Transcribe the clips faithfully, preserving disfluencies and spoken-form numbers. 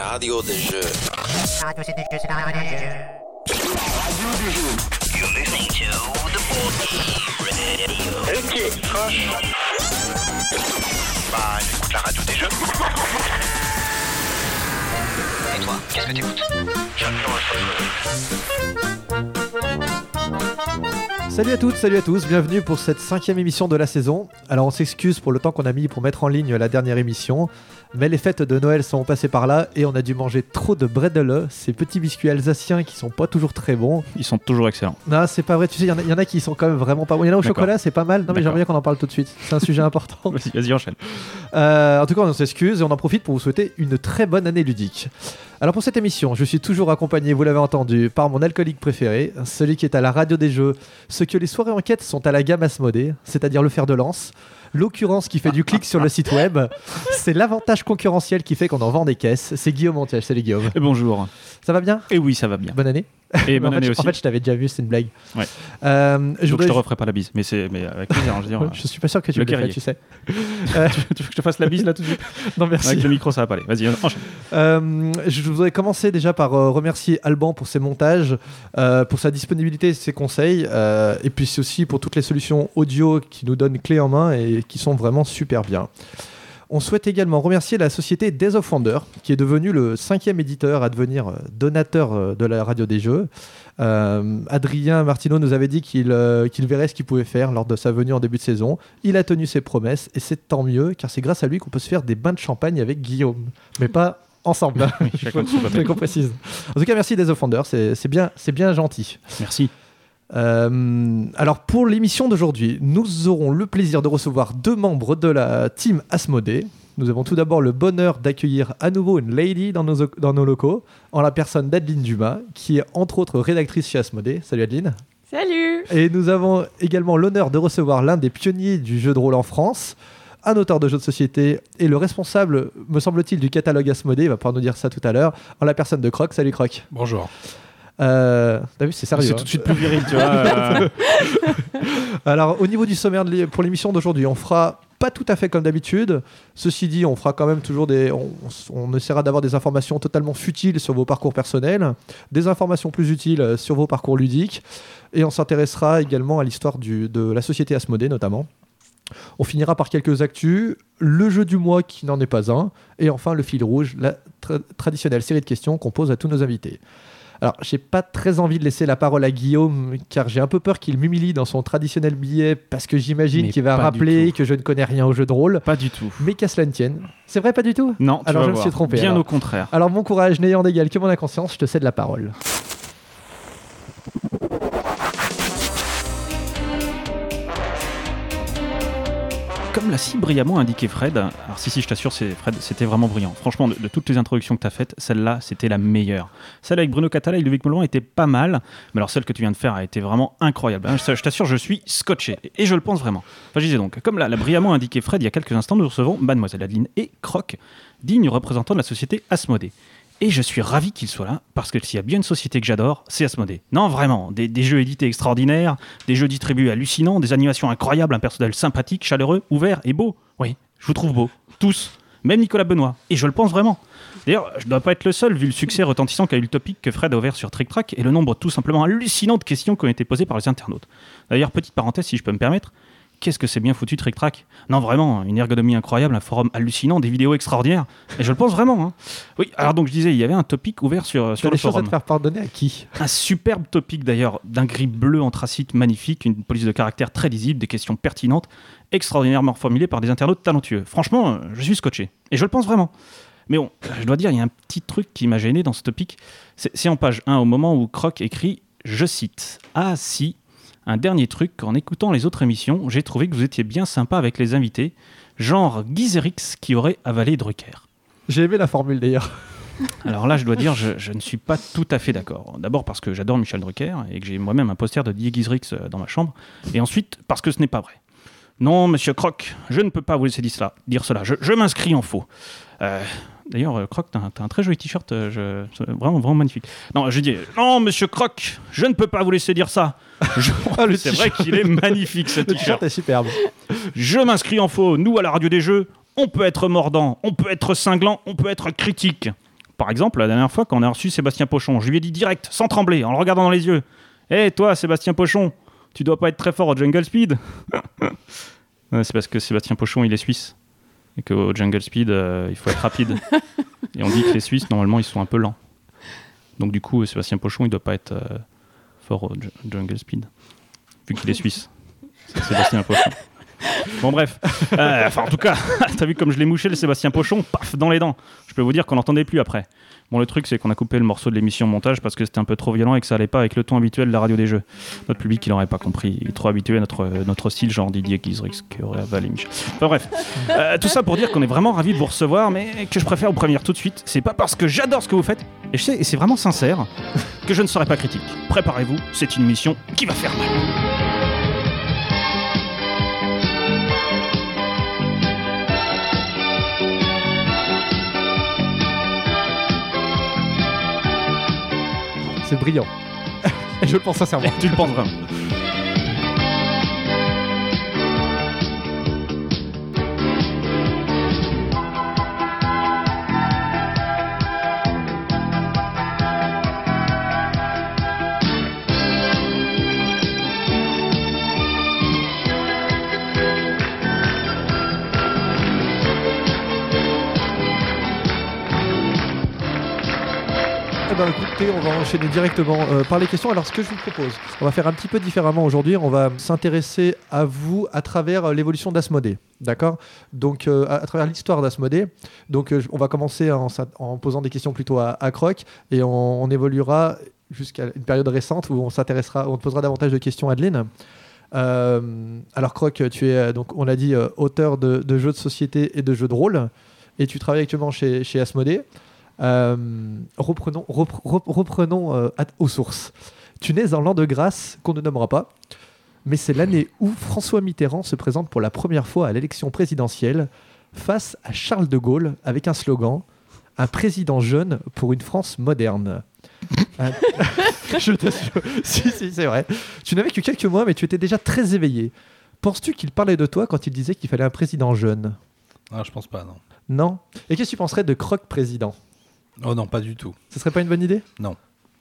radio des jeux. Radio c'est des jeux, c'est la radio des jeux. Radio des jeux. You're listening to the board radio. Ok, proche. Bah, j'écoute la radio des jeux. Et toi, qu'est-ce que t'écoutes? Salut à toutes, salut à tous, bienvenue pour cette cinquième émission de la saison. Alors on s'excuse pour le temps qu'on a mis pour mettre en ligne la dernière émission, mais les fêtes de Noël sont passées par là et on a dû manger trop de bredele, ces petits biscuits alsaciens qui sont pas toujours très bons. Ils sont toujours excellents. Non, c'est pas vrai, tu sais, il y, y en a qui sont quand même vraiment pas bons. Il y en a au D'accord. chocolat, c'est pas mal. Non mais j'aimerais bien qu'on en parle tout de suite, c'est un sujet important. Vas-y, vas-y, enchaîne. Euh, en tout cas, on s'excuse et on en profite pour vous souhaiter une très bonne année ludique. Alors pour cette émission, je suis toujours accompagné, vous l'avez entendu, par mon alcoolique préféré, celui qui est à la radio des jeux, ce que les soirées enquêtes sont à la gamme Asmodée, c'est-à-dire le fer de lance, l'occurrence qui fait du clic sur le site web, c'est l'avantage concurrentiel qui fait qu'on en vend des caisses, c'est Guillaume Montiel. Salut Guillaume. Et bonjour. Ça va bien? Et oui, ça va bien. Bonne année. Et bonne en année fait, aussi. En fait, je t'avais déjà vu, c'est une blague. Ouais. Euh, je, Donc voudrais... je te referai pas la bise, mais c'est mais avec plaisir. Je, veux dire, je suis pas sûr que tu le le fasses, guerrier. tu sais. Euh... tu veux que je te fasse la bise là tout de suite? Non merci. Avec le micro, ça va pas aller. Vas-y, enchaîne. Euh, je voudrais commencer déjà par euh, remercier Alban pour ses montages, euh, pour sa disponibilité et ses conseils, euh, et puis aussi pour toutes les solutions audio qui nous donnent clé en main et qui sont vraiment super bien. On souhaite également remercier la société Days of Wonder, qui est devenue le cinquième éditeur à devenir donateur de la radio des jeux. Euh, Adrien Martineau nous avait dit qu'il, euh, qu'il verrait ce qu'il pouvait faire lors de sa venue en début de saison. Il a tenu ses promesses, et c'est tant mieux, car c'est grâce à lui qu'on peut se faire des bains de champagne avec Guillaume. Mais pas ensemble, hein. Oui, chacun de son côté. qu'on précise. En tout cas, merci Days of Wonder, c'est, c'est, bien, c'est bien gentil. Merci. Euh, alors pour l'émission d'aujourd'hui, nous aurons le plaisir de recevoir deux membres de la team Asmodée. Nous avons tout d'abord le bonheur d'accueillir à nouveau une lady dans nos, dans nos locaux, en la personne d'Adeline Dumas, qui est entre autres rédactrice chez Asmodée. Salut Adeline. Salut. Et nous avons également l'honneur de recevoir l'un des pionniers du jeu de rôle en France, un auteur de jeux de société et le responsable, me semble-t-il, du catalogue Asmodée. Il va pouvoir nous dire ça tout à l'heure, en la personne de Croc. Salut Croc. Bonjour. Euh, t'as vu, c'est sérieux. C'est hein. tout de suite plus viril, tu vois. euh... Alors, au niveau du sommaire de l'é- pour l'émission d'aujourd'hui, on fera pas tout à fait comme d'habitude. Ceci dit, on fera quand même toujours des. On, on essaiera d'avoir des informations totalement futiles sur vos parcours personnels, des informations plus utiles sur vos parcours ludiques, et on s'intéressera également à l'histoire du, de la société Asmodée notamment. On finira par quelques actus, le jeu du mois qui n'en est pas un, et enfin le fil rouge, la tra- traditionnelle série de questions qu'on pose à tous nos invités. Alors, j'ai pas très envie de laisser la parole à Guillaume, car j'ai un peu peur qu'il m'humilie dans son traditionnel billet, parce que j'imagine Mais qu'il va pas du rappeler tout. que je ne connais rien au jeu de rôle. Pas du tout. Mais qu'à cela ne tienne. C'est vrai, pas du tout? Non, tu Alors, vas je me voir. suis trompé, Bien alors. au contraire. Alors, bon courage, n'ayant d'égal que mon inconscience, je te cède la parole. Comme l'a si brillamment indiqué Fred, alors si si je t'assure, c'est, Fred, c'était vraiment brillant. Franchement, de, de toutes les introductions que tu as faites, celle-là, c'était la meilleure. Celle avec Bruno Catala et Ludovic Moulin était pas mal, mais alors celle que tu viens de faire a été vraiment incroyable. Hein, je, je t'assure, je suis scotché, et je le pense vraiment. Enfin, je disais donc, comme l'a, l'a brillamment indiqué Fred il y a quelques instants, nous recevons Mademoiselle Adeline et Croc, dignes représentants de la société Asmodée. Et je suis ravi qu'il soit là, parce que s'il y a bien une société que j'adore, c'est Asmodée. Non, vraiment, des, des jeux édités extraordinaires, des jeux distribués hallucinants, des animations incroyables, un personnel sympathique, chaleureux, ouvert et beau. Oui, je vous trouve beau, tous, même Nicolas Benoît, et je le pense vraiment. D'ailleurs, je ne dois pas être le seul, vu le succès retentissant qu'a eu le topic que Fred a ouvert sur Trick Track, et le nombre tout simplement hallucinant de questions qui ont été posées par les internautes. D'ailleurs, petite parenthèse, si je peux me permettre, qu'est-ce que c'est bien foutu Trick Track? Non, vraiment, une ergonomie incroyable, un forum hallucinant, des vidéos extraordinaires. Et je le pense vraiment. Hein. Oui, alors donc je disais, il y avait un topic ouvert sur, Tu sur as le des choses à forum. te faire pardonner à qui? Un superbe topic d'ailleurs, d'un gris bleu anthracite magnifique, une police de caractère très lisible, des questions pertinentes, extraordinairement formulées par des internautes talentueux. Franchement, euh, je suis scotché. Et je le pense vraiment. Mais bon, je dois dire, il y a un petit truc qui m'a gêné dans ce topic. C'est, c'est en page un, au moment où Croc écrit, je cite, « Ah si, un dernier truc, en écoutant les autres émissions, j'ai trouvé que vous étiez bien sympa avec les invités, genre Guizerix qui aurait avalé Drucker. » J'ai aimé la formule d'ailleurs. Alors là, je dois dire, je, je ne suis pas tout à fait d'accord. D'abord parce que j'adore Michel Drucker et que j'ai moi-même un poster de Didier Guizerix dans ma chambre. Et ensuite, parce que ce n'est pas vrai. Non, monsieur Croc, je ne peux pas vous laisser dire cela. Dire cela. Je, je m'inscris en faux. Euh, D'ailleurs, Croc, t'as un, t'as un très joli t-shirt, euh, je, c'est vraiment, vraiment magnifique. Non, je dis, non, monsieur Croc, je ne peux pas vous laisser dire ça. Je, Ah, le c'est t-shirt. vrai qu'il est magnifique, ce Le t-shirt t-shirt. est superbe. Je m'inscris en faux. Nous, à la radio des jeux, on peut être mordant, on peut être cinglant, on peut être critique. Par exemple, la dernière fois, quand on a reçu Sébastien Pochon, je lui ai dit direct, sans trembler, en le regardant dans les yeux, « Hé, hey, toi, Sébastien Pochon, tu dois pas être très fort au Jungle Speed !» Ouais, c'est parce que Sébastien Pochon, il est suisse. Et qu'au Jungle Speed, euh, il faut être rapide. Et on dit que les Suisses, normalement, ils sont un peu lents. Donc du coup, Sébastien Pochon, il doit pas être euh, fort au J- Jungle Speed. Vu qu'il est suisse. C'est Sébastien Pochon. Bon bref. Euh, enfin, en tout cas, t'as vu comme je l'ai mouché, le Sébastien Pochon, paf, dans les dents. Je peux vous dire qu'on n'entendait plus après. Bon, le truc, c'est qu'on a coupé le morceau de l'émission montage parce que c'était un peu trop violent et que ça allait pas avec le ton habituel de la radio des jeux. Notre public, il n'aurait pas compris. Il est trop habitué à notre, notre style, genre Didier Guizrix qui aurait avalé Michel. Enfin bref. Euh, tout ça pour dire qu'on est vraiment ravis de vous recevoir, mais que je préfère vous prévenir tout de suite. C'est pas parce que j'adore ce que vous faites, et je sais, et c'est vraiment sincère, que je ne serai pas critique. Préparez-vous, c'est une mission qui va faire mal. C'est brillant. Et je le pense sincèrement. Tu le penses vraiment. Eh ben, écoutez, on va enchaîner directement euh, par les questions. Alors, ce que je vous propose, on va faire un petit peu différemment aujourd'hui. On va s'intéresser à vous à travers euh, l'évolution d'Asmodée. D'accord ? Donc, euh, à, à travers l'histoire d'Asmodée. Donc, euh, on va commencer en, en posant des questions plutôt à, à Croc et on, on évoluera jusqu'à une période récente où on s'intéressera, on te posera davantage de questions, Adeline. Euh, alors, Croc, tu es, donc, on l'a dit, euh, auteur de, de jeux de société et de jeux de rôle et tu travailles actuellement chez, chez Asmodée. Euh, reprenons repre, repre, reprenons euh, à, aux sources. Tu nais en l'an de grâce qu'on ne nommera pas, mais c'est l'année où François Mitterrand se présente pour la première fois à l'élection présidentielle face à Charles de Gaulle avec un slogan « Un président jeune pour une France moderne ». Un... Je t'assure, si, si, c'est vrai. Tu n'avais que quelques mois, mais tu étais déjà très éveillé. Penses-tu qu'il parlait de toi quand il disait qu'il fallait un président jeune ? Ah, je pense pas, non. Non ? Et qu'est-ce que tu penserais de Croc président ? Oh non, pas du tout. Ce serait pas une bonne idée ? Non.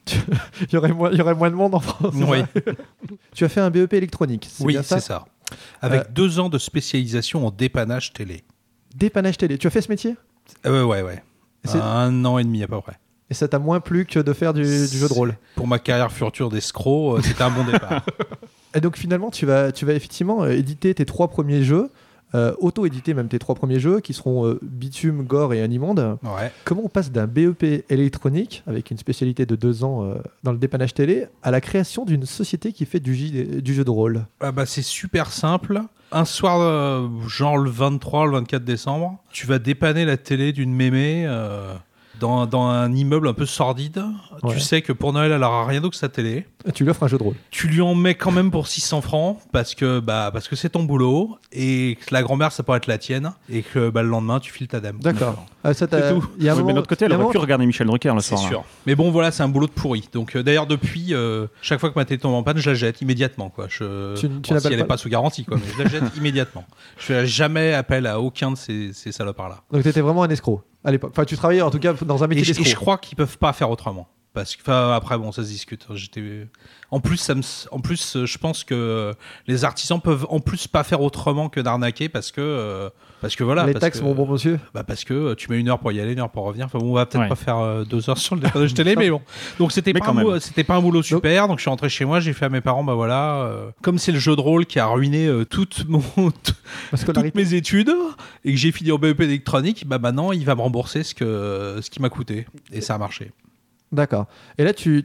Il y aurait moins, il y aurait moins de monde en France. Oui. Tu as fait un B E P électronique, c'est oui, bien ça ? c'est ça. Avec Euh, deux ans de spécialisation en dépannage télé. Dépannage télé. Tu as fait ce métier ? Euh, ouais, ouais. Et, c'est- Un an et demi à peu près. et ça t'a moins plu que de faire du, du jeu de rôle. Pour ma carrière future d'escroc, euh, c'était un bon départ. Et donc finalement, tu vas, tu vas effectivement euh, éditer tes trois premiers jeux, euh, auto-éditer même tes trois premiers jeux, qui seront euh, Bitume, Gore et Animonde. Ouais. Comment on passe d'un B E P électronique, avec une spécialité de deux ans euh, dans le dépannage télé, à la création d'une société qui fait du, j- du jeu de rôle ? Ah bah, c'est super simple. Un soir, euh, genre le vingt-trois, le vingt-quatre décembre, tu vas dépanner la télé d'une mémé euh, dans, dans un immeuble un peu sordide. Ouais. Tu sais que pour Noël, elle aura rien d'autre que sa télé. Tu lui offres un jeu de rôle. Tu lui en mets quand même pour six cents francs parce que bah parce que c'est ton boulot et que la grand-mère ça pourrait être la tienne et que bah, le lendemain tu files ta dame. D'accord. Ah, ça, t'as- C'est tout. Il y a un Oui, mais moment- de l'autre côté, il y elle a un aurait moment- pu regarder Michel Drucker le C'est soir. sûr. Mais bon voilà, c'est un boulot de pourri. Donc euh, d'ailleurs depuis euh, chaque fois que ma télé tombe en panne, je la jette immédiatement quoi. Je Tu- tu bon, n'appelles si elle pas- n'est pas sous garantie quoi, mais je la jette immédiatement. Je fais jamais appel à aucun de ces, ces salopards là. Donc t'étais vraiment un escroc à l'époque. Enfin, tu travaillais en tout cas dans un métier Et, je- et d'escroc. je crois qu'ils peuvent pas faire autrement. Parce que, enfin, après, bon, ça se discute. J'étais... En plus, ça me... en plus, je pense que les artisans peuvent en plus pas faire autrement que d'arnaquer parce que, euh, parce que voilà. Les parce taxes, que, mon bon monsieur. bah parce que tu mets une heure pour y aller, une heure pour revenir. Enfin, bon, on va peut-être Ouais. pas faire euh, deux heures sur le dépannage télé, mais bon. Donc c'était Mais pas, quand un même. boulot, c'était pas un boulot super. Donc je suis rentré chez moi, j'ai fait à mes parents, bah voilà, euh, comme c'est le jeu de rôle qui a ruiné euh, toute mon Ma toutes scolarité. mes études et que j'ai fini en B E P d'électronique, bah maintenant il va me rembourser ce que ce qui m'a coûté et ça a marché. D'accord. Et là, tu,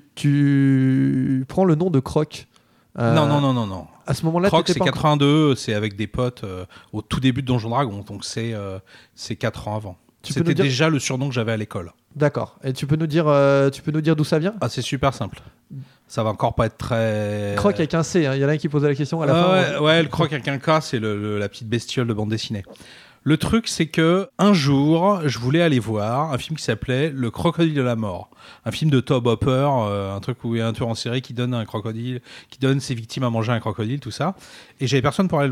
tu prends le nom de Croc. Euh, Non non non non non. À ce moment-là, Croc t'étais c'est pas encore- quatre-vingt-deux, c'est avec des potes euh, au tout début de Donjon Dragon, donc c'est euh, c'est quatre ans avant. Tu peux C'était nous dire- déjà le surnom que j'avais à l'école. D'accord. Et tu peux nous dire, euh, tu peux nous dire d'où ça vient ? Ah c'est super simple. Ça va encore pas être très. Croc avec un C. hein. Il y en a un qui posait la question à la Ah fin. ouais, ouais, le croc avec un K, c'est le, le- la petite bestiole de bande dessinée. Le truc, c'est que un jour, je voulais aller voir un film qui s'appelait Le Crocodile de la Mort, un film de Tobe Hopper, euh, un truc où il y a un tueur en série qui donne un crocodile, qui donne ses victimes à manger un crocodile, tout ça. Et j'avais personne pour aller le voir.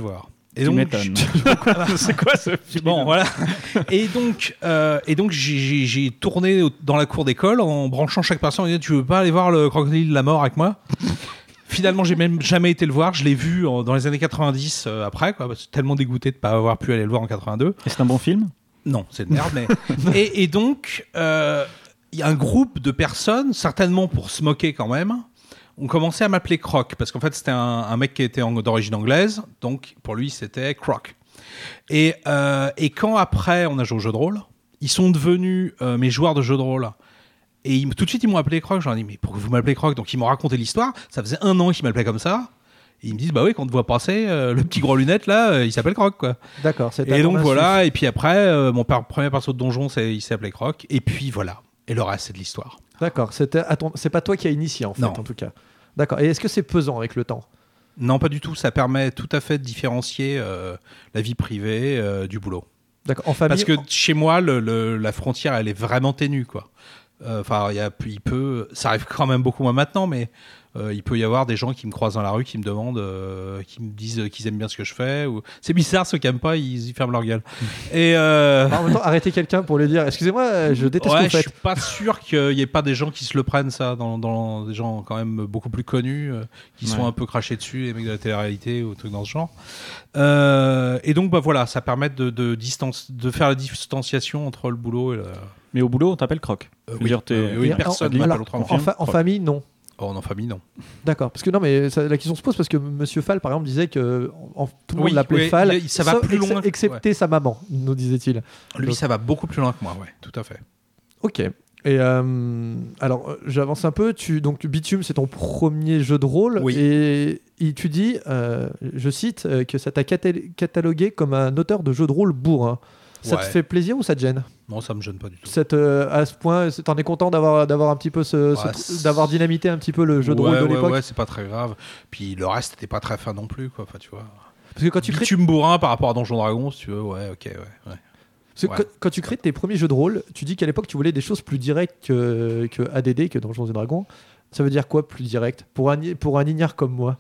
Et Tu donc, m'étonnes. C'est quoi ce film? Bon, voilà. Et donc, euh, et donc j'ai, j'ai, j'ai tourné dans la cour d'école en branchant chaque personne en disant tu veux pas aller voir le Crocodile de la mort avec moi? Finalement, j'ai même jamais été le voir. Je l'ai vu en- dans les années quatre-vingt-dix euh, après, quoi, parce que tellement dégoûté de pas avoir pu aller le voir en quatre-vingt-deux. Et c'est un bon film? Non, c'est de merde, mais. et, et donc, euh, il y a un groupe de personnes, certainement pour se moquer quand même, ont commencé à m'appeler Croc, parce qu'en fait, c'était un, un mec qui était en- d'origine anglaise, donc pour lui, c'était Croc. Et, euh, et quand après, on a joué au jeu de rôle, ils sont devenus euh, mes joueurs de jeu de rôle. Et ils, tout de suite, ils m'ont appelé Croc. J'en ai dit, mais pourquoi vous m'appelez Croc? Donc, ils m'ont raconté l'histoire. Ça faisait un an qu'ils m'appelaient comme ça. Et ils me disent, bah oui, quand on te voit passer, euh, le petit gros lunette, là, euh, il s'appelle Croc, quoi. D'accord. c'est Et un donc insu. voilà, et puis après, euh, mon par- premier perso de donjon, c'est, il s'appelait Croc, et puis voilà. Et le reste, c'est de l'histoire. D'accord. C'était à ton- c'est pas toi qui as initié en fait, Non. en tout cas. D'accord. Et est-ce que c'est pesant avec le temps? Non, pas du tout, ça permet tout à fait de différencier euh, la vie privée euh, du boulot. D'accord. En famille. Parce que chez moi, le, le- la frontière, elle est vraiment ténue, quoi. Enfin, il y a- il peut, ça arrive quand même beaucoup moins maintenant, mais euh, il peut y avoir des gens qui me croisent dans la rue, qui me demandent, euh, qui me disent qu'ils aiment bien ce que je fais. Ou... C'est bizarre, ceux qui aiment pas, ils, ils ferment leur gueule. Et euh... En même temps, arrêter quelqu'un pour lui dire excusez-moi, je déteste ouais, ce que je vous suis faites. pas sûr qu'il y ait pas des gens qui se le prennent ça, dans, dans des gens quand même beaucoup plus connus, euh, qui Ouais. sont un peu crachés dessus, les mecs de la télé-réalité ou trucs dans ce genre. Euh, et donc bah voilà, ça permet de, de distance, de faire la distanciation entre le boulot et le. Mais au boulot, on t'appelle Croc. Euh, Je veux oui. dire, t'es- Euh, oui, Et personne en, m'appelle alors, autrement. en, fa- en Croc. famille, non. Oh, en famille, non. D'accord. Parce que non, mais ça- la question se pose parce que Monsieur Fall, par exemple, disait que en- tout le monde Oui, l'appelait oui, Fall, il- ça va sauf- plus ex- loin. excepté sa maman, nous disait-il. Lui, Donc- ça va beaucoup plus loin que moi, ouais, tout à fait. Ok. Et euh, alors, euh, j'avance un peu. Tu, donc, Bitume, c'est ton premier jeu de rôle. Oui. Et, et tu dis, euh, je cite, euh, que ça t'a catal- catalogué comme un auteur de jeu de rôle bourrin. Ça Ouais. te fait plaisir ou ça te gêne? Non, ça me gêne pas du tout. Cette, euh, à ce point, c'est- t'en es content d'avoir, d'avoir un petit peu ce, ce Ouais, tr- c'est- d'avoir dynamité un petit peu le jeu de ouais, rôle de ouais, l'époque? ouais, c'est pas très grave. Puis le reste, n'était pas très fin non plus, quoi. Enfin, tu vois. Parce que quand tu crées, Bitume bourrin par rapport à Donjon Dragon, si tu veux, ouais, ok, ouais. ouais. parce que ouais. quand, quand tu crées tes premiers jeux de rôle, tu dis qu'à l'époque tu voulais des choses plus directes que, que A D D, que Donjons et Dragons. Ça veut dire quoi plus direct pour un, pour un ignare comme moi?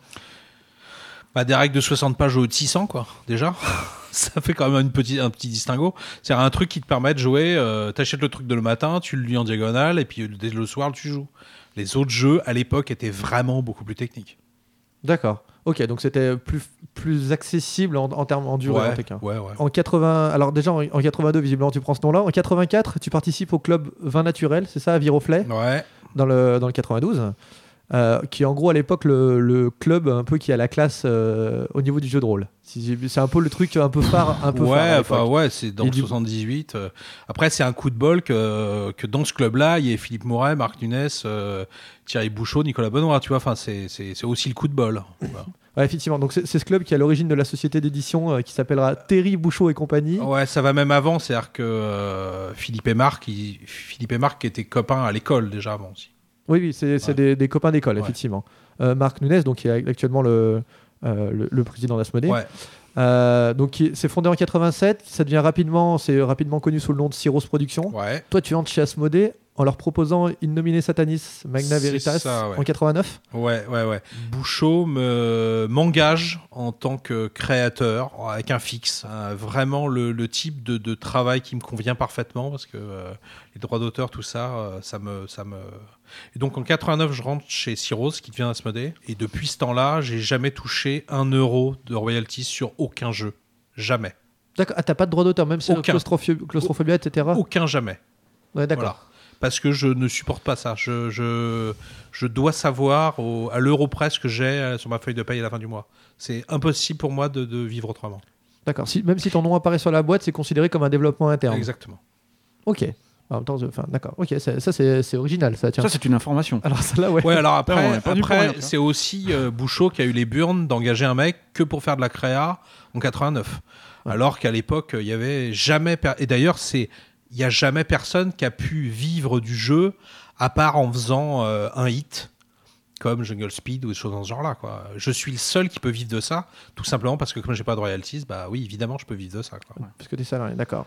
Bah, des règles de soixante pages au haut de six cents, quoi, déjà. Ça fait quand même une petite, un petit distinguo. C'est un truc qui te permet de jouer. Euh, T'achètes le truc de le matin, tu le lis en diagonale, et puis dès le soir, tu joues. Les autres jeux, à l'époque, étaient vraiment beaucoup plus techniques. D'accord. Ok, donc c'était plus, plus accessible en, en termes en durée ouais, en tout cas. ouais, ouais. En quatre-vingts, alors déjà en, en quatre-vingt-deux, visiblement tu prends ce nom-là. En quatre-vingt-quatre, tu participes au club Vin Naturel, c'est ça, à Viroflay, Ouais. dans le, dans le quatre-vingt-douze, euh, qui est en gros à l'époque le, le club un peu qui a la classe euh, au niveau du jeu de rôle. C'est c'est un peu le truc un peu phare, un peu phare à Ouais, l'époque. enfin ouais, c'est dans Et le du- soixante-dix-huit. euh, Après, c'est un coup de bol que, que dans ce club-là, il y ait Philippe Moret, Marc Nunes, euh, Thierry Bouchot, Nicolas Benoît. Tu vois, enfin, c'est c'est- c'est aussi le coup de bol. Voilà. Ouais, effectivement, donc c'est c'est ce club qui est à l'origine de la société d'édition euh, qui s'appellera Terry Bouchot et compagnie. Ouais, ça va même avant. C'est-à-dire que euh, Philippe et Marc, ils- Philippe et Marc étaient copains à l'école déjà avant aussi. Oui, oui, c'est c'est Ouais. des, des copains d'école, Ouais. effectivement. Euh, Marc Nunes, donc, qui est actuellement le, euh, le, le président d'Asmodée. Ouais. Euh, donc, qui- c'est fondé en quatre-vingt-sept. Ça devient rapidement, c'est rapidement connu sous le nom de Cyros Productions. Ouais. Toi, tu entres chez Asmodée en leur proposant In nomine Satanis Magna C'est Veritas ça, ouais. en quatre-vingt-neuf. Ouais, ouais, ouais. Bouchot me m'engage en tant que créateur avec un fixe, hein, vraiment le, le type de, de travail qui me convient parfaitement parce que euh, les droits d'auteur, tout ça, euh, ça me, ça me. Et donc en quatre-vingt-neuf, je rentre chez Cyros qui devient Asmodée et depuis ce temps-là, j'ai jamais touché un euro de royalties sur aucun jeu, jamais, D'accord. Ah, t'as pas de droit d'auteur, même si Aucun. claustrophobie, claustrophobie, et cetera. aucun jamais. Ouais, d'accord. Voilà. Parce que je ne supporte pas ça. Je, je, je dois savoir au, à l'euro près ce que j'ai euh, sur ma feuille de paye à la fin du mois. C'est impossible pour moi de, de vivre autrement. D'accord. Si, même si ton nom apparaît sur la boîte, c'est considéré comme un développement interne. Exactement. Ok. En même temps, je- enfin, d'accord. Ok, ça, ça, c'est c'est original, ça. Tiens. Ça, c'est une information. Alors ça là, ouais. Ouais, alors après, on est pas venu pour après rien, quoi. c'est aussi euh, Bouchot qui a eu les burnes d'engager un mec que pour faire de la créa en quatre-vingt-neuf. Ouais. Alors qu'à l'époque, il y avait jamais... per- Et d'ailleurs, c'est... il n'y a jamais personne qui a pu vivre du jeu à part en faisant euh, un hit comme Jungle Speed ou des choses dans ce genre-là, quoi. Je suis le seul qui peut vivre de ça, tout simplement parce que comme j'ai pas de royalties, bah oui, évidemment, je peux vivre de ça, quoi. Parce que t'es salarié, d'accord.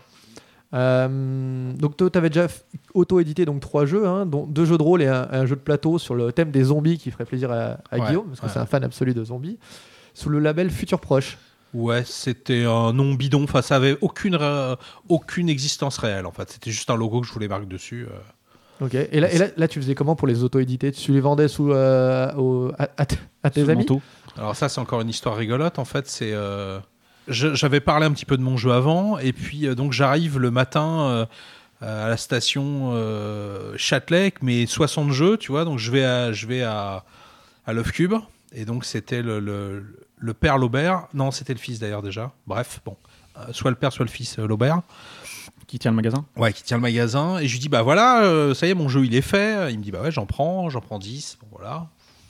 Euh, donc toi, t'avais déjà f- auto-édité donc trois jeux, hein, dont deux jeux de rôle et un, un jeu de plateau sur le thème des zombies qui ferait plaisir à, à Ouais, Guillaume, parce que ouais. c'est un fan absolu de zombies, sous le label Futur Proche. Ouais, c'était un nom bidon. Enfin, ça avait aucune, euh, aucune existence réelle, en fait. C'était juste un logo que je voulais marquer dessus. Euh. Ok. Et là, et là, là, tu faisais comment pour les auto-éditer? Tu les vendais sous, euh, au, à, à, t- à tes Sous le amis? manteau. Alors ça, c'est encore une histoire rigolote. En fait, c'est... Euh, je, j'avais parlé un petit peu de mon jeu avant. Et puis, euh, donc, j'arrive le matin... Euh, à la station euh, Châtelet avec mes soixante jeux, tu vois, donc je vais à, je vais à, à Love Cube, et donc c'était le, le, le père Laubert, non c'était le fils d'ailleurs déjà, bref, bon, euh, soit le père soit le fils euh, Laubert. Qui tient le magasin? Ouais, qui tient le magasin, et je lui dis bah voilà, euh, ça y est, mon jeu il est fait, il me dit bah ouais, j'en prends, j'en prends dix, bon voilà.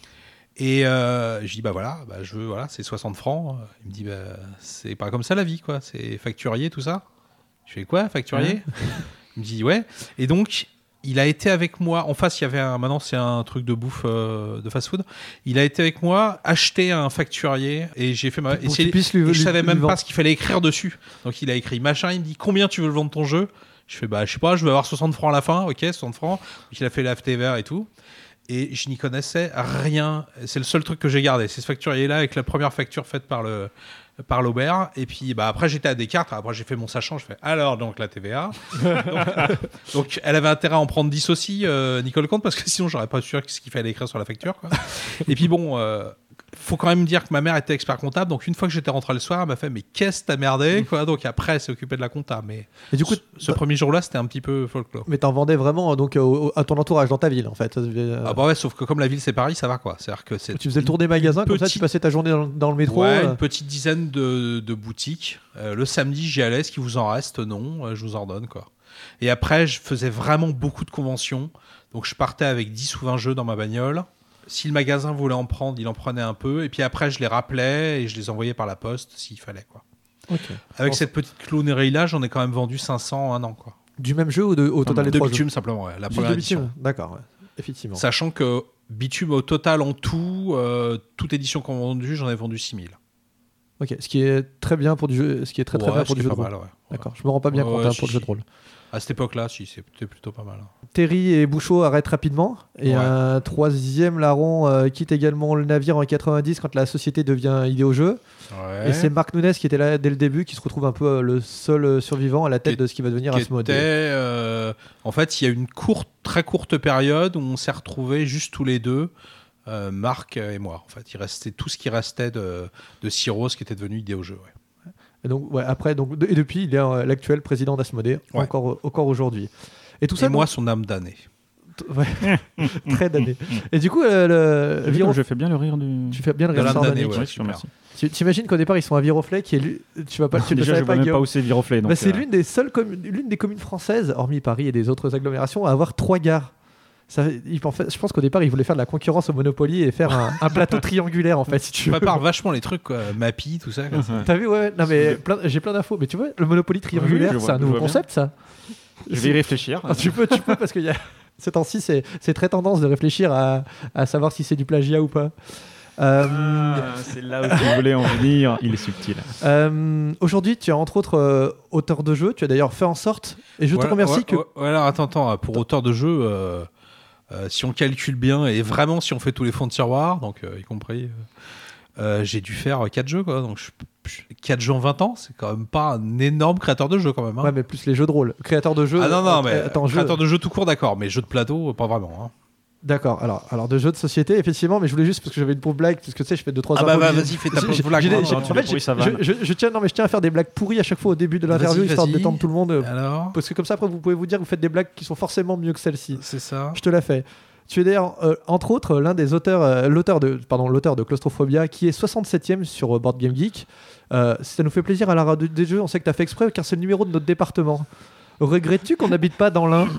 Et euh, je dis bah voilà, bah, je veux, voilà, c'est soixante francs, il me dit bah c'est pas comme ça la vie quoi, c'est facturier tout ça. Je fais quoi, facturier? Il me dit ouais, et donc il a été avec moi. En face, il y avait un. Maintenant, c'est un truc de bouffe euh, de fast-food. Il a été avec moi acheter un facturier et j'ai fait ma. Et, c'est... lui, et je lui, savais lui même vendre. pas ce qu'il fallait écrire dessus. Donc il a écrit machin. Il me dit combien tu veux le vendre ton jeu? Je fais bah je sais pas, je veux avoir soixante francs à la fin. Ok, soixante francs. Donc il a fait la F T V R et tout. Et je n'y connaissais rien. C'est le seul truc que j'ai gardé. C'est ce facturier-là avec la première facture faite par le. par l'Aubert, et puis bah, après j'étais à Descartes, après j'ai fait mon sachant, je fais alors donc la T V A. donc, donc elle avait intérêt à en prendre dix aussi, euh, Nicole Comte, parce que sinon j'aurais pas su ce qu'il fallait écrire sur la facture, quoi. Et puis bon, euh, faut quand même dire que ma mère était expert comptable, donc une fois que j'étais rentré le soir, elle m'a fait mais qu'est-ce que t'as merdé, quoi. Donc après elle s'est occupée de la compta, mais Et du coup, ce, ce premier jour-là c'était un petit peu folklore. mais t'en vendais vraiment donc, au- au- à ton entourage dans ta ville en fait. Euh, Ah bah ouais, sauf que comme la ville c'est Paris, ça va quoi. C'est-à-dire que c'est tu faisais le tour des magasins, comme ça tu petite- passais ta journée dans, dans le métro. Ouais, euh, une petite dizaine de, de boutiques. Euh, le samedi, j'y allais. Est-ce qu'il vous en reste? Non, euh, je vous en donne, quoi. Et après, je faisais vraiment beaucoup de conventions. Donc, je partais avec dix ou vingt jeux dans ma bagnole. Si le magasin voulait en prendre, il en prenait un peu. Et puis après, je les rappelais et je les envoyais par la poste s'il fallait, quoi. ok. Avec Bon, cette petite clownerie-là, j'en ai quand même vendu cinq cents en un an, quoi. Du même jeu ou de, au total des De trois Bitume, simplement, ouais, la jeux? première De édition. Bitume, d'accord, ouais. Effectivement. Sachant que Bitume, au total, en tout, euh, toute édition qu'on a vendue, j'en ai vendu six mille. Ok, ce qui est très bien pour du jeu, ce qui est très très Ouais, bien pour ce du qui jeu est de pas rôle. mal, ouais. D'accord, je me rends pas bien Ouais, compte ouais, hein, si, pour le jeu de si. rôle. À cette époque-là, si, c'était plutôt pas mal. Terry et Bouchot arrêtent rapidement et Ouais. un troisième larron euh, quitte également le navire en quatre-vingt-dix quand la société devient idée au jeu. Ouais. Et c'est Marc Nunes qui était là dès le début qui se retrouve un peu euh, le seul euh, survivant à la tête Qui- de ce qui va devenir qui Asmodée. était, euh, en fait, il y a une courte, très courte période où on s'est retrouvés juste tous les deux, euh, Marc et moi. En fait, il restait tout ce qui restait de, de Cyros qui était devenu idée au jeu. Ouais. Et donc ouais, après donc de- et depuis il est euh, l'actuel président d'Asmodée Ouais. encore euh, encore aujourd'hui. Et tout ça Et moi, donc- son âme damnée. t- ouais, très damné. Et du coup euh, le T'as vu Viro- comme je fais bien le rire du. tu fais bien le De l'âme rire damnée, sardonique. ouais, Ouais, je te super. remercie. Tu t'imagines qu'au départ ils sont à Viroflay qui est lu- tu vas pas tu ne le Déjà, savais je pas vois même Guillaume. pas où c'est Viroflay. donc, Bah, c'est euh, l'une des seules communes, l'une des communes françaises, hormis Paris et des autres agglomérations, à avoir trois gares. Ça, il- en fait, je pense qu'au départ, ils voulaient faire de la concurrence au Monopoly et faire un, un plateau triangulaire, en fait, si tu Tu veux. prépares vachement les trucs, quoi. Mappy, tout ça. quoi. T'as vu, ouais, non, mais plein- j'ai plein d'infos. Mais tu vois, le Monopoly triangulaire, Oui, je vois- c'est un je nouveau vois bien. concept, ça. Je vais y réfléchir. Ah, tu peux, tu peux, parce que y a... ces temps-ci, c'est, c'est très tendance de réfléchir à, à savoir si c'est du plagiat ou pas. Euh, Ah, c'est là où tu voulais en venir. Il est subtil. euh, aujourd'hui, tu es entre autres euh, auteur de jeu. Tu as d'ailleurs fait en sorte, et je Voilà, te remercie ouais, que. ouais, ouais, alors, attends, attends. Pour auteur de jeu, euh, euh, si on calcule bien, et vraiment si on fait tous les fonds de tiroir, donc euh, y compris, euh, euh, j'ai dû faire quatre jeux, quoi. Donc quatre jeux en vingt ans, c'est quand même pas un énorme créateur de jeu, quand même. hein. Ouais, mais plus les jeux de rôle. Créateur de jeux. Ah non, non, euh, mais attends, jeu- créateur de jeux tout court, d'accord, mais jeux de plateau, pas vraiment. Hein. D'accord, alors, alors de jeux de société, effectivement, mais je voulais juste, parce que j'avais une pauvre blague, parce que tu sais, je fais deux trois Ah bah, infos bah, que j'ai- vas-y, fais ta j'ai- pauvre j'ai- blague, j'ai- hein, j'ai- tu en l'as fait, pourri, je, ça vanne. je- je tiens, non, mais je tiens à faire des blagues pourries à chaque fois au début de l'interview, Vas-y, histoire de vas-y. détendre tout le monde, euh, Alors, parce que comme ça, après, vous pouvez vous dire que vous faites des blagues qui sont forcément mieux que celle-ci. c'est ça. Je te la fais. Tu es d'ailleurs, euh, entre autres, l'un des auteurs, euh, l'auteur de, pardon, l'auteur de Claustrophobia, qui est soixante-septième sur euh, Board Game Geek. Euh, ça nous fait plaisir à la radio des jeux, on sait que tu as fait exprès, car c'est le numéro de notre département. Regrettes-tu qu'on n'habite pas dans l'Ain?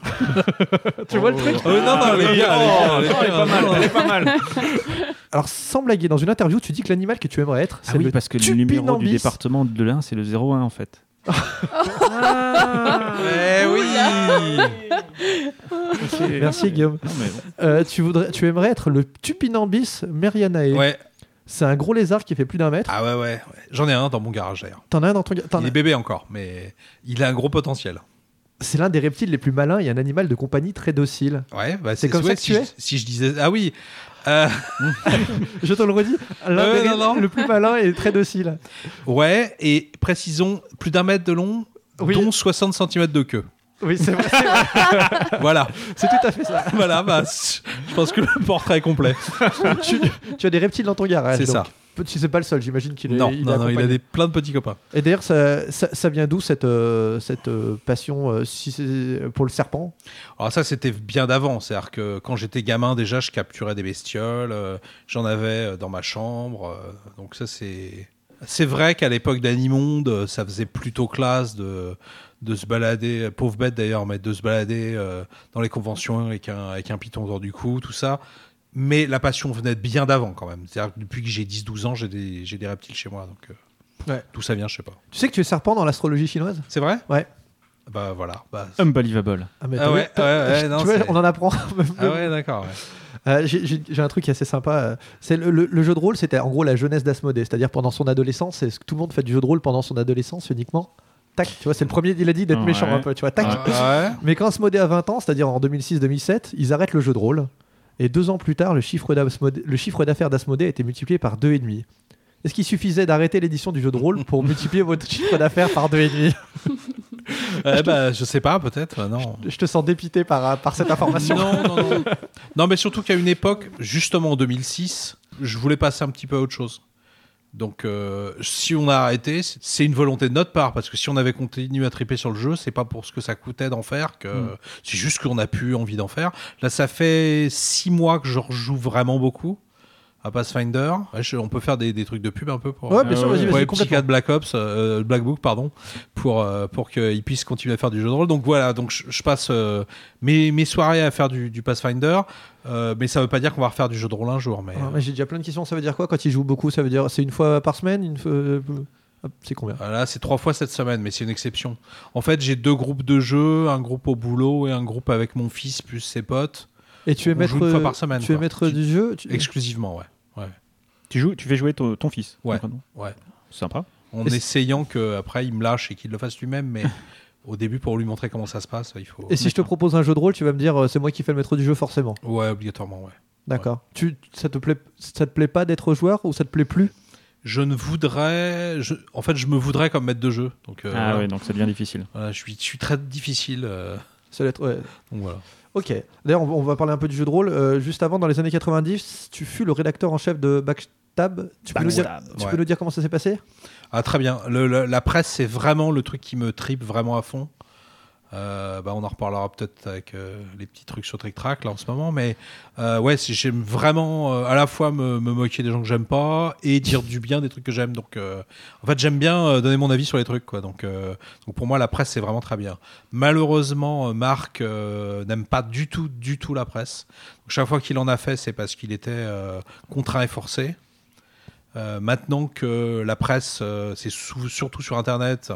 Tu vois le truc? Oh, non, non, elle est bien, elle est bien, elle est Elle est pas bien. mal. Elle est pas mal. Alors, sans blaguer, dans une interview, tu dis que l'animal que tu aimerais être, Ah c'est oui, le parce que le numéro du Tupinambis. département de l'Ain, c'est le zéro un en fait. Eh oui. Merci Guillaume. Non, mais bon. Euh, tu, voudrais, tu aimerais être le Tupinambis merianae. Ouais. C'est un gros lézard qui fait plus d'un mètre. Ah ouais, ouais, ouais. J'en ai un dans mon garage d'ailleurs. T'en as un dans ton... t'en Il as- est bébé encore, mais il a un gros potentiel. C'est l'un des reptiles les plus malins et un animal de compagnie très docile. Ouais, bah C'est comme ça ouais, que si tu je- es Si je disais, ah oui, Euh, Je te le redis, l'un Euh, des- non, non. le plus malin et très docile. ouais, et précisons, plus d'un mètre de long, Oui. dont soixante centimètres de queue. Oui, c'est vrai, c'est vrai. Voilà, C'est tout à fait ça. voilà, bah, je pense que le portrait est complet. tu, tu as des reptiles dans ton garage. C'est donc. ça. Tu sais pas le seul, j'imagine qu'il est. Non, il est non, non, il a accompagné. des, plein de petits copains. Et d'ailleurs, ça, ça, ça vient d'où cette, euh, cette euh, passion euh, si c'est pour le serpent? Alors ça, c'était bien d'avant. C'est-à-dire que quand j'étais gamin, déjà, je capturais des bestioles. euh, j'en avais euh, dans ma chambre. euh, donc ça, c'est... C'est vrai qu'à l'époque d'Animonde, euh, ça faisait plutôt classe de, de se balader, pauvre bête d'ailleurs, mais de se balader euh, dans les conventions avec un, avec un python autour du cou, tout ça. Mais la passion venait de bien d'avant quand même. C'est-à-dire que depuis que j'ai dix douze ans, j'ai des, j'ai des reptiles chez moi. Donc euh, Ouais. d'où ça vient, je sais pas. Tu sais que tu es serpent dans l'astrologie chinoise? C'est vrai? Ouais. Bah voilà. Bah, Unbelievable. Ah, mais Ah t'as ouais, vu, t'as- ouais, ouais, tu non, vois, c'est- on en apprend. ah ouais, d'accord. Ouais. Euh, j'ai, j'ai- j'ai un truc assez sympa. euh, C'est le, le- le jeu de rôle, c'était en gros la jeunesse d'Asmodée, c'est-à-dire pendant son adolescence. Est-ce que tout le monde fait du jeu de rôle pendant son adolescence uniquement? Tac, tu vois, c'est le premier. Il a dit d'être Ouais. méchant un peu, tu vois. Tac. Ah ouais. Mais quand Asmodée a vingt ans, c'est-à-dire en deux mille six deux mille sept, ils arrêtent le jeu de rôle. Et deux ans plus tard, le chiffre, d'Asmodée- le chiffre d'affaires d'Asmodée a été multiplié par deux virgule cinq. Est-ce qu'il suffisait d'arrêter l'édition du jeu de rôle pour multiplier votre chiffre d'affaires par deux virgule cinq? Eh bah, je sais pas, peut-être. euh, Non. Je te sens dépité par, par cette information. Non, non, non. Non, mais surtout qu'à une époque, justement en deux mille six, je voulais passer un petit peu à autre chose. Donc, euh, si on a arrêté, c'est- c'est une volonté de notre part, parce que si on avait continué à triper sur le jeu, c'est pas pour ce que ça coûtait d'en faire, que Mm. c'est juste qu'on a plus envie d'en faire. Là, ça fait six mois que je rejoue vraiment beaucoup à Pathfinder. Ouais, je- on peut faire des, des trucs de pub un peu pour. Ouais, bien sûr, ouais, vas-y, pour vas-y, les petits complètement. gars de Black Ops, euh, Black Book, pardon, pour, euh, pour qu'ils puissent continuer à faire du jeu de rôle. Donc voilà, donc je, je passe euh, mes, mes soirées à faire du, du Pathfinder, euh, mais ça veut pas dire qu'on va refaire du jeu de rôle un jour. Mais, Ah, mais j'ai déjà plein de questions. Ça veut dire quoi quand il joue beaucoup? Ça veut dire c'est une fois par semaine, une fois... euh, hop, c'est combien? euh, là, c'est trois fois cette semaine, mais c'est une exception. En fait, j'ai deux groupes de jeux, un groupe au boulot et un groupe avec mon fils plus ses potes, Et tu es on maître, joue une fois par semaine, tu es quoi. maître du jeu tu- exclusivement, ouais. ouais. Tu, joues, tu fais jouer ton, ton fils. Ouais. concrètement. ouais. Sympa. En Et c'est- essayant qu'après il me lâche et qu'il le fasse lui-même, mais au début, pour lui montrer comment ça se passe, il faut. Et si je te propose un jeu de rôle, tu vas me dire euh, c'est moi qui fais le maître du jeu forcément. Ouais, obligatoirement, ouais. D'accord. Tu, ça te plaît, ça te plaît pas d'être joueur ou ça te plaît plus? Je ne voudrais. Je... En fait, je me voudrais comme maître de jeu. Donc, euh, Ah voilà. ouais, donc ça devient difficile. Voilà, je, suis, je suis très difficile. euh, Ça doit être- ouais. Donc voilà. Ok. D'ailleurs, on, on va parler un peu du jeu de rôle. Euh, juste avant, dans les années quatre-vingt-dix, tu fus le rédacteur en chef de Backstab. Tu peux, nous dire, Backstab, tu ouais. peux nous dire comment ça s'est passé? Ah, très bien. Le- le- la presse, c'est vraiment le truc qui me tripe vraiment à fond. Euh, bah, on en reparlera peut-être avec euh, les petits trucs sur Trick Track là en ce moment, mais euh, ouais, c'est- j'aime vraiment euh, à la fois me, me moquer des gens que j'aime pas et dire du bien des trucs que j'aime. Donc, euh, en fait, j'aime bien euh, donner mon avis sur les trucs, quoi. Donc, euh, donc pour moi, la presse c'est vraiment très bien. Malheureusement, euh, Marc euh, n'aime pas du tout, du tout la presse. Donc, chaque fois qu'il en a fait, c'est parce qu'il était euh, contraint et forcé. Euh, maintenant que la presse, euh, c'est sou- surtout sur Internet,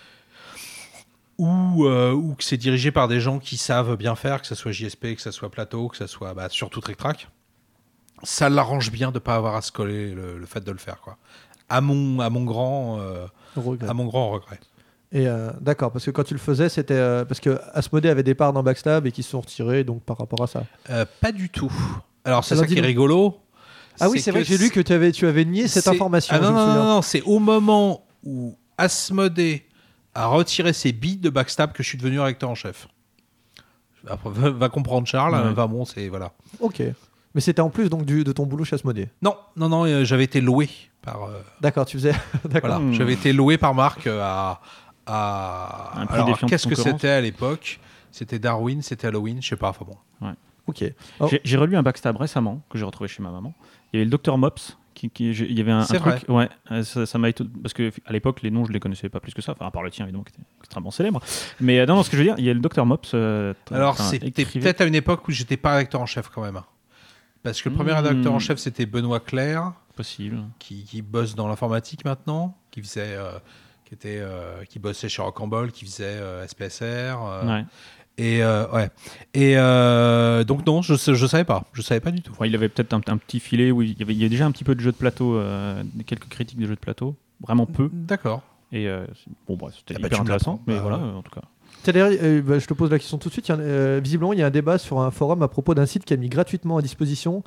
ou, euh, ou que c'est dirigé par des gens qui savent bien faire, que ce soit J S P, que ce soit Plateau, que ce soit bah, surtout Trick Track, ça l'arrange bien de ne pas avoir à se coller le, le fait de le faire, quoi. À mon, à mon, grand, euh, Regret. à mon grand regret. Et euh, d'accord, parce que quand tu le faisais, c'était euh, parce que Asmodée avait des parts dans Backstab et qui se sont retirés, donc par rapport à ça. Euh, pas du tout. Alors, c'est Alors, ça qui est dis-nous. rigolo. Ah oui, c'est vrai que j'ai lu que tu avais, tu avais nié cette c'est- information. Ah non, je me non, non, souviens. non, c'est au moment où Asmodée a retiré ses billes de Backstab que je suis devenu rédacteur en chef. Après, va, va comprendre Charles, Ouais. hein, va bon, c'est voilà. Ok. Mais c'était en plus donc du, de ton boulot chez Asmodée. Non, non, non, euh, j'avais été loué par. euh, D'accord, tu faisais. D'accord. voilà, Hmm. j'avais été loué par Marc euh, à. à... Un prix Alors, défiant de qu'est-ce que concurrence. c'était à l'époque? C'était Darwin, c'était Halloween, je sais pas. Enfin bon. Ok. Oh. J'ai- J'ai relu un Backstab récemment que j'ai retrouvé chez ma maman. Il y avait le docteur Mops. Qui, qui- j'ai- il y avait un, un C'est truc, ouais, euh, ça ça m'a étonné parce que à l'époque les noms je les connaissais pas plus que ça, enfin à part le tien évidemment qui était extrêmement célèbre. Mais euh, non, non, ce que je veux dire, il y a le docteur Mops. euh, Alors, enfin, c'était écrivait- peut-être à une époque où j'étais pas rédacteur en chef quand même. Parce que le premier Hmm. rédacteur en chef, c'était Benoît Claire, possible. qui, qui bosse dans l'informatique maintenant, qui faisait, euh, qui était, euh, qui bossait chez Rocambole, qui faisait euh, S P S R. euh, Ouais. Et euh, ouais. Et euh, donc non, je je savais pas, je savais pas du tout. Ouais, il avait peut-être un, un petit filet où il y avait, il y avait déjà un petit peu de jeux de plateau, euh, quelques critiques de jeux de plateau, vraiment peu. D'accord. Et euh, c'est- bon, bref, c'était Ah bah, hyper tu me intéressant, l'apprends. mais Bah, voilà, ouais. euh, en tout cas. Tiens, d'ailleurs, euh, bah, je te pose la question tout de suite. Il y a un- euh, visiblement, il y a un débat sur un forum à propos d'un site qui a mis gratuitement à disposition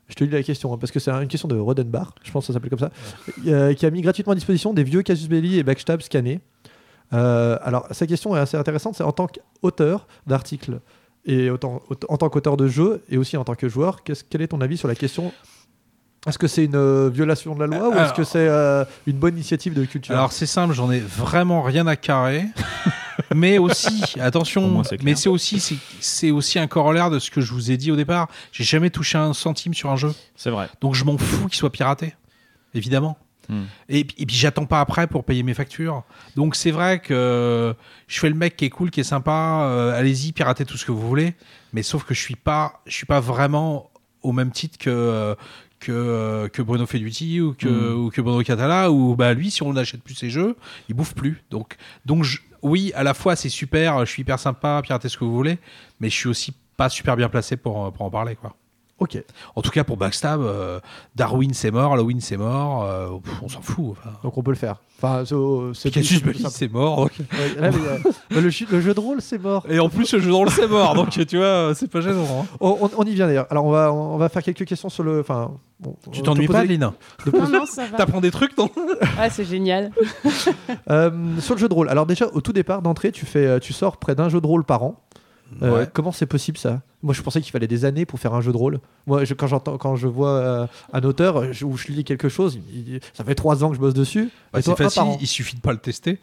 Je te lis la question, hein, parce que c'est une question de Rodenbach, je pense que ça s'appelle comme ça, euh, qui a mis gratuitement à disposition des vieux casus belli et backstab scannés. Euh, alors, sa question est assez intéressante, c'est en tant qu'auteur d'articles et autant, en tant qu'auteur de jeu et aussi en tant que joueur, qu'est-ce, quel est ton avis sur la question ? Est-ce que c'est une euh, violation de la loi alors, ou est-ce que c'est euh, une bonne initiative de culture ? Alors c'est simple, j'en ai vraiment rien à carrer. Mais aussi, attention, moins, c'est clair. mais c'est aussi, c'est, c'est aussi un corollaire de ce que je vous ai dit au départ. J'ai jamais touché un centime sur un jeu. C'est vrai. Donc je m'en fous qu'il soit piraté, évidemment. Hmm. Et, et puis j'attends pas après pour payer mes factures. Donc c'est vrai que je fais le mec qui est cool, qui est sympa. Euh, allez-y, piratez tout ce que vous voulez. Mais sauf que je suis pas, je suis pas vraiment au même titre que euh, que euh, que Bruno Feduti ou que Mm. ou que Bruno Catala. Ou bah lui, si on n'achète plus ses jeux, il bouffe plus. Donc donc je, oui, à la fois c'est super, je suis hyper sympa, piratez ce que vous voulez. Mais je suis aussi pas super bien placé pour pour en parler, quoi. Ok. En tout cas, pour Backstab, euh, Darwin c'est mort, Halloween c'est mort, euh, pff, on s'en fout. Enfin. Donc on peut le faire. Enfin, c'est, c'est Casus plus- Belli c'est plus c'est mort. Donc... simple. Ouais, là, mais, euh, le, jeu- le jeu de rôle, c'est mort. Et en plus, le jeu de rôle c'est mort, donc tu vois, c'est pas gênant. Hein. On, on- on y vient d'ailleurs. Alors on va, on va faire quelques questions sur le. Enfin, bon, Tu te t'ennuies poser- pas, Lynn de Non, poser- non, ça va. T'apprends des trucs, non? Ah, c'est génial. Euh, Sur le jeu de rôle. Alors déjà, au tout départ d'entrée, tu fais, euh, tu sors près d'un jeu de rôle par an. Euh, Ouais. Comment c'est possible ça ? Moi, je pensais qu'il fallait des années pour faire un jeu de rôle. Moi, je- quand j'entends, quand je vois euh, un auteur je- où je lis quelque chose, il- il- ça fait trois ans que je bosse dessus. Bah, Et c'est toi, un facile, par an. il suffit de pas le tester.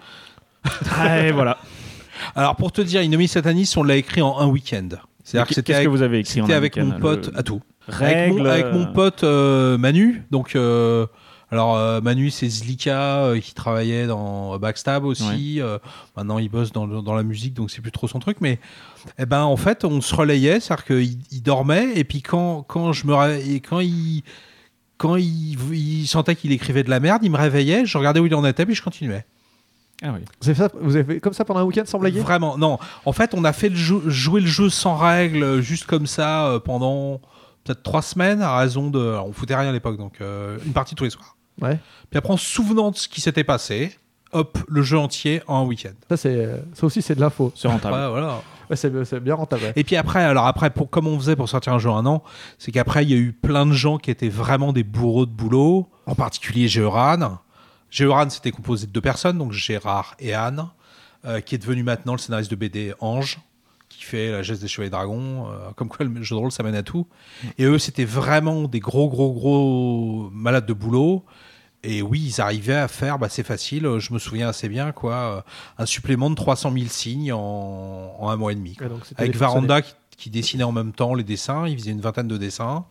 Ah, et voilà. Alors, pour te dire, Inomi Satanis, on l'a écrit en un week-end. C'est-à-dire que Qu'est-ce c'était que avec, vous avez écrit en c'était un avec week-end, mon pote le- à tout. Règles, Avec mon, avec mon pote euh, Manu. Donc, euh, alors euh, Manu, c'est Zlika euh, qui travaillait dans Backstab aussi. Euh, maintenant, il bosse dans, dans la musique, donc c'est plus trop son truc. Mais eh ben, en fait, on se relayait, c'est-à-dire qu'il il dormait, et puis quand, quand je me ré- et quand il quand il, il sentait qu'il écrivait de la merde, il me réveillait, je regardais où il en était, puis je continuais. Ah oui. Vous avez, fait, vous avez fait comme ça pendant un week-end sans blaguer ? Vraiment, non. En fait, on a fait le jeu, jouer le jeu sans règles, juste comme ça, euh, pendant peut-être trois semaines, à raison de. Alors, on foutait rien à l'époque, donc euh, une partie tous les soirs. Ouais. Puis après, en se souvenant de ce qui s'était passé, hop, le jeu entier en un week-end. Ça, c'est, ça aussi, c'est de l'info. C'est rentable. Ouais, voilà. Ouais, c'est, c'est bien rentable. Ouais. Et puis après, alors après, pour, comme on faisait pour sortir un jeu en un an, c'est qu'après, il y a eu plein de gens qui étaient vraiment des bourreaux de boulot, en particulier Géoran. Géoran, c'était composé de deux personnes, donc Gérard et Anne, euh, qui est devenu maintenant le scénariste de B D Ange, qui fait La geste des chevaliers dragons, euh, comme quoi le jeu de rôle, ça mène à tout. Et eux, c'était vraiment des gros, gros, gros malades de boulot. Et oui, ils arrivaient à faire, bah, c'est facile, je me souviens assez bien, quoi, euh, un supplément de trois cent mille signes en, en un mois et demi. Quoi. Ouais, donc c'était Avec des Varanda qui, qui dessinait en même temps les dessins, il faisait une vingtaine de dessins.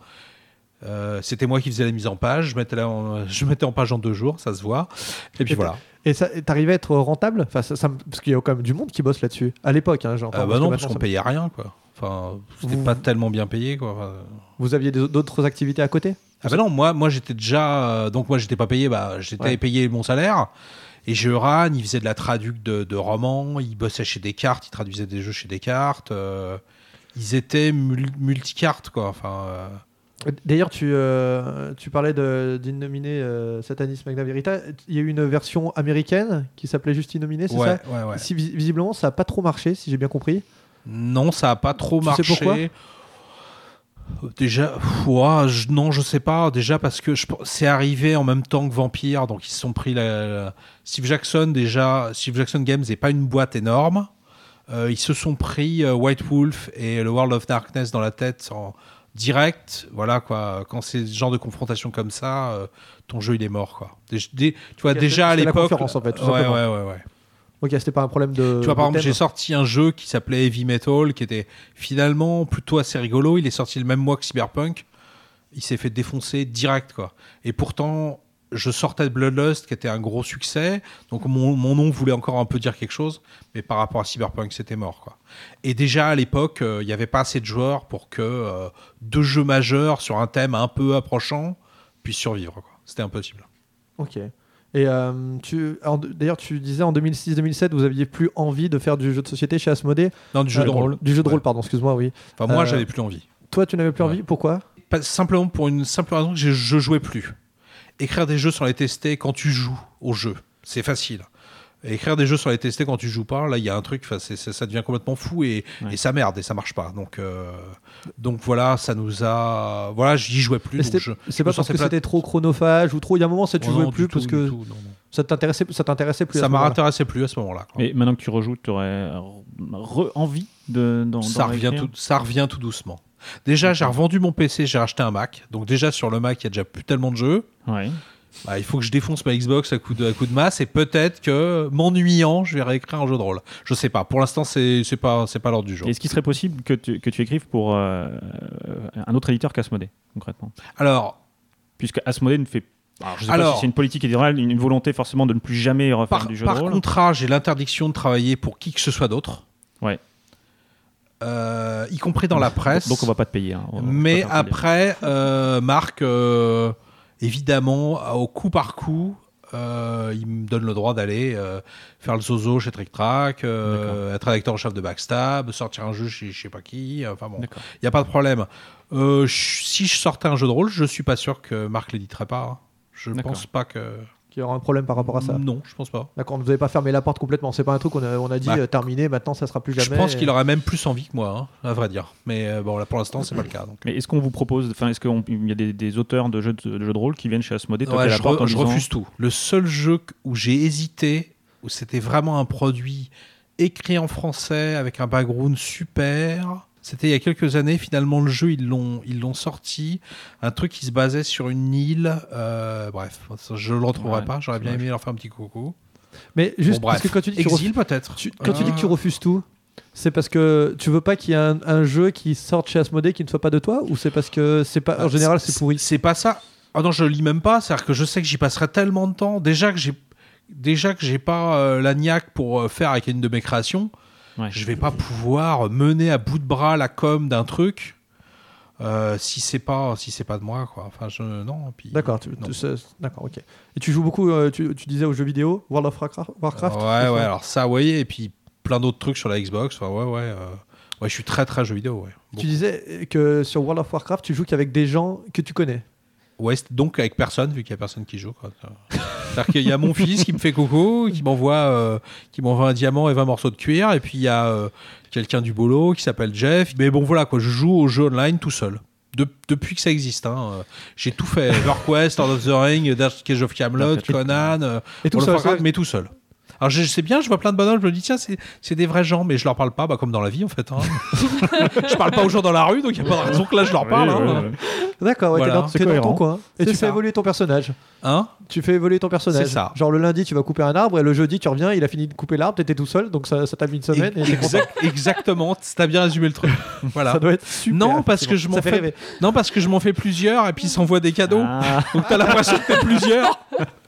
Euh, c'était moi qui faisais la mise en page, je mettais, la- en, je mettais en page en deux jours, ça se voit. Et puis Et voilà. Et ça, t'arrivais à être rentable enfin, ça, ça me- Parce qu'il y a quand même du monde qui bosse là-dessus. À l'époque, hein, j'entends. Euh, bah que non, parce maintenant, qu'on ça- payait rien, quoi. Enfin, c'était Vous- pas tellement bien payé, quoi. Enfin, Vous aviez des- d'autres activités à côté ? Ah bah non, moi, moi j'étais déjà... euh, donc moi, j'étais pas payé, bah, j'étais Ouais. payé mon salaire. Et Géoran, il faisait de la traduc de, de romans, il bossait chez Descartes, il traduisait des jeux chez Descartes. euh, ils étaient mul- multicartes, quoi. Enfin... euh, D'ailleurs, tu, euh, tu parlais de, d'Innominé euh, Satanis Magna Verita. Il y a eu une version américaine qui s'appelait juste Innominé, c'est ouais, ça ouais, ouais. Si, vis- Visiblement, ça n'a pas trop marché, si j'ai bien compris. Non, ça a pas trop Tu sais marché. pourquoi Déjà, pff, ouah, je- non, je sais pas. Déjà parce que je pense- c'est arrivé en même temps que Vampire, donc ils se sont pris la, la- Steve Jackson. Déjà, Steve Jackson Games n'est pas une boîte énorme. Euh, ils se sont pris euh, White Wolf et le World of Darkness dans la tête en direct. Voilà quoi. Quand c'est ce genre de confrontation comme ça, euh, ton jeu il est mort quoi. Dé- dé- tu vois C'était- déjà à c'était la l'époque. conférence, en fait, tout ouais, ouais, simplement. ouais, ouais. Ok, c'était pas un problème de. Tu vois, par de exemple, j'ai thème. sorti un jeu qui s'appelait Heavy Metal, qui était finalement plutôt assez rigolo. Il est sorti le même mois que Cyberpunk. Il s'est fait défoncer direct, quoi. Et pourtant, je sortais de Bloodlust, qui était un gros succès. Donc, mon, mon nom voulait encore un peu dire quelque chose. Mais par rapport à Cyberpunk, c'était mort, quoi. Et déjà, à l'époque, il n'y avait pas assez de joueurs pour que euh, deux jeux majeurs sur un thème un peu approchant puissent survivre, quoi. C'était impossible. Ok. Et euh, tu, en- d'ailleurs, tu disais en deux mille six deux mille sept, vous aviez plus envie de faire du jeu de société chez Asmodée. Non, du jeu Euh, de rôle. Du jeu de Ouais. rôle, pardon, excuse-moi, oui. Enfin, moi, Euh, j'avais plus envie. Toi, tu n'avais plus Ouais. envie. Pourquoi ? Pas- simplement pour une simple raison que je, je jouais plus. Écrire des jeux sans les tester quand tu joues au jeu, c'est facile. écrire des jeux sur les T S T quand tu joues pas, là il y a un truc, c'est, c'est, ça devient complètement fou et, Ouais. et ça merde et ça marche pas. Donc, euh, donc voilà, ça nous a. Voilà, j'y jouais plus. Mais donc c'était- je, c'est je pas me parce sentais que plat- c'était trop chronophage ou trop. Il y a un moment, ça tu Oh jouais non, plus du parce tout, que du tout, non, non. ça t'intéressait, ça t'intéressait plus. à Ça ce m'a moment-là. intéressé plus à ce moment-là. quoi. Et maintenant que tu rejoues, tu aurais re- envie de, d'en, ça, d'en revient réécrire tout, ça revient tout doucement. Déjà, j'ai revendu mon P C, j'ai racheté un Mac. Donc déjà, sur le Mac, il y a déjà plus tellement de jeux. Ouais. Bah, il faut que je défonce ma Xbox à coup de, à coup de masse et peut-être que, m'ennuyant, je vais réécrire un jeu de rôle. Je sais pas. Pour l'instant, c'est, c'est pas, c'est pas l'ordre du jour. Est-ce qu'il serait possible que tu, que tu écrives pour euh, un autre éditeur qu'Asmodée, concrètement? Alors, Puisque Asmodée ne fait. Alors, je sais Alors- pas si c'est une politique éditoriale, une volonté forcément de ne plus jamais refaire par, du jeu par de rôle. contrat, j'ai l'interdiction de travailler pour qui que ce soit d'autre. Ouais. Euh, y compris dans la presse. Donc on va pas te payer. hein. On- on Mais préfère te le dire. après, euh, Marc, euh, évidemment, au coup par coup, euh, il me donne le droit d'aller euh, faire le zozo chez Trick Track, euh, être rédacteur en chef de Backstab, sortir un jeu chez je sais pas qui. Enfin bon, D'accord. il n'y a pas de problème. Euh, je- si je sortais un jeu de rôle, je suis pas sûr que Marc l'éditerait pas. hein. Je D'accord. pense pas que. Qu'il y aura un problème par rapport à ça. Non, je pense pas. D'accord, vous n'avez pas fermé la porte complètement. C'est pas un truc qu'on a, on a dit Bah, euh, terminé. Maintenant, ça sera plus jamais. Je pense et- qu'il aurait même plus envie que moi, hein, à vrai dire. Mais euh, bon, là pour l'instant, c'est pas le cas. Donc. Mais est-ce qu'on vous propose, enfin, est-ce qu'il y a des, des auteurs de jeux de, de jeux de rôle qui viennent chez Asmodée toquer Ouais, à la je, porte re- en je disant- refuse tout. Le seul jeu où j'ai hésité, où c'était vraiment un produit écrit en français avec un background super, c'était il y a quelques années. Finalement, le jeu, ils l'ont, ils l'ont sorti. Un truc qui se basait sur une île. euh, bref, ça, je le retrouverai Ouais, pas. J'aurais c'est bien dommage. aimé leur faire un petit coucou. Mais juste Bon, bref. parce que quand tu dis que tu, Exil refuses, peut-être. tu- quand tu dis que tu Euh, refuses tout, c'est parce que tu veux pas qu'il y ait un, un jeu qui sorte chez Asmodée qui ne soit pas de toi, ou c'est parce que c'est pas en général c'est pourri. C'est pas ça. Ah non, je le lis même pas. C'est-à-dire que je sais que j'y passerai tellement de temps. Déjà que j'ai, déjà que j'ai pas euh, la niaque pour euh, faire avec une de mes créations. Ouais. Je vais pas pouvoir mener à bout de bras la com d'un truc euh, si c'est pas si c'est pas de moi quoi. Enfin je non. Puis, D'accord, tu- non. tu- c'est- d'accord, ok. Et tu joues beaucoup, euh, tu, tu disais aux jeux vidéo, World of Warcraft, Warcraft ouais c'est ouais. ça Alors ça oui et puis plein d'autres trucs sur la Xbox. Enfin, ouais ouais. euh, ouais je suis très très jeu vidéo ouais. Tu Beaucoup. disais que sur World of Warcraft, tu joues qu'avec des gens que tu connais. Ouais c'est donc avec personne vu qu'il y a personne qui joue quoi. C'est-à-dire qu'il y a mon fils qui me fait coucou, qui m'envoie euh, qui m'envoie un diamant et vingt morceaux de cuir et puis il y a euh, quelqu'un du boulot qui s'appelle Jeff. Mais bon voilà quoi, je joue au jeu online tout seul. De- depuis que ça existe, hein. Euh, j'ai tout fait. EverQuest, Lord of the Rings, Dark Age of Camelot, Dark Age. Conan, euh, Et tout World of seul, Warcraft, c'est- mais tout seul. Alors je sais bien, je vois plein de bonhommes, je me dis tiens c'est, c'est des vrais gens, mais je leur parle pas, bah, comme dans la vie en fait. Hein. Je parle pas aux gens dans la rue, donc il y a pas de raison que là je leur parle. Oui, hein. ouais, ouais. D'accord, ouais, Voilà. t'es dans, C'est t'es dans ton cohérent. coin. Et C'est tu fais ça. évoluer ton personnage. Hein Tu fais évoluer ton personnage. C'est ça. Genre le lundi, tu vas couper un arbre et le jeudi, tu reviens, il a fini de couper l'arbre, t'étais tout seul, donc ça, ça t'a mis une semaine. Et t'es content. Exact- exactement, t'as bien résumé le truc. Voilà. Ça doit être super. Non, parce que effectivement. je m'en Ça fait fais- rêver. Non parce que je m'en fais plusieurs et puis ils s'envoient des cadeaux, Ah, donc t'as l'impression que t'es plusieurs.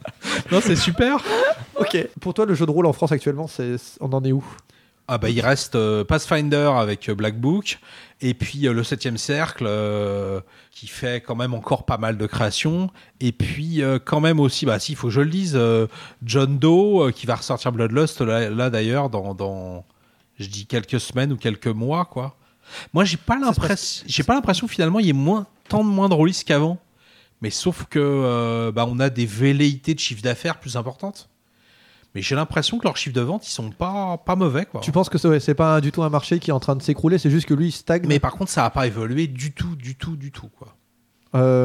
Non c'est super. Ok. Pour toi, le jeu de rôle en France actuellement, c'est, on en est où? Ah bah il reste euh, Pathfinder avec euh, Black Book et puis euh, le septième cercle euh, qui fait quand même encore pas mal de créations et puis euh, quand même aussi bah si il faut que je le lise euh, John Doe euh, qui va ressortir Bloodlust là, là, d'ailleurs dans, dans je dis quelques semaines ou quelques mois quoi. Moi j'ai pas l'impression j'ai pas l'impression finalement il y ait moins tant de moins de releases qu'avant mais sauf que euh, bah on a des velléités de chiffre d'affaires plus importantes. Mais j'ai l'impression que leurs chiffres de vente, ils sont pas, pas mauvais, quoi. Tu penses que c'est, ouais, c'est pas du tout un marché qui est en train de s'écrouler, c'est juste que lui, il stagne. Mais par contre, ça n'a pas évolué du tout, du tout, du tout, quoi. Euh,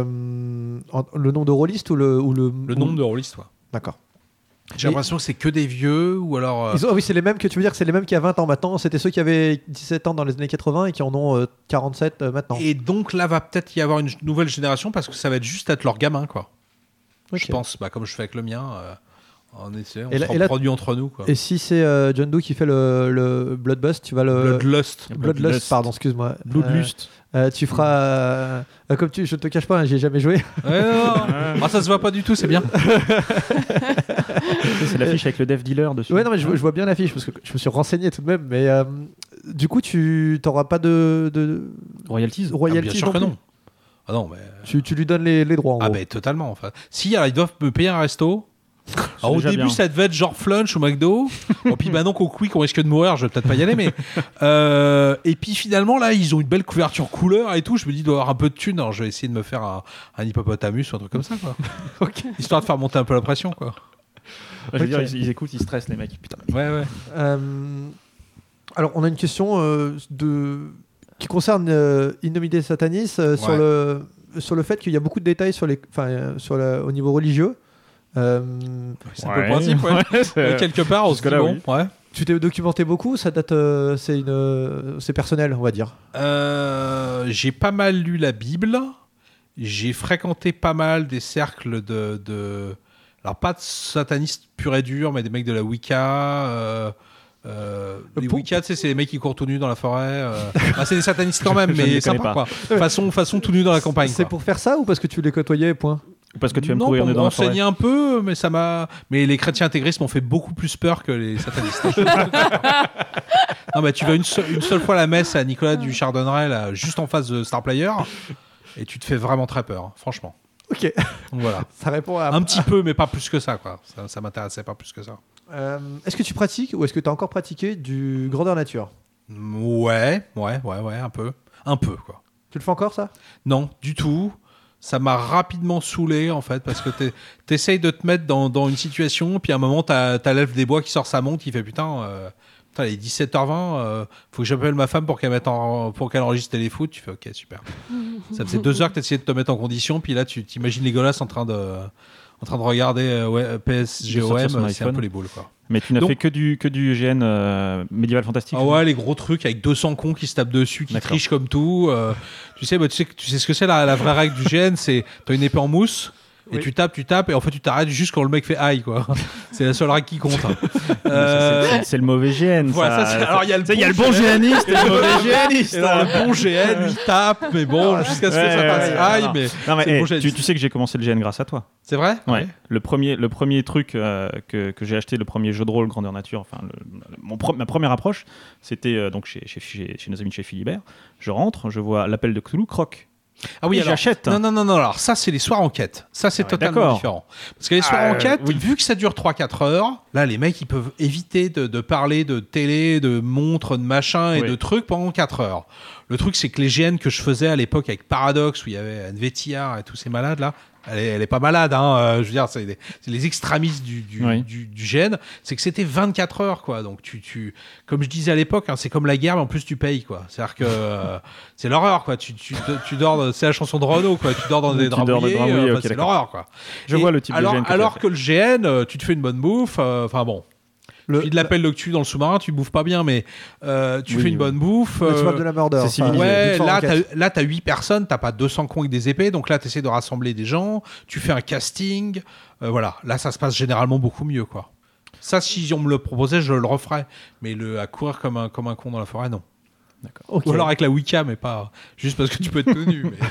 en- le nombre de rôlistes ou le, ou le, Le ou- nombre de rôlistes, quoi. D'accord. J'ai Et- l'impression que c'est que des vieux, ou alors... euh, Ils ont- ah oui, c'est les mêmes que tu veux dire que c'est les mêmes qui a vingt ans maintenant. C'était ceux qui avaient dix-sept ans dans les années quatre-vingts et qui en ont euh, quarante-sept euh, maintenant. Et donc là, va peut-être y avoir une nouvelle génération, parce que ça va être juste être leurs gamins, quoi. Ok. Je pense, bah, comme je fais avec le mien, euh, en essayant, on Et se là- et là- reproduit entre nous, quoi. Et si c'est euh, John Doe qui fait le, le Bloodbust, tu vas le. Bloodlust. Bloodlust, Bloodlust. pardon, excuse-moi. Bloodlust. Euh, euh, tu feras. euh, euh, comme tu, je te cache pas, hein, j'y ai jamais joué. Ouais, non, non. Ah, ça se voit pas du tout, c'est bien. c'est l'affiche avec le dev dealer dessus. Ouais, non, mais je, je vois bien l'affiche parce que je me suis renseigné tout de même. Mais euh, du coup, tu n'auras pas de, de Royalties. Ah, royalties. bien sûr que plus. non. Ah non, mais... Tu, tu lui donnes les, les droits en Ah gros. ben totalement, enfin. Si, alors ils doivent me payer un resto. Alors, au déjà début, bien. ça devait être genre Flunch ou McDo. Bon, puis maintenant qu'au Quick, on risque de mourir, je vais peut-être pas y aller, mais... Euh, et puis finalement, là, ils ont une belle couverture couleur et tout. Je me dis, il doit y avoir un peu de thunes. Alors, je vais essayer de me faire un, un hippopotamus ou un truc comme ça, quoi. Ok. Histoire de faire monter un peu la pression, quoi. Je veux dire, Ok. ils, ils écoutent, ils stressent les mecs. Putain. Ouais, ouais. Euh, alors, on a une question euh, de... qui concerne euh, Innomine Satanis euh, sur, Ouais. le... sur le fait qu'il y a beaucoup de détails sur les... enfin, euh, sur la... au niveau religieux. Euh, C'est un peu le principe, ouais. c'est- Ouais, quelque part, on se dit jusque-là, bon, oui. ouais. Tu t'es documenté beaucoup, ça date, euh, c'est une, euh, c'est personnel, on va dire. Euh, j'ai pas mal lu la Bible. J'ai fréquenté pas mal des cercles de, de... alors pas de satanistes purs et durs, mais des mecs de la Wicca. Euh, euh, les Pour- Wicca, tu sais, c'est les mecs qui courent tout nus dans la forêt. Euh... bah, c'est des satanistes quand même, Je ne mais les connais sympa pas. quoi. Façon, façon tout nu dans la campagne. C'est quoi. pour faire ça ou parce que tu les côtoyais, point? Parce que tu aimes non, courir pour nu me dans la forêt. renseigner un peu, mais ça m'a. Mais les chrétiens intégristes m'ont fait beaucoup plus peur que les satanistes. Non, bah tu vas une, seule- une seule fois à la messe à Nicolas du Chardonneret, là, juste en face de Star Player, et tu te fais vraiment très peur, hein, franchement. Ok, Donc voilà. ça répond à... Un petit peu, mais pas plus que ça, quoi. Ça, ça m'intéressait pas plus que ça. Euh, est-ce que tu pratiques ou est-ce que tu as encore pratiqué du grandeur nature? Ouais, ouais, ouais, ouais, un peu. Un peu, quoi. Tu le fais encore, ça? Non, du tout. Ça m'a rapidement saoulé, en fait, parce que t'es- t'essayes de te mettre dans, dans une situation, puis à un moment, t'as t'as l'elfe des bois qui sort sa montre, qui fait putain, euh, putain, il est dix-sept heures vingt, euh, faut que j'appelle ma femme pour qu'elle mette en- pour qu'elle enregistre Téléfoot. Tu fais ok, super. Ça faisait deux heures que t'essayais de te mettre en condition, puis là, tu t'imagines les Golas en train de, en train de regarder euh, ouais, P S G O sortir son M, c'est un iPhone. peu les boules, quoi. Mais tu n'as Donc- fait que du, que du G N euh, médiéval fantastique. Ah ouais, les gros trucs avec deux cents cons qui se tapent dessus, qui D'accord. trichent comme tout. euh, tu sais, bah, tu sais, tu sais ce que c'est la, la vraie règle du G N, c'est t'as une épée en mousse. Et Oui. tu tapes, tu tapes, et en fait tu t'arrêtes juste quand le mec fait aïe, quoi. C'est la seule règle qui compte. hein. Mais ça, Euh, c'est- c'est- C'est le mauvais G N. voilà, ça. ça, c'est- alors il y a le Tu sais, il y a le bon bon G N, GNiste et le mauvais GNiste. et alors le bon G N, lui tape, mais bon, jusqu'à ce que Ouais, ça ouais, fasse ouais, aïe, non. mais Non, mais c'est le hey, bon tu, GNiste. tu sais que j'ai commencé le G N grâce à toi. C'est vrai. Ouais. Le premier, le premier truc euh, que, que j'ai acheté, le premier jeu de rôle grandeur nature, enfin, le- le- mon pro- ma première approche, c'était euh, donc chez, chez, chez, chez nos amis de chez Philibert. Je rentre, je vois l'appel de Cthulhu, croc. Ah oui, Et alors, j'achète. Non, non, non, non, alors ça, c'est les soirs enquête. Ça, c'est Ah ouais, totalement d'accord. différent. Parce que les soirs Ah, enquête, oui. vu que ça dure trois quatre heures, là, les mecs, ils peuvent éviter de, de parler de télé, de montres, de machin et Oui. de trucs pendant quatre heures. Le truc, c'est que les G N que je faisais à l'époque avec Paradox, où il y avait Anne Vétillard et tous ces malades là, elle est, elle est pas malade, hein, euh, je veux dire, c'est, des- c'est les extrémistes du, du, Oui. du, du G N, c'est que c'était vingt-quatre heures, quoi. Donc, tu, tu, comme je disais à l'époque, hein, c'est comme la guerre, mais en plus, tu payes, quoi. C'est-à-dire que euh, c'est l'horreur, quoi. Tu, tu, tu dors, dans- c'est la chanson de Renaud, quoi. Tu dors dans des Tu draps dors dans des mouillés, draps mouillés, euh, ok, enfin, c'est d'accord. l'horreur, quoi. Je Et vois le type alors, de G N que tu as alors fait. que le G N, euh, tu te fais une bonne bouffe, euh, enfin bon. Le, Puis de l'appel de cul dans le sous-marin, tu bouffes pas bien, mais euh, tu Oui, fais une oui. bonne bouffe. le euh, tueur de la murder. c'est enfin, civilisé. Ouais, du sang là enquête. t'as, là, t'as huit personnes, t'as pas deux cents cons avec des épées, donc là, t'essaies de rassembler des gens, tu fais un casting, euh, voilà. Là, ça se passe généralement beaucoup mieux, quoi. Ça, si on me le proposait, je le referais. Mais le, à courir comme un, comme un con dans la forêt, non. Ok. Ou alors avec la Wicca, mais pas juste parce que tu peux être tenu. Mais...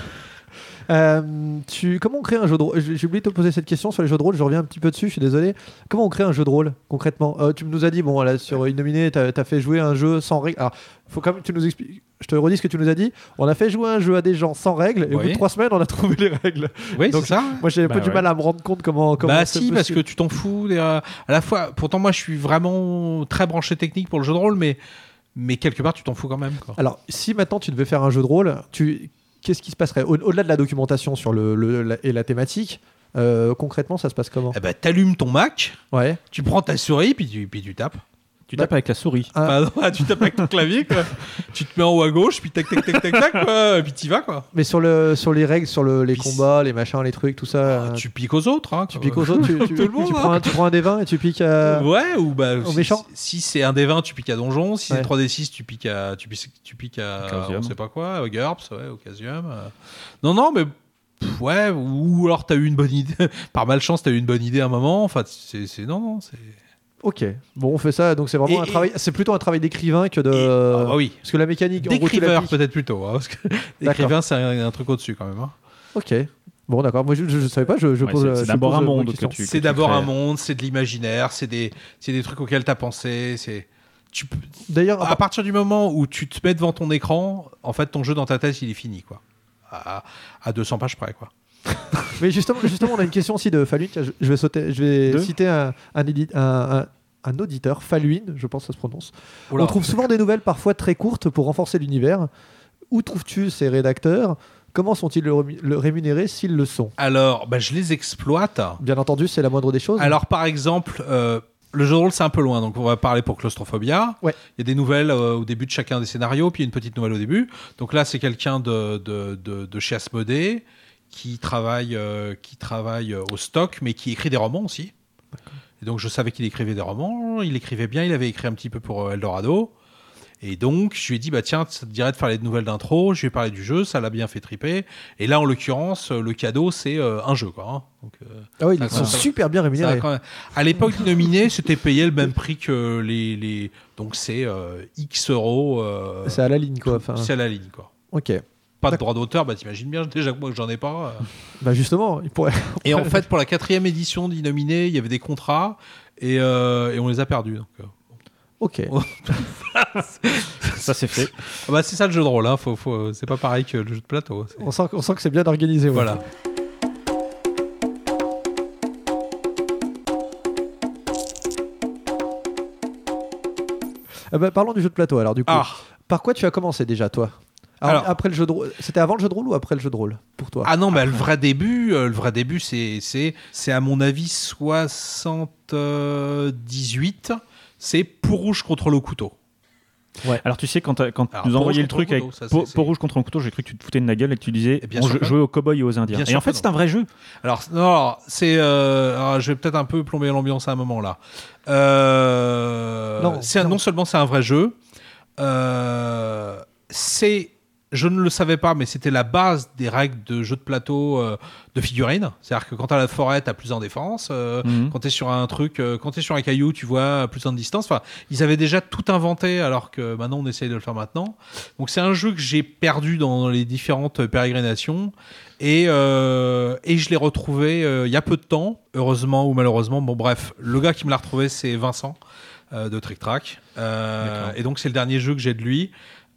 Euh, tu, comment on crée un jeu de rôle? J'ai j'ai oublié de te poser cette question sur les jeux de rôle, je reviens un petit peu dessus, je suis désolé. Comment on crée un jeu de rôle concrètement? euh, Tu nous as dit, bon, là, sur Innominé, tu as fait jouer un jeu sans règles. Alors, faut quand même que tu nous expliques. Je te redis ce que tu nous as dit. On a fait jouer un jeu à des gens sans règles, et au Oui. bout de trois semaines, on a trouvé les règles. Oui, Donc, c'est ça. Moi, j'ai un Bah peu du ouais. mal à me rendre compte comment. comment Bah c'est si, parce que possible. tu t'en fous. des, euh, à la fois, pourtant moi je suis vraiment très branché technique pour le jeu de rôle, mais mais quelque part tu t'en fous quand même, quoi. Alors, si maintenant tu devais faire un jeu de rôle, tu... qu'est-ce qui se passerait Au- Au-delà de la documentation sur le, le- la- et la thématique, euh, concrètement, ça se passe comment? Eh ben, t'allumes ton Mac, Ouais. tu prends ta souris, puis tu, puis tu tapes. Tu tapes avec la souris. Ah. Bah, non, tu tapes avec ton clavier, quoi. Tu te mets en haut à gauche, puis tac, tac, tac, tac, tac, quoi. Et puis t'y vas, quoi. Mais sur, le, sur les règles, sur le, les Puis combats, les machins, les trucs, tout ça. euh, Tu piques aux autres, hein. Tu quoi. piques aux autres, tu, tu, Tout le monde, tu hein. prends un, tu prends un des vingt et tu piques à... Ouais, ou bah, Au si, méchant. si c'est un des vingt, tu piques à donjon. Si Ouais. c'est trois des six, tu piques à, tu piques, tu piques à, Chaosium. on sait pas quoi, au GURPS, ouais, au Casium. euh. Non, non, mais pff, ouais, ou alors t'as eu une bonne idée. Par malchance, t'as eu une bonne idée à un moment. Enfin, c'est, c'est non, non, c'est. Ok, bon, on fait ça, donc c'est vraiment Et- un travail... C'est plutôt un travail d'écrivain que de... Et- ah, bah oui. Parce que la mécanique... en gros, tu D'écriveur l'appliques. peut-être plutôt, hein, parce que D'accord. l'écrivain c'est un, un truc au-dessus quand même. Hein. Ok, bon d'accord, moi je, je, je savais pas, je, je Ouais, pose... c'est- c'est je d'abord pose un la monde question. que tu- C'est d'abord crées. un monde, c'est de l'imaginaire, c'est des, c'est des trucs auxquels t'as pensé. C'est, tu, peux- D'ailleurs, à partir du moment où tu te mets devant ton écran, en fait ton jeu dans ta tête il est fini, quoi. À, à deux cents pages près, quoi. mais justement, justement, on a une question aussi de Faluin, tiens, je, je vais, sauter, je vais De citer un, un, édi- un, un- un auditeur, Faluin, je pense que ça se prononce. Oula. On trouve souvent des nouvelles parfois très courtes pour renforcer l'univers. Où trouves-tu ces rédacteurs? Comment sont-ils le, remi- le rémunérés s'ils le sont? Alors, bah, je les exploite. Bien entendu, c'est la moindre des choses. Alors, par exemple, euh, le jeu de rôle, c'est un peu loin, donc on va parler pour Claustrophobia. Ouais. Il y a des nouvelles euh, au début de chacun des scénarios, puis il y a une petite nouvelle au début. Donc là, c'est quelqu'un de, de, de, de chez Asmodée qui travaille, euh, qui travaille euh, au stock, mais qui écrit des romans aussi. Et donc, je savais qu'il écrivait des romans, il écrivait bien, il avait écrit un petit peu pour euh, Eldorado. Et donc, je lui ai dit, bah tiens, ça te dirait de faire les nouvelles d'intro. Je lui ai parlé du jeu, ça l'a bien fait triper. Et là, en l'occurrence, le cadeau, c'est euh, un jeu, quoi. Hein. Donc, euh, Ah oui, ils ça, sont ça, super bien ça, rémunérés. quand même- à l'époque, les nominés, c'était payé le même prix que les. les... Donc, c'est euh, X euros. euh, C'est à la ligne, quoi. Enfin, C'est à la ligne, quoi. ok. Pas de D'accord. droit d'auteur, bah t'imagines bien, déjà que moi, que j'en ai pas. euh. Bah justement, il pourrait. Et en fait, pour la quatrième édition d'Innominé, il y avait des contrats et, euh, et on les a perdus. Donc, euh. Ok. Ça, c'est fait. Ah bah, c'est ça le jeu de rôle, hein. faut, faut... c'est pas pareil que le jeu de plateau. C'est- On sent, on sent que c'est bien organisé. ouais. Voilà. Ah bah, parlons du jeu de plateau alors du coup. Ah, Par quoi tu as commencé déjà toi? Alors, Alors- après le jeu de rôle, c'était avant le jeu de rôle ou après le jeu de rôle pour toi? ah non, mais le vrai début, euh, le vrai début, c'est, c'est, c'est à mon avis soixante-dix-huit. C'est Peau rouge contre le couteau. Alors, tu sais, quand, t'as- quand Alors, tu nous Peau envoyais rouge le truc contre le avec couteau, ça, peau, c'est- peau rouge contre un couteau, j'ai cru que tu te foutais de ma gueule et que tu disais Et bien on sûr jou- que jouait aux cow-boys et aux indiens. Bien Et sûr en fait, que c'est un vrai jeu. Alors, non, alors, c'est, euh, alors, je vais peut-être un peu plomber l'ambiance à un moment là. Euh, Non, c'est un- non. non seulement c'est un vrai jeu, euh, c'est, je ne le savais pas, mais c'était la base des règles de jeu de plateau euh, de figurines. C'est-à-dire que quand t'as la forêt, t'as plus en défense. Euh, Mhm. Quand t'es sur un truc, euh, quand t'es sur un caillou, tu vois plus en distance. Enfin, ils avaient déjà tout inventé, alors que maintenant on essaye de le faire maintenant. Donc c'est un jeu que j'ai perdu dans les différentes pérégrinations. Et, euh, et je l'ai retrouvé euh, il y a peu de temps, heureusement ou malheureusement. Bon, bref, le gars qui me l'a retrouvé, c'est Vincent euh, de Trick Track. Euh, D'accord. et donc, c'est le dernier jeu que j'ai de lui.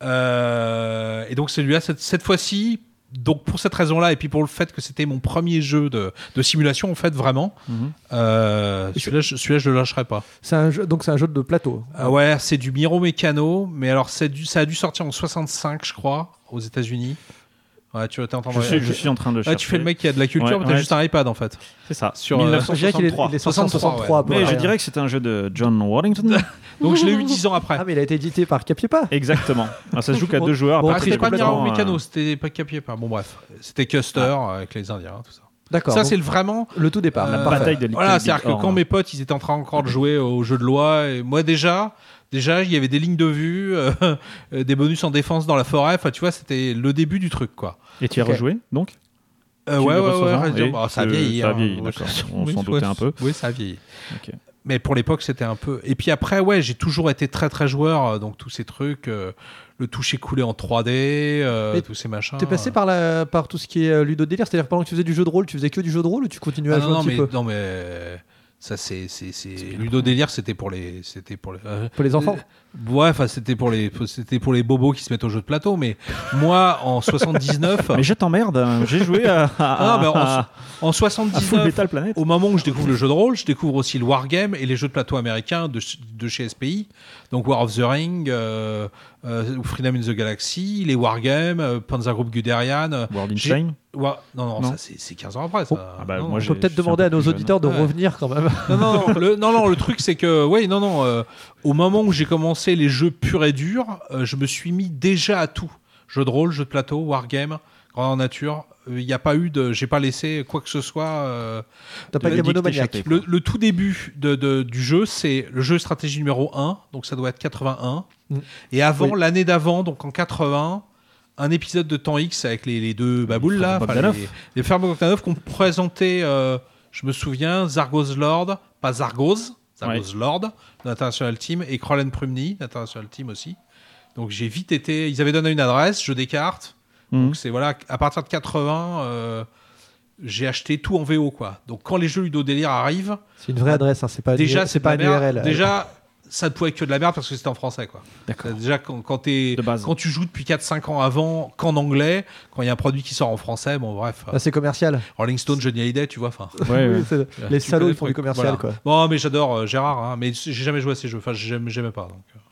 Euh, et donc, celui-là, cette, cette fois-ci, donc pour cette raison-là, et puis pour le fait que c'était mon premier jeu de, de simulation, en fait, vraiment, Mhm. euh, celui-là, je, celui-là, je le lâcherai pas. C'est un jeu, donc c'est un jeu de plateau. Ah ouais, c'est du Miro Mécano, mais alors, c'est du, ça a dû sortir en soixante-cinq, je crois, aux États-Unis. Ouais, tu vas t'entendre. Je suis, je suis en train de Ouais, chercher. tu fais le mec qui a de la culture, Ouais, mais t'as ouais, juste un iPad en fait. C'est ça. Sur, euh, Je dirais qu'il est, mille neuf cent soixante-trois. il est sorti en soixante-trois. à peu Mais près, je hein. dirais que c'est un jeu de John Warrington. Donc je l'ai eu dix ans après. Ah, mais il a été édité par Capiepa. Exactement. Alors, ça se joue qu'à deux joueurs. Bon, Ah, Après, c'était très pas complètement, Miro euh, Mécano, c'était pas Capier pas. Bon bref, c'était Custer avec les Indiens, tout ça. D'accord. Ça donc, c'est le vraiment le tout départ. euh, parfait. bataille de Little voilà, Big c'est-à-dire que Horn. quand mes potes ils étaient en train encore de jouer au jeu de loi, et moi déjà, déjà il y avait des lignes de vue, euh, euh, des bonus en défense dans la forêt. Enfin tu vois, c'était le début du truc quoi. Et tu y as Ok. rejoué donc Euh, Tu ouais le ouais reçois, ouais. hein, et bah, ça a que- vieilli. ça a hein. vieilli, Ouais, d'accord. ça- On oui, s'en doutait ouais, un peu. Oui, ça a vieilli. Ok. Mais pour l'époque, c'était un peu. Et puis après, ouais, j'ai toujours été très très joueur, euh, donc tous ces trucs, euh, le toucher coulé en trois D, euh, Mais tous ces machins. T'es passé par, la, par tout ce qui est euh, ludodélire, c'est-à-dire pendant que tu faisais du jeu de rôle, tu faisais que du jeu de rôle ou tu continuais Ah à non, jouer non, un petit mais, peu non, mais ça c'est c'est c'est Ludo délire, c'était pour les c'était pour les euh, pour les enfants? ouais, enfin c'était pour les c'était pour les bobos qui se mettent au jeu de plateau. Mais moi, en soixante-dix-neuf, Mais je t'emmerde, hein. J'ai joué à, à, ah, non, mais en, à- en à Full soixante-dix-neuf, Metal Planet. au moment où je découvre le jeu de rôle, je découvre aussi le wargame et les jeux de plateau américains de, de chez S P I. Donc War of the Ring, euh, euh, Freedom in the Galaxy, les wargames, euh, Panzergruppe Guderian. euh, World in j'ai- Shame. Wa- non, non, Non. ça c'est c'est quinze ans après. Ça. Ah bah, Non, moi, non. j'ai- On peut peut-être je suis demander un à peu nos plus jeune. auditeurs de Ouais. revenir quand même. Non, non, le, non, non, le truc c'est que, oui, non, non, euh, au moment où j'ai commencé les jeux purs et durs, euh, je me suis mis déjà à tout. Jeu de rôle, jeu de plateau, wargame, grandeur nature. Il n'y a pas eu de, j'ai pas laissé quoi que ce soit. euh, T'as pas de- été geek monomaniaque. t'échapper. le, le tout début de, de- du jeu, c'est le jeu stratégie numéro un, donc ça doit être quatre-vingt-un. Mm. Et avant, Oui. l'année d'avant, donc en quatre-vingts, un épisode de Temps X avec les, les deux baboules là, frères enfin, Bogdanov. les, les frères Bogdanov qu'on présentait, euh, je me souviens, Zargoz Lord, pas Zargoz, Zargoz Lord, d'International Team, et Krolen Prumny, d'International Team aussi. Donc j'ai vite été, ils avaient donné une adresse, jeu des cartes. Mhm. Donc c'est voilà, à partir de quatre-vingts, euh, j'ai acheté tout en V O quoi. Donc quand les jeux Ludo Délire arrivent, C'est une vraie adresse, hein, c'est pas, déjà une, c'est c'est pas de une la U R merde. L. Déjà ça ne pouvait être que de la merde parce que c'était en français quoi. D'accord. Déjà quand, quand, t'es- De base. quand tu joues depuis quatre cinq ans avant qu'en anglais, quand il y a un produit qui sort en français, bon bref. Ah, c'est commercial. Rolling Stone, Johnny Hallyday, tu vois. Enfin. Ouais, ouais. Oui, c'est- les connais salauds, ils le font du truc. commercial Voilà. quoi. Bon, mais j'adore euh, Gérard, hein, mais j'ai jamais joué à ces jeux. Enfin, j'aime- j'aimais pas. Donc. euh.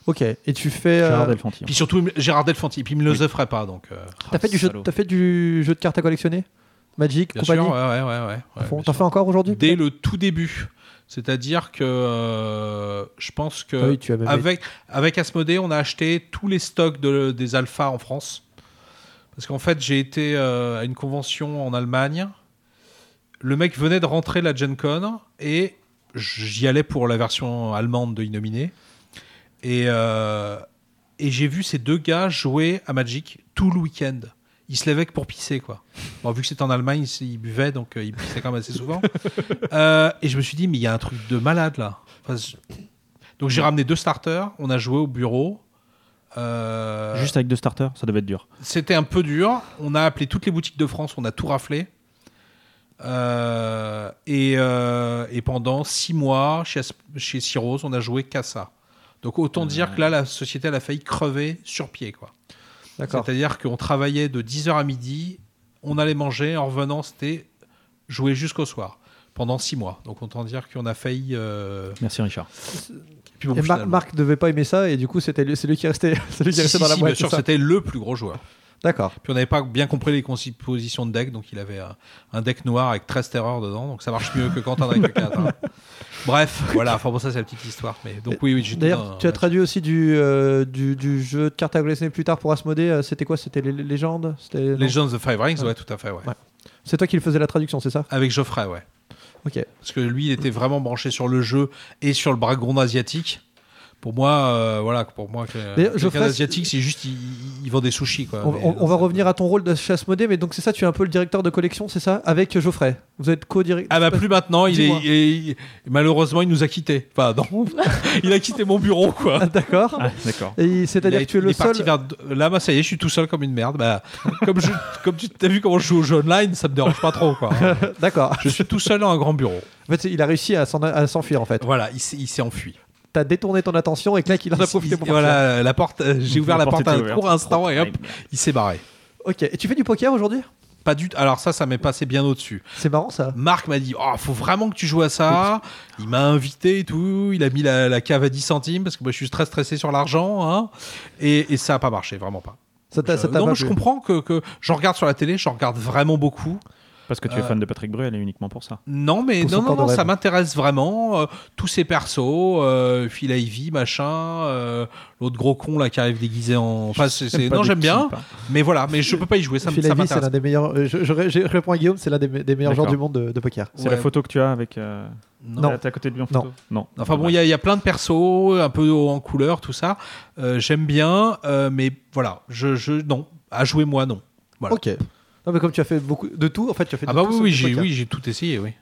Ok. Et tu fais. euh, Gérard Delfanti. Puis surtout Gérard Delfanti, puis il me le ferait pas donc. euh, T'as fait du jeu, salaud. t'as fait du jeu de cartes à collectionner, Magic, Bien compagnie. sûr, ouais, ouais, ouais, ouais, ouais, Fond. bien T'en sûr. fais encore aujourd'hui Dès le tout début. C'est-à-dire que euh, je pense que Ah oui, tu as même avec, avec Asmodée, on a acheté tous les stocks de, des alphas en France. Parce qu'en fait, j'ai été euh, à une convention en Allemagne. Le mec venait de rentrer de la Gen Con et j'y allais pour la version allemande de Innominé. Et, euh, et j'ai vu ces deux gars jouer à Magic tout le week-end. Ils se lèvaient que pour pisser, quoi. Bon, vu que c'était en Allemagne, ils, ils buvaient, donc euh, ils pissaient quand même assez souvent. Euh, et je me suis dit, mais il y a un truc de malade, là. Enfin, je- donc j'ai ramené deux starters, on a joué au bureau. Euh, Juste avec deux starters, ça devait être dur. C'était un peu dur. On a appelé toutes les boutiques de France, on a tout raflé. Euh, et, euh, et pendant six mois, chez, As- chez Cyros, on a joué qu'à ça. Donc autant dire que là, la société, elle a failli crever sur pied, quoi. D'accord. C'est-à-dire qu'on travaillait de dix heures à midi, on allait manger, en revenant, c'était jouer jusqu'au soir, pendant six mois. Donc autant dire qu'on a failli... euh, Merci Richard. puis bon, Et Mar- finalement. Marc devait pas aimer ça et du coup c'était lui- c'est lui qui restait, c'est lui qui Si, restait si, dans la si, boîte. bien sûr, c'est ça c'était le plus gros joueur. D'accord. Puis on n'avait pas bien compris les compositions de deck, donc il avait un, un deck noir avec treize terreurs dedans, donc ça marche mieux que quand on a que quatre. Hein. Bref, voilà, enfin bon, ça c'est la petite histoire. Mais donc oui, oui, j'étais D'ailleurs, dans- tu as traduit aussi du, euh, du, du jeu de cartes à collectionner plus tard pour Asmodée. euh, C'était quoi C'était les les légendes C'était non Legends of the Five Rings, Ouais. ouais, tout à fait, ouais. Ouais. C'est toi qui le faisais la traduction, c'est ça Avec Geoffrey, ouais. Ok. Parce que lui, il était vraiment branché sur le jeu et sur le background asiatique. Pour moi, euh, voilà, pour moi, que- D'ailleurs, quelqu'un Geoffrey, d'asiatique, c'est juste, il, il vend des sushis, quoi. On, Mais, on- on va ça- revenir à ton rôle de chez Asmodée, mais donc c'est ça, tu es un peu le directeur de collection, c'est ça Avec Geoffrey. Vous êtes co-directeur. Ah bah plus maintenant, il est, Dis-moi. il est- il- malheureusement, il nous a quittés. Enfin, non, il a quitté mon bureau, quoi. Ah, d'accord. Ah, d'accord. Et Il c'est-à-dire a- que tu es il le est parti seul. vers... Là, bah, ça y est, je suis tout seul comme une merde. Bah, comme, je, comme tu as vu comment je joue au jeu online, ça me dérange pas trop, quoi. D'accord. Je suis tout seul dans un grand bureau. En fait, il a réussi à s'en- à s'enfuir en fait. Voilà, il s'est il s'est enfui. T'as détourné ton attention et clac, il en a Il- profité il- pour partir. voilà, la porte, euh, j'ai ouvert la, porte à un était ouverte. court instant et hop, Trop bien. il s'est barré. Ok. Et tu fais du poker aujourd'hui Pas du tout. Alors ça, ça m'est passé bien au-dessus. C'est marrant ça. Marc m'a dit, oh, faut vraiment que tu joues à ça. Il m'a invité et tout. Il a mis la, la cave à dix centimes parce que moi, je suis très stressé sur l'argent. Hein. Et, et ça a pas marché, vraiment pas. Ça t'a Je- ça t'a non, pas je plu. comprends que, que j'en regarde sur la télé, j'en regarde vraiment beaucoup. Parce que tu es Euh, fan de Patrick Bruel et uniquement pour ça. Non, mais Pour son non, non, corps de non, ça rêve. m'intéresse vraiment. Euh, tous ces persos, euh, Phil Ivey, machin, euh, l'autre gros con là qui arrive déguisé en. Enfin, c'est, c'est- Pas non, de j'aime bien, type, hein. mais voilà, mais je peux pas y jouer, ça, m- Phil ça Ivey, c'est m'intéresse. l'un des meilleurs. euh, Je, je, ré- je réponds à Guillaume, c'est l'un des, me- des meilleurs joueurs D'accord. du monde de, de poker. C'est Ouais. la photo que tu as avec. euh, Non. Non. T'es à côté de lui en Non. photo Non. Enfin bon, il y, a- il y a plein de persos, un peu en couleur, tout ça. Euh, j'aime bien, euh, mais voilà, je, je non, à jouer moi non. Voilà. Ok. Non, mais comme tu as fait beaucoup de tout, en fait, tu as fait Ah de bah tout oui, sauf oui, du j'ai, poker. oui, j'ai tout essayé, oui.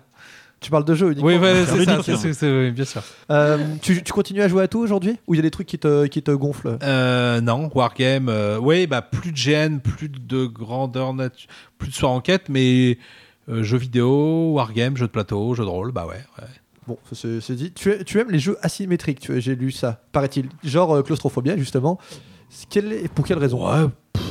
Tu parles de jeu uniquement. Oui, ouais, c'est ça, ludique, c'est, hein. c'est- c'est- oui, bien sûr. Euh, tu, tu continues à jouer à tout aujourd'hui ou il y a des trucs qui te, qui te gonflent Euh, non, Wargame, euh, oui, bah plus de G N, plus de grandeur nature, plus de soir enquête, mais euh, jeux vidéo, Wargame, jeux de plateau, jeux de rôle, bah ouais. ouais. Bon, ça, c'est c'est dit. Tu, tu aimes les jeux asymétriques, tu- j'ai lu ça, paraît-il. Genre euh, Claustrophobia, justement. Quelle est- pour quelle raison Ouais. pff,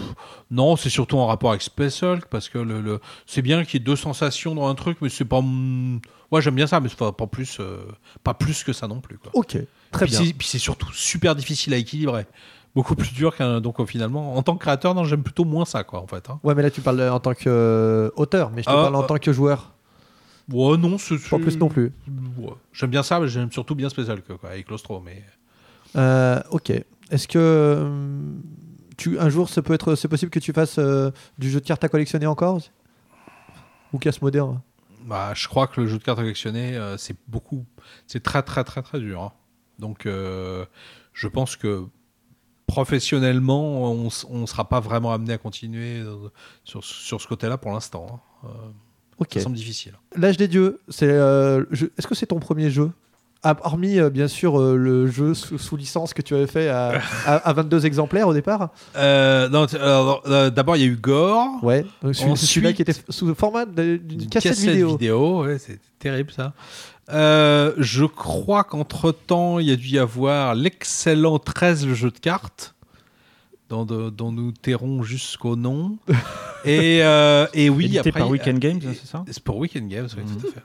Non, c'est surtout en rapport avec Space Hulk parce que le, le- c'est bien qu'il y ait deux sensations dans un truc, mais c'est pas. mm, Ouais, j'aime bien ça, mais c'est pas, pas plus, euh, pas plus que ça non plus. Quoi. Ok, très puis bien. c'est, puis c'est surtout super difficile à équilibrer, beaucoup plus dur qu'un. Donc euh, finalement, en tant que créateur, non, j'aime plutôt moins ça, quoi, en fait. Hein. Ouais, mais là, tu parles en tant qu'auteur, mais je te Ah, parle en euh, tant que joueur. Ouais, non, c'est, Pas plus non plus. Ouais. J'aime bien ça, mais j'aime surtout bien Space Hulk, quoi, avec Claustro, mais. Euh, ok. Est-ce que euh, tu, un jour, ça peut être, c'est possible que tu fasses euh, du jeu de cartes à collectionner encore ou casse moderne Bah, je crois que le jeu de cartes collectionné, euh, c'est beaucoup, c'est très très très très dur. hein. Donc, euh, je pense que professionnellement, on ne sera pas vraiment amené à continuer euh, sur, sur ce côté-là pour l'instant. hein. Euh, Ok. Ça semble difficile. L'âge des dieux, c'est. euh, jeu- Est-ce que c'est ton premier jeu Ah, hormis euh, bien sûr euh, le jeu sous, sous licence que tu avais fait à, à, à vingt-deux exemplaires au départ. Euh, non, t- alors, euh, d'abord, il y a eu Gore. Ouais. Donc, celui- Ensuite- celui-là qui était f- sous le format de- d'une Une cassette, vidéo. ouais, c'est terrible ça. Euh, je crois qu'entre-temps, il y a dû y avoir l'excellent treize, le jeu de cartes, dont, de- dont nous tairons jusqu'au nom. et, euh, et oui, Édité après, par il y a- Weekend Games, c'est ça C'est pour Weekend Games, oui, Mhm. tout à fait.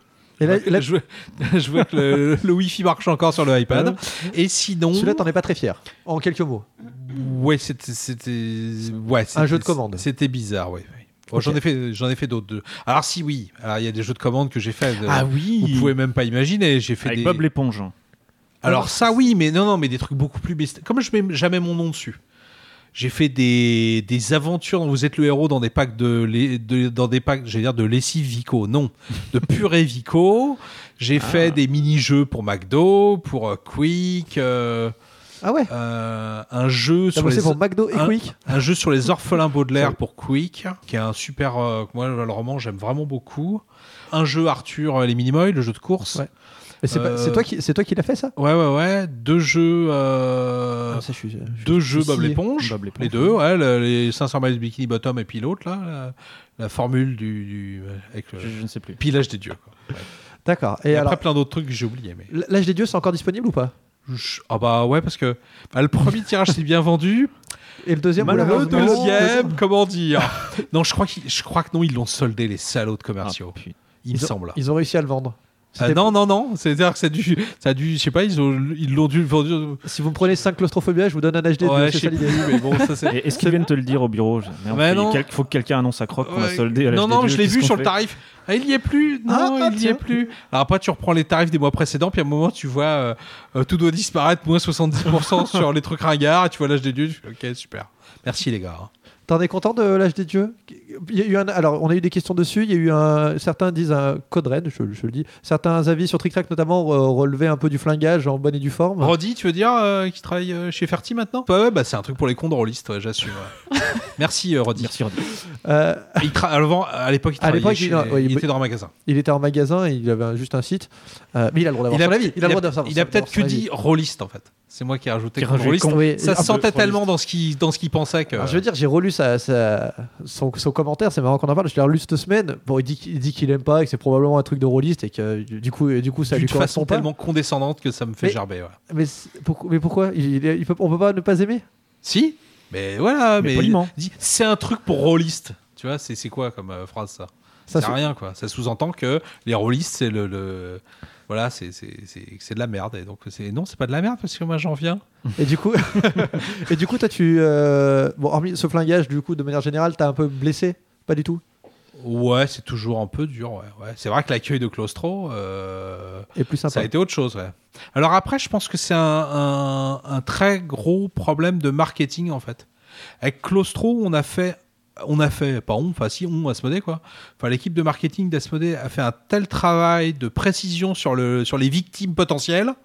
Et là, là, Je vois, je vois que le, le Wi-Fi marche encore sur le iPad. Ouais. Et sinon, celui-là, t'en es pas très fier. En quelques mots. ouais, c'était, c'était, ouais, c'était Un jeu de commande. C'était bizarre, ouais. ouais. Bon, Ok. J'en ai fait, j'en ai fait d'autres. Alors si, oui. Alors il y a des jeux de commande que j'ai fait. de- Ah oui. Vous pouvez même pas imaginer. J'ai fait Avec des. Bob l'éponge. Alors ça, oui, mais non, non, mais des trucs beaucoup plus bestiaux. Comme je mets jamais mon nom dessus. J'ai fait des, des aventures dont vous êtes le héros dans des packs de, lait- de dans des packs, j'allais dire de lessive Vico, non, de purée Vico. J'ai Ah. fait des mini-jeux pour McDo, pour euh, Quick, euh, Ah ouais. euh, un jeu T'as sur bossé les pour McDo et un- Quick. un jeu sur les orphelins Baudelaire Sorry. pour Quick, qui est un super, euh, moi le roman j'aime vraiment beaucoup. Un jeu Arthur euh, les Minimoy, le jeu de course. Ouais. Mais c'est, pas- Euh, c'est toi qui, c'est toi qui l'as fait ça. Ouais ouais ouais. Deux jeux. euh, Ah, ça, je suis- je suis- deux je jeux suis Bob scié. l'éponge, Bob l'éponge, les deux, ouais, le- les cinq cents miles Bikini Bottom et puis l'autre là, la, la formule du, du avec le Je, je ne sais plus. pillage des dieux. Quoi. Ouais. D'accord. Et, Et, après alors, plein d'autres trucs que j'ai oubliés. Mais l'âge des dieux, c'est encore disponible ou pas? Je- ah bah ouais parce que bah, le premier tirage s'est bien vendu. Et le deuxième, vous l'avez Le revendu au- deuxième, comment dire Non, je crois qu'ils, je crois que non, ils l'ont soldé les salauds de commerciaux. Ah, putain. il me Ils ont- semble. Ils ont réussi à le vendre. Ah, C'était- non non non, c'est-à-dire que ça a dû, ça a dû, je sais pas, ils ont, ils l'ont dû vendre. Si vous me prenez cinq claustrophobia, je vous donne un H D. Ouais, c'est je sais ça l'idée. plus, mais bon, ça c'est. Et est-ce qu'ils viennent te le dire au bureau? Je- Merde, Mais il non. quel- faut que quelqu'un annonce à Croc qu'on a Ouais. soldé à l'âge Non, des non, dieux, je l'ai qu'est-ce vu qu'on sur le fait? tarif. Ah, il y est plus. Non, Ah, ah, il y tiens. est plus. Alors après, tu reprends les tarifs des mois précédents, puis à un moment, tu vois, euh, euh, tout doit disparaître, moins soixante-dix pour cent sur les trucs ringards, et tu vois l'âge des dieux. Tu fais, ok, super. Merci les gars. T'en es content de l'âge des dieux? Il y a eu un, alors, on a eu des questions dessus. Il y a eu un, certains disent un code red, je, je le dis. Certains avis sur Trick Track notamment re- relevaient un peu du flingage en bonne et due forme. Roddy, tu veux dire euh, qui travaille euh, chez Ferti maintenant? Ouais, ouais, bah c'est un truc pour les cons de rôlistes, ouais, j'assume. ouais. Merci euh, Roddy. Merci, Roddy. Euh, Et il tra- avant, à l'époque, il À travaillait l'époque, chez- il- ouais, il, il- était dans un magasin. il était en magasin et il avait un- juste un site. Euh, mais il a le droit d'avoir Il a, son avis. Il a le droit il a- d'avoir il a son- peut-être que d'avoir son dit avis. rôliste en fait. C'est moi qui ai rajouté Qui con- rajoute rôliste. con. Oui, Ça un se peu sentait rôliste. tellement dans ce qu'il dans ce qu'il pensait que. Alors, je veux dire, j'ai relu sa, sa- son, son commentaire, c'est marrant qu'on en parle, je l'ai relu cette semaine. Bon, il dit, qu'il- il dit qu'il aime pas et que c'est probablement un truc de rôliste et que du coup, du coup ça lui d'une façon correspond pas. tellement condescendante que ça me fait Mais- gerber. Ouais. Mais, c'est- pourquoi, mais pourquoi il, il peut, On peut pas ne pas aimer? Si, mais voilà, Mais mais, poliment. dis, c'est un truc pour rôliste. Tu vois, c'est c'est quoi comme euh, phrase ça? Ça, C'est c'est- rien quoi. Ça sous-entend que les rôlistes c'est le, le- voilà, c'est c'est c'est c'est de la merde. Et donc c'est non, c'est pas de la merde parce que moi j'en viens. Et du coup, et du coup, toi, tu, euh, bon, hormis ce flingage, du coup, de manière générale, t'as un peu blessé? Pas du tout. Ouais, c'est toujours un peu dur. Ouais, ouais. C'est vrai que l'accueil de Claustro. Euh... Et plus sympa. Ça a été autre chose, ouais. Alors après, je pense que c'est un, un- un très gros problème de marketing, en fait. Avec Claustro, on a fait... On a fait... Pas on, enfin si, on, Asmodée, quoi. Enfin, l'équipe de marketing d'Asmodée a fait un tel travail de précision sur, le, sur les victimes potentielles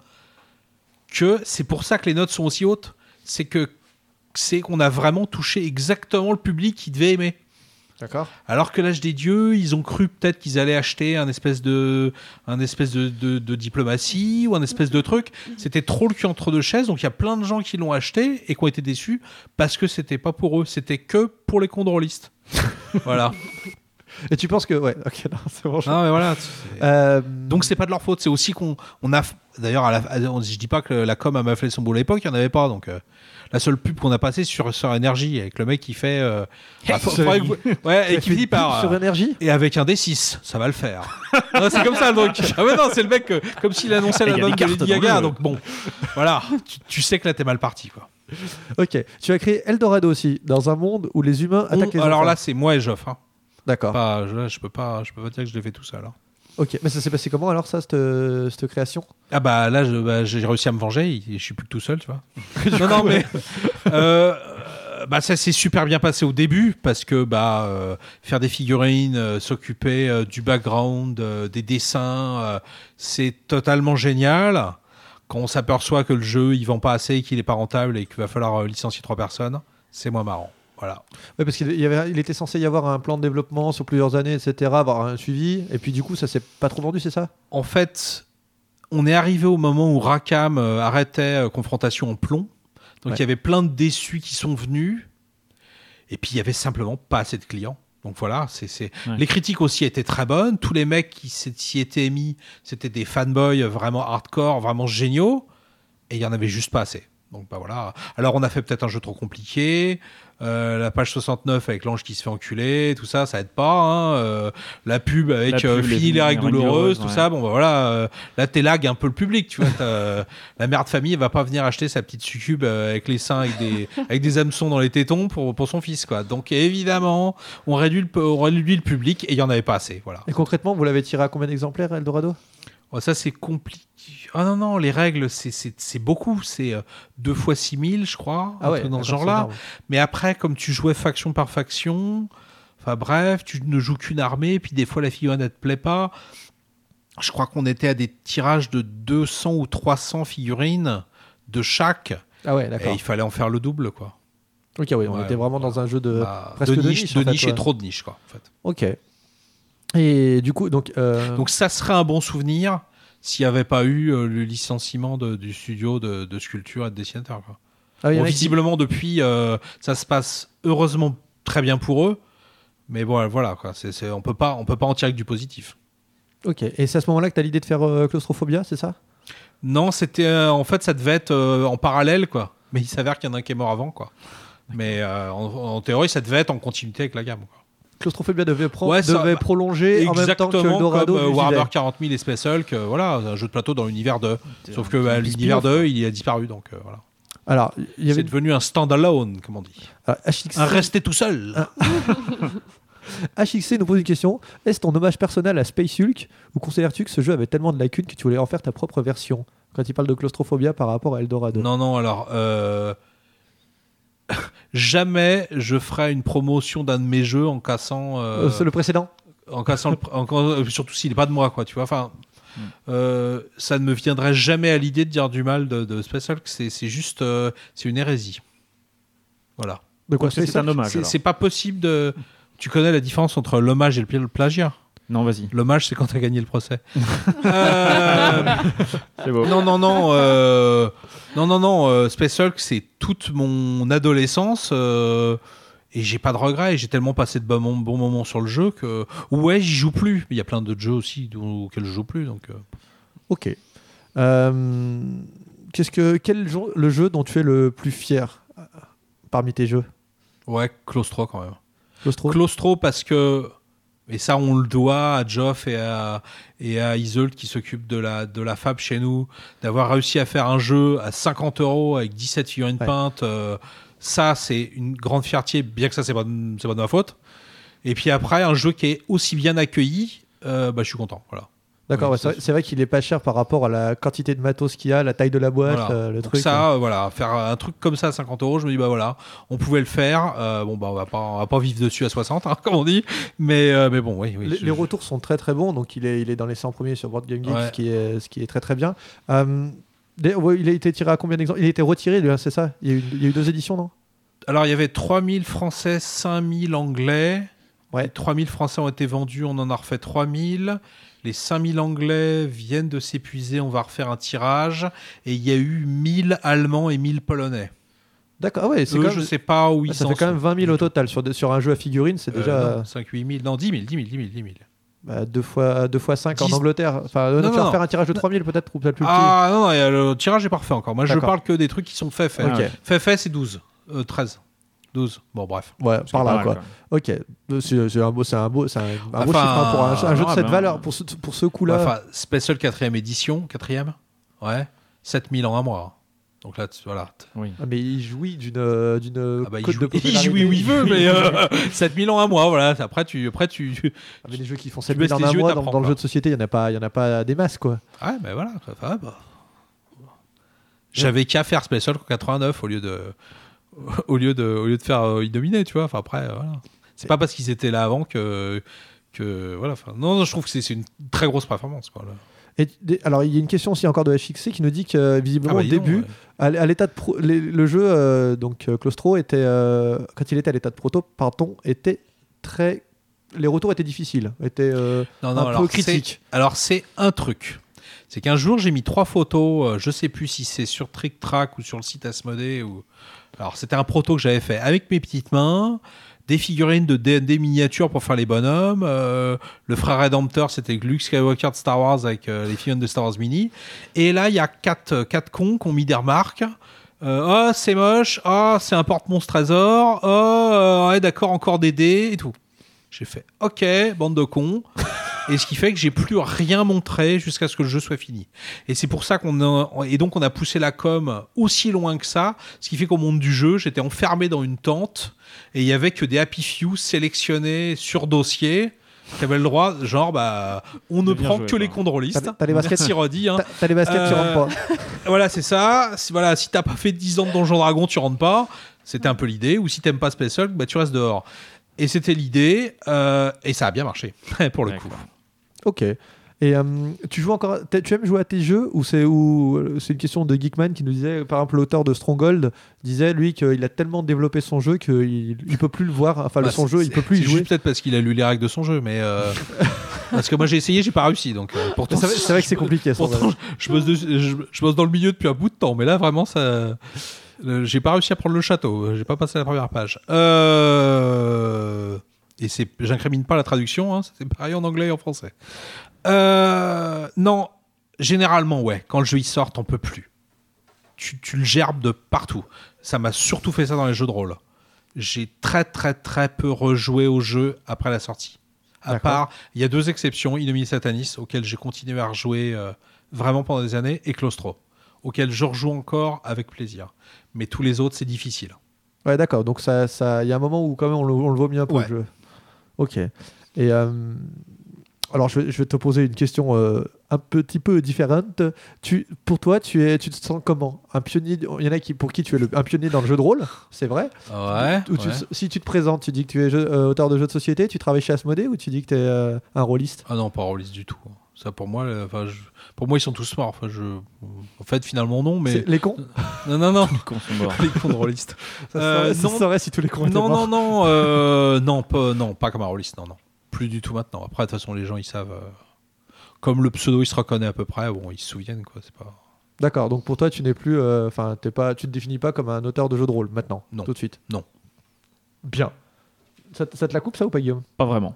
que c'est pour ça que les notes sont aussi hautes. C'est que c'est qu'on a vraiment touché exactement le public qui devait aimer. D'accord. Alors que l'âge des dieux, ils ont cru peut-être qu'ils allaient acheter un espèce de, un espèce de, de, de diplomatie ou un espèce de truc. C'était trop le cul entre deux chaises, donc il y a plein de gens qui l'ont acheté et qui ont été déçus parce que c'était pas pour eux, c'était que pour les contrôlistes. Voilà. Et tu penses que, ouais, ok, non, c'est bon. je- Non, mais voilà. c'est- Euh, Donc c'est pas de leur faute, c'est aussi qu'on on a d'ailleurs à la, à- on- je dis pas que la com a mal fait son boulot à l'époque, il y en avait pas donc euh, la seule pub qu'on a passée sur sur énergie avec le mec qui fait euh, ah, faut- faudrait que vous- ouais, et qui fait finit pub par sur euh, énergie. et avec un D six, ça va le faire. Non, c'est comme ça le truc. Ah ouais non, c'est le mec euh, comme s'il annonçait Il y a l'album des de cartes Lady dans le Gaga jeu. donc bon. Voilà, tu, tu sais que là t'es mal parti quoi. Ok. Tu as créé Eldorado aussi, dans un monde où les humains attaquent les On- alors enfants. là, c'est moi et Geoff hein. D'accord. Pas, je, je peux pas je peux pas dire que je l'ai fait tout seul. hein. Ok. Mais ça s'est passé comment alors, ça, cette, cette création? Ah bah là je- bah, j'ai réussi à me venger et je suis plus que tout seul tu vois. non non mais euh, euh, bah ça s'est super bien passé au début parce que bah euh, faire des figurines, euh, s'occuper euh, du background, euh, des dessins, euh, c'est totalement génial. Quand on s'aperçoit que le jeu il vend pas assez et qu'il est pas rentable et qu'il va falloir euh, licencier trois personnes, c'est moins marrant. Voilà. Ouais, parce qu'il y avait, il était censé y avoir un plan de développement sur plusieurs années, et cetera, avoir un suivi, et puis du coup, ça s'est pas trop vendu, c'est ça? En fait, on est arrivé au moment où Rackham euh, arrêtait euh, Confrontation en plomb. Donc Ouais. il y avait plein de déçus qui sont venus. Et puis il y avait simplement pas assez de clients. Donc voilà, c'est, c'est... Ouais. les critiques aussi étaient très bonnes. Tous les mecs qui s'y s'y étaient émis, c'était des fanboys vraiment hardcore, vraiment géniaux. Et il y en avait juste pas assez. Donc bah voilà. Alors on a fait peut-être un jeu trop compliqué. Euh, la page soixante-neuf avec l'ange qui se fait enculer, tout ça, ça aide pas. Hein. Euh, la pub avec La pub, euh, les- fini les règles les règles douloureuses, tout douloureuses, ça. Bon, bah voilà. Euh, là, t'élagues un peu le public, tu vois. t'as- la mère de famille, elle va pas venir acheter sa petite succube euh, avec les seins, avec des, avec des hameçons dans les tétons pour, pour son fils, quoi. Donc, évidemment, on réduit le, on réduit le public et il y en avait pas assez, voilà. Et concrètement, vous l'avez tiré à combien d'exemplaires, Eldorado? Oh, ça, c'est compliqué. Ah non, non, les règles, c'est, c'est, c'est beaucoup. C'est euh, deux fois six mille, je crois, un truc dans ce d'accord, genre-là. c'est énorme. Mais après, comme tu jouais faction par faction, enfin bref, tu ne joues qu'une armée, puis des fois la figurine ne te plaît pas. Je crois qu'on était à des tirages de deux cents ou trois cents figurines de chaque, Ah ouais, et d'accord. il fallait en faire le double, quoi. Ok, oui, on Ouais, était vraiment voilà. dans un jeu de Bah, presque de de niche, niche, de en fait, niche ouais. et trop de niche, quoi. En fait. Ok. Et du coup, donc, euh, Donc ça serait un bon souvenir s'il n'y avait pas eu euh, le licenciement de- du studio de, de sculpture et de dessinateur, quoi. ah, il y en Bon, a qui- visiblement, depuis, euh, ça se passe heureusement très bien pour eux. Mais bon, voilà, quoi. C'est, c'est, on peut pas, on peut pas en tirer que du positif. Ok. Et c'est à ce moment-là que tu as l'idée de faire euh, Claustrophobia, c'est ça? Non, c'était, euh, en fait, ça devait être euh, en parallèle, quoi. Mais il s'avère qu'il y en a un qui est mort avant, quoi. Mais euh, en, en théorie, ça devait être en continuité avec la gamme, quoi. Claustrophobia devait, pro- Ouais, ça- devait bah, prolonger en même temps que Exactement Eldorado. comme euh, du Warhammer Gilet. quarante mille et Space Hulk, euh, voilà, un jeu de plateau dans l'univers de. Sauf que un bah, petit l'univers spin-off, de, il a disparu, donc euh, voilà. Alors, il y avait C'est devenu un stand-alone, comme on dit. Ah, H X C, Un rester tout seul. H X C nous pose une question. Est-ce ton hommage personnel à Space Hulk ou considères-tu que ce jeu avait tellement de lacunes que tu voulais en faire ta propre version quand il parle de claustrophobia par rapport à Eldorado? Non, non, alors. euh, Jamais je ferai une promotion d'un de mes jeux en cassant. euh, Euh, c'est le précédent? en cassant le pr- en- en- surtout s'il n'est pas de moi, quoi, tu vois. Enfin, euh, ça ne me viendrait jamais à l'idée de dire du mal de, de Space Hulk. C'est, c'est juste. euh, c'est une hérésie. Voilà. De quoi Donc, c'est, Space c'est un Hulk hommage. C'est, alors. c'est pas possible de. Tu connais la différence entre l'hommage et le pla- le plagiat? Non, vas-y. L'hommage, c'est quand t'as gagné le procès. Euh, C'est beau. Non, non, non. euh, Non, non, non. euh, Space Hulk, c'est toute mon adolescence. euh, Et j'ai pas de regrets. J'ai tellement passé de bons, mom- bons moments sur le jeu que. Ouais, j'y joue plus. Mais il y a plein d'autres jeux aussi dont- auxquels je joue plus. Donc, euh, Ok. Euh, qu'est-ce que, quel jeu, le jeu dont tu es le plus fier euh, parmi tes jeux? ouais, Claustro quand même. Claustro Claustro parce que. Et ça, on le doit à Geoff et à, et à Isolde qui s'occupent de la, de la fab chez nous, d'avoir réussi à faire un jeu à cinquante euros avec dix-sept figurines Ouais. peintes. euh, ça, c'est une grande fierté, bien que ça, c'est pas, de- c'est pas de ma faute. Et puis après, un jeu qui est aussi bien accueilli, euh, bah, je suis content. Voilà. D'accord, Ouais, ouais, ça, c'est, vrai, c'est vrai qu'il est pas cher par rapport à la quantité de matos qu'il y a, la taille de la boîte, Voilà. euh, le Donc truc. ça, euh, voilà, faire un truc comme ça à cinquante euros, je me dis, bah voilà, on pouvait le faire. Euh, bon, bah, on va pas, on va pas vivre dessus à soixante, hein, comme on dit. Mais, euh, mais bon, oui, oui. les, je- les retours sont très très bons, donc il est, il est dans les cent premiers sur Board Game Geek, Ouais. ce, qui est, ce qui est très très bien. Euh, des- ouais, il a été tiré à combien d'exemplaires? Il a été retiré, lui, hein, c'est ça? il y, a eu, il y a eu deux éditions, non? Alors, il y avait trois mille français, cinq mille anglais. Ouais. Les trois mille français ont été vendus, on en a refait trois mille. Les cinq mille anglais viennent de s'épuiser, on va refaire un tirage. Et il y a eu mille allemands et mille polonais. D'accord, ah ouais, c'est Eux, quand je même, sais pas où ils ça en fait quand sont. même vingt mille au total sur, des- sur un jeu à figurines, c'est Euh, déjà non, cinq, huit mille, non, dix mille, dix mille, dix mille, dix mille. bah, deux fois, deux fois cinq en dix Angleterre. Enfin, euh, Non, tu vas non, refaire non. un tirage de trois mille peut-être, ou peut-être plus Ah non, non, il y a le tirage est parfait encore. Moi, je D'accord. parle que des trucs qui sont faits, faits. petit. Ok, Fait, fait, c'est douze. Euh, treize. douze. Bon, bref. ouais, par là Pas mal, quoi. Ok, c'est, c'est un beau, c'est un beau, c'est un, un beau Enfin, chiffre hein, pour un, un jeu de ouais, cette ben, valeur, pour ce, pour ce coup-là. Enfin, Special quatrième édition, quatrième. Ouais. sept mille en un mois. Donc là, tu- voilà. Oui. Ah, mais il jouit d'une, euh, d'une Ah bah, il, cote joue, de il popularité. jouit où il veut, mais euh, sept mille en un mois, voilà. Après, tu, après, tu, tu- Ah, mais les jeux qui font Tu sept mille baisses en les un yeux, mois dans, t'apprends, dans le quoi. jeu de société, il n'y en a pas, il y en a pas des masses quoi. ouais, ben voilà. Ça va, bah. J'avais qu'à faire Special en quatre-vingt-neuf au lieu de, au lieu de, au lieu de faire euh, Indominé, tu vois. Enfin après, euh, voilà. C'est pas parce qu'ils étaient là avant que, que voilà. Enfin, non, non, je trouve que c'est, c'est une très grosse performance, quoi. Là. Et des- alors il y a une question aussi encore de H X C qui nous dit que visiblement bah, au dis donc, début, ouais. à, à l'état de pro- les- le jeu euh, donc euh, Claustro était euh, quand il était à l'état de proto, pardon, était très, les retours étaient difficiles, étaient euh, Non, un non, peu alors, critiques. c'est, alors c'est un truc. C'est qu'un jour j'ai mis trois photos, euh, je sais plus si c'est sur Trick Track ou sur le site Asmodée ou. Alors c'était un proto que j'avais fait avec mes petites mains, des figurines de D and D miniatures pour faire les bonhommes. euh, le frère rédempteur c'était Luke Skywalker de Star Wars avec euh, les figurines de Star Wars Mini. Et là il y a quatre, quatre cons qui ont mis des remarques. Euh, oh, c'est moche. Oh, c'est un porte-monstre trésor. Oh, euh, ouais, d'accord, encore des dés et tout. J'ai fait OK, bande de cons. Et ce qui fait que j'ai plus rien montré jusqu'à ce que le jeu soit fini. Et c'est pour ça qu'on a, et donc on a poussé la com aussi loin que ça. Ce qui fait qu'au monde du jeu, j'étais enfermé dans une tente et il y avait que des happy few sélectionnés sur dossier qui avaient le droit, genre, bah, on ne Bien prend joué, que les quoi. contrôlistes. T'as- t'as les baskets- Merci Roddy. Hein. T'as, t'as les baskets, tu Euh, rentres pas. Voilà, c'est ça. Si, voilà, si t'as pas fait dix ans de Donjon Dragon, tu rentres pas. C'était un peu l'idée. Ou si t'aimes pas Space Hulk, bah, tu restes dehors. Et c'était l'idée. Euh, et ça a bien marché, pour le D'accord. coup. Ok. Et euh, tu joues encore, t'as- tu aimes jouer à tes jeux ou c'est ou c'est une question de Geekman qui nous disait, par exemple, l'auteur de Stronghold disait lui qu'il a tellement développé son jeu qu'il il peut plus le voir, enfin le Bah, son c'est- jeu, il peut plus y c'est jouer. juste peut-être parce qu'il a lu les règles de son jeu, mais euh, parce que moi j'ai essayé, j'ai pas réussi. Donc euh, pourtant, C'est vrai, c'est vrai que c'est compliqué. ça, pourtant, ouais. je bosse, de- je, je bosse dans le milieu depuis un bout de temps, mais là vraiment ça, le- j'ai pas réussi à prendre le château. J'ai pas passé la première page. Euh, et c'est, j'incrimine pas la traduction, hein, c'est pareil en anglais et en français. Euh, non, généralement ouais. Quand le jeu il sort, t'en peux plus. Tu, tu le gerbes de partout. Ça m'a surtout fait ça dans les jeux de rôle. J'ai très très très peu rejoué au jeu après la sortie. À D'accord. part, il y a deux exceptions, Ignominy Satanis, auquel j'ai continué à rejouer euh, vraiment pendant des années, et Claustro, auquel je rejoue encore avec plaisir. Mais tous les autres, c'est difficile. Ouais, d'accord. Donc ça, ça, il y a un moment où quand même on le, on le vomit un peu Ouais. le jeu. Ok. Et euh, alors je vais, je vais te poser une question euh, un petit peu différente. Tu, pour toi, tu es, tu te sens comment? Un pionnier? Il y en a qui, pour qui tu es le, un pionnier dans le jeu de rôle, c'est vrai? Ouais. Ou tu- si tu te présentes, tu dis que tu es jeu- euh, auteur de jeux de société, tu travailles chez Asmodée ou tu dis que tu es euh, un rôliste? Ah non, pas rôliste du tout. Ça pour moi, euh, enfin, je- pour moi ils sont tous morts. Enfin, je, en fait, finalement non, mais C'est- Les cons? non, non, non, Les cons sont morts. les cons de rôlistes. Ça se Euh, saurait- ça se non. saurait si tous les cons étaient Non, morts. non, non, euh, non, pas, non, pas comme un rôliste, non, non. Plus du tout maintenant. Après, de toute façon, les gens, ils savent. euh, comme le pseudo, il se reconnaît à peu près, bon, ils se souviennent, quoi. C'est pas. D'accord, donc pour toi, tu n'es plus, enfin, t'es pas, tu te définis pas comme un auteur de jeux de rôle maintenant, Non. tout de suite. Non. Bien. Ça, te- ça te la coupe ça ou pas, Guillaume? Pas vraiment.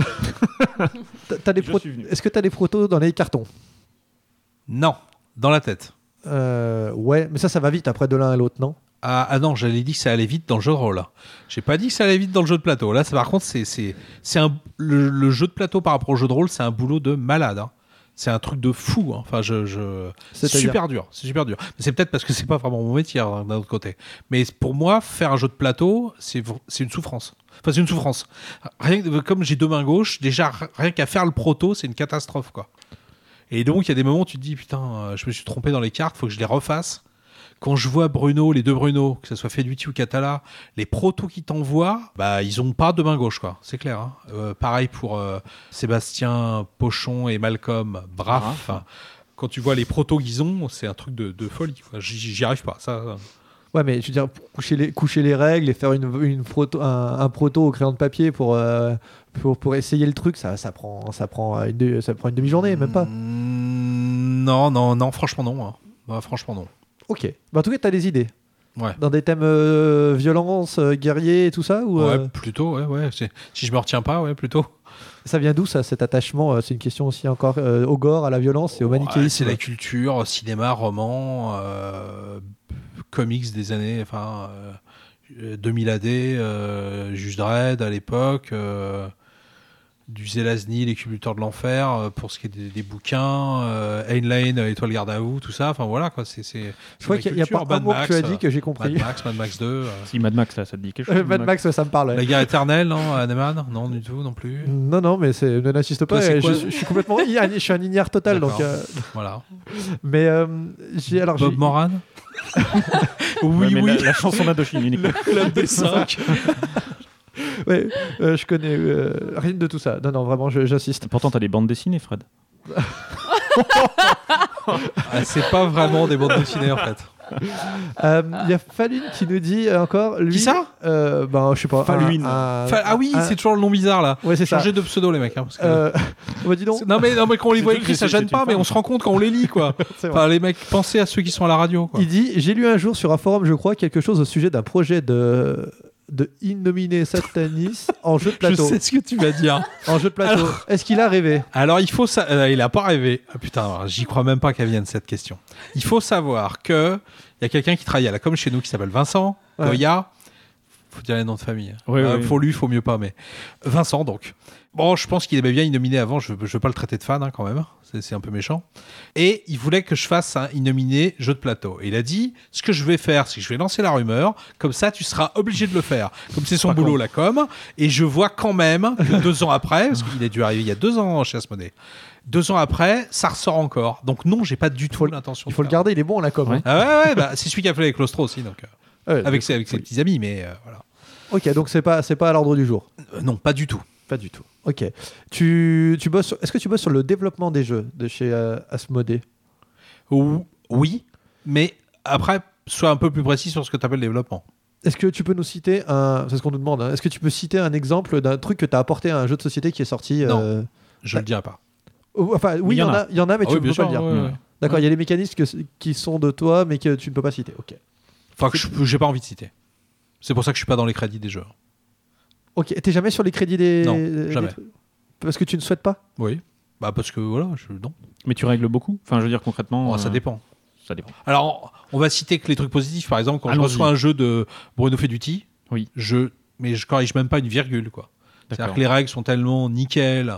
T'as- t'as des Je pro- suis venu. Est-ce que tu as des protos dans les cartons? Non, dans la tête. Euh, ouais, mais ça, ça va vite après de l'un à l'autre, non? Ah, ah non, j'allais dit que ça allait vite dans le jeu de rôle. Là. J'ai pas dit que ça allait vite dans le jeu de plateau. Là, ça, par contre, c'est, c'est, c'est un, le, le jeu de plateau par rapport au jeu de rôle, c'est un boulot de malade. Hein. C'est un truc de fou. Hein. Enfin, je, je... c'est C'est-à-dire super dur. C'est super dur. Mais c'est peut-être parce que c'est pas vraiment mon métier hein, d'un autre côté. Mais pour moi, faire un jeu de plateau, c'est, c'est une souffrance. Enfin, c'est une souffrance. Rien que, comme j'ai deux mains gauches, déjà rien qu'à faire le proto, c'est une catastrophe, quoi. Et donc, il y a des moments où tu te dis, putain, euh, je me suis trompé dans les cartes, faut que je les refasse. Quand je vois Bruno, les deux Bruno, que ce soit Feduti ou Catala, les protos qu'ils t'envoient, bah, ils ont pas de main gauche, quoi. C'est clair. Hein. Euh, pareil pour euh, Sébastien, Pochon et Malcolm, Braff. Braff. Enfin, quand tu vois les protos qu'ils ont, c'est un truc de, de folie. Quoi. J'y, j'y arrive pas. Ça, ça. Ouais, mais je veux dire, pour coucher les, coucher les règles et faire une, une proto, un, un proto au crayon de papier pour, euh, pour, pour essayer le truc, ça, ça, prend, ça, prend une, de- ça prend une demi-journée, même pas. Mm, non, non, non, franchement non. Hein. Bah, franchement non. Ok. Bah, en tout cas, tu as des idées. Ouais. Dans des thèmes euh, violence, euh, guerrier et tout ça ou, euh, Ouais, plutôt, ouais, ouais. C'est- Si je me retiens pas, ouais, plutôt. ça vient d'où ça, cet attachement euh, C'est une question aussi encore euh, au gore, à la violence et au Ouais, manichéisme. c'est la culture, cinéma, roman, euh, comics des années, enfin, euh, deux mille A D, euh, Juge Dredd à l'époque, euh, du Zelazny, les Culbuteurs de l'Enfer, euh, pour ce qui est des, des bouquins, euh, Heinlein, Étoile garde à vous, tout ça, enfin voilà, quoi, c'est... c'est Je crois c'est qu'il ma n'y a culture. pas un Mad mot que tu as Max, dit que j'ai euh, compris. Mad Max, Mad Max deux, euh, Si Mad Max, là, ça te dit quelque chose Euh, Mad Max, ouais, ça me parle. ouais. La guerre éternelle, non, Hanneman, non, du tout, non plus. Non, non, mais c'est, ne n'insiste pas. Toi, c'est euh, quoi je, je suis complètement, je suis un ignare total, donc. D'accord. euh, Voilà. mais euh, j'ai alors Bob j'ai- Moran. Ouais, Oui, mais oui. La, la chanson d'Indochine uniquement. La D cinq. ouais, euh, je connais euh, rien de tout ça. Non, non, vraiment, je- j'insiste. Pourtant, t'as des bandes dessinées, Fred. Ah, c'est pas vraiment des bandes dessinées en fait. Euh, Il y a Falune qui nous dit encore. Lui, Qui ça euh, Ben, je sais pas. Falune. un- un- Enfin, ah oui, un- c'est toujours le nom bizarre là. Ouais, c'est ça. Changez de pseudo les mecs. Hein, parce que- Euh, bah, dis donc. C'est- non, mais, non mais quand on les C'est voit tout, écrits, ça c'est- gêne c'est pas, une mais femme. on se rend compte quand on les lit quoi. C'est vrai. Enfin, les mecs, pensez à ceux qui sont à la radio quoi. Il dit, j'ai lu un jour sur un forum, je crois, quelque chose au sujet d'un projet de de innominer Satanis en jeu de plateau. Je sais ce que tu vas dire. En jeu de plateau. Alors- Est-ce qu'il a rêvé? Alors, il faut ça. euh, il a pas rêvé. Ah, putain, j'y crois même pas qu'elle vienne cette question. Il faut savoir que il y a quelqu'un qui travaille à la com chez nous qui s'appelle Vincent Ouais. Goya. Faut dire les noms de famille. Oui, Euh, oui. Faut lui, faut mieux pas, mais Vincent donc. Bon, je pense qu'il aimait bien Innominé avant. Je veux, je veux pas le traiter de fan hein, quand même. C'est, c'est un peu méchant. Et il voulait que je fasse un Innominé jeu de plateau. Et il a dit ce que je vais faire, c'est que je vais lancer la rumeur. Comme ça, tu seras obligé de le faire. Comme c'est son Pas boulot con. la com. Et je vois quand même que deux ans après, parce qu'il a dû arriver il y a deux ans chez Asmodée. Deux ans après, ça ressort encore. Donc non, j'ai pas du tout l'intention. Il faut de le faire. garder, il est bon, la com. Ouais. hein. Ah ouais, ouais, bah, c'est celui qui a fait avec Claustro aussi, donc euh, Ouais, avec donc, ses, avec ses oui. petits amis, mais euh, voilà. Ok, donc c'est pas, c'est pas à l'ordre du jour. Euh, non, pas du tout. Pas du tout. Ok. Tu, tu bosses sur- Est-ce que tu bosses sur le développement des jeux de chez euh, Asmodée? Ou- Oui, mais après, sois un peu plus précis sur ce que tu appelles développement. Est-ce que tu peux nous citer un. C'est ce qu'on nous demande. hein. Est-ce que tu peux citer un exemple d'un truc que tu as apporté à un jeu de société qui est sorti Non. euh, Je le dirai pas. ou- Enfin, oui, il y, en a, il y en a, mais Ah tu oui, ne bien peux pas sûr, le dire. ouais, ouais. D'accord, il y a des mécanismes que- qui sont de toi, mais que tu ne peux pas citer. Ok. Enfin, que je j'ai pas envie de citer. C'est pour ça que je suis pas dans les crédits des jeux. Ok. T'es jamais sur les crédits des. Non, des jamais. trucs Parce que tu ne souhaites pas? Oui. Bah parce que voilà, je non. Mais tu règles beaucoup. Enfin, je veux dire concrètement. Bon, euh, ça dépend. Ça dépend. Alors, on va citer que les trucs positifs. Par exemple, quand je Allons-y. reçois un jeu de Bruno Feduti, Oui. je, mais je corrige même pas une virgule, quoi. C'est-à-dire D'accord. que les règles sont tellement nickel,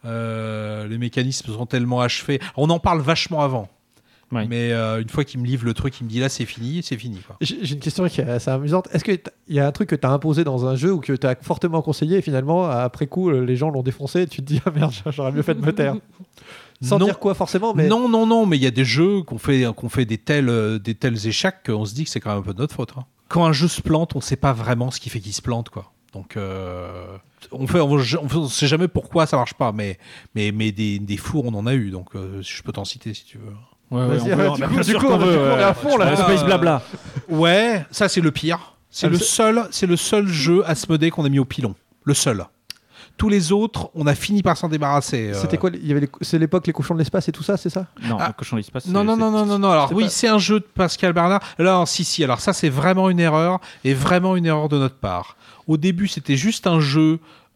euh, les mécanismes sont tellement achevés. On en parle vachement avant. Ouais. Mais euh, une fois qu'il me livre le truc, il me dit là c'est fini, c'est fini, quoi. J'ai j'ai une question qui est assez amusante. Est-ce qu'il y a un truc que tu as imposé dans un jeu ou que tu as fortement conseillé et finalement, après coup, les gens l'ont défoncé et tu te dis ah merde, j'aurais mieux fait de me taire? Sans Non. dire quoi forcément, mais. Non, non, non, mais il y a des jeux qu'on fait, qu'on fait des, tels, euh, des tels échecs qu'on se dit que c'est quand même un peu de notre faute. hein. Quand un jeu se plante, on sait pas vraiment ce qui fait qu'il se plante, quoi. Donc, euh, on fait, on, on sait jamais pourquoi ça marche pas, mais, mais, mais des, des fours, on en a eu. Donc, euh, je peux t'en citer si tu veux. Ouais, ouais, Vas-y, on peut- ouais, on- du bah, coup- bien du sûr coup, qu'on on- du veut. coup, on est ouais. à fond, là. Ouais, Space Blabla. Ouais, ça c'est le pire. C'est Ah, le c'est- seul, c'est le seul jeu Asmodée qu'on a mis au pilon. Le seul. Tous les autres, on a fini par s'en débarrasser. euh. C'était quoi il y avait les- C'est l'époque les cochons de l'espace et tout ça, c'est ça? Non, Ah. le cochon de l'espace. Non, c'est- non, c'est- non, non, non, non. Alors c'est oui, pas- c'est un jeu de Pascal Bernard. Alors si, si. Alors ça, c'est vraiment une erreur et vraiment une erreur de notre part. Au début, c'était juste un jeu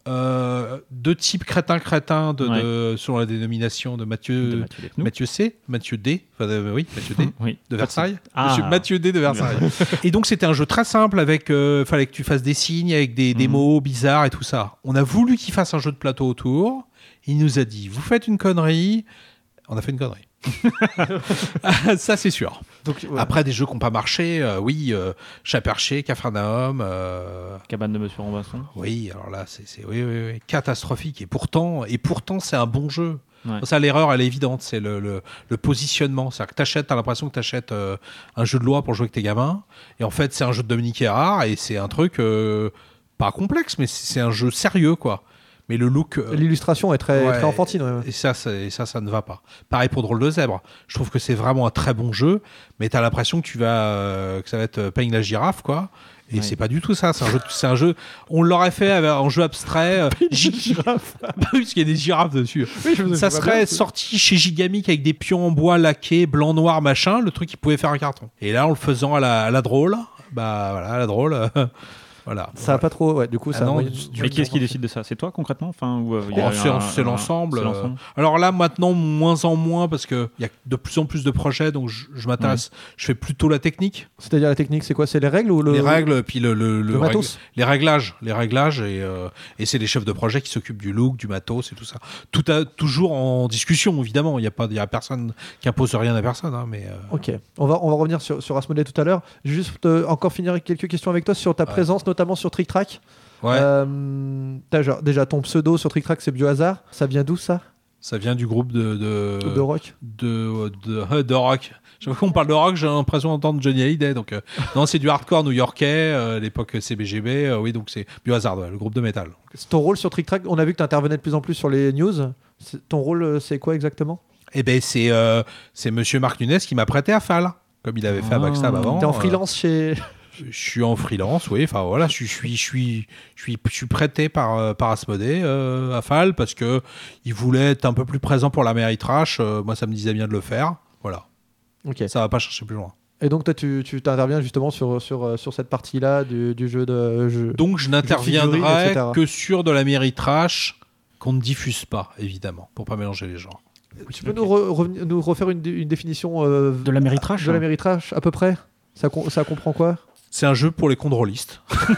euh, de type crétin-crétin, de, Ouais. de- selon la dénomination de Mathieu, de Mathieu Descnoux. Mathieu C, Mathieu D. Enfin, euh, oui, Mathieu D. Oui. De Versailles. Ah. Monsieur Mathieu D de Versailles. Et donc c'était un jeu très simple avec euh, fallait que tu fasses des signes avec des, des Mhm. mots bizarres et tout ça. On a voulu qu'il fasse un jeu de plateau autour. Il nous a dit vous faites une connerie. On a fait une connerie. Ça c'est sûr. Donc, ouais. Après des jeux qui n'ont pas marché, euh, oui, euh, Chat perché, Capharnaüm, euh, Cabane de Monsieur Robinson. oui, alors là c'est c'est- oui, oui, oui, catastrophique. Et pourtant, et pourtant c'est un bon jeu. Ouais. Ça, l'erreur, elle est évidente, c'est le, le, le positionnement. C'est-à-dire que t'achètes, t'as l'impression que t'achètes euh, un jeu de loi pour jouer avec tes gamins, et en fait, c'est un jeu de Dominique Erard, et c'est un truc euh, pas complexe, mais c'est un jeu sérieux, quoi. Mais le look, euh, L'illustration est très, ouais, très enfantine. ouais. et ça, ça, et ça, ça ne va pas. Pareil pour Drôle de Zèbre. Je trouve que c'est vraiment un très bon jeu, mais t'as l'impression que tu vas, euh, que ça va être euh, Peigne la girafe, quoi. Et Ouais. c'est pas du tout ça. C'est un jeu, c'est un jeu. On l'aurait fait avec- en jeu abstrait. euh, Gi- Bah oui, parce qu'il y a des girafes dessus. Oui, je me Ça souviens serait bien. sorti chez Gigamic avec des pions en bois laqués, blanc, noir, machin, le truc qui pouvait faire un carton. Et là, en le faisant à la, à la drôle, bah voilà, à la drôle, euh, voilà. Ça a pas trop. Ouais, du coup, Ah ça. a non, moyen- du- Mais qui est-ce qui décide de ça? C'est toi concrètement, enfin, ou, euh, il y a Oh, c'est un- c'est un- l'ensemble. c'est euh. l'ensemble. Alors là, maintenant, moins en moins, parce qu'il y a de plus en plus de projets, donc je, je m'intéresse. Je fais plutôt la technique, C'est-à-dire la technique, c'est quoi? C'est les règles ou le. les règles, puis le, le, le règle- matos? les réglages, les réglages, et, euh, et c'est les chefs de projet qui s'occupent du look, du matos et tout ça. Tout a, toujours en discussion, évidemment. Il n'y a pas, il y a personne qui impose rien à personne, hein, mais. euh, Ok, on va, on va revenir sur, sur Asmodée tout à l'heure. Juste euh, encore finir avec quelques questions avec toi sur ta Ouais. présence, notamment sur Trick Track. ouais. Euh, t'as genre- déjà, ton pseudo sur Trick Track, c'est Biohazard. Ça vient d'où ça? Ça vient du groupe de de De rock? de, de, euh, de rock. Chaque fois qu'on parle de rock, j'ai l'impression d'entendre Johnny Hallyday. Donc euh, non, c'est du hardcore new-yorkais, euh, l'époque C B G B. euh, oui, donc c'est Biohazard, ouais, le groupe de métal. C'est ton rôle sur Trick Track, on a vu que tu intervenais de plus en plus sur les news. C'est- Ton rôle, euh, c'est quoi exactement? Eh ben c'est euh, c'est Monsieur Marc Nunes qui m'a prêté à Fall, comme il avait fait à Backstab Ah. avant. T'es en Euh, freelance chez. je je suis en freelance, oui. Enfin voilà, je suis, je suis, je suis, je suis, je suis prêté par euh, par Asmodée euh, à Fall parce que il voulait être un peu plus présent pour la Méritrash. Euh, moi, ça me disait bien de le faire. Voilà, Ok. ça va pas chercher plus loin. Et donc toi tu, tu t'interviens justement sur, sur, sur cette partie-là du, du jeu de jeu. Donc je figurines, n'interviendrai et cetera. que sur de la Méritrash qu'on ne diffuse pas, évidemment, pour pas mélanger les genres. Tu peux nous, re- revenir- nous refaire une, une définition euh, De la Méritrash de la Méritrash à peu près ça, com- ça comprend quoi? C'est un jeu pour les contrôlistes.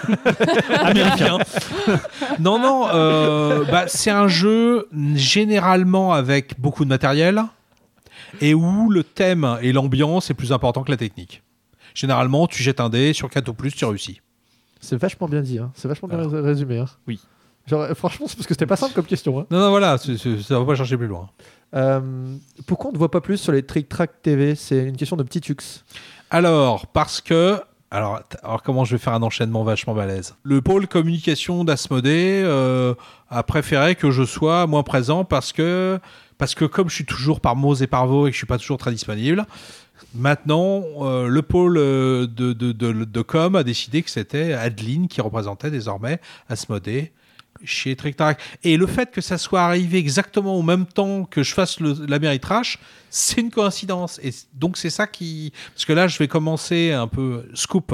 américain. Non, non, euh, bah, c'est un jeu généralement avec beaucoup de matériel et où le thème et l'ambiance est plus important que la technique. Généralement, tu jettes un dé, sur quatre ou plus, tu réussis. C'est vachement bien dit, hein. C'est vachement bien Alors. résumé. Hein. Oui. Genre, franchement, c'est parce que c'était pas simple comme question. Hein. Non, non, voilà, c'est, c'est, ça va pas chercher plus loin. Euh, pourquoi on ne voit pas plus sur les Trick Track T V? C'est une question de petit tux. Alors, parce que... Alors, t- alors, comment je vais faire un enchaînement vachement balèze? Le pôle communication d'Asmodée euh, a préféré que je sois moins présent parce que, parce que comme je suis toujours par mots et par voix et que je suis pas toujours très disponible, maintenant, euh, le pôle euh, de, de, de, de com a décidé que c'était Adeline qui représentait désormais Asmodée chez Trick Track. Et le fait que ça soit arrivé exactement au même temps que je fasse le, la Méritrash, c'est une coïncidence. Et donc c'est ça qui... Parce que là, je vais commencer un peu scoop.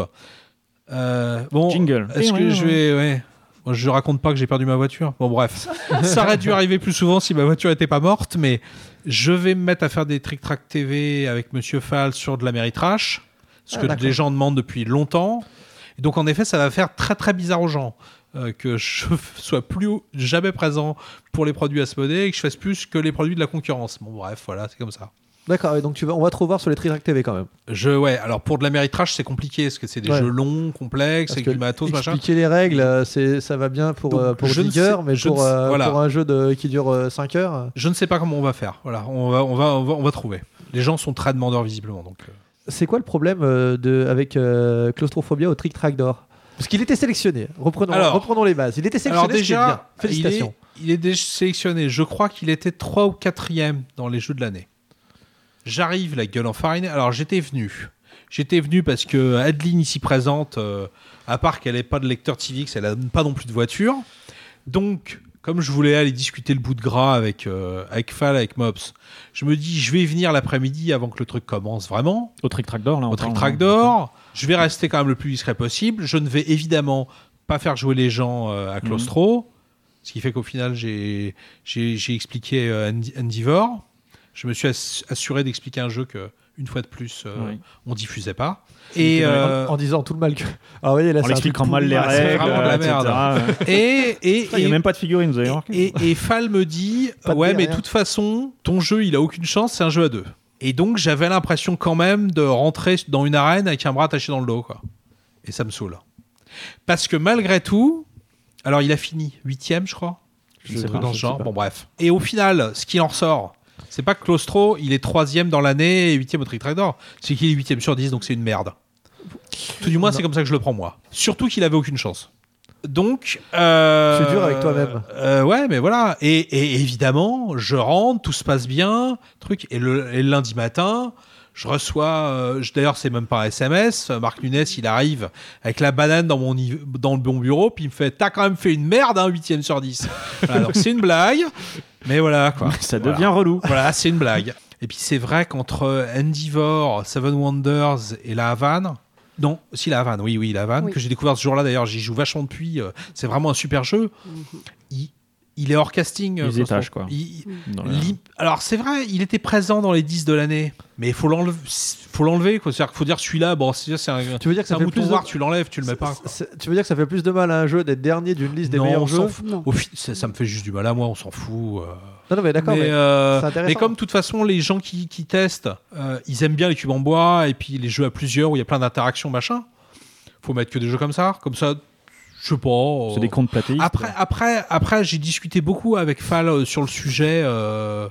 Euh, bon, Jingle. Est-ce Oui, que oui, je oui. vais... Ouais. Moi, je raconte pas que j'ai perdu ma voiture. Bon, bref. Ça aurait dû arriver plus souvent si ma voiture était pas morte, mais je vais me mettre à faire des Trick Track T V avec Monsieur Fall sur de la Méritrash, ce Ah, que d'accord. les gens demandent depuis longtemps. Et donc, en effet, ça va faire très très bizarre aux gens euh, que je sois plus jamais présent pour les produits Asmodée et que je fasse plus que les produits de la concurrence. Bon, bref, voilà, c'est comme ça. D'accord, et donc tu vas, on va te revoir sur les Trick Track T V quand même. Je, ouais, alors pour de la Méritrash, c'est compliqué parce que c'est des Ouais. jeux longs, complexes, Parce avec que du matos, machin. expliquer les règles, euh, c'est, ça va bien pour, Donc, euh, pour je ne Digger, sais- mais je pour, ne sais- euh, voilà. pour un jeu de, qui dure euh, cinq heures. Je ne sais pas comment on va faire. Voilà, on va, on va, on va, on va trouver. Les gens sont très demandeurs visiblement, donc. euh. C'est quoi le problème euh, de, avec euh, Claustrophobia au Trick Track d'or? Parce qu'il était sélectionné. Reprenons, Alors- reprenons les bases. Il était sélectionné. Alors ce qui est déjà, bien. Félicitations. Il est, il est déjà sélectionné. Je crois qu'il était trois ou quatrième dans les jeux de l'année. J'arrive, la gueule en farine. Alors j'étais venu. J'étais venu parce que Adeline ici présente, euh, à part qu'elle n'ait pas de lecteur T V X, elle n'a pas non plus de voiture. Donc, comme je voulais aller discuter le bout de gras avec, euh, avec Fall, avec Mops, je me dis, je vais venir l'après-midi avant que le truc commence vraiment. Au Trick Track d'or, là. on Au Trick parle, Track hein. d'or. Je vais rester quand même le plus discret possible. Je ne vais évidemment pas faire jouer les gens euh, à Claustro. Ce qui fait qu'au final, j'ai, j'ai, j'ai expliqué euh, Endi- Endeavor. Je me suis ass- assuré d'expliquer un jeu que, une fois de plus, euh, Oui. on diffusait pas. Et, En- euh, en, disant tout le mal que. Ah, vous voyez, là, En c'est un l'expliquant truc mal les pourri. c'est règles, vraiment de la et cetera. et, et, Il n'y a et- même pas de figurine, vous avez remarqué. Et, et Fall me dit Pas de ouais, dé, mais rien. de toute façon, ton jeu, il a aucune chance, c'est un jeu à deux. Et donc, j'avais l'impression quand même de rentrer dans une arène avec un bras attaché dans le dos, quoi. Et ça me saoule. Parce que malgré tout, alors il a fini huitième, je crois. Je Un sais truc pas, dans je ce sais genre. pas. Bon, bref. Et au final, ce qui en ressort, c'est pas que Claustro, il est troisième dans l'année et huitième au Trick Track d'or. C'est qu'il est huitième sur dix, donc c'est une merde. Tout du moins, Non. c'est comme ça que je le prends, moi. Surtout qu'il avait aucune chance. Donc, euh, C'est dur avec toi-même. euh, ouais, mais voilà. Et, et évidemment, je rentre, tout se passe bien, truc. Et le, et le lundi matin, je reçois. euh, je- D'ailleurs, c'est même pas un S M S. Marc Nunes, il arrive avec la banane dans mon nive- dans le bon bureau, puis il me fait, t'as quand même fait une merde, hein, huitième sur dix. Voilà, donc c'est une blague, mais voilà quoi. Ça Voilà. devient relou. Voilà, c'est une blague. Et puis c'est vrai qu'entre Endeavor, Seven Wonders et La Havane, non, si La Havane, oui, oui, La Havane, Oui. que j'ai découvert ce jour-là d'ailleurs, j'y joue vachement depuis, euh, c'est vraiment un super jeu. Il, il est hors casting. euh, Ils Claustro. étagent, quoi. Il- Dans la- li- Alors c'est vrai, il était présent dans les dix de l'année, mais il faut l'enlever, faut l'enlever quoi. C'est-à-dire qu'il faut dire celui-là, bon, c'est c'est un, Tu veux dire que c'est ça un fait mouton plus de- noir, tu l'enlèves, tu le mets pas. quoi. C'est- Tu veux dire que ça fait plus de mal à un jeu d'être dernier d'une liste des Non, meilleurs on jeux? s'en fout. Non. Au fi- ça, ça me fait juste du mal à moi, on s'en fout. euh. Non, non, mais d'accord. mais, mais euh, c'est intéressant. mais comme de toute façon les gens qui, qui testent, euh, ils aiment bien les cubes en bois et puis les jeux à plusieurs où il y a plein d'interactions machin. Faut mettre que des jeux comme ça, comme ça, je sais pas. euh. C'est des comptes platéistes. Après, après, après, j'ai discuté beaucoup avec Fall euh, sur le sujet euh,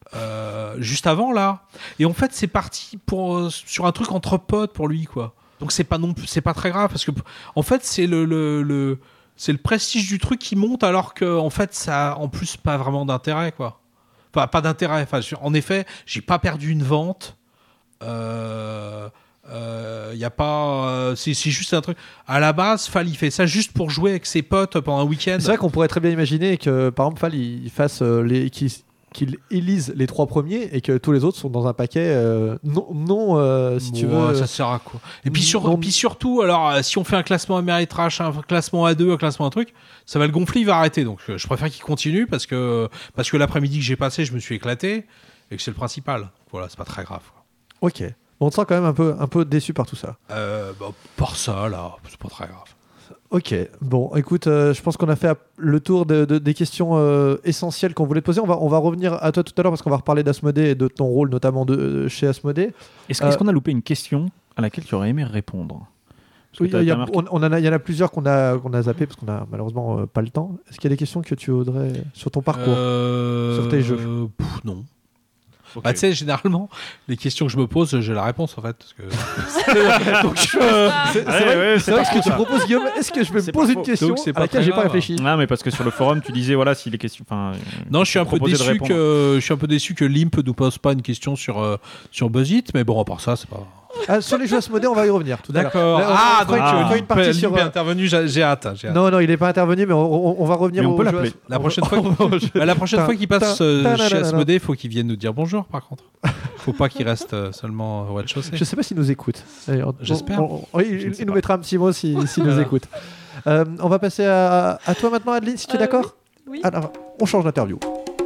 euh, juste avant là, et en fait c'est parti pour euh, sur un truc entre potes pour lui quoi. Donc c'est pas non plus, c'est pas très grave parce que en fait c'est le, le, le c'est le prestige du truc qui monte alors que en fait ça a en plus pas vraiment d'intérêt quoi. Enfin pas d'intérêt. Enfin je- en effet j'ai pas perdu une vente. Euh, euh, y a pas, euh, c'est c'est juste un truc. À la base, Fall il fait ça juste pour jouer avec ses potes pendant un week-end. C'est vrai qu'on pourrait très bien imaginer que, par exemple, Fall il fasse euh, les, qu'il qu'il élise les trois premiers et que tous les autres sont dans un paquet euh, non, non euh, si tu Ouais, veux. ça sert à quoi? Et puis, sur, non- puis surtout, alors, euh, si on fait un classement Ameritrash, un classement A deux, un classement un truc, ça va le gonfler, il va arrêter. Donc, euh, je préfère qu'il continue parce que, parce que l'après-midi que j'ai passé, je me suis éclaté et que c'est le principal. Voilà, c'est pas très grave. Quoi. Ok. Bon, on te sent quand même un peu, un peu déçu par tout ça. Euh, bah, par ça, là, c'est pas très grave. Ok, bon, écoute, euh, je pense qu'on a fait le tour de, de- des questions euh, essentielles qu'on voulait te poser. On va, on va revenir à toi tout à l'heure parce qu'on va reparler d'Asmodée et de ton rôle notamment de, de chez Asmodée. Est-ce, Euh, est-ce qu'on a loupé une question à laquelle tu aurais aimé répondre? Parce que Oui, t'as- il y, t'as a- marqué- on, on en a, il y en a plusieurs qu'on a, qu'on a zappé parce qu'on a malheureusement euh, pas le temps. Est-ce qu'il y a des questions que tu voudrais sur ton parcours Euh, sur tes jeux. pff, Non. Ok. Bah, tu sais, généralement, les questions que je me pose, j'ai la réponse en fait. Parce que... Donc, je- C'est Ouais, c'est vrai, ouais, c'est c'est vrai pas ce que faux, tu ça. proposes, Guillaume. Est-ce que je peux C'est me poser pas une faux. question Donc, c'est à pas laquelle très j'ai pas grave. réfléchi Non, mais parce que sur le forum, tu disais voilà si les questions. Enfin, Non, je suis un peu proposais de déçu répondre. que je suis un peu déçu que Limp nous pose pas une question sur euh, sur BuzzIt, mais bon à part ça c'est pas. Ah, sur les jeux Asmodée, on va y revenir tout à l'heure. D'accord. Là, on- Ah on fera donc une- on euh, fera une Limp, partie Limp sur. est euh, intervenu, j'ai j'ai hâte. j'ai hâte. Non, non, il n'est pas intervenu, mais on, on- on va revenir Mais on aux peut jeux l'appeler. As- La prochaine fois, on- Bah, la prochaine Tin, fois qu'il passe tin, euh, tin, chez nanana. Asmodée, il faut qu'il vienne nous dire bonjour par contre. Faut pas qu'il reste euh, seulement au rez-de-chaussée. Je sais pas s'il nous écoute. Allez, on- J'espère. on- on- oui, Je il, ne sais il nous pas. mettra un petit mot s'il s'il nous Voilà. écoute. Euh, on va passer à, à toi maintenant, Adeline, si tu es Euh, d'accord. Oui. Alors, on change d'interview.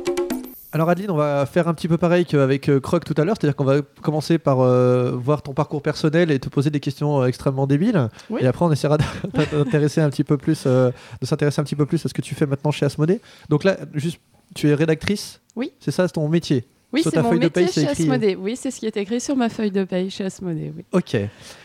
Alors Adeline, on va faire un petit peu pareil qu'avec euh, Croc tout à l'heure, c'est-à-dire qu'on va commencer par euh, voir ton parcours personnel et te poser des questions euh, extrêmement débiles, Oui. et après on essaiera de t'intéresser un petit peu plus, euh, de s'intéresser un petit peu plus à ce que tu fais maintenant chez Asmodée. Donc là, juste, tu es rédactrice. Oui. C'est ça, c'est ton métier. Oui, Sur c'est ta mon feuille de métier paye, c'est chez écrit- Asmodée. Oui, c'est ce qui est écrit sur ma feuille de paye chez Asmodée. Oui. Ok.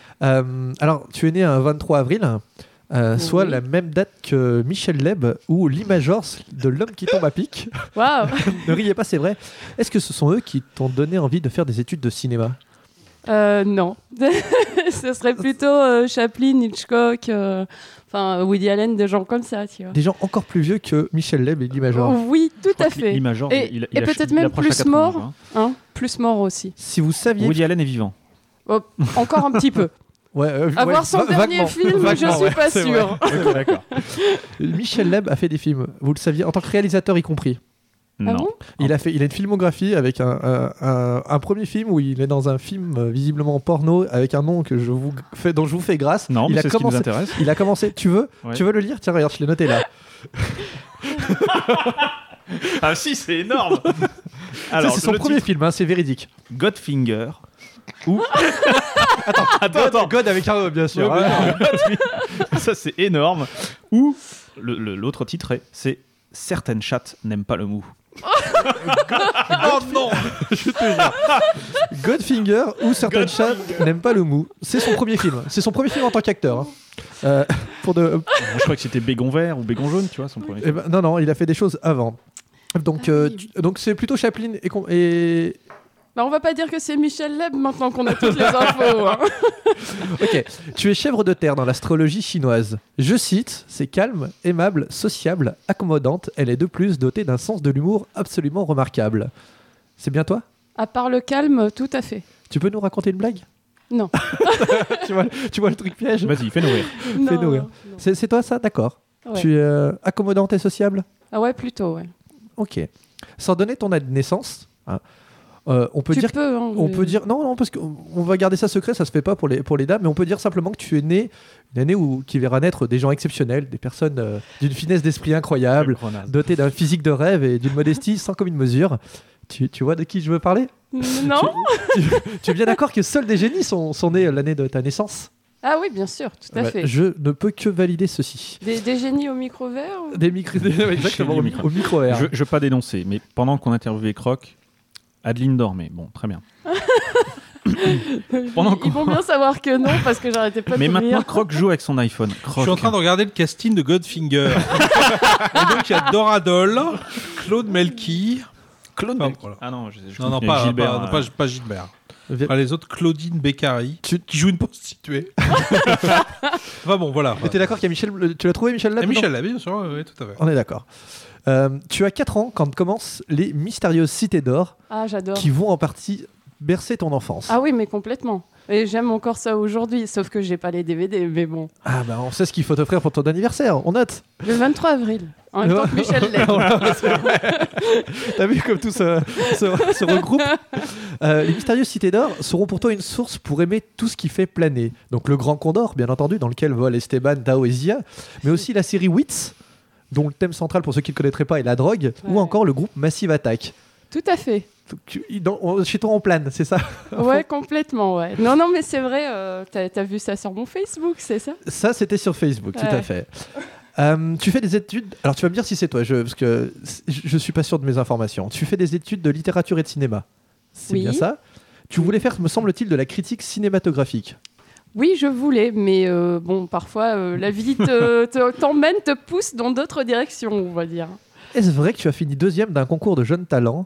Euh, alors, tu es né un vingt-trois avril, euh, Oui. soit la même date que Michel Leb ou Lee Majors de L'homme qui tombe à pic. Waouh. Ne riez pas, c'est vrai. Est-ce que ce sont eux qui t'ont donné envie de faire des études de cinéma? Euh, non. Ce serait plutôt euh, Chaplin, Hitchcock, euh, enfin Woody Allen, des gens comme ça, tu vois. Des gens encore plus vieux que Michel Leb et Lee Majors. Oui, tout Je crois à que fait. l'Imageur, Et- il, il et a- peut-être il même approche la plus quatre-vingts, mort. quoi. Hein, plus mort aussi. Si vous saviez... Woody Allen est vivant. Oh, encore un petit peu. Ouais, euh, À ouais, voir son va- dernier vaguement. film, je Vaguement, suis ouais, pas c'est sûre. Ok, d'accord. Michel Leb a fait des films, vous le saviez, en tant que réalisateur y compris. Ah Non. bon Il a, fait, il a une filmographie avec un, un, un- un premier film où il est dans un film euh, visiblement porno avec un nom que je vous fais, dont je vous fais grâce. Non, il mais a c'est ce qui nous commencé, intéresse. il a commencé. Tu veux, Ouais. tu veux le lire? Tiens, regarde, je l'ai noté là. Ah si, c'est énorme. Ça, c'est son le premier titre, film, hein, c'est véridique. Godfinger. Ou attends, attends, God, attends. God avec un E, bien sûr. Ouais, hein. mais- Ça c'est énorme. Ou le- le- l'autre titre est c'est certaines chattes n'aiment pas le mou. Oh non. Godfinger ou certaines chats n'aiment pas le mou. C'est son premier film. C'est son premier film en tant qu'acteur. hein. Euh, pour de, Bon, je crois que c'était Bégon vert ou Bégon jaune, tu vois, son premier. eh ben, non, non, il a fait des choses avant. Donc, Ah euh, oui. tu- donc c'est plutôt Chaplin et, com- et... Bah, on va pas dire que c'est Michel Leb maintenant qu'on a toutes les infos. Hein. Ok, tu es chèvre de terre dans l'astrologie chinoise. Je cite, c'est calme, aimable, sociable, accommodante. Elle est de plus dotée d'un sens de l'humour absolument remarquable. C'est bien toi? À part le calme, tout à fait. Tu peux nous raconter une blague? Non. tu, vois, tu vois le truc piège? Vas-y, fais-nous rire. Non, nourrir. non. C'est c'est toi ça? D'accord. Ouais. Tu es euh, accommodante et sociable? Ah ouais, plutôt, ouais. Ok. Sans donner ton année de naissance, hein, euh, on peut tu dire... peux, hein, On mais- peut dire non non parce qu'on on va garder ça secret, ça se fait pas pour les pour les dames, mais on peut dire simplement que tu es né une année où qui verra naître des gens exceptionnels, des personnes euh, d'une finesse d'esprit incroyable, Grenade. dotées d'un physique de rêve et d'une modestie sans commune mesure. Tu, tu vois de qui je veux parler? Non. tu, tu es bien d'accord que seuls des génies sont, sont nés l'année de ta naissance? Ah oui, bien sûr, tout à Ouais, fait. je ne peux que valider ceci. Des, des génies au micro vert. ou- Des micro, des- ouais, exactement au, Génie au micro, au micro air. Je ne veux pas dénoncer, mais pendant qu'on interviewait Croc, Adeline dormait. Bon, très bien. Pendant Ils vont bien savoir que non parce que j'arrêtais pas Mais de maintenant, rire. Croc joue avec son iPhone. Je Croc. suis en train de regarder le casting de Godfinger. Et donc il y a Dora Doll, Claude Melky. Claude. Enfin, voilà. Ah non, je, je Non, non, confonds pas avec Gilbert. Gilbert. pas, euh, pas, pas Gilbert. Vi- Enfin, les autres, Claudine Beccari, Tu- qui joue une prostituée. Enfin bon, voilà. Mais t'es d'accord qu'il y a Michel, tu l'as trouvé Michel Et Leb dedans? Michel Labé, bien sûr, oui, tout à fait. On est d'accord. Euh, tu as quatre ans quand commencent les mystérieuses cités d'or Ah, j'adore. qui vont en partie bercer ton enfance. Ah oui, mais complètement. Et j'aime encore ça aujourd'hui, sauf que j'ai pas les D V D, mais bon. Ah bah on sait ce qu'il faut t'offrir pour ton anniversaire, on note. Le vingt-trois avril, en même temps que Michel Leb. Voilà, c'est vrai. T'as vu comme tout se, se- se regroupe. Euh, les mystérieuses cités d'or seront pour toi une source pour aimer tout ce qui fait planer. Donc le Grand Condor, bien entendu, dans lequel volent Esteban, Tao et Zia, mais aussi la série Wits, dont le thème central, pour ceux qui ne le connaîtraient pas, est la drogue, Ouais. ou encore le groupe Massive Attack. Tout à fait. Donc, tu- dans- on- chez toi, on plane, c'est ça? Ouais, complètement, ouais. Non, non, mais c'est vrai, euh, t'as, t'as vu ça sur mon Facebook, c'est ça? Ça, c'était sur Facebook, tout à Ouais. fait. Euh, tu fais des études. Alors, tu vas me dire si c'est toi, je, parce que je, je suis pas sûr de mes informations. Tu fais des études de littérature et de cinéma. C'est Oui. bien ça? Tu voulais faire, me semble-t-il, de la critique cinématographique. Oui, je voulais, mais euh, bon, parfois, euh, la vie te, te- t'emmène, te pousse dans d'autres directions, on va dire. Est-ce vrai que tu as fini deuxième d'un concours de jeunes talents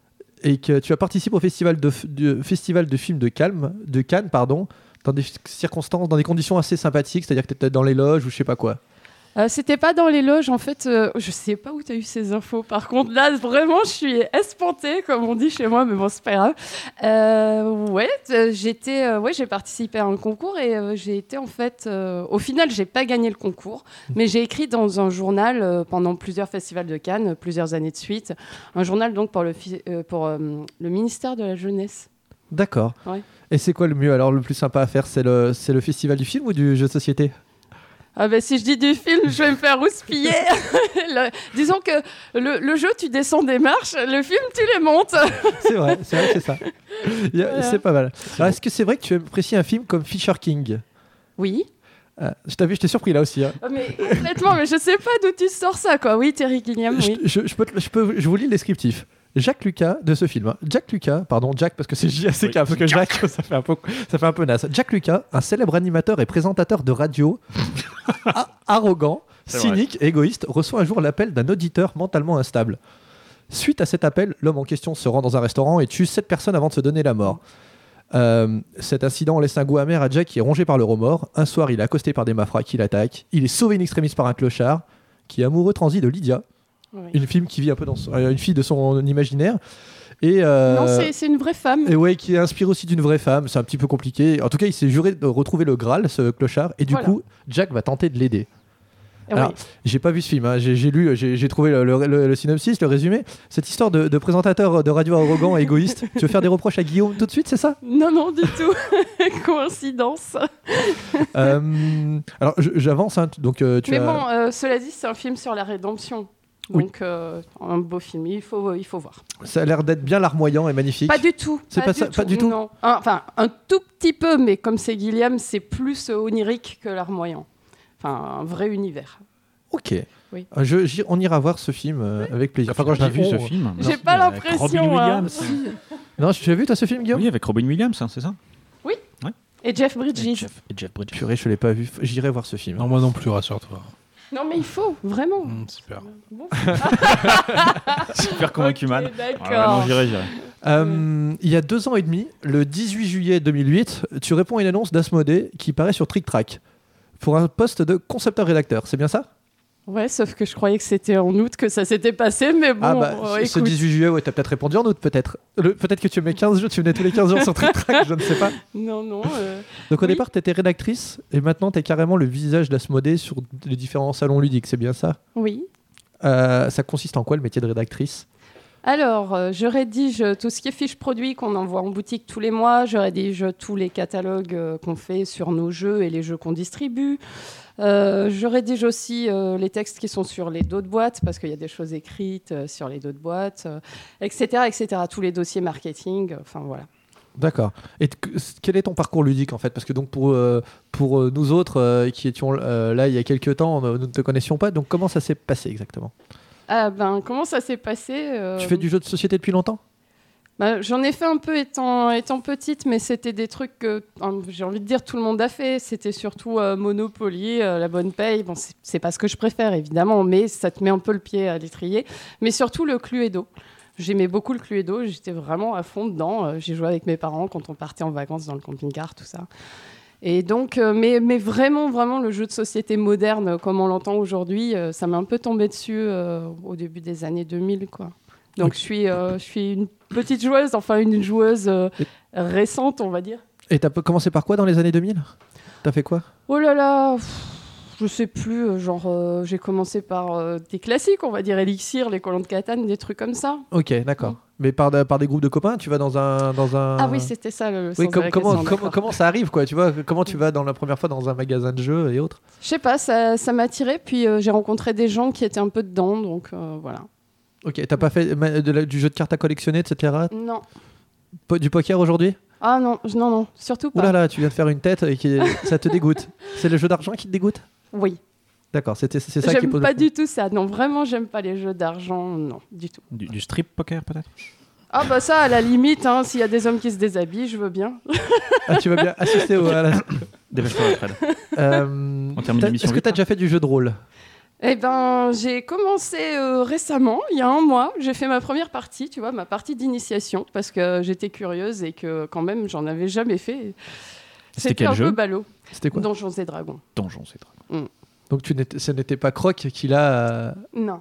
et que tu as participé au festival de, f- du festival de films de Cannes, de Cannes, pardon, dans des circonstances, dans des conditions assez sympathiques, c'est-à-dire que tu étais dans les loges ou je sais pas quoi. Euh, c'était pas dans les loges, en fait. euh, je sais pas où t'as eu ces infos. Par contre, là, vraiment, je suis espantée, comme on dit chez moi, mais bon, c'est pas grave. Euh, ouais, euh, j'étais, euh, ouais, j'ai participé à un concours et euh, j'ai été, en fait, euh, au final, j'ai pas gagné le concours, mais j'ai écrit dans un journal euh, pendant plusieurs festivals de Cannes, plusieurs années de suite, un journal donc pour le, fi- euh, pour euh, le ministère de la Jeunesse. D'accord. Ouais. Et c'est quoi le mieux alors, le plus sympa à faire? C'est le, c'est le festival du film ou du jeu de société? Ah ben si je dis du film, je vais me faire houspiller. Le- disons que le, le jeu, tu descends des marches, le film, tu les montes. C'est vrai, c'est vrai que c'est ça. Il y a- Voilà. C'est pas mal. Alors, est-ce que c'est vrai que tu apprécies un film comme Fisher King? Oui. Ah, je t'ai vu, je t'ai surpris là aussi. hein. Ah, mais complètement, mais je sais pas d'où tu sors ça, quoi. Oui, Terry Gilliam, oui. Je, je- je peux te- je peux- je vous lis le descriptif. Jacques Lucas de ce film. hein. Jack Lucas, pardon, Jack parce que c'est J A C K, Oui, parce que Jack. Jacques, ça fait un peu, ça fait un peu naze. Jack Lucas, un célèbre animateur et présentateur de radio, a- arrogant, C'est cynique et égoïste, reçoit un jour l'appel d'un auditeur mentalement instable. Suite à cet appel, l'homme en question se rend dans un restaurant et tue sept personnes avant de se donner la mort. Euh, cet incident laisse un goût amer à Jack qui est rongé par le remords. Un soir, il est accosté par des malfrats qui l'attaquent. Il est sauvé in extremis par un clochard qui est amoureux transi de Lydia, Oui. une fille qui vit un peu dans son- euh, une fille de son imaginaire et euh, Non, c'est, c'est une vraie femme. et ouais qui est inspiré aussi d'une vraie femme. C'est un petit peu compliqué. En tout cas, il s'est juré de retrouver le Graal, ce clochard, et du Voilà. coup, Jack va tenter de l'aider. Ah Alors, oui. j'ai pas vu ce film, hein. j'ai, j'ai lu, j'ai, j'ai trouvé le, le- le- le synopsis, le résumé. Cette histoire de, de présentateur de radio arrogant et égoïste. Tu veux faire des reproches à Guillaume tout de suite, c'est ça? Non, non, du tout. Coïncidence. Euh, Alors, je- j'avance. hein. Donc, euh, tu Mais as... bon, euh, cela dit, c'est un film sur la rédemption. Oui. Donc, euh, un beau film, il faut, il faut voir. ça a l'air d'être bien larmoyant et magnifique. Pas du tout. C'est pas ça- pas du tout Non. Un- Enfin, un tout petit peu, mais comme c'est Gilliam, c'est plus euh, onirique que larmoyant. Enfin, un vrai univers. Ok. Oui. Euh, je- j'y- on ira voir ce film euh, avec plaisir. Enfin, quand je J'ai dis vu on- ce film. J'ai Non, pas avec l'impression, Robin hein. Williams. Non, tu as vu toi ce film, Guillaume? Oui, avec Robin Williams, hein, c'est ça Et Jeff Et Bridges. Jeff, et Jeff Bridges. Purée, je l'ai pas vu. J'irai voir ce film. Non, moi non plus, rassure-toi. Non, mais il faut, vraiment. Hum, super. Bon. Super convaincu, man. Ok, d'accord. Ah ouais, non, j'irai, j'irai. Euh, il y a deux ans et demi, le dix-huit juillet deux mille huit, tu réponds à une annonce d'Asmodée qui paraît sur Trick Track pour un poste de concepteur-rédacteur. C'est bien ça? Ouais, sauf que je croyais que c'était en août que ça s'était passé, mais bon, ah bah, euh, ce écoute. dix-huit juillet, ouais, t'as peut-être répondu en août, peut-être. Le- Peut-être que tu mets quinze jours, tu venais tous les quinze jours sur Trick Track, je ne sais pas. Non, non. euh, Donc au Oui. départ, t'étais rédactrice et maintenant t'es carrément le visage d'Asmodée sur les différents salons ludiques. C'est bien ça? Oui. Euh, ça consiste en quoi le métier de rédactrice? Alors, euh, je rédige tout ce qui est fiches produits qu'on envoie en boutique tous les mois. Je rédige tous les catalogues euh, qu'on fait sur nos jeux et les jeux qu'on distribue. Euh, je rédige aussi euh, les textes qui sont sur les dos de boîte, parce qu'il y a des choses écrites euh, sur les dos de boîte, euh, et cetera, et cetera. Tous les dossiers marketing, euh, enfin voilà. D'accord. Et t- quel est ton parcours ludique en fait? Parce que donc pour, euh, pour euh, nous autres euh, qui étions euh, là il y a quelques temps, euh, nous ne te connaissions pas. Donc comment ça s'est passé exactement? Ah ben, comment ça s'est passé euh, Tu fais du jeu de société depuis longtemps? Bah, j'en ai fait un peu étant, étant petite, mais c'était des trucs que, hein, j'ai envie de dire, tout le monde a fait. C'était surtout euh, Monopoly, euh, La Bonne Paye. Bon, c'est, c'est pas ce que je préfère, évidemment, mais ça te met un peu le pied à l'étrier. Mais surtout le Cluedo. J'aimais beaucoup le Cluedo, j'étais vraiment à fond dedans. Euh, J'ai joué avec mes parents quand on partait en vacances dans le camping-car, tout ça. Et donc, euh, mais, mais vraiment, vraiment, le jeu de société moderne, euh, comme on l'entend aujourd'hui, euh, ça m'a un peu tombé dessus euh, au début des années deux mille, quoi. Donc, je suis, euh, je suis une petite joueuse, enfin une joueuse euh, récente, on va dire. Et t'as commencé par quoi dans les années deux mille? T'as fait quoi? Oh là là, pff, je sais plus, euh, genre euh, j'ai commencé par euh, des classiques, on va dire Elixir, les colons de Catane, des trucs comme ça. Ok, d'accord. Mm. Mais par, de- par des groupes de copains, tu vas dans un... Dans un... Ah oui, c'était ça le Oui, sens com- de la comment, question, comment, d'accord. comment ça arrive, quoi? Tu vois, comment tu vas dans la première fois dans un magasin de jeux et autres? Je sais pas, ça, ça m'a attiré, puis euh, j'ai rencontré des gens qui étaient un peu dedans, donc euh, voilà. Ok, t'as pas fait ma- de la- du jeu de cartes à collectionner, et cetera. Non. Po- Du poker aujourd'hui? Ah non, je- non, non, surtout pas. Ouh là là, tu viens de faire une tête et qui... ça te dégoûte. C'est le jeu d'argent qui te dégoûte? Oui. D'accord, c'était- c'est ça qui J'aime pose pas le du tout ça. Non, vraiment, j'aime pas les jeux d'argent. Non, du tout. Du, du strip poker peut-être? Ah bah ça, à la limite, hein, s'il y a des hommes qui se déshabillent, je veux bien. Ah, tu veux bien assister au... à la- Dépêche-toi, Fred. Euh, On termine t'as- l'émission Est-ce que vite, tu as hein. déjà fait du jeu de rôle? Eh ben, j'ai commencé euh, récemment, il y a un mois. J'ai fait ma première partie, tu vois, ma partie d'initiation, parce que j'étais curieuse et que quand même, j'en avais jamais fait. C'était quel un jeu peu ballot. C'était quoi? Donjons et Dragons. Donjon, c'est très. Donc tu n'étais- ce n'était pas Croc qui l'a... euh, Non,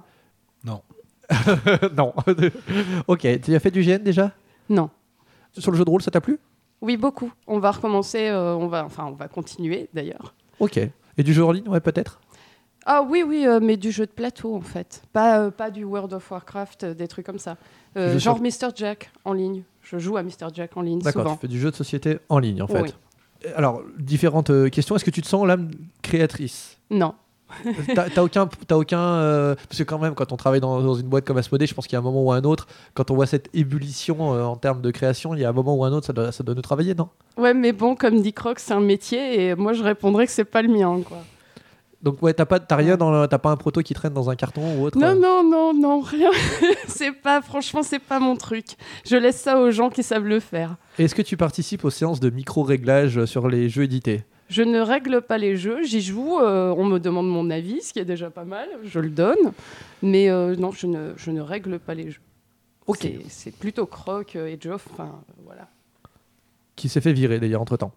non. Ok, tu as fait du G N déjà? non. Sur le jeu de rôle, ça t'a plu? Oui, beaucoup. On va recommencer, euh, on va, enfin, on va continuer d'ailleurs. Ok. Et du jeu en ligne, ouais, peut-être? Ah oui, oui, euh, mais du jeu de plateau en fait. Pas, euh, pas du World of Warcraft, euh, des trucs comme ça. Euh, Jeu genre sur- mister Jack en ligne. Je joue à mister Jack en ligne D'accord, souvent. tu fais du jeu de société en ligne, en fait. Oui. Alors, différentes euh, questions. Est-ce que tu te sens l'âme créatrice? Non. T'as t'as aucun... T'as aucun euh, Parce que quand même, quand on travaille dans, dans une boîte comme Asmodée, je pense qu'il y a un moment ou un autre, quand on voit cette ébullition euh, en termes de création, il y a un moment ou un autre, ça doit, ça doit nous travailler, non? Ouais, mais bon, comme dit Croc, c'est un métier et moi je répondrais que c'est pas le mien, quoi. Donc ouais, t'as pas, t'as rien dans le- t'as pas un proto qui traîne dans un carton ou autre? Non, euh non, non, non, rien. c'est pas, franchement, c'est pas mon truc. Je laisse ça aux gens qui savent le faire. Et Est-ce que tu participes aux séances de micro-réglage sur les jeux édités? Je ne règle pas les jeux, j'y joue, euh, on me demande mon avis, ce qui est déjà pas mal, je le donne, mais euh, non, je ne, je ne règle pas les jeux. Ok. C'est- C'est plutôt Croc euh, et Geoff, enfin, euh, voilà. Qui s'est fait virer d'ailleurs entre-temps.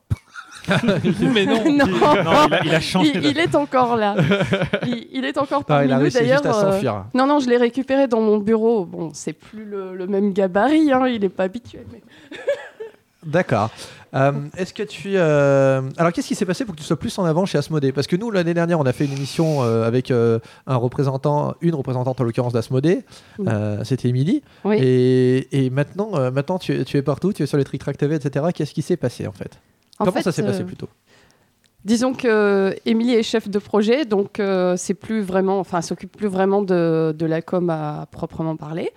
Mais non. non, Non, il a, il a changé. il, il est encore là. Il, il est encore Ah, parmi il a nous réussi d'ailleurs. juste à euh, s'enfuir. Non, non, je l'ai récupéré dans mon bureau. Bon, c'est plus le, le même gabarit, hein, il n'est pas habitué. Mais... D'accord. Euh, Est-ce que tu... euh, Alors, qu'est-ce qui s'est passé pour que tu sois plus en avant chez Asmodée? Parce que nous, l'année dernière, on a fait une émission euh, avec euh, un représentant, une représentante en l'occurrence d'Asmodée. Oui. Euh, C'était Émilie. Oui. Et, et maintenant, euh, maintenant tu, es, tu es partout, tu es sur les Trick Track T V, et cetera. Qu'est-ce qui s'est passé en fait? En Comment fait, ça s'est passé euh, plutôt? Disons que Émilie est chef de projet, donc euh, c'est plus vraiment, enfin, elle s'occupe plus vraiment de, de la com à proprement parler.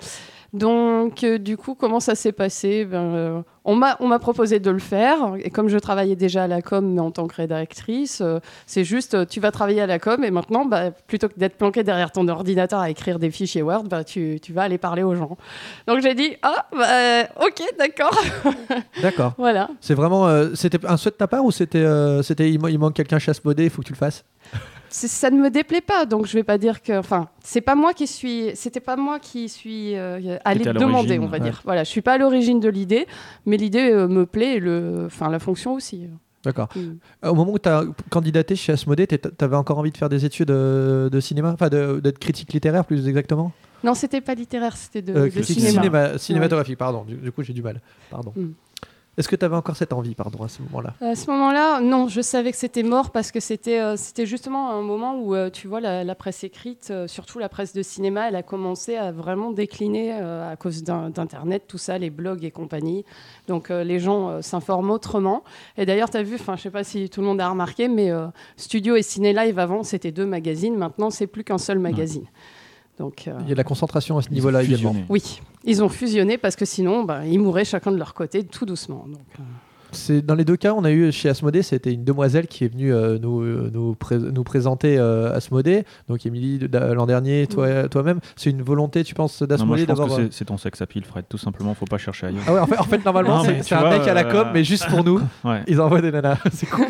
Donc, euh, du coup, comment ça s'est passé? Ben, euh, on m'a on m'a proposé de le faire, et comme je travaillais déjà à la com, mais en tant que rédactrice, euh, c'est juste, euh, tu vas travailler à la com, et maintenant, bah, plutôt que d'être planqué derrière ton ordinateur à écrire des fichiers Word, bah, tu, tu vas aller parler aux gens. Donc, j'ai dit, ah, bah, ok, d'accord, D'accord. voilà. C'est vraiment... euh, c'était un souhait de ta part ou c'était... euh, c'était il, ma- il manque quelqu'un chez Asmodée, il faut que tu le fasses? C'est- ça ne me déplaît pas, donc je vais pas dire que, enfin, c'est pas moi qui suis, c'était pas moi qui suis euh, allé T'étais à demander, l'origine, on va ouais. dire. Voilà, je suis pas à l'origine de l'idée, mais l'idée euh, me plaît, et le, enfin, la fonction aussi. D'accord. Mm. Au moment où tu as candidaté chez Asmodée, tu avais encore envie de faire des études euh, de cinéma? Enfin, de- d'être critique littéraire plus exactement? Non, c'était pas littéraire, c'était de, Euh, de critique cinéma. cinéma- cinématographique, pardon. Du, du coup, j'ai du mal. Pardon. Mm. Est-ce que tu avais encore cette envie, pardon, à ce moment-là? À ce moment-là, non, je savais que c'était mort parce que c'était euh, c'était justement un moment où, euh, tu vois, la, la presse écrite, euh, surtout la presse de cinéma, elle a commencé à vraiment décliner euh, à cause d'in- d'Internet, tout ça, les blogs et compagnie. Donc, euh, les gens euh, s'informent autrement. Et d'ailleurs, tu as vu, enfin, je sais pas si tout le monde a remarqué, mais euh, Studio et Ciné Live, avant, c'était deux magazines. Maintenant, c'est plus qu'un seul magazine. Donc, euh, Il y a de la concentration à ce Ils ont niveau-là également. fusionné. oui, ils ont fusionné parce que sinon, bah, ils mourraient chacun de leur côté, tout doucement. Donc, euh, C'est dans les deux cas, on a eu chez Asmodée, c'était une demoiselle qui est venue euh, nous, euh, nous, pré- nous présenter euh, Asmodée. Donc Émilie de- de- l'an dernier, toi, toi-même, c'est une volonté, tu penses, Non, moi, d'Asmodée je pense que d'avoir. euh, c'est- c'est ton sex appeal, Fred. Tout simplement, faut pas chercher ailleurs. Ah ouais, en fait, en fait normalement, Non, c'est mais c'est tu un vois, mec à la com, euh, mais juste pour nous, Ouais. ils envoient des nanas. C'est cool.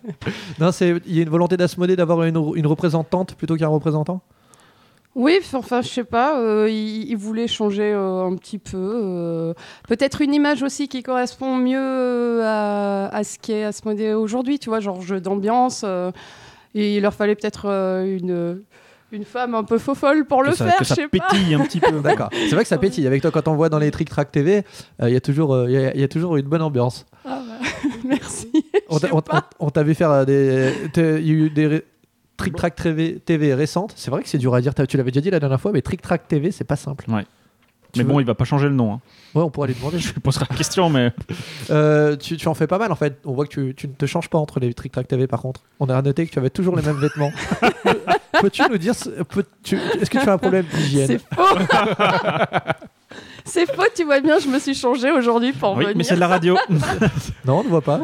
Non, c'est il y a une volonté d'Asmodée d'avoir une, une représentante plutôt qu'un représentant. oui, enfin, je sais pas, euh, ils, ils voulaient changer euh, un petit peu. euh, Peut-être une image aussi qui correspond mieux euh, à, à ce qu'est Asmodée aujourd'hui, tu vois, genre jeu d'ambiance. euh, et il leur fallait peut-être euh, une, une femme un peu faux-folle pour le Que ça, faire, que je ça sais pas. pétille un petit peu. D'accord. C'est vrai que ça pétille. Avec toi, quand on voit dans les Trick Track T V, euh, il y a toujours, euh, il y a- il y a toujours une bonne ambiance. Ah, ouais. Merci. On, Je t'a- sais on- pas. on- on t'a vu faire des. t'es- Il y a eu des ré- Trick Track T V, T V récentes. C'est vrai que c'est dur à dire. T'as- Tu l'avais déjà dit la dernière fois, mais Trick Track T V, c'est pas simple. Ouais. Tu Mais veux- bon, il va pas changer le nom. Hein. Ouais, on pourrait lui demander. Je lui poserai la question, mais. Euh, tu, tu en fais pas mal en fait. On voit que tu, tu ne te changes pas entre les Trick Track T V par contre. On a noté que tu avais toujours les mêmes vêtements. Peux-tu nous dire, ce- peux- tu- est-ce que tu as un problème d'hygiène? C'est faux. C'est faux, tu vois bien, je me suis changée aujourd'hui pour Oui, venir. mais c'est de la radio. Non, on ne voit pas.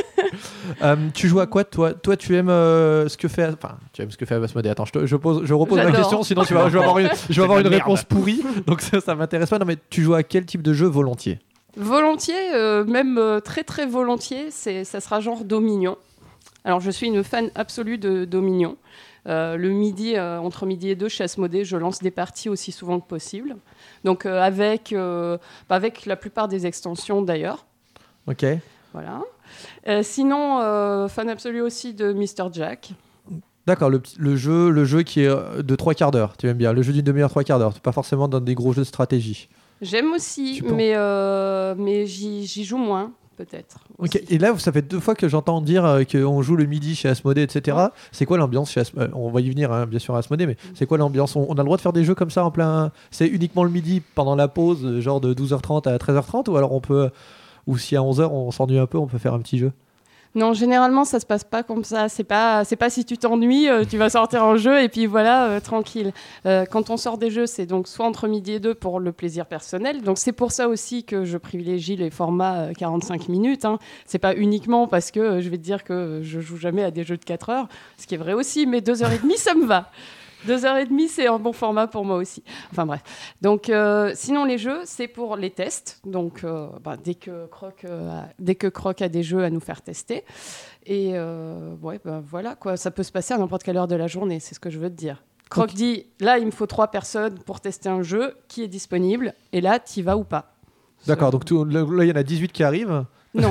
Euh, tu joues à quoi toi? Toi, tu aimes euh, ce que fait, enfin, tu aimes ce que fait Asmodée. Attends, je, te- je pose, je repose la J'adore. question, sinon tu vas, je vais avoir une, je vais avoir de une la réponse pourrie. Donc ça, ça m'intéresse pas. Non, mais tu joues à quel type de jeu volontiers? Volontiers, euh, même euh, très très volontiers, c'est, ça sera genre Dominion. Alors je suis une fan absolue de Dominion. Euh, le midi, euh, entre midi et deux, chez Asmodée, je lance des parties aussi souvent que possible. Donc euh, avec, euh, bah, avec la plupart des extensions d'ailleurs. Ok. Voilà. Euh, sinon, euh, fan absolu aussi de mister Jack. D'accord, le, petit- le jeu, le jeu qui est euh, de trois quarts d'heure. Tu aimes bien le jeu d'une demi-heure, trois quarts d'heure. Pas forcément dans des gros jeux de stratégie. J'aime aussi, Tu penses- mais, euh, mais j'y, j'y joue moins, peut-être. Ok. aussi. Et là, ça fait deux fois que j'entends dire euh, qu'on joue le midi chez Asmodée, et cetera. C'est quoi l'ambiance chez Asmodée? On va y venir, hein, bien sûr, à Asmodée, mais c'est quoi l'ambiance? on, on a le droit de faire des jeux comme ça en plein. C'est uniquement le midi pendant la pause, euh, genre de douze heures trente à treize heures trente, ou alors on peut. Ou si à onze heures on s'ennuie un peu, on peut faire un petit jeu. Non, généralement, ça se passe pas comme ça. C'est pas, c'est pas si tu t'ennuies, euh, tu vas sortir un jeu et puis voilà, euh, tranquille. Euh, quand on sort des jeux, c'est donc soit entre midi et deux pour le plaisir personnel. Donc c'est pour ça aussi que je privilégie les formats euh, quarante-cinq minutes. Hein. C'est pas uniquement parce que euh, je vais te dire que je joue jamais à des jeux de quatre heures, ce qui est vrai aussi, mais deux heures et demie, ça me va. Deux heures et demie, c'est un bon format pour moi aussi. Enfin bref. Donc, euh, sinon, les jeux, c'est pour les tests. Donc, euh, bah, dès, que Croc, euh, a, dès que Croc a des jeux à nous faire tester. Et euh, ouais, bah, voilà, quoi. Ça peut se passer à n'importe quelle heure de la journée, c'est ce que je veux te dire. Croc Ok. dit, là, il me faut trois personnes pour tester un jeu qui est disponible. Et là, t'y vas ou pas. D'accord, donc tout- là, il y en a dix-huit qui arrivent. Non.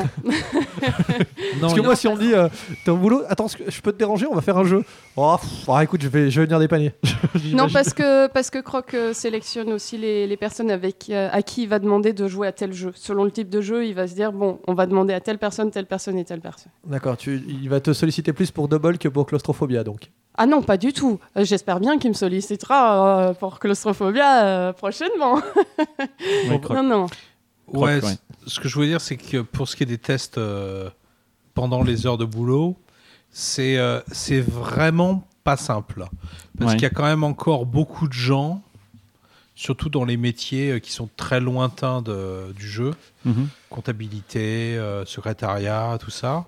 Parce que moi, si on me dit, euh, t'es au boulot, attends, est-ce que je peux te déranger, on va faire un jeu. Oh, pff, ah, écoute, je vais, je vais venir dépanner. Non, parce que, parce que Croc euh, sélectionne aussi les, les personnes avec, euh, à qui il va demander de jouer à tel jeu. Selon le type de jeu, il va se dire, bon, on va demander à telle personne, telle personne et telle personne. D'accord, tu, il va te solliciter plus pour Double que pour Claustrophobia, donc. Ah non, pas du tout. Euh, J'espère bien qu'il me sollicitera euh, pour Claustrophobia euh, prochainement. Oui, Croc. Non, non. Croc, Ouais, ouais. c- ce que je voulais dire, c'est que pour ce qui est des tests euh, pendant les heures de boulot, c'est euh, c'est vraiment pas simple. Parce Ouais. qu'il y a quand même encore beaucoup de gens, surtout dans les métiers euh, qui sont très lointains de- du jeu, Mhm. comptabilité, euh, secrétariat, tout ça,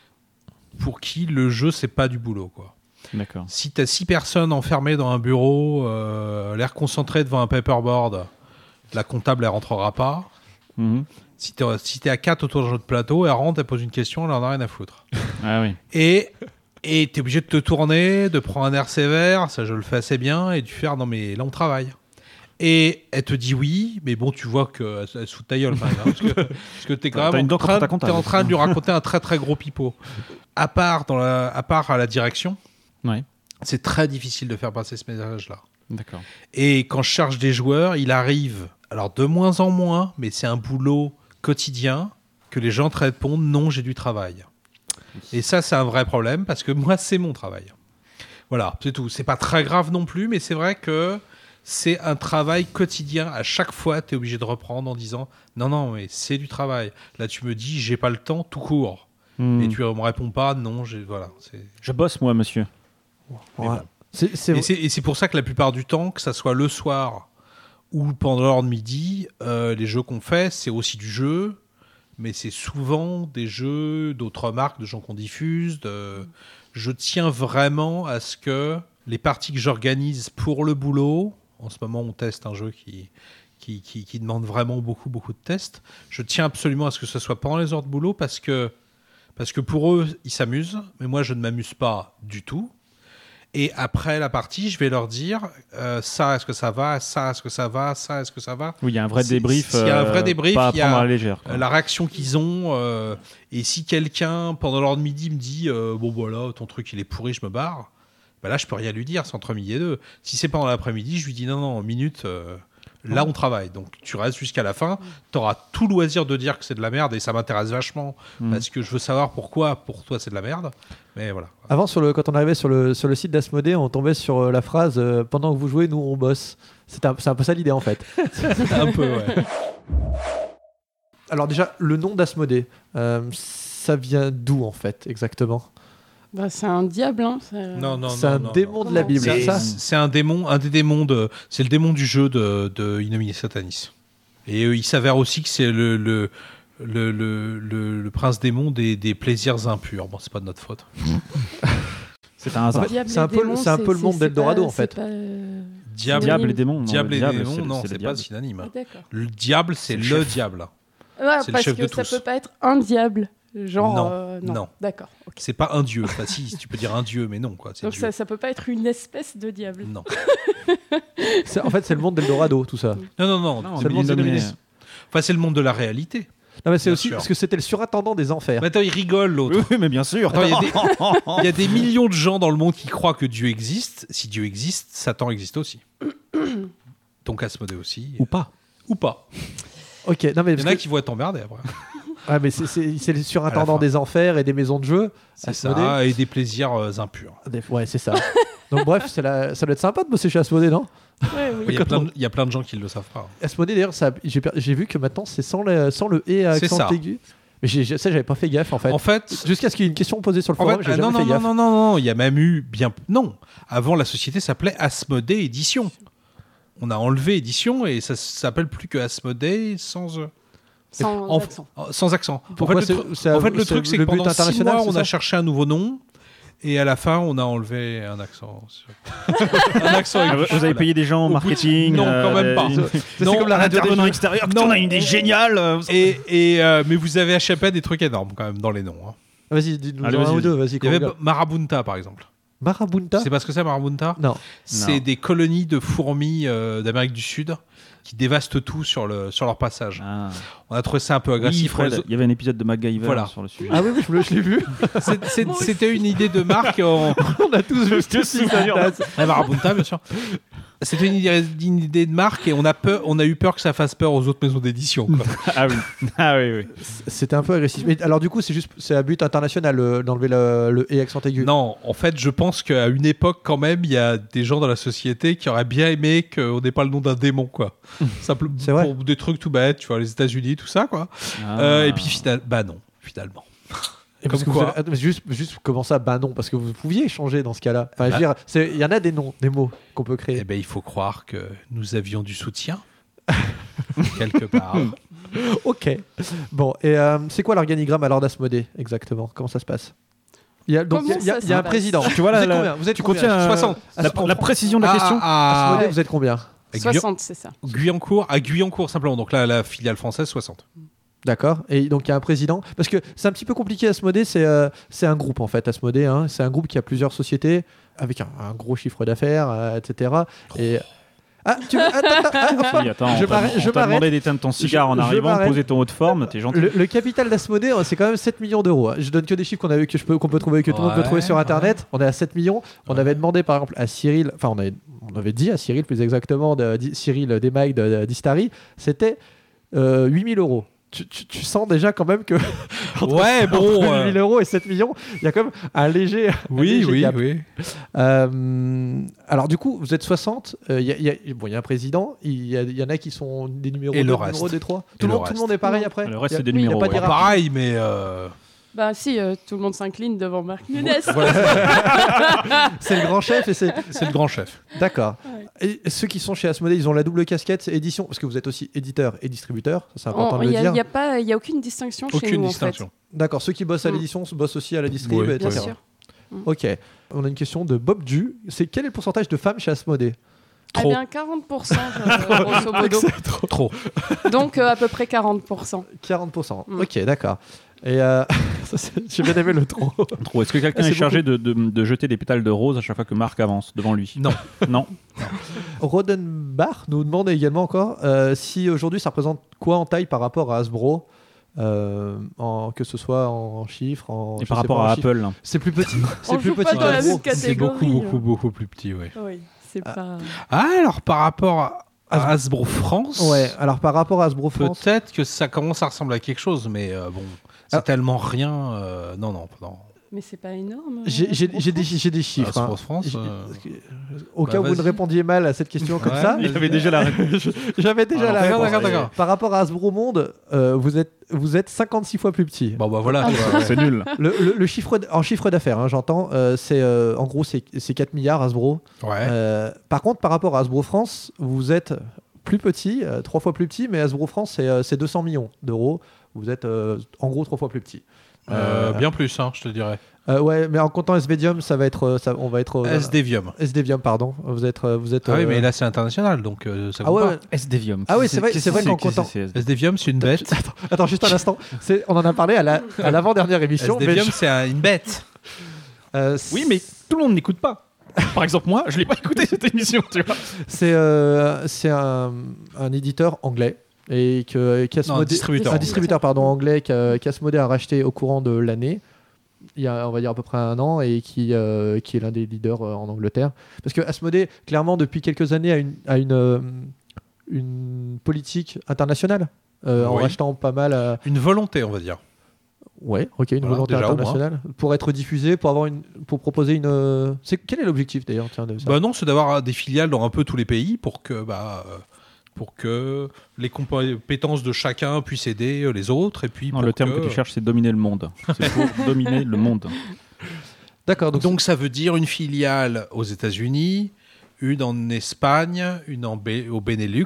pour qui le jeu, c'est pas du boulot, quoi. D'accord. Si tu as six personnes enfermées dans un bureau, euh, l'air concentré devant un paperboard, la comptable, elle rentrera pas. Mhm. Si tu es, si t'es à quatre autour d'un jeu de plateau, elle rentre, elle pose une question, elle en a rien à foutre. Ah oui. Et et tu es obligé de te tourner, de prendre un air sévère, ça je le fais assez bien, et de faire non mais là on travaille. Et elle te dit oui, mais bon, tu vois qu'elle elle se fout de ta gueule quand même, hein, parce que, parce que t'es quand T'as même une en dent train, contre ta comptable. t'es en train de lui raconter un très très gros pipeau. À part, dans la, à part à la direction, Ouais. c'est très difficile de faire passer ce message-là. D'accord. Et quand je charge des joueurs, il arrive, alors de moins en moins, mais c'est un boulot quotidien, que les gens te répondent non, j'ai du travail. Et ça, c'est un vrai problème parce que moi, c'est mon travail. Voilà, c'est tout. C'est pas très grave non plus, mais c'est vrai que c'est un travail quotidien. À chaque fois, tu es obligé de reprendre en disant non, non, mais c'est du travail. Là, tu me dis, j'ai pas le temps, tout court. Mhm. Et tu me réponds pas, non, j'ai. Voilà. C'est... Je bosse, moi, monsieur. Mais Ouais. bon. C'est, c'est- Et c'est, et c'est pour ça que la plupart du temps, que ça soit le soir ou pendant l'heure de midi, euh, les jeux qu'on fait, c'est aussi du jeu, mais c'est souvent des jeux d'autres marques, de gens qu'on diffuse. De... Je tiens vraiment à ce que les parties que j'organise pour le boulot, en ce moment on teste un jeu qui, qui, qui, qui demande vraiment beaucoup, beaucoup de tests, je tiens absolument à ce que ce soit pendant les heures de boulot parce que, parce que pour eux, ils s'amusent, mais moi je ne m'amuse pas du tout. Et après la partie, je vais leur dire euh, ça, est-ce que ça va, ça, est-ce que ça va, ça, est-ce que ça va. Oui, il y a un vrai C'est- débrief. s'il y a un vrai euh, débrief, pas à il y a- prendre à la légère. quoi. Euh, la réaction qu'ils ont, euh, et si quelqu'un pendant l'heure de midi me dit euh, bon voilà, ton truc il est pourri, je me barre, bah là je peux rien lui dire, c'est entre midi et deux. Si c'est pendant l'après-midi, je lui dis non, non, en minute, euh, Là, on travaille. Donc, tu restes jusqu'à la fin. Tu auras tout loisir de dire que c'est de la merde et ça m'intéresse vachement Mm. parce que je veux savoir pourquoi, pour toi, c'est de la merde. Mais voilà. Avant, sur le, quand on arrivait sur le, sur le site d'Asmodée, on tombait sur euh, la phrase euh, pendant que vous jouez, nous on bosse. C'est un, c'est un peu ça l'idée en fait. Un peu, ouais. Alors, déjà, le nom d'Asmodée, euh, ça vient d'où en fait exactement? Bah, c'est un diable, hein. c'est- Non, non, C'est non, un non, démon non. de la Comment Bible, C'est, c'est ça? c'est un démon, un des démons de, c'est le démon du jeu de, de Inomine Satanis. Et euh, il s'avère aussi que c'est le, le, le, le, le, le prince démon des, des plaisirs impurs. Bon, c'est pas de notre faute. C'est un hasard. En fait, Diable c'est et un peu- démon, c'est un peu le monde c'est d'Eldorado, pas- en fait. c'est pas, euh, Diable, Diable et démon. non, diable le et diable, démon, c'est- non, c'est c'est, le pas diable. synonyme. Ah, d'accord. Le diable, c'est, C'est le le, chef. diable. Ouais, C'est le parce chef que de ça tous. peut pas être un diable. Genre. Non, euh, non. non. D'accord. ok. C'est pas un dieu. Enfin, si, tu peux dire un dieu, mais non, quoi. C'est Donc Dieu. ça, ça peut pas être une espèce de diable. Non. C'est- En fait, c'est le monde d'Eldorado, tout ça. Non, non, non. Non, C'est le il monde est nommé- d'Illuminé. Enfin, c'est le monde de la réalité. Non, mais c'est Bien aussi sûr. parce que c'était le surintendant des enfers. Mais attends, il rigole, l'autre. Oui, mais bien sûr. Attends, il y a des- il y a des millions de gens dans le monde qui croient que Dieu existe. Si Dieu existe, Satan existe aussi. Donc Asmodée aussi. Ou pas. Ou pas. Ok, non mais, Il y parce en a que- qui vont être emmerdés après. ouais, mais c'est, c'est, c'est le À surintendant la fin. des enfers et des maisons de jeu. C'est Asmodée. ça, et des plaisirs euh, impurs. Des- Ouais, c'est ça. Donc bref, c'est la... ça doit être sympa de bosser chez Asmodée, non? Ouais, oui. Il y, a plein de, il y a plein de gens qui ne le savent pas. Asmodée, d'ailleurs, ça... j'ai, per- j'ai vu que maintenant c'est sans le, sans le et à C'est accent ça. aigu. Mais j'ai... j'ai- ça, j'avais pas fait gaffe en fait. En fait, Jusqu'à ce qu'il y ait une question posée sur le en forum, fait j'ai ah, jamais non, fait non, gaffe. non, non, non, non, il y a même eu bien. Non, avant la société s'appelait Asmodée Édition. On a enlevé édition et ça s'appelle plus que Asmodée sans. euh, Sans en- accent. Sans accent. Pourquoi en fait, c'est- le, tru- c'est- en fait, le c'est truc, c'est le que but pendant six international, mois, c'est on ça a cherché un nouveau nom. Et à la fin, on a enlevé un accent. sur- un accent Ah, aigu. vous avez payé des gens en Au bout de- marketing. Non, quand même pas. une- C'est Non, comme la un radio des intervenant jeux. extérieur. Non. On a une idée géniale. euh, Et, et, euh, mais vous avez échappé à des trucs énormes quand même dans les noms. hein. Vas-y, dis-nous Allez, un vas-y, ou deux, vas-y. vas-y. Il y qu'on avait regarde. Marabunta par exemple. Marabunta. C'est pas ce que c'est Marabunta Non. C'est Non. des colonies de fourmis euh, d'Amérique du Sud qui dévastent tout sur, le, sur leur passage. Ah. On a trouvé ça un peu Oui, agressif. Fred, pour les- il y avait un épisode de MacGyver Voilà. sur le sujet. Ah oui, oui, je, le- je l'ai vu. C'est- c'est- C'était une idée de marque. En... On a tous vu ce souviens. Ah, Marabunta, bien sûr. C'était une idée, une idée de marque et on a, peur, on a eu peur que ça fasse peur aux autres maisons d'édition. quoi. Ah oui. Ah oui, oui. C'était un peu agressif. Mais alors du coup, c'est juste, c'est à but international euh, d'enlever le, le et accent aigu. Non, en fait, je pense qu'à une époque, quand même, il y a des gens dans la société qui auraient bien aimé qu'on n'ait pas le nom d'un démon, quoi. Simplement C'est vrai. pour des trucs tout bêtes, tu vois, les États-Unis, tout ça, quoi. Ah. Euh, et puis, final... bah non, finalement. Et parce Comme que vous quoi. avez- attends, mais juste, juste comment ça? Bah non, parce que vous pouviez changer dans ce cas-là. Enfin, je veux dire, c'est- il y en a des noms, des mots qu'on peut créer. Eh ben, il faut croire que nous avions du soutien quelque part. Ok. Bon, et euh, c'est quoi l'organigramme alors d'Asmodée exactement? Comment ça se passe? Il y a, donc, il y a- Comment il y a, ça il y a se un passe président. Tu vois là, vous êtes là, combien? Vous êtes tu combien? contiens euh, soixante. la, En la France. précision de la Ah, question. ah, Asmodée, ouais. vous êtes combien? à soixante, c'est ça. Guyancourt, à Guyancourt, simplement. Donc là, la filiale française, soixante. D'accord. Et donc il y a un président. Parce que c'est un petit peu compliqué Asmodée, c'est euh, c'est un groupe en fait, Asmodée. Hein. C'est un groupe qui a plusieurs sociétés avec un, un gros chiffre d'affaires, euh, et cetera. Et... Ah, tu veux... attends, attends, ah, enfin, Oui, attends, je on t'a- m'arrête- on je t'a m'arrête. demandé d'éteindre ton cigare Je- en je arrivant, de m'arrête. poser ton haut de forme. T'es gentil. le, le capital d'Asmodée, c'est quand même sept millions d'euros. hein. Je donne que des chiffres qu'on a, que je peux, qu'on peut trouver, que tout le monde peut Ouais, trouver sur ouais. Internet. On est à sept millions. On Ouais. avait demandé par exemple à Cyril, enfin on avait, on avait dit à Cyril plus exactement, de, di- Cyril Desmailles de, de- d'Istari, c'était euh, huit mille euros. Tu, tu- tu sens déjà quand même que entre- Ouais, bon. entre euh, huit mille euros et sept millions, il y a quand même un léger. un Oui, léger oui, gap. oui. Euh, alors du coup, vous êtes soixante. euh, Il y, a- il y a- bon, il y a un président. Il y, a- il y en a qui sont des numéros Et deux, le des reste. numéros des trois. Et Tout le, le monde, tout le reste. monde est pareil après. Le reste, Il y a- c'est des il y a numéros, pas ouais. d'hiérarchie. Pareil, mais. euh, Bah si, euh, tout le monde s'incline devant Marc Nunes. C'est le grand chef et c'est C'est le grand chef. d'accord. Ouais. Et ceux qui sont chez Asmodée, ils ont la double casquette, c'est édition, parce que vous êtes aussi éditeur et distributeur. Ça, c'est important Il de le n'y a, dire. y a pas- y a aucune distinction chez Aucune nous distinction. D'accord. Ceux qui bossent à Mm. l'édition bossent aussi à la distrib, Oui, en fait. et Bien cetera. sûr. Ok. On a une question de Bob Du. C'est quel est le pourcentage de femmes chez Asmodée? Eh Trop. bien, quarante pour cent, euh, grosso modo. Trop. Donc, euh, à peu près quarante pour cent. quarante pour cent. Mm. Ok, d'accord. Et euh, ça, c'est- j'ai bien aimé le trop. Trop. Est-ce que quelqu'un Ah, c'est est chargé de, de- de jeter des pétales de rose à chaque fois que Marc avance devant lui? Non. Non. Rodenbach nous demande également encore euh, si aujourd'hui ça représente quoi en taille par rapport à Hasbro, euh, en, que ce soit en chiffres, en. Et je par sais rapport pas, en à chiffres. Apple. C'est plus petit. C'est On plus joue pas petit dans la qu'Hasbro. même C'est beaucoup, catégorie, beaucoup, hein. beaucoup plus petit, oui. Oui, c'est Ah. pas. Ah, alors par rapport à, À Hasbro France. Ouais, alors par rapport à Hasbro France, Peut-être que ça commence à ressembler à quelque chose, mais euh, bon, c'est Ah. tellement rien. euh, non, non, non. Mais c'est pas énorme. j'ai euh, j'ai- pour j'ai des, France j'ai des chiffres. Hasbro hein. France, J'ai- euh, Au bah, cas où vous ne vas-y. répondiez mal à cette question comme Ouais, ça, Il avait déjà la réponse. j'avais déjà Ah, la d'accord, réponse. d'accord, d'accord. Par rapport à Hasbro Monde, euh, vous êtes vous êtes cinquante-six fois plus petit. Bon, bah voilà. tu vois, ouais. C'est nul. Le, le- le chiffre d- en chiffre d'affaires, hein, j'entends, euh, c'est euh, en gros c'est c'est quatre milliards Hasbro. Ouais. Euh, par contre, par rapport à Hasbro France, vous êtes plus petit, euh, trois fois plus petit, mais Hasbro France c'est euh, c'est deux cents millions d'euros. Vous êtes euh, en gros trois fois plus petit. Euh, Euh, bien plus, hein, je te dirais. Euh, ouais, mais en comptant Svedium, ça va être, euh, ça, on va être. euh, S-Devium. Sdevium, pardon. Vous êtes, euh, vous êtes. Ah oui, euh, mais là c'est international, donc euh, ça Ah compte ouais. pas. ouais. S-Devium. Ah oui, c'est vrai- c'est vrai qu'en comptant- S-Devium, c'est une bête. Attends, juste un instant. C'est, on en a parlé à la, à l'avant-dernière émission. mais S-Devium, je- c'est un- une bête. euh, Oui, mais tout le monde n'écoute pas. Par exemple, moi, je l'ai pas écouté cette émission, tu vois. c'est, euh, c'est un, un éditeur anglais et que Non, qu'Asmodée- un distributeur. un distributeur pardon anglais que- qu'Asmodée a racheté au courant de l'année. Il y a, on va dire à peu près un an, et qui, euh, qui est l'un des leaders euh, en Angleterre. Parce que Asmodée, clairement, depuis quelques années, a une, a une, euh, une politique internationale, euh, en Oui. rachetant pas mal. euh, Une volonté, on va dire. Ouais, ok, une Voilà, volonté déjà, au moins. internationale pour être diffusé, pour avoir une, pour proposer une. euh, C'est quel est l'objectif d'ailleurs, tiens, de ça Bah non, c'est d'avoir des filiales dans un peu tous les pays pour que, bah, euh, pour que les compétences de chacun puissent aider euh, les autres. Et puis Non, pour le terme que... que tu cherches, c'est dominer le monde. C'est pour dominer le monde. D'accord, donc, Donc ça veut dire une filiale aux États-Unis, une en Espagne, une en Bé- au Benelux,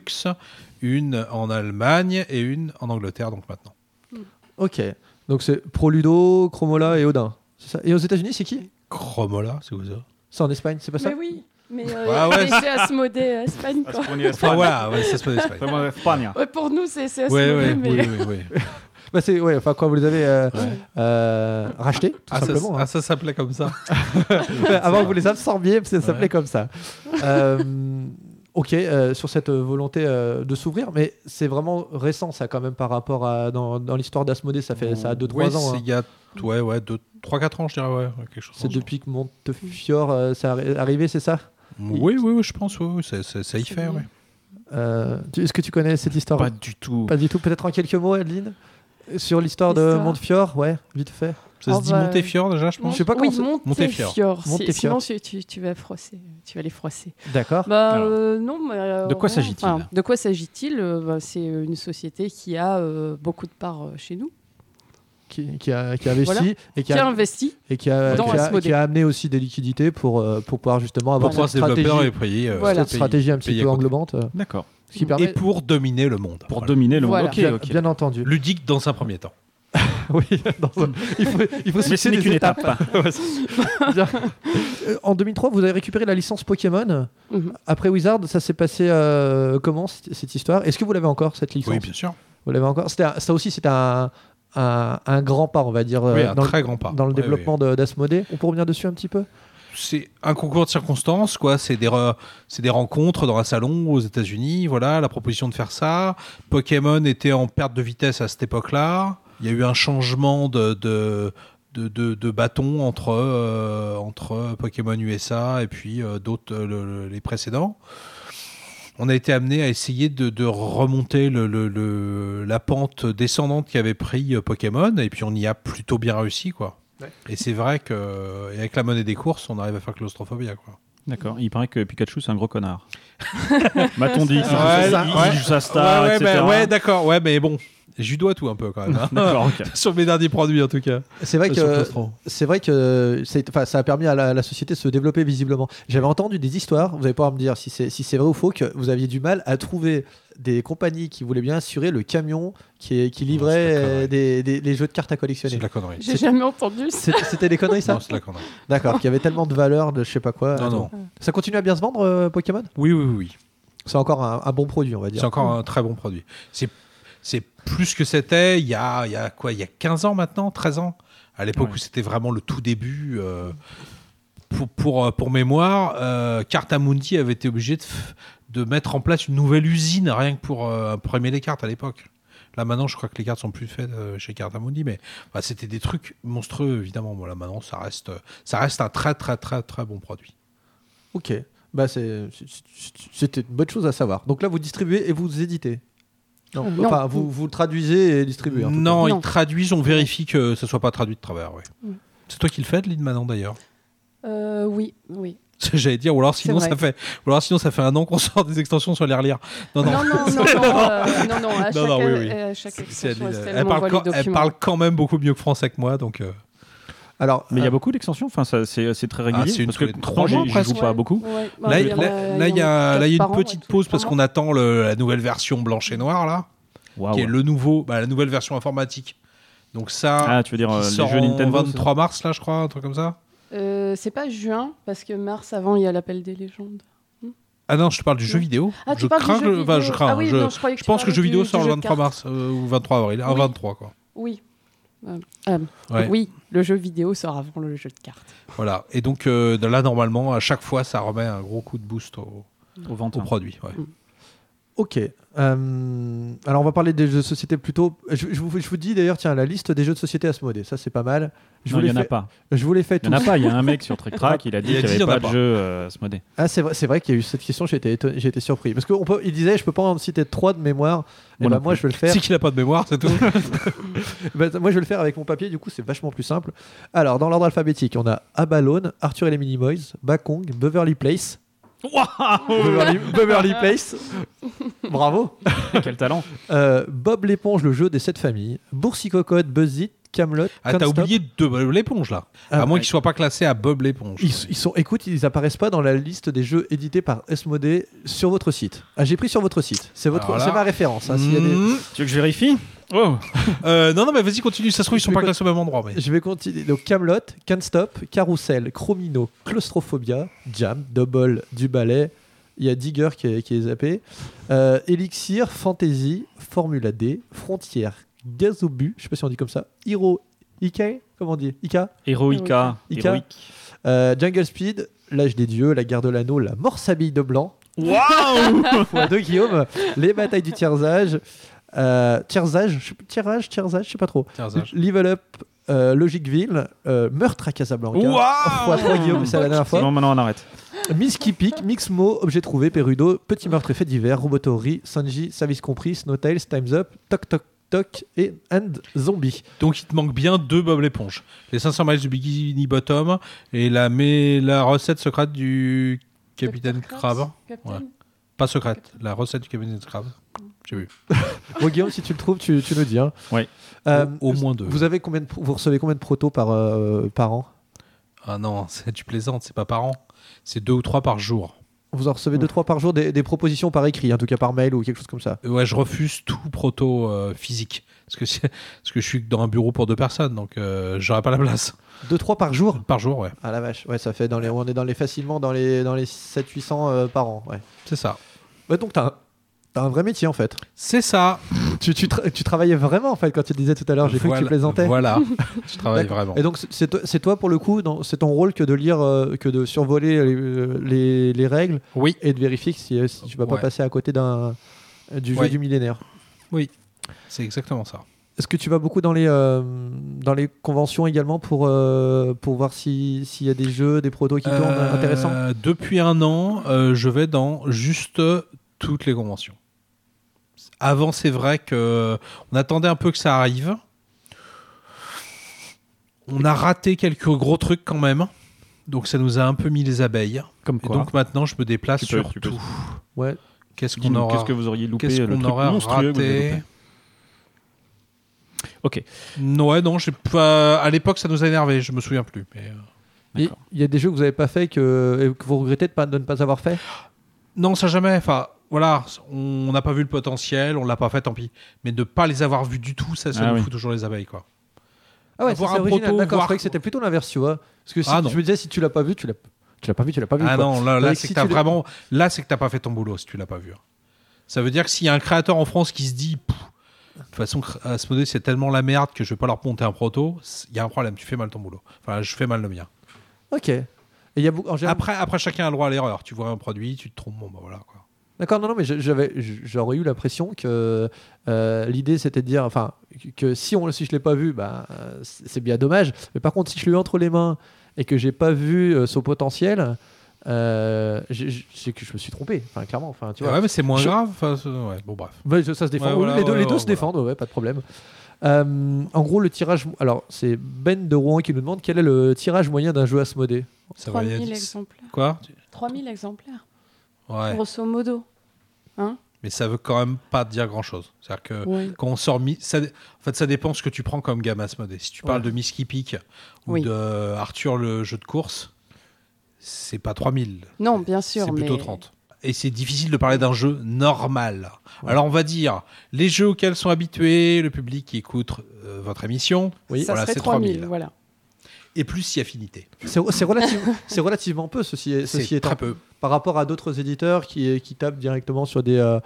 une en Allemagne et une en Angleterre, donc maintenant. ok, donc c'est Proludo, Chromola et Odin. C'est ça. Et aux États-Unis, c'est qui Chromola, c'est où ça? C'est en Espagne, c'est pas ça Mais oui. Mais Ouais, euh, ouais, mais c'est Asmodée euh, Espagne, quoi. Enfin voilà, ouais, ça se passe en Espagne. Vraiment Espagne. Ouais, pour nous, c'est c'est Ouais, Asmodée, ouais, mais... oui, oui, oui. Bah c'est ouais, enfin quoi, vous les avez euh, Ouais. euh, rachetés tout Ah, ça, simplement. ah, hein. ça s'appelait comme ça. Ouais, avant vous les absorbiez, ça s'appelait Ouais. comme ça. Euh, ok, euh, sur cette volonté euh, de s'ouvrir, mais c'est vraiment récent ça quand même par rapport à dans, dans l'histoire d'Asmodée, ça fait ça a deux trois Ouais, ans. c'est hein. Il y a ouais, ouais, trois quatre ans, je dirais, ouais, quelque chose. C'est comme ça. depuis que Montefiore euh, c'est arri- arrivé, c'est ça? Oui, oui, oui, je pense, oui, oui, ça, ça, ça y C'est fait, bien. ouais. Euh, tu- Est-ce que tu connais cette histoire? Pas du tout. Pas du tout. Peut-être en quelques mots, Adeline, sur l'histoire de L'histoire. Montefiore, ouais, vite fait. Ça Oh, se dit bah, Montefiore déjà, je pense. Je sais pas oui, comment c'est- Montefiore. Montefiore. Si- Montefiore. Sinon, tu, tu, tu vas froisser. Tu vas les froisser. D'accord. Bah, Alors, euh, non, mais, euh, de quoi vraiment, s'agit-il enfin, De quoi s'agit-il Euh, bah, C'est une société qui a euh, beaucoup de parts euh, chez nous, Qui, qui a, qui a investi Voilà. et qui qui a a, investi. et qui a, dans qui a- Asmodée. qui a amené aussi des liquidités pour, euh, pour pouvoir justement Pour avoir pouvoir se cette développer stratégie, dans les pays. euh, Voilà. cette pays- stratégie un petit pays à peu côté. englobante. euh, D'accord. ce qui Et permet, pour dominer le monde. Pour Voilà. dominer le monde. Voilà. Ok, bien, ok. bien entendu. Ludique dans un premier temps. Oui, dans un- il faut, il faut Mais ce succéder n'est des qu'une étape. Bien. Euh, En deux mille trois, vous avez récupéré la licence Pokémon. Mhm. Après Wizard, ça s'est passé euh, comment cette cette histoire? Est-ce que vous l'avez encore cette licence? Oui, bien sûr. Vous l'avez encore. C'était un- ça aussi, c'était un, un, un grand pas, on va dire, euh, Oui, un dans, très le, grand pas. dans le Ouais, développement de- d'Asmodée. On peut revenir dessus un petit peu? C'est un concours de circonstances, quoi. C'est des, re- c'est des rencontres dans un salon aux États-Unis. Voilà, la proposition de faire ça. Pokémon était en perte de vitesse à cette époque-là. Il y a eu un changement de, de, de, de, de bâton entre, euh, entre Pokémon U S A et puis euh, d'autres, euh, le- le- les précédents. On a été amené à essayer de, de remonter le, le- le- la pente descendante qu'avait pris euh, Pokémon, et puis on y a plutôt bien réussi, quoi. Ouais. Et c'est vrai que et avec la monnaie des courses, on arrive à faire claustrophobia, quoi. D'accord. Il paraît que Pikachu, c'est un gros connard. M'a-t-on dit Ouais, Il joue sa- ouais. il joue sa star, ouais, ouais, et cetera. bah, ouais, d'accord, ouais, mais bon, je lui dois tout un peu quand même. hein. D'accord, ok. Sur mes derniers produits, en tout cas. C'est vrai Sur que Claustro. c'est vrai que c'est- enfin, ça a permis à la, à la société de se développer visiblement. J'avais entendu des histoires, vous allez pouvoir me dire si c'est si c'est vrai ou faux, que vous aviez du mal à trouver des compagnies qui voulaient bien assurer le camion qui, est- qui Non, livrait c'est de la euh, connerie. des, des- les jeux de cartes à C'est collectionner. de la connerie. J'ai jamais entendu ça. C'était c'était des conneries ça? Non, c'est de la connerie. D'accord, qu'il y avait tellement de valeur de je sais pas quoi. Non, non. Ça continue à bien se vendre euh, Pokémon? Oui, oui, oui, oui. C'est encore un, un bon produit, on va C'est dire. encore un très bon produit. C'est, c'est plus que c'était il y a, il y a quoi, il y a quinze ans maintenant, treize ans, à l'époque Ouais. où c'était vraiment le tout début. euh, pour, pour, euh, pour mémoire, euh, Cartamundi avait été obligé de, f- de mettre en place une nouvelle usine rien que pour euh, imprimer les cartes à l'époque. Là maintenant, je crois que les cartes sont plus faites euh, chez Cartamundi, mais enfin, c'était des trucs monstrueux évidemment. Bon, là maintenant, ça reste, ça reste un très très très très bon produit. Ok. Bah, c'est, c'est- c'était une bonne chose à savoir. Donc là, vous distribuez et vous éditez. Non, Non. enfin, vous, vous le traduisez et distribuez. en tout cas. Non, Non. ils traduisent, on vérifie que ça soit pas traduit de travers. Ouais. Mm. C'est toi qui le fais, Lynn, maintenant d'ailleurs. Euh, oui, oui. J'allais dire, ou alors sinon C'est ça vrai. fait, ou alors sinon ça fait un an qu'on sort des extensions sur les relire. Non, non. Non, non, non, non, euh, non, non, à Non, chaque, non, oui, oui. à chaque C'est- extension, elle, Estelle elle parle m'envoie quand, les elle documents. parle quand même beaucoup mieux que français que moi, donc. euh, Alors, Mais il y euh, a beaucoup d'extensions, enfin, ça, c'est, c'est très régulier. Ah, c'est une parce tous que les trois trois j'y mois, j'y presque. joue pas Ouais. beaucoup. Ouais. Là, Bah, il- y en a- là, là, il y a, quatre là, il y a par une an, petite ouais, pause tous les parce trois qu'on mois. attend le- la nouvelle version blanche et noire là, Waouh. qui est le nouveau, bah, la nouvelle version informatique. Donc ça, Ah, tu veux dire qui euh, les sort jeux en Nintendo ça vingt-trois mars là, je crois, un truc comme ça. Euh, c'est pas juin, parce que mars avant, il y a l'appel des légendes. Ah non, je te parle du jeu Non. vidéo. Ah, tu je parles du crains, jeu que- vidéo. enfin, je crains. Ah oui, je, non, je croyais que je tu pense que parlais le jeu vidéo du- sort du le jeu de vingt-trois cartes. mars euh, ou vingt-trois avril, un Oui. vingt-trois quoi. Oui. Euh, euh, Ouais. Oui, le jeu vidéo sort avant le jeu de cartes. Voilà. Et donc euh, de là, normalement, à chaque fois, ça remet un gros coup de boost au, Au ventes. au produit. Ouais. ok. Euh, alors, on va parler des jeux de société plutôt. Je, je vous, je vous dis d'ailleurs, tiens, la liste des jeux de société Asmodée. Ça, c'est pas mal. Je Non, vous il les y en a fais- pas. Je vous les fais Il y en tous. a pas. Il y a un mec sur Trick Track, il a dit Il a qu'il dit, n'y il y en avait a pas de pas. jeu euh, Asmodée. Ah, c'est vrai, c'est vrai qu'il y a eu cette question. J'ai été, étonné- j'ai été surpris parce qu'il disait, je peux pas en citer trois de mémoire. Et Moi bah, non moi, plus. je vais le faire. C'est qu'il a pas de mémoire, c'est tout. Bah, moi, je vais le faire avec mon papier. Du coup, c'est vachement plus simple. Alors, dans l'ordre alphabétique, on a Abalone, Arthur et les Minimoys, Bakong, Beverly Place. Beverly, Beverly Place. Bravo. Quel talent. Euh, Bob l'éponge, le jeu des sept familles. Boursicocotte, Buzz It, Camelot. Ah, t'as oublié de Bob l'éponge là. Ah, à moins ouais. qu'il soit pas classé à Bob l'éponge. Ils, ils sont, écoute, ils apparaissent pas dans la liste des jeux édités par Asmodée sur votre site. Ah, j'ai pris sur votre site. C'est votre, Alors là- c'est ma référence. hein, s'il y a des- Mmh. Tu veux que je vérifie Oh. Euh, non, non, mais vas-y, continue. Ça se trouve, ils sont Je pas vais classés au même endroit. Mais... Je vais continuer. Donc Camelot, Can't Stop, Carousel, Chromino, Claustrophobia, Jam, Double, du ballet. Il y a Digger qui est, qui est zappé. Euh, Elixir, Fantasy, Formula D, Frontière, Gazobu, je sais pas si on dit comme ça. Hero, Ika, comment on dit Ika, Heroica. Ika. Héroïque. Euh, Jungle Speed, L'âge des dieux, La guerre de l'anneau, La mort s'habille de blanc. Waouh. Fois deux Guillaume. Les batailles du tiersage. Euh, tiersage, je sais pas- tirage, tiersage, je sais pas trop. Tiersage. Level Up, euh, Logicville, euh, Meurtre à Casablanca. Waouh. Fois trois Guillaume, c'est la dernière fois. Bon, maintenant on arrête. Miss Kipic, Mixmo, Objet trouvé, Perudo, Petit meurtre et fait divers, Robotory, Sanji, Service compris, Snowtails, Time's Up, Toc Toc Toc et And Zombie. Donc il te manque bien deux Bob l'éponge. Les cinq cents miles du Bikini Bottom et la, mais la recette secrète du Capitaine Crab. Captain. Ouais. Pas secrète, la recette du Capitaine Crab. J'ai vu. Bon, Guillaume, si tu le trouves, tu, tu nous dis. Hein. Ouais. Euh, Au- au moins deux. Vous, avez combien de, pro- vous recevez combien de protos par, euh, par an? Ah non, c'est du plaisante, c'est pas par an. C'est deux ou trois par jour. Vous en recevez deux trois par jour, des, des propositions par écrit, en tout cas par mail ou quelque chose comme ça. Ouais, je refuse tout proto euh, physique. Parce que, c'est- parce que je suis dans un bureau pour deux personnes, donc euh, j'aurais pas la place. deux trois par jour? Par jour, ouais. Ah la vache, ouais, ça fait dans les, on est dans les facilement dans les, dans les sept huit cents euh, par an. Ouais. C'est ça. Ouais, donc t'as un, t'as un vrai métier en fait. C'est ça. Tu, tu, tra- tu travaillais vraiment en fait quand tu disais tout à l'heure, j'ai cru que tu plaisantais. Voilà, je travaille D'accord. vraiment. Et donc c'est- c'est toi, c'est toi pour le coup, dans- c'est ton rôle que de lire, euh, que de survoler les, euh, les, les règles Oui, et de vérifier si, euh, si tu vas pas Ouais. passer à côté d'un euh, du jeu Ouais. du millénaire. c'est exactement ça. Est-ce que tu vas beaucoup dans les, euh, dans les conventions également pour, euh, pour voir si- s'il y a des jeux, des protos qui tournent Euh, intéressants? Depuis un an, euh, je vais dans juste toutes les conventions. Avant, c'est vrai que on attendait un peu que ça arrive. On a raté quelques gros trucs quand même. Donc ça nous a un peu mis les abeilles. Comme Et quoi. donc maintenant, je me déplace Tu peux- sur tu peux- tout. Ouais. Qu'est-ce qu'on Dis-nous, aura qu'est-ce que vous auriez loupé, Qu'est-ce le qu'on truc aurait monstrueux que vous avez raté loupé. Ok. Ouais, non, j'ai pas. À l'époque, ça nous a énervé. Je me souviens plus. Mais euh, Et D'accord. il y a des jeux que vous n'avez pas fait que, et que vous regrettez de, pas, de ne pas avoir fait? non, ça jamais. Enfin, voilà, on n'a pas vu le potentiel, on l'a pas fait, tant pis. Mais de pas les avoir vus du tout, ça, ça Ah nous oui. fout toujours les abeilles, quoi. Ah ouais, Avoir ça, c'est un original. proto, D'accord, je voir- croyais que c'était plutôt l'inverse, tu vois. Parce que si, Ah non. je me disais, si tu l'as pas vu, tu l'as, tu l'as pas vu, tu l'as pas vu. Ah quoi. non, là, là Avec c'est si que t'as tu l'as- vraiment. Là, c'est que t'as pas fait ton boulot si tu l'as pas vu. Ça veut dire que s'il y a un créateur en France qui se dit, Pff, de toute façon, Asmodée, c'est tellement la merde que je vais pas leur monter un proto, il y a un problème. Tu fais mal ton boulot. Enfin, je fais mal le mien. Ok. Et il y a beaucoup. en général- Après, après, chacun a le droit à l'erreur. Tu vois un produit, tu te trompes, bon, bah voilà, quoi. D'accord, non, non, mais je- j'avais, j'aurais eu l'impression que euh, l'idée c'était de dire, enfin, que si on, si je l'ai pas vu, bah, euh, c'est c'est bien dommage. Mais par contre, si je l'ai eu entre les mains et que j'ai pas vu euh, son potentiel, Euh, j'ai- j'ai- c'est que je me suis trompé, enfin clairement. Enfin, tu vois. Ouais, mais c'est moins Je- grave. Enfin, c'est- ouais, bon, bref. Ouais, ça se défend. Ouais, Oui, voilà, les deux, ouais, les deux ouais, se voilà. défendent, ouais, pas de problème. Euh, en gros, le tirage. Alors, c'est Ben de Rouen qui nous demande quel est le tirage moyen d'un jeu Asmodée. Ça va trois y mille être- exemplaires. Quoi trois mille exemplaires, Ouais. grosso modo. Hein Mais ça veut quand même pas dire grand-chose. C'est-à-dire que Oui. quand on sort... Mi- ça... En fait, ça dépend ce que tu prends comme gamme Asmodée. Si tu parles Ouais. de Miski Peak ou Oui. de Arthur le jeu de course, c'est pas trois mille. Non, bien sûr, C'est mais plutôt trente. Et c'est difficile de parler d'un jeu normal. Alors on va dire, les jeux auxquels sont habitués, le public qui écoute euh, votre émission, Oui. ça voilà, serait c'est trois mille, trois mille. voilà. Et plus si affinité. C'est c'est relative- c'est relativement peu, ceci, ceci C'est étant. très peu. Par rapport à d'autres éditeurs qui, qui tapent directement sur des euh,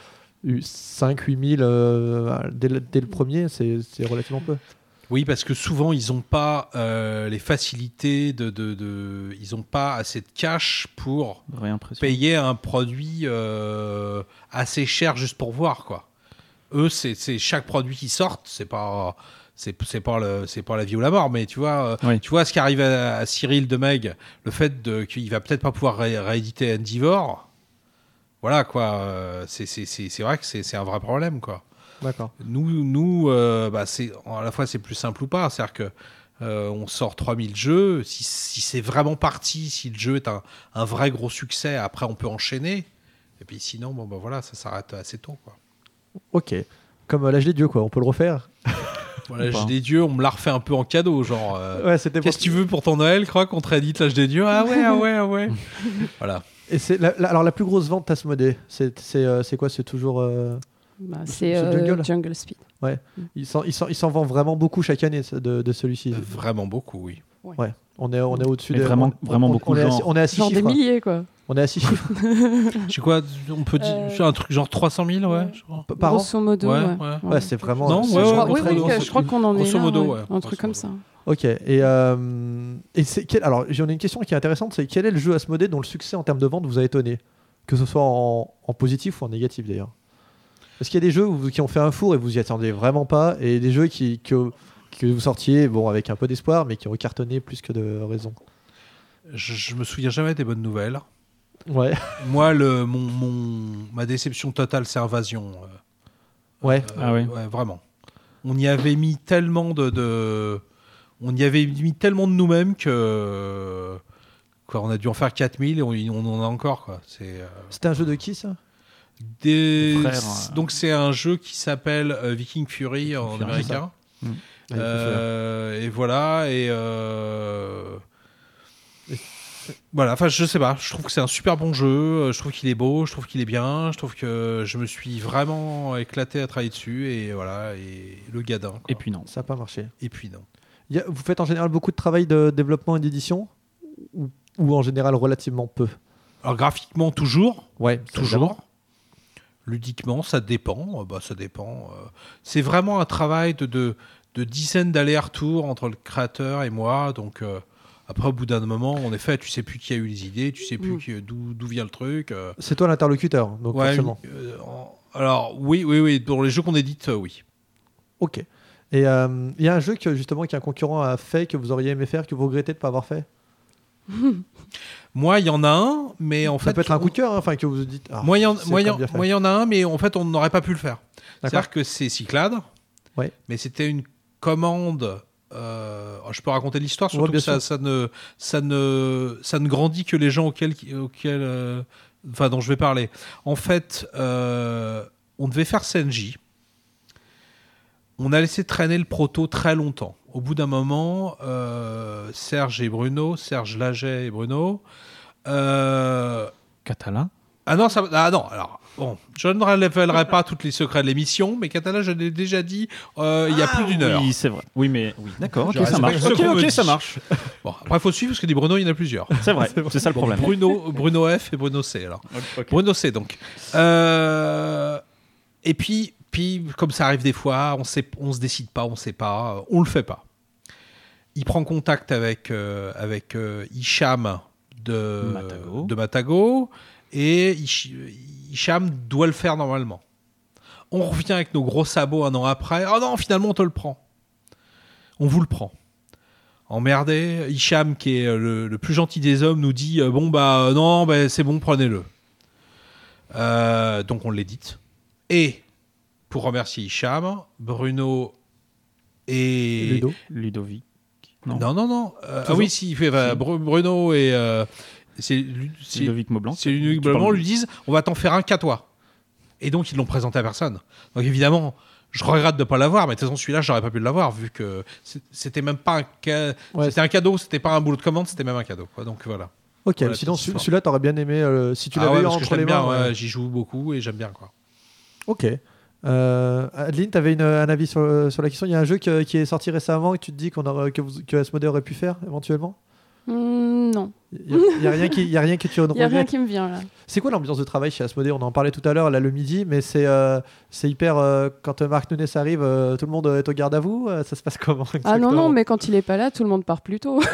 cinq huit mille euh, dès, le, dès le premier, c'est c'est relativement peu. Oui, parce que souvent, ils n'ont pas euh, les facilités de, de, de- Ils n'ont pas assez de cash pour Réimpression. payer un produit euh, assez cher juste pour voir, quoi. Eux, c'est c'est chaque produit qui sort, c'est pas... C'est c'est pas, le- c'est pas la vie ou la mort, mais tu vois, euh, Oui. tu vois ce qui arrive à, à Cyril de Meg, le fait de- qu'il va peut-être pas pouvoir ré- rééditer Endeavor. Voilà, quoi. euh, c'est c'est- c'est- c'est vrai que c'est c'est un vrai problème, quoi. D'accord. Nous, nous euh, bah, c'est, à la fois, c'est plus simple ou pas. C'est-à-dire que euh, on sort trois mille jeux. Si, si c'est vraiment parti, si le jeu est un, un vrai gros succès, après, on peut enchaîner. Et puis sinon, bon, bah, voilà, ça s'arrête assez tôt, quoi. Ok. Comme euh, l'âge des dieux, quoi. On peut le refaire. Voilà, Ou pas. l'âge des dieux, on me l'a refait un peu en cadeau. Genre, euh, Ouais, c'était qu'est-ce que tu veux pour ton Noël, crois qu'on te réédite l'âge des dieux? Ah ouais, ah ouais, ah ouais. Voilà. Et c'est la- la- alors la plus grosse vente Asmodée, c'est c'est euh, c'est quoi? C'est toujours. euh, Bah, C'est c'est euh, Jungle. Jungle Speed. Il s'en il s'en- il s'en vend vraiment beaucoup chaque année ça, de, de celui-ci. Vraiment beaucoup, oui. Ouais. On est on est au-dessus Mais des. vraiment- on- vraiment on- beaucoup, On est à, genre- six- on est à six Genre des chiffres. milliers, quoi. On est à six chiffres Je sais quoi, on peut dire Euh, un truc genre trois cent mille, ouais. ouais. je crois. p- par an. Grosso modo, Ouais, ouais. ouais. Ouais, c'est vraiment. Non, c'est- ouais, Je ouais, crois- ouais, oui, grosso oui, modo, je crois qu'on en est grosso là, modo, ouais. ouais. Un Grosso truc comme modo. ça. Ok. Et, euh, et c'est quel alors j'en ai une question qui est intéressante, c'est quel est le jeu Asmodée dont le succès en termes de vente vous a étonné, que ce soit en, en positif ou en négatif d'ailleurs. Est-ce qu'il y a des jeux où vous- qui ont fait un four et vous y attendiez vraiment pas, et des jeux qui que, que vous sortiez bon avec un peu d'espoir mais qui ont cartonné plus que de raison? Je, je me souviens jamais des bonnes nouvelles. Ouais. Moi, le, mon, mon- ma déception totale, c'est Invasion. euh, Ouais. euh, Ah oui. ouais, vraiment. On y avait mis tellement de, de- on y avait mis tellement de nous-mêmes que quoi, on a dû en faire quatre mille et on, on en a encore, quoi. C'est euh, C'était un jeu de qui ça? des Des frères, euh, donc c'est un jeu qui s'appelle euh, Viking Fury en Fury, américain. Mm. Ouais, Euh, et voilà et euh, voilà, enfin je sais pas, je trouve que c'est un super bon jeu, je trouve qu'il est beau, je trouve qu'il est bien, je trouve que je me suis vraiment éclaté à travailler dessus et voilà, et le gadin, quoi. Et puis non. Ça n'a pas marché. Et puis non. Il y a- vous faites en général beaucoup de travail de développement et d'édition, ou, ou en général relativement peu? Alors graphiquement toujours, Ouais, toujours. Ludiquement, ça dépend, euh, bah ça dépend. euh. C'est vraiment un travail de, de, de dizaines d'allers-retours entre le créateur et moi, donc euh, après au bout d'un moment, en effet, tu sais plus qui a eu les idées, tu sais plus Mm. qui- d'où d'où vient le truc. euh. C'est toi l'interlocuteur, donc Ouais, forcément. euh, en- alors oui, oui, oui, pour les jeux qu'on édite, euh, oui. Ok. Et euh, il y a un jeu que justement qu'un concurrent a fait que vous auriez aimé faire, que vous regrettez de ne pas avoir fait? Moi, il y en a un, mais en Ça fait, peut être un on- coup de cœur, hein, enfin que vous vous dites. ah, Moi, il y en- c'est moi, il y en- quand même bien fait. moi, il y en a un, mais en fait, on n'aurait pas pu le faire. D'accord. C'est-à-dire que c'est Cyclades, Ouais. mais c'était une commande. euh, je peux raconter l'histoire, surtout Ouais, bien que ça, sûr. ça ne, ça ça, ça ne grandit que les gens auxquels, auxquels, euh, enfin, dont je vais parler. En fait, euh, on devait faire C N J. On a laissé traîner le proto très longtemps. Au bout d'un moment, euh, Serge et Bruno, Serge Laget et Bruno. euh, Catala. ah non, ça, ah non, alors, bon, je ne révélerai pas tous les secrets de l'émission, mais Catala, je l'ai déjà dit euh, il y a plus d'une heure. Oui, c'est vrai. Oui, mais oui, d'accord, Je ok, ça respecte marche. ce Ok, qu'on me ok, dit. ça marche. Bon, après, il faut suivre parce que des Bruno, il y en a plusieurs. C'est vrai, c'est ça le problème. Bruno, Bruno F et Bruno C, alors. Ok. Bruno C, donc. Euh, et puis, puis, comme ça arrive des fois, on sait, on se décide pas, on sait pas, on le fait pas. Il prend contact avec, euh, avec euh, Hicham de Matago. de Matago et Hish- Hicham doit le faire normalement. On revient avec nos gros sabots un an après. Oh non, finalement, on te le prend. On vous le prend. emmerdé. Hicham, qui est le, le plus gentil des hommes, nous dit euh, bon bah non, bah, c'est bon, prenez-le. Euh, donc on l'édite. Et pour remercier Hicham, Bruno et Ludo. Ludovic. Non, non non non. Euh, ah Toujours. oui, si, il fait bah, Si. Bru- Bruno et euh, c'est, c'est Ludovic Maublanc. c'est Ludovic Tu Maublanc parles- lui disent on va t'en faire un qu'à toi. Et donc ils l'ont présenté à personne. Donc évidemment. Je regrette de ne pas l'avoir, mais de toute façon, celui-là, j'aurais pas pu l'avoir, vu que c'est- c'était même pas un, ca... Ouais, c'était un cadeau, c'était pas un boulot de commande, c'était même un cadeau. Quoi. Donc voilà. Ok, Voilà, sinon c'est celui- fort. celui-là, t'aurais bien aimé euh, si tu Ah l'avais ouais, eu parce que entre je les l'aime bien, mains. ouais, ouais. j'y joue beaucoup et j'aime bien. Quoi. Ok. Euh, Adeline, t'avais une- un avis sur, euh, sur la question. Il y a un jeu que- qui est sorti récemment et que tu te dis qu'on aurait, que, vous, que Asmodee aurait pu faire éventuellement. Hmm, non, Il y a, il y a rien qui, il y a rien que tu il n'y a rien regrettes. qui me vient là. C'est quoi l'ambiance de travail chez Asmodee? On en parlait tout à l'heure, là le midi, mais c'est euh, c'est hyper. euh, quand Marc Nunes arrive, euh, tout le monde est au garde à vous. euh, Ça se passe comment Ah non, exactement non, mais quand il est pas là, tout le monde part plus tôt.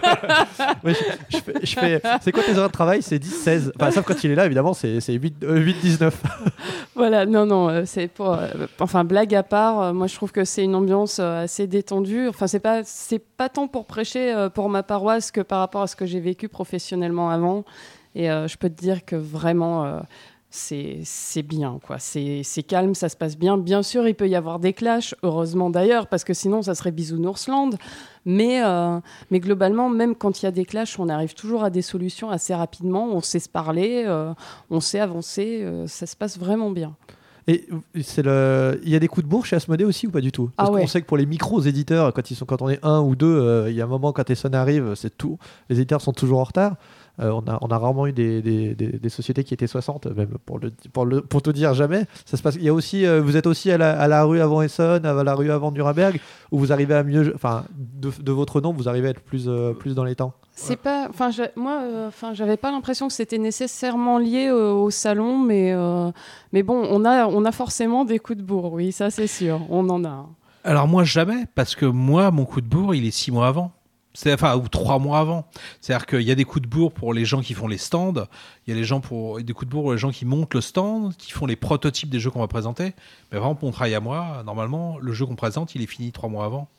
Ouais, je, je fais, je fais- c'est quoi tes heures de travail? C'est dix seize. Enfin, sauf quand il est là, évidemment, c'est c'est huit dix-neuf. Voilà, non, non, euh, c'est pour. euh, enfin, blague à part, euh, moi je trouve que c'est une ambiance euh, assez détendue. Enfin, c'est pas, c'est pas tant pour prêcher euh, pour ma paroisse que par rapport à ce que j'ai vécu professionnellement avant. Et euh, je peux te dire que vraiment. euh, c'est c'est bien, quoi. C'est c'est calme, ça se passe bien. Bien sûr, il peut y avoir des clashs, heureusement d'ailleurs, parce que sinon, ça serait Bisounoursland. Mais, euh, mais globalement, même quand il y a des clashs, on arrive toujours à des solutions assez rapidement. On sait se parler, euh, on sait avancer. euh, ça se passe vraiment bien. Et c'est le... il y a des coups de bourre chez Asmodee aussi ou pas du tout? Parce Ah ouais. qu'on sait que pour les micros éditeurs, quand, ils sont, quand on est un ou deux, euh, il y a un moment quand Essonne arrive, c'est tout. Les éditeurs sont toujours en retard. Euh, on, a, on a rarement eu des, des, des, des sociétés qui étaient soixante, même pour, le, pour, le, pour te dire jamais. Ça se passe, il y a aussi, euh, vous êtes aussi à la, à la rue avant Essonne, à la rue avant Nuremberg, où vous arrivez à mieux. Enfin, de, de votre nom, vous arrivez à être plus, euh, plus dans les temps. C'est pas, enfin, je- moi, euh, enfin, j'avais pas l'impression que c'était nécessairement lié euh, au salon, mais, euh, mais bon, on a, on a forcément des coups de bourre, oui, ça c'est sûr, on en a. un. Alors moi, jamais, parce que moi, mon coup de bourre, il est six mois avant. C'est, enfin, ou trois mois avant. C'est-à-dire qu'il y a des coups de bourre pour les gens qui font les stands, il y a les gens pour, des coups de bourre pour les gens qui montent le stand, qui font les prototypes des jeux qu'on va présenter. Mais vraiment, pour mon travail à moi, normalement, le jeu qu'on présente, il est fini trois mois avant.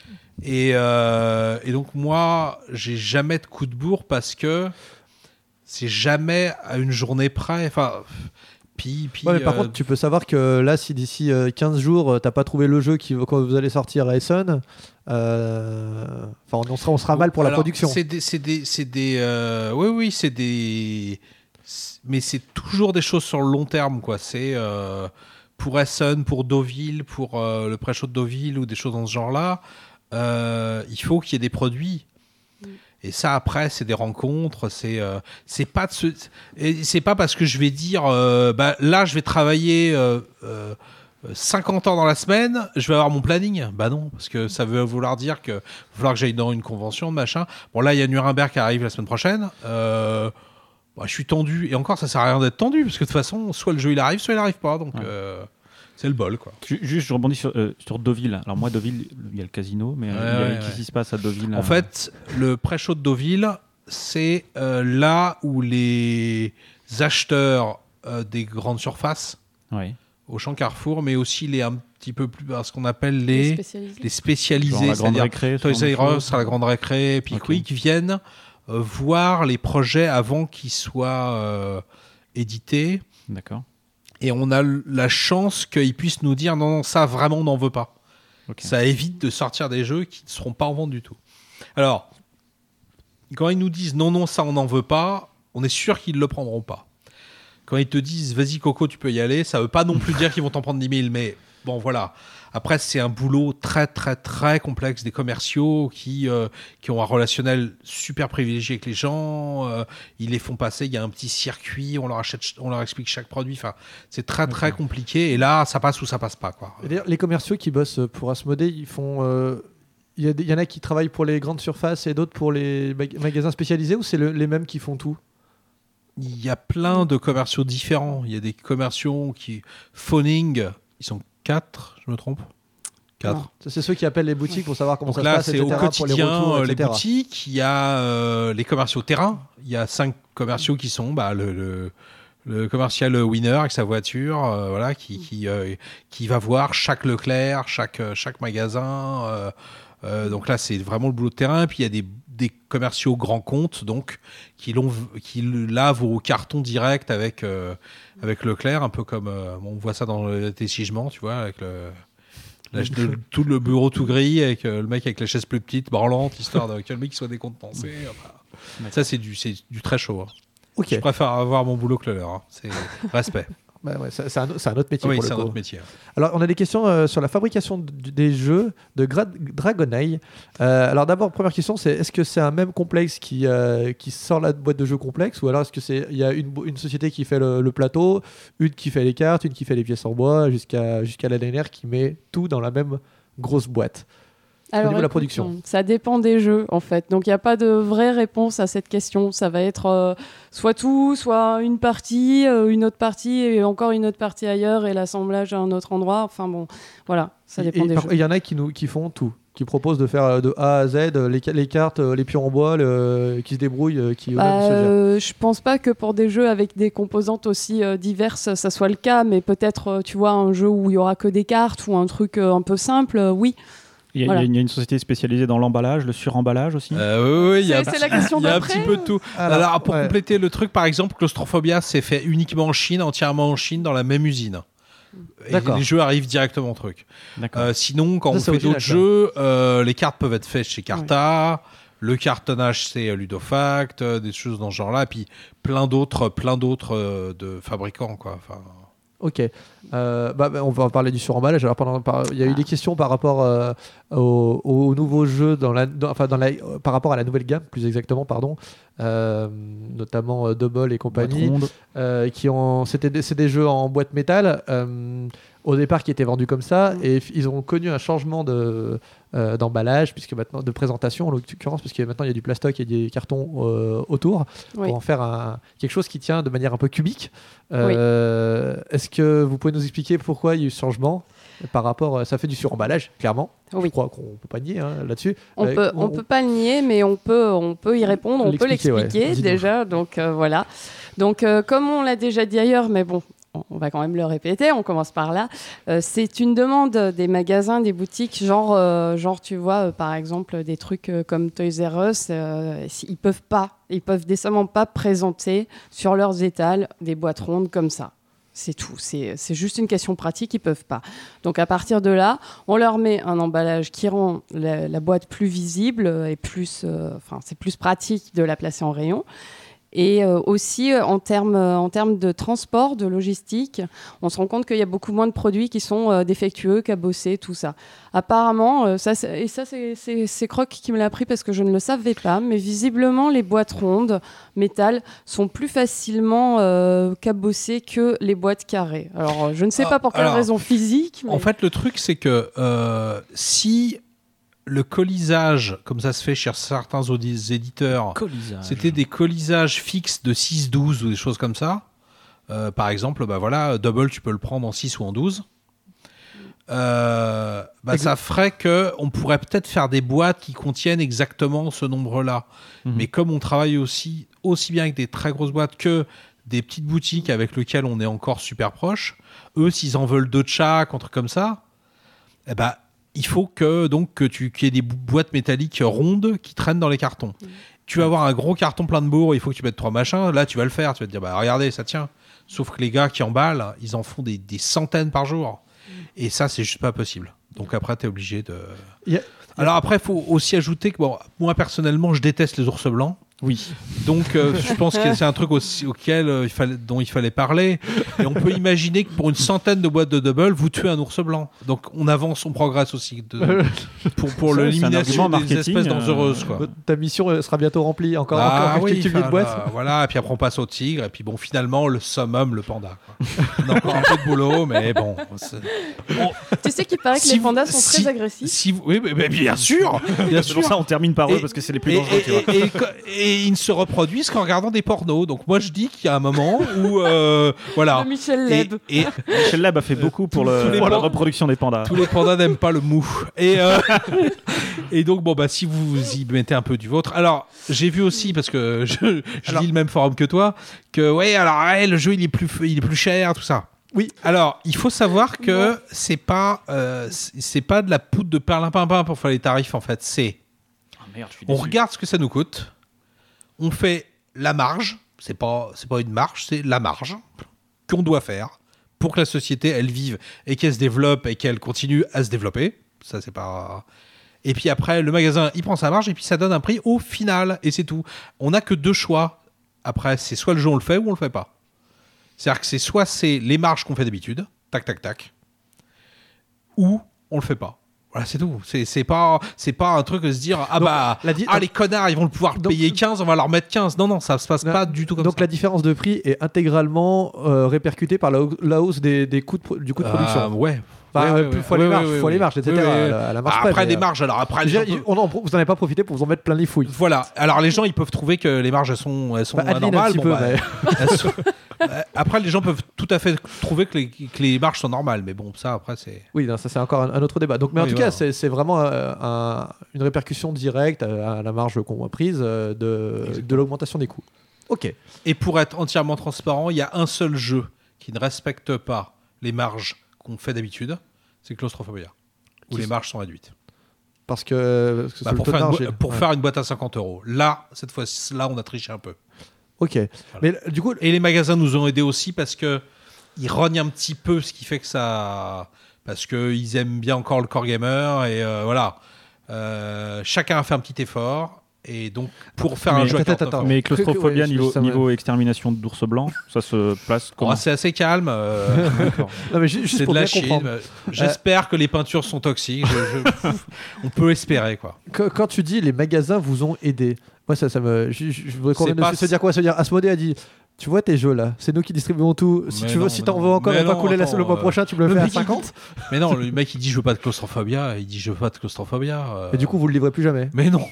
Et, euh, et donc, moi, j'ai jamais de coup de bourre parce que c'est jamais à une journée près. Enfin, puis, puis, Ouais, mais par euh, contre, tu peux savoir que là, si d'ici euh, quinze jours, euh, t'as pas trouvé le jeu qui, quand vous allez sortir à Essonne, euh, enfin, on sera, on sera mal pour la alors, production. C'est des, c'est des, c'est des, euh, oui, oui, c'est des, c'est- mais c'est toujours des choses sur le long terme, quoi. C'est euh, pour Essonne, pour Deauville, pour euh, le pré-show de Deauville ou des choses dans ce genre-là. euh, il faut qu'il y ait des produits. Et ça, après, c'est des rencontres. C'est, euh, c'est pas de ce, et c'est pas parce que je vais dire, euh, bah, là, je vais travailler euh, euh, cinquante heures dans la semaine, je vais avoir mon planning. Bah non, parce que ça veut vouloir dire que va falloir que j'aille dans une convention, machin. Bon, là, il y a Nuremberg qui arrive la semaine prochaine. Euh, bah, je suis tendu. Et encore, ça sert à rien d'être tendu, parce que de toute façon, soit le jeu il arrive, soit il arrive pas. Donc, Ouais. euh, c'est le bol, quoi. Ju- Juste, je rebondis sur, euh, sur Deauville. Alors moi, Deauville, il y a le casino, mais euh, Ouais, il y a- ouais, qu'est-ce ouais. qui se passe à Deauville En euh, fait, le pré-show de Deauville, c'est euh, là où les acheteurs euh, des grandes surfaces, ouais. au champ Carrefour, mais aussi les un petit peu plus, ce qu'on appelle les, spécialisés. les Genre spécialisés, la grande c'est-à-dire récré, ce Toys genre de R Us, choses. à la grande récré, Pickwick, viennent euh, voir les projets avant qu'ils soient euh, édités. D'accord. Et on a l- la chance qu'ils puissent nous dire non, non, ça vraiment on n'en veut pas. Ok. Ça évite de sortir des jeux qui ne seront pas en vente du tout. Alors, quand ils nous disent non, non, ça on n'en veut pas, on est sûr qu'ils ne le prendront pas. Quand ils te disent vas-y Coco, tu peux y aller, ça ne veut pas non plus dire qu'ils vont t'en prendre dix mille, mais bon voilà. Après, c'est un boulot très, très, très complexe des commerciaux qui, euh, qui ont un relationnel super privilégié avec les gens. Euh, ils les font passer, il y a un petit circuit, on leur, achète, on leur explique chaque produit. Enfin, c'est très, très compliqué. Et là, ça passe ou ça passe pas, quoi. Et d'ailleurs, les commerciaux qui bossent pour Asmodee, ils font. euh, Il y, a des- il y en a qui travaillent pour les grandes surfaces et d'autres pour les mag- magasins spécialisés, ou c'est le- les mêmes qui font tout? Il y a plein de commerciaux différents. Il y a des commerciaux qui... Phoning, ils sont quatre, je me trompe Quatre. Non. Ça, c'est ceux qui appellent les boutiques pour savoir comment Donc ça là, se passe, c'est et au cetera, pour les quotidien retours, euh, les et cetera. boutiques. Il y a euh, les commerciaux terrain. Il y a cinq commerciaux qui sont bah, le, le, le commercial winner avec sa voiture, euh, voilà, qui, qui, euh, qui va voir chaque Leclerc, chaque, chaque magasin, euh, Euh, donc là, c'est vraiment le boulot de terrain. Puis il y a des, des commerciaux grands comptes, donc, qui, l'ont, qui là vont au carton direct avec, euh, avec Leclerc, un peu comme euh, on voit ça dans le Tessigement, tu vois, avec le, la, le, tout le bureau tout gris, avec euh, le mec avec la chaise plus petite, branlante, histoire de, que le mec soit décontenancé. Enfin, ça, c'est du, c'est du très chaud. Hein. Ok. Je préfère avoir mon boulot que le leur. Hein. C'est respect. Bah ouais, c'est, c'est, un, c'est un autre métier. Oui, pour c'est le un coup. autre métier. Alors, on a des questions euh, sur la fabrication d- des jeux de Gra- Dragoneye. Euh, alors, d'abord, première question, c'est est-ce que c'est un même complexe qui, euh, qui sort la boîte de jeux complexe, ou alors est-ce que c'est il y a une, une société qui fait le, le plateau, une qui fait les cartes, une qui fait les pièces en bois, jusqu'à jusqu'à la dernière qui met tout dans la même grosse boîte. Alors, niveau de la écoute, production. Ça dépend des jeux, en fait. Donc, il n'y a pas de vraie réponse à cette question. Ça va être euh, soit tout, soit une partie, euh, une autre partie, et encore une autre partie ailleurs, et l'assemblage à un autre endroit. Enfin, bon, voilà, ça Et- dépend et des par- jeux. et il y en a qui, nous, qui font tout, qui proposent de faire euh, de A à Z euh, les, ca- les cartes, euh, les pions en bois, le- qui se débrouillent, euh, qui Bah, eux-mêmes se gèrent. euh, je pense pas que pour des jeux avec des composantes aussi euh, diverses, ça soit le cas, mais peut-être, euh, tu vois, un jeu où il y aura que des cartes ou un truc euh, un peu simple, euh, oui. Il y, a, Voilà. il y a une société spécialisée dans l'emballage, le suremballage aussi. Euh, oui, oui, il y a, C'est- c'est la question il y a un d'après, petit peu de tout. Alors, Alors, pour ouais. compléter le truc, par exemple, Claustrophobia, c'est fait uniquement en Chine, entièrement en Chine, dans la même usine. Et D'accord. les jeux arrivent directement au truc. D'accord. Euh, sinon, quand Ça, on c'est fait original, d'autres ça. jeux, euh, les cartes peuvent être faites chez Carta. Le cartonnage, c'est euh, Ludofact, euh, des choses dans ce genre-là. Et puis plein d'autres, plein d'autres euh, de fabricants, quoi. Enfin, Ok. Euh, bah, bah, on va parler du suremballage. Alors, pendant, par- il y a eu des questions par rapport euh, au, au nouveau jeu, dans la, dans- enfin, dans la, euh, par rapport à la nouvelle gamme, plus exactement, pardon, euh, notamment euh, Double et Boîte compagnie, ronde. euh, qui ont, c'était des, c'est des jeux en boîte métal. euh, au départ, qui étaient vendus comme ça, Mm. et f- ils ont connu un changement de, euh, d'emballage, puisque maintenant de présentation en l'occurrence, parce que maintenant il y a du plastoc et des cartons euh, autour, Oui. pour en faire un, quelque chose qui tient de manière un peu cubique. Euh, Est-ce que vous pouvez nous expliquer pourquoi il y a eu ce changement par rapport, ça fait du suremballage, clairement. Je Oui. crois qu'on peut pas nier hein, là-dessus. On Euh, peut, on peut pas le nier, mais on peut, on peut y répondre, on peut L'expliquer, ouais. l'expliquer Dis-nous. déjà. Donc euh, voilà. Donc euh, comme on l'a déjà dit ailleurs, mais bon, on- on va quand même le répéter. On commence par là. Euh, c'est une demande des magasins, des boutiques, genre, euh, genre tu vois, euh, par exemple, des trucs euh, comme Toys R Us. Euh, ils peuvent pas, ils peuvent décemment pas présenter sur leurs étals des boîtes rondes comme ça. C'est tout. C'est c'est juste une question pratique. Ils peuvent pas. Donc à partir de là, on leur met un emballage qui rend la, la boîte plus visible et plus, euh, enfin c'est plus pratique de la placer en rayon. Et euh, aussi euh, en termes euh, en termes de transport, de logistique, on se rend compte qu'il y a beaucoup moins de produits qui sont euh, défectueux, cabossés, tout ça. Apparemment, euh, ça c'est- et ça c'est, c'est, c'est Croc qui me l'a appris parce que je ne le savais pas, mais visiblement les boîtes rondes métal sont plus facilement euh, cabossées que les boîtes carrées. Alors euh, je ne sais Ah, pas pour quelle alors, raison physique. Mais... en fait, le truc, c'est que euh, si le colisage, comme ça se fait chez certains audi- éditeurs, Colisage. c'était des colisages fixes de six douze ou des choses comme ça. Euh, par exemple, bah voilà, Double, tu peux le prendre en six ou en douze. Euh, bah ça ferait que on pourrait peut-être faire des boîtes qui contiennent exactement ce nombre-là. Mhm. Mais comme on travaille aussi, aussi bien avec des très grosses boîtes que des petites boutiques avec lesquelles on est encore super proche, eux, s'ils en veulent deux de chaque, un truc comme ça, eh ben, il faut que, donc, que tu, qu'il y ait des bo- boîtes métalliques rondes qui traînent dans les cartons. Mhm. Tu vas avoir un gros carton plein de bourre, il faut que tu mettes trois machins. Là, tu vas le faire. Tu vas te dire, bah, regardez, ça tient. Sauf que les gars qui emballent, ils en font des, des centaines par jour. Et ça, c'est juste pas possible. Donc après, tu es obligé de... Il y a- Alors après, il faut aussi ajouter que, bon, moi, personnellement, je déteste les ours blancs. Oui. Donc, euh, je pense que c'est un truc aussi, auquel, euh, il fallait, dont il fallait parler. Et on peut imaginer que pour une centaine de boîtes de Double, vous tuez un ours blanc. Donc, on avance, on progresse aussi de, pour, pour Ça, l'élimination c'est un argument des marketing, espèces dangereuses. euh, Quoi. Ta mission euh, sera bientôt remplie. Encore, Ah encore oui, quelques mille enfin, boîtes. là, voilà, et puis après on passe au tigre, et puis bon, finalement, le summum, le panda. Quoi. On a encore un peu de boulot, mais bon. c'est- Bon, Tu sais qu'il paraît que Si les vous- pandas sont si- très agressifs. si vous- oui, mais, mais bien sûr, bien C'est pour sûr. ça on termine par eux Et- parce que c'est les plus Et, dangereux, tu vois. et- et- et- et ils ne se reproduisent qu'en regardant des pornos. Donc moi, je dis qu'il y a un moment où, euh, voilà. De Michel Et, Leb. et Michel Lab a fait beaucoup pour, tous le, les pour la pan- reproduction des pandas. tous les pandas n'aiment pas le mou. Et, euh, et donc, bon, bah, si vous y mettez un peu du vôtre. Alors, j'ai vu aussi, parce que je, je lis le même forum que toi, que, ouais, alors, ouais, le jeu, il est plus, il est plus cher, tout ça. Oui. Alors, il faut savoir que c'est pas, euh, c'est c'est pas de la poudre de perlimpinpin pour faire les tarifs, en fait. C'est, Ah, merde, je suis on déçu. regarde ce que ça nous coûte, on fait la marge, c'est pas, c'est pas une marge, c'est la marge qu'on doit faire pour que la société, elle vive et qu'elle se développe et qu'elle continue à se développer. Ça, c'est pas... Et puis après, le magasin, il prend sa marge et puis ça donne un prix au final. Et c'est tout. On n'a que deux choix. Après, c'est soit le jeu, on le fait ou on le fait pas. C'est-à-dire que c'est soit c'est les marges qu'on fait d'habitude, tac, tac, tac, ou on le fait pas. Voilà, c'est tout. C'est, c'est, pas, c'est pas un truc de se dire, ah Donc, bah, la di- ah, les connards, ils vont le pouvoir Donc- payer quinze, on va leur mettre quinze. Non, non, ça se passe Non, pas du tout comme Donc ça. la différence de prix est intégralement euh, répercutée par la, hau- la hausse des, des coûts de pro- du coût de production. Euh, ouais. Enfin, Ouais, euh, ouais, plus ouais. fois les Ouais, marges, ouais, fois les ouais. marges, et cetera. Ouais, ouais. À la, à la marge Ah, près, après mais, des euh, marges, alors après, je veux les dire, gens peuvent- on en- vous n'en avez pas profité pour vous en mettre plein les fouilles. voilà. Alors les gens, ils peuvent trouver que les marges elles sont, elles sont Bah, Adeline, un anormales. petit Bon, peu, bah, mais- elles sont- Euh, Après, les gens peuvent tout à fait trouver que les, que les marges sont normales, mais bon, ça après c'est. Oui, non, ça c'est encore un, un autre débat. Donc, mais en Oui, tout voilà. cas, c'est, c'est vraiment euh, un- une répercussion directe à la marge qu'on a prise euh, de, de l'augmentation des coûts. Ok. Et pour être entièrement transparent, il y a un seul jeu qui ne respecte pas les marges qu'on fait d'habitude, c'est Claustrophobia, où Oui, les c'est- marges sont réduites. Parce que, parce que Bah, sur le pour taux de faire, une, marge, boi- j'ai- pour ouais. faire une boîte à cinquante euros. Là, cette fois-ci, là, on a triché un peu. Ok. Mais du coup, Et les magasins nous ont aidés aussi parce que ils rognent un petit peu, ce qui fait que ça, parce que ils aiment bien encore le core gamer et euh, voilà. Euh, chacun a fait un petit effort et donc pour faire un Mais- jeu à attends, quarante-neuf attends, euros. Mais claustrophobia Ouais, je- niveau, ça me- niveau extermination d'ours blanc, ça se place Oh, comment c'est assez calme. euh, non, mais ju- juste c'est pour de la bien Chine. comprendre. J'espère que les peintures sont toxiques. Je- je- on peut espérer quoi. Quand, quand tu dis les magasins vous ont aidé, moi ça, ça me. Je, je, je voudrais qu'on C'est vienne pas- de se dire quoi Se dire Asmodée a dit. Tu vois tes jeux là, c'est nous qui distribuons tout. Si Mais tu veux, non, si mais t'en non. veux encore Mais et pas non, couler la attends, le mois euh, prochain, tu me le, le fais à mec, il- cinquante. Mais non, le mec il dit je veux pas de claustrophobia, il dit je veux pas de claustrophobia. euh. Et du coup, vous le livrez plus jamais. Mais non.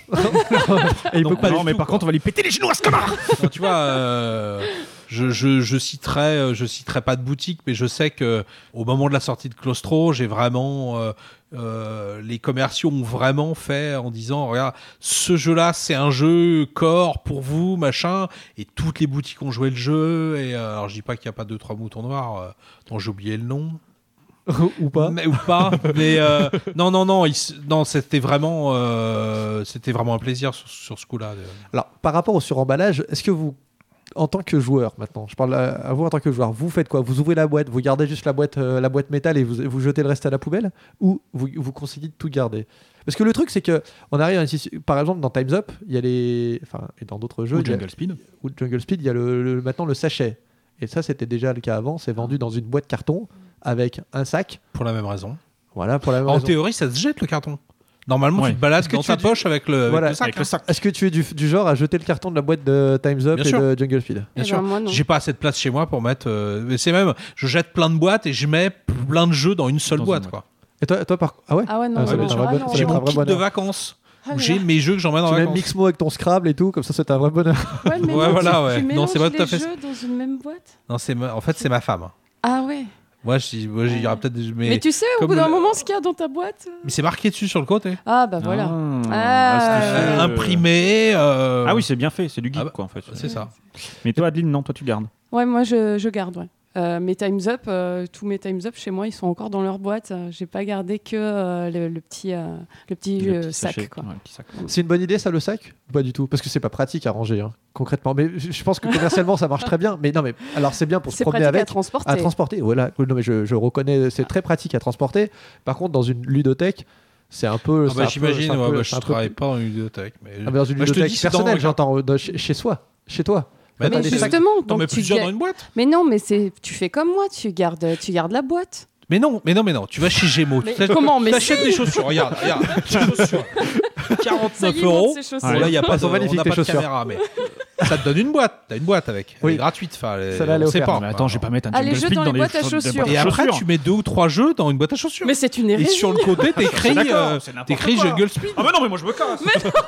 Et il Non, peut pas pas. du Non, mais tout, par quoi. contre, on va lui péter les genoux à ce connard. Non, tu vois, euh, je, je, je citerai, euh, je citerai pas de boutique, mais je sais que au moment de la sortie de Claustro, j'ai vraiment euh, euh, les commerciaux ont vraiment fait en disant regarde, ce jeu-là, c'est un jeu core pour vous, machin, et toutes les boutiques ont joué le jeu. Et euh, alors je dis pas qu'il y a pas deux trois moutons noirs, euh, dont j'ai oublié le nom. Ou pas. Mais, ou pas mais euh, non non non il s- non c'était vraiment euh, c'était vraiment un plaisir sur, sur ce coup-là de- Alors, par rapport au suremballage, est-ce que vous, en tant que joueur maintenant, je parle à, à vous en tant que joueur, vous faites quoi? Vous ouvrez la boîte, vous gardez juste la boîte, euh, la boîte métal et vous, vous jetez le reste à la poubelle? Ou vous, vous conseillez de tout garder? Parce que le truc, c'est que on arrive à une situ- par exemple dans Time's Up, il y a les, enfin, et dans d'autres jeux, Ou il y a- Jungle Speed. ou Jungle Speed, il y a le, le- maintenant le sachet. Et ça, c'était déjà le cas avant. C'est vendu dans une boîte carton avec un sac. pour la même raison. Voilà pour la même En raison. théorie, ça se jette le carton. Normalement, Ouais. tu te balades Est-ce que dans tu ta dis- poche avec le, avec Voilà, le sac. Avec le hein. sac. Est-ce que tu es du, du genre à jeter le carton de la boîte de Time's Up Bien et sûr. de Jungle Speed? Bien Eh sûr. ben, moi, non. J'ai pas assez de place chez moi pour mettre. euh, mais c'est même, je jette plein de boîtes et je mets plein de jeux dans une seule Dans une boîte. boîte. Quoi. Et toi, toi par... ah ouais. Ah ouais, non, Ah, non, ça doit non. être un vrai Ah bon- non, ça J'ai doit être mon un vrai kit de bonheur. vacances Ah où là j'ai là. mes jeux que j'emmène en Tu mets vacances. Mixmo avec ton Scrabble et tout, comme ça c'est un vrai bonheur. Ouais, mais Ouais, non, voilà, tu, ouais. tu Non, mélanges c'est pas les tout à fait jeux dans une même boîte. Non, c'est ma- en fait c'est ma femme. Ah ouais. Moi, je, moi, il y aura peut-être. des- Mais, Mais, tu sais, au comme bout d'un le- moment, ce qu'il y a dans ta boîte. euh, mais c'est marqué dessus sur le côté. Ah bah voilà. Ah, Ah, astucieux. Euh, imprimé. euh, Ah oui, c'est bien fait, c'est du geek Ah bah, quoi en fait. c'est ça. Mais toi, Adeline, non, toi tu gardes. Ouais, moi je, je garde, ouais. Euh, mes Time's Up, euh, tous mes Time's Up chez moi, ils sont encore dans leur boîte. Euh, J'ai pas gardé que euh, le, le petit, euh, le petit, Le euh, petit sac. sachet, Quoi. ouais, le petit sac. C'est une bonne idée ça le sac? Pas du tout, parce que c'est pas pratique à ranger hein, concrètement. Mais je je pense que commercialement ça marche très bien. Mais non mais alors c'est bien pour se C'est promener pratique à avec. transporter. À transporter, voilà. Non mais je, je reconnais, c'est très pratique à transporter. Par contre, dans une ludothèque, c'est un peu. Ah c'est bah, un peu- j'imagine, c'est un ouais, peu- bah, c'est je un peu- travaille pas dans une bibliothèque. Mais... Ah, mais dans une Bah, je te ludothèque dis, c'est dans personnelle, un- j'entends, euh, dans- chez, chez soi, chez toi. Bah T'as mais des sacs- justement, Non, donc mais tu plusieurs ga- dans une boîte. mais non, mais c'est, tu fais comme moi, tu gardes, tu gardes la boîte. Mais non, mais non, mais non. Tu vas chez Gémeaux. Mais tu t'ach- comment, mais tu t'achètes si. des chaussures. Regarde, regarde. Des chaussures. Ça quarante-neuf y est, il euros. monte ses chaussures. Bon, là, il y a pas Elles de, sont on magnifiques, n'a tes pas de chaussures. caméra, mais ça te donne une boîte. T'as une boîte avec. Elle Oui. est gratuite. Enfin, elle est- Celle-là, elle est on sait offerte. pas. Mais attends, je vais pas mettre un Ah, les Jungle jeux Speed dans dans les des boîtes à cho- des chaussures. boîtes Et à après, chaussures. tu mets deux ou trois jeux dans une boîte à chaussures. Mais c'est une Et hérésie. sur le côté, t'écris, d'accord, euh, c'est n'importe t'écris quoi. Jungle Speed. Ah bah non, mais moi je me casse.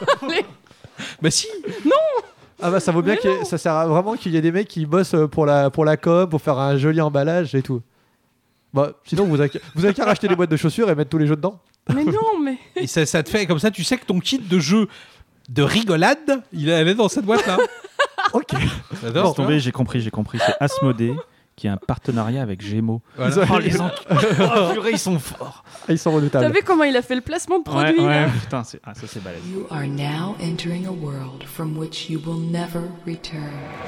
Bah si. Ah bah ça vaut bien Mais qu'il y ait- ça sert à vraiment qu'il y ait des mecs qui bossent euh, pour la, pour la com, pour faire un joli emballage et tout. Bah, sinon vous avez, qu'à- vous avez qu'à racheter des boîtes de chaussures et mettre tous les jeux dedans. Mais non, mais. Et ça, ça te fait comme ça, tu sais que ton kit de jeu de rigolade, il est allé dans cette boîte-là. Ok. J'adore, Laisse tu vois. tomber, j'ai compris, j'ai compris. C'est Asmodée qui a un partenariat avec Gémeaux. Voilà. Oh, les en... oh, purée, ils sont forts. Ah, ils sont T'as redoutables. vu comment il a fait le placement de produit Ouais, là ouais, putain, c'est... Ah, ça c'est balèze. You are now entering a world from which you will never return.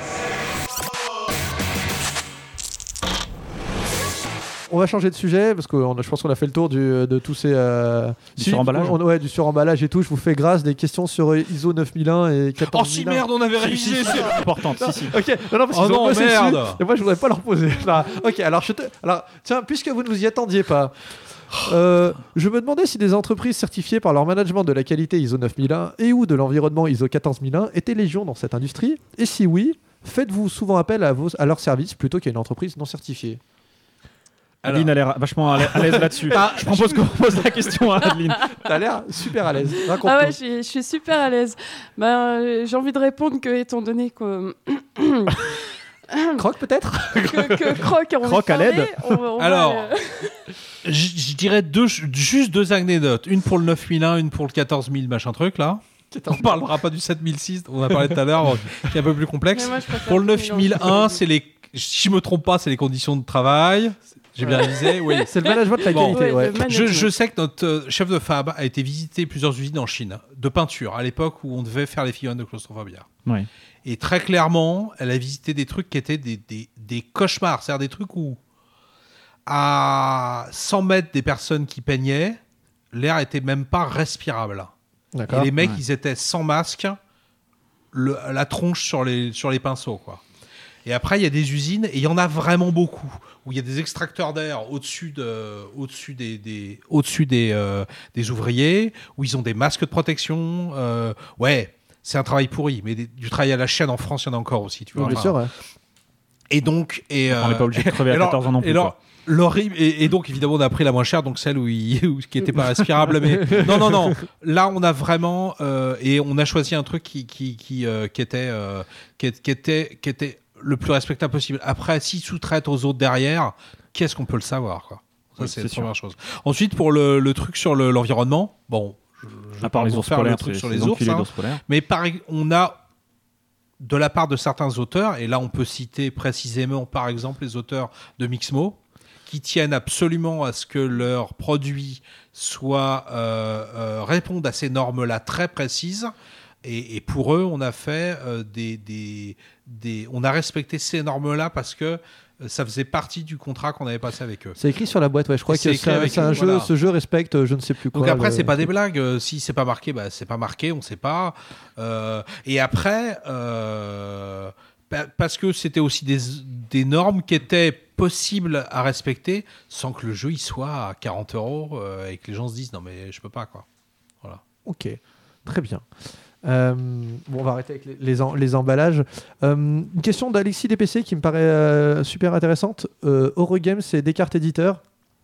On va changer de sujet parce que on a- je pense qu'on a fait le tour du, de tous ces euh, Du suremballage. on- ouais, du suremballage et tout. Je vous fais grâce des questions sur euh, I S O neuf mille un et Oh quatorze si mille un. merde, on avait Si, révisé. si, si, c'est important. Si, si. Ok, non, non, parce Oh qu'ils ont non, bossé merde. dessus, et moi je voudrais pas leur poser. Là. Ok, alors je te... alors tiens, puisque vous ne vous y attendiez pas, euh, je me demandais si des entreprises certifiées par leur management de la qualité I S O neuf mille un et ou de l'environnement I S O quatorze mille un étaient légion dans cette industrie, et si oui, faites-vous souvent appel à, vos, à leurs services plutôt qu'à une entreprise non certifiée? Alors- Adeline a l'air vachement à l'a- à l'aise là-dessus. Je propose qu'on pose la question à Adeline. T'as l'air super à l'aise. Raconte-nous. Ah ouais, je suis, je suis super à l'aise. Ben, euh, j'ai envie de répondre que, étant donné que, Croque peut-être. que, que Croc a envie Croc de à l'aide. parler, on va- on va, Alors, euh, Je je dirais deux, juste deux anecdotes. Une pour le neuf mille un, une pour le quatorze mille, machin truc là. On parlera pas du sept mille six, on a parlé tout à l'heure, qui est un peu plus complexe. mais moi, je préfère Pour le neuf neuf mille un, c'est les, si je me trompe pas, c'est les conditions de travail. J'ai bien révisé, oui. C'est le management de la Bon. qualité. Ouais, Ouais. le management. Je, je sais que notre euh, chef de fab a été visiter plusieurs usines en Chine de peinture à l'époque où on devait faire les figurines de claustrophobia. Ouais. Et très clairement, elle a visité des trucs qui étaient des, des, des cauchemars. C'est-à-dire des trucs où, à cent mètres des personnes qui peignaient, l'air était même pas respirable. D'accord. Et les mecs, Ouais. ils étaient sans masque, le- la tronche sur les, sur les pinceaux, quoi. Et après, il y a des usines, et il y en a vraiment beaucoup, où il y a des extracteurs d'air au-dessus, de, au-dessus, des, des, au-dessus des, euh, des ouvriers, où ils ont des masques de protection. euh, ouais, c'est un travail pourri, mais des- du travail à la chaîne en France, il y en a encore aussi, tu vois. Bien Enfin, sûr. Ouais. Et donc... Et, On n'est euh, pas obligé de crever et à alors- quatorze ans non plus. et alors, quoi. l'horrible et, et donc évidemment on a pris la moins chère, donc celle où, il, où qui était pas respirable, mais non non non, là on a vraiment euh, et on a choisi un truc qui qui qui, euh, qui était euh, qui, qui était qui était le plus respectable possible. Après, s'ils sous-traitent aux autres derrière, qu'est-ce qu'on peut le savoir, quoi. Ça Oui, c'est c'est la sûr. première chose. Ensuite pour le, le truc sur le- l'environnement, bon, je, je vais À part pas les vous ours faire le polaires, truc c'est sur ces les ours, enculés hein. d'ours polaires. Mais par, on a, de la part de certains auteurs, et là on peut citer précisément par exemple les auteurs de Mixmo, qui tiennent absolument à ce que leurs produits soient, euh, euh, répondent à ces normes-là très précises. Et, et pour eux, on a fait euh, des, des, des, on a respecté ces normes-là parce que euh, ça faisait partie du contrat qu'on avait passé avec eux. C'est écrit sur la boîte. Ouais, je crois C'est que écrit c'est un, avec c'est un eux, jeu. voilà. Ce jeu respecte, euh, je ne sais plus quoi. Donc après, le- c'est pas des blagues. Euh, si c'est pas marqué, bah c'est pas marqué, on sait pas. Euh, et après, euh, pa- parce que c'était aussi des, des normes qui étaient possibles à respecter sans que le jeu il soit à quarante euros euh, et que les gens se disent non mais je peux pas, quoi. Voilà. Ok, très bien. Euh, bon, on va arrêter avec les, les, em- les emballages. Euh, une question d'Alexis D P C qui me paraît euh, super intéressante. Euh, Eurogames et Descartes Éditeurs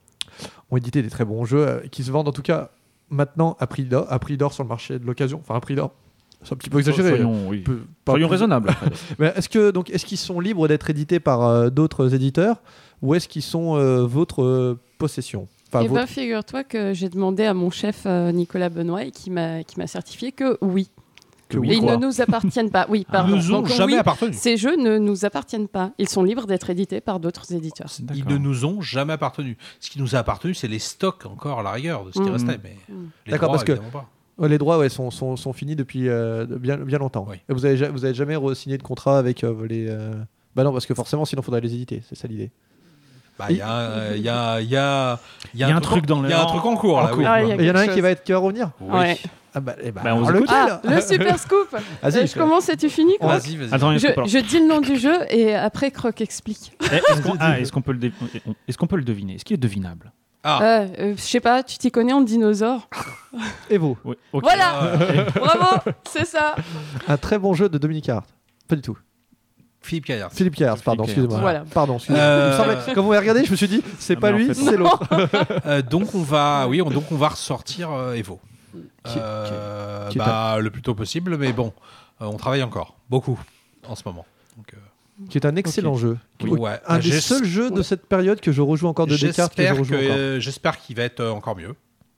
ont édité des très bons jeux euh, qui se vendent en tout cas maintenant à prix d'or, à prix d'or sur le marché de l'occasion. Enfin, à prix d'or, c'est un petit peu exagéré. Soyons, oui. Peu- pas Soyons plus- raisonnables. après. Mais est-ce que donc est-ce qu'ils sont libres d'être édités par euh, d'autres éditeurs ou est-ce qu'ils sont euh, votre euh, possession? Enfin, Eh votre- ben, figure-toi que j'ai demandé à mon chef euh, Nicolas Benoît et qui m'a qui m'a certifié que oui. que Et oui, ils quoi. ne nous appartiennent pas. Oui, Ils pardon. nous ont Donc, jamais oui, appartenu. ces jeux ne nous appartiennent pas. Ils sont libres d'être édités par d'autres éditeurs. Ils D'accord. ne nous ont jamais appartenu. Ce qui nous a appartenu, c'est les stocks encore à la rigueur de ce qui Mhm. restait, mais Mhm. les D'accord, droits, parce que- évidemment pas. Ouais, les droits ouais, sont, sont, sont finis depuis euh, de- bien, bien longtemps. Oui. Et vous avez, ja- vous avez jamais re-signé de contrat avec euh, les. euh, Bah non, parce que forcément, sinon, il faudrait les éditer. C'est ça l'idée. Bah, il y a, euh, il y a, il y a, il y a Il y a un truc dans il le- y a un truc en cours là. en oui. Ah, il y a Et il y en a un quelque qui chose. va, être, qui va revenir Oui. Ouais. Ah bah, eh bah, Bah, on alors vous écoute. lequel Ah, le super scoop. Vas-y, Euh, je commence et tu finis quoi. Vas-y, vas-y. Attends, est-ce Je, qu'on peut- je dis le nom du jeu et après Croc explique. Eh, est-ce qu'on ah, est-ce qu'on peut le dé- est-ce qu'on peut le deviner? Est-ce qu'il est devinable? Ah. Euh, euh, je sais pas, tu t'y connais en dinosaure. Et vous Oui. ok. Voilà, Euh, bravo, c'est ça. Un très bon jeu de Dominique Hart. Pas du tout. Philippe Caillard. Philippe Caillard, pardon, Philippe excusez-moi. Voilà. Pardon, excusez-moi. Euh, Il me semblait- quand vous m'avez regardé, je me suis dit, c'est Ah, pas mais en lui, fait, c'est l'autre. Euh, donc on va, oui, on, donc on va ressortir euh, Evo. Qui- Euh, qui est bah, le plus tôt possible, mais bon, euh, on travaille encore beaucoup en ce moment. Donc, euh, Qui est un excellent jeu. Oui. Oui. Ouais. Un Ah, des j'es- seuls jeux de cette période que je rejoue encore de Descartes que je j'espère rejoue que, encore. euh, j'espère qu'il va être euh, encore mieux.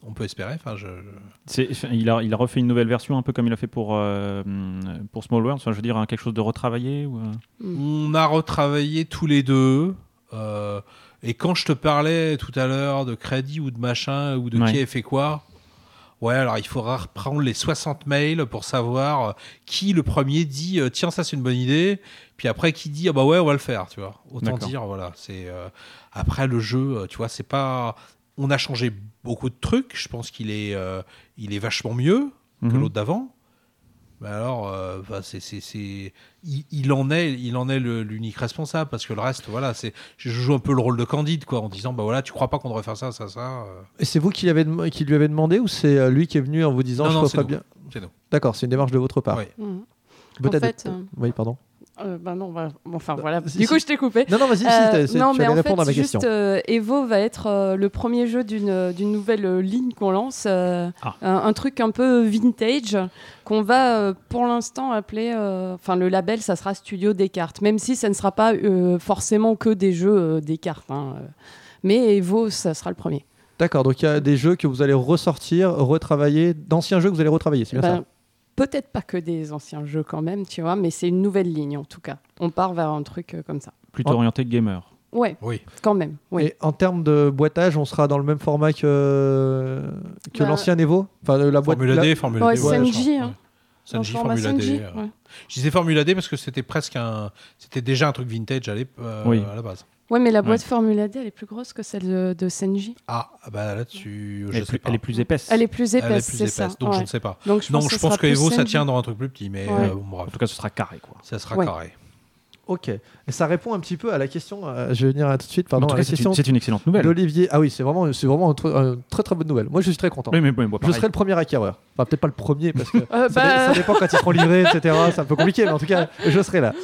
On peut espérer. Enfin, je. C'est, il, a, il a refait une nouvelle version, un peu comme il a fait pour, euh, pour Small World. Enfin, je veux dire, hein, quelque chose de retravaillé ou... On a retravaillé tous les deux. Euh, et quand je te parlais tout à l'heure de crédit ou de machin ou de Ouais. qui a fait quoi, ouais, alors il faudra reprendre les soixante mails pour savoir euh, qui le premier dit euh, tiens, ça c'est une bonne idée. Puis après, qui dit ah bah ouais, on va le faire, tu vois. Autant D'accord. dire, voilà. C'est, euh, après, le jeu, euh, tu vois, c'est pas. On a changé beaucoup de trucs. Je pense qu'il est, euh, il est vachement mieux que Mhm. l'autre d'avant. Mais alors, euh, bah, c'est, c'est, c'est... Il, il en est, il en est le, l'unique responsable parce que le reste, voilà, c'est, je joue un peu le rôle de Candide, quoi, en disant, bah voilà, tu crois pas qu'on devrait faire ça, ça, ça. euh. Et c'est vous qui, l'avez dem- qui lui avez demandé ou c'est euh, lui qui est venu en vous disant Non, je non, crois c'est pas nous. bien. C'est nous. D'accord, c'est une démarche de votre part. Oui. Mhm. Peut-être. En fait, euh, Oui, pardon. Euh, bah non, bah, bon, enfin voilà. si, du coup, si. je t'ai coupé. Non, non, vas-y, si, Euh, t'as- c'est- non, tu mais allais en répondre fait, à ma juste, question. euh, Evo va être euh, le premier jeu d'une, euh, d'une nouvelle euh, ligne qu'on lance, euh, Ah. un, un truc un peu vintage qu'on va euh, pour l'instant appeler, euh, enfin le label, ça sera Studio Descartes, même si ça ne sera pas euh, forcément que des jeux euh, Descartes, hein, euh. mais Evo, ça sera le premier. D'accord, donc il y a des jeux que vous allez ressortir, retravailler, d'anciens jeux que vous allez retravailler, c'est bien Ben, ça? peut-être pas que des anciens jeux quand même, tu vois, mais c'est une nouvelle ligne en tout cas. On part vers un truc euh, comme ça. Plutôt Oh. orienté gamer. Ouais, Oui. quand même. Oui. Et en termes de boîtage, on sera dans le même format que, que Bah, l'ancien Evo, enfin la boîte. Formula la- D, Formula Ouais, D. ouais, Senji, genre, hein. ouais. Senji, Dans le format Formula Senji, D. euh. ouais. Je disais Formula D parce que c'était presque un. C'était déjà un truc vintage à, l'ép- euh, Oui. à la base. Ouais, mais la boîte Ouais. Formula D, elle est plus grosse que celle de, de Senji. Ah, bah là-dessus, Elle je est, sais plus, pas. elle est plus épaisse. Elle est plus Elle est épaisse, plus c'est épaisse, ça. donc je ouais. ne sais pas. Donc je Non, pense je que pense ce que sera Evo, plus ça Senji. tient dans un truc plus petit, mais Ouais. euh, bon, bref, En tout cas, ce sera carré, quoi. ça sera Ouais. carré. Ok. Et ça répond un petit peu à la question. euh, je vais venir à tout de suite. Pardon, En tout à cas, la c'est, question une, c'est une excellente nouvelle. d'Olivier. Ah oui, c'est vraiment, c'est vraiment une, tr- une très très bonne nouvelle. Moi, je suis très content. Oui, mais, mais moi, Je pareil. serai le premier acquéreur. Enfin, peut-être pas le premier parce que Euh, ça, dé- bah, ça dépend quand ils seront livrés, et cetera. C'est un peu compliqué, mais en tout cas, je serai là.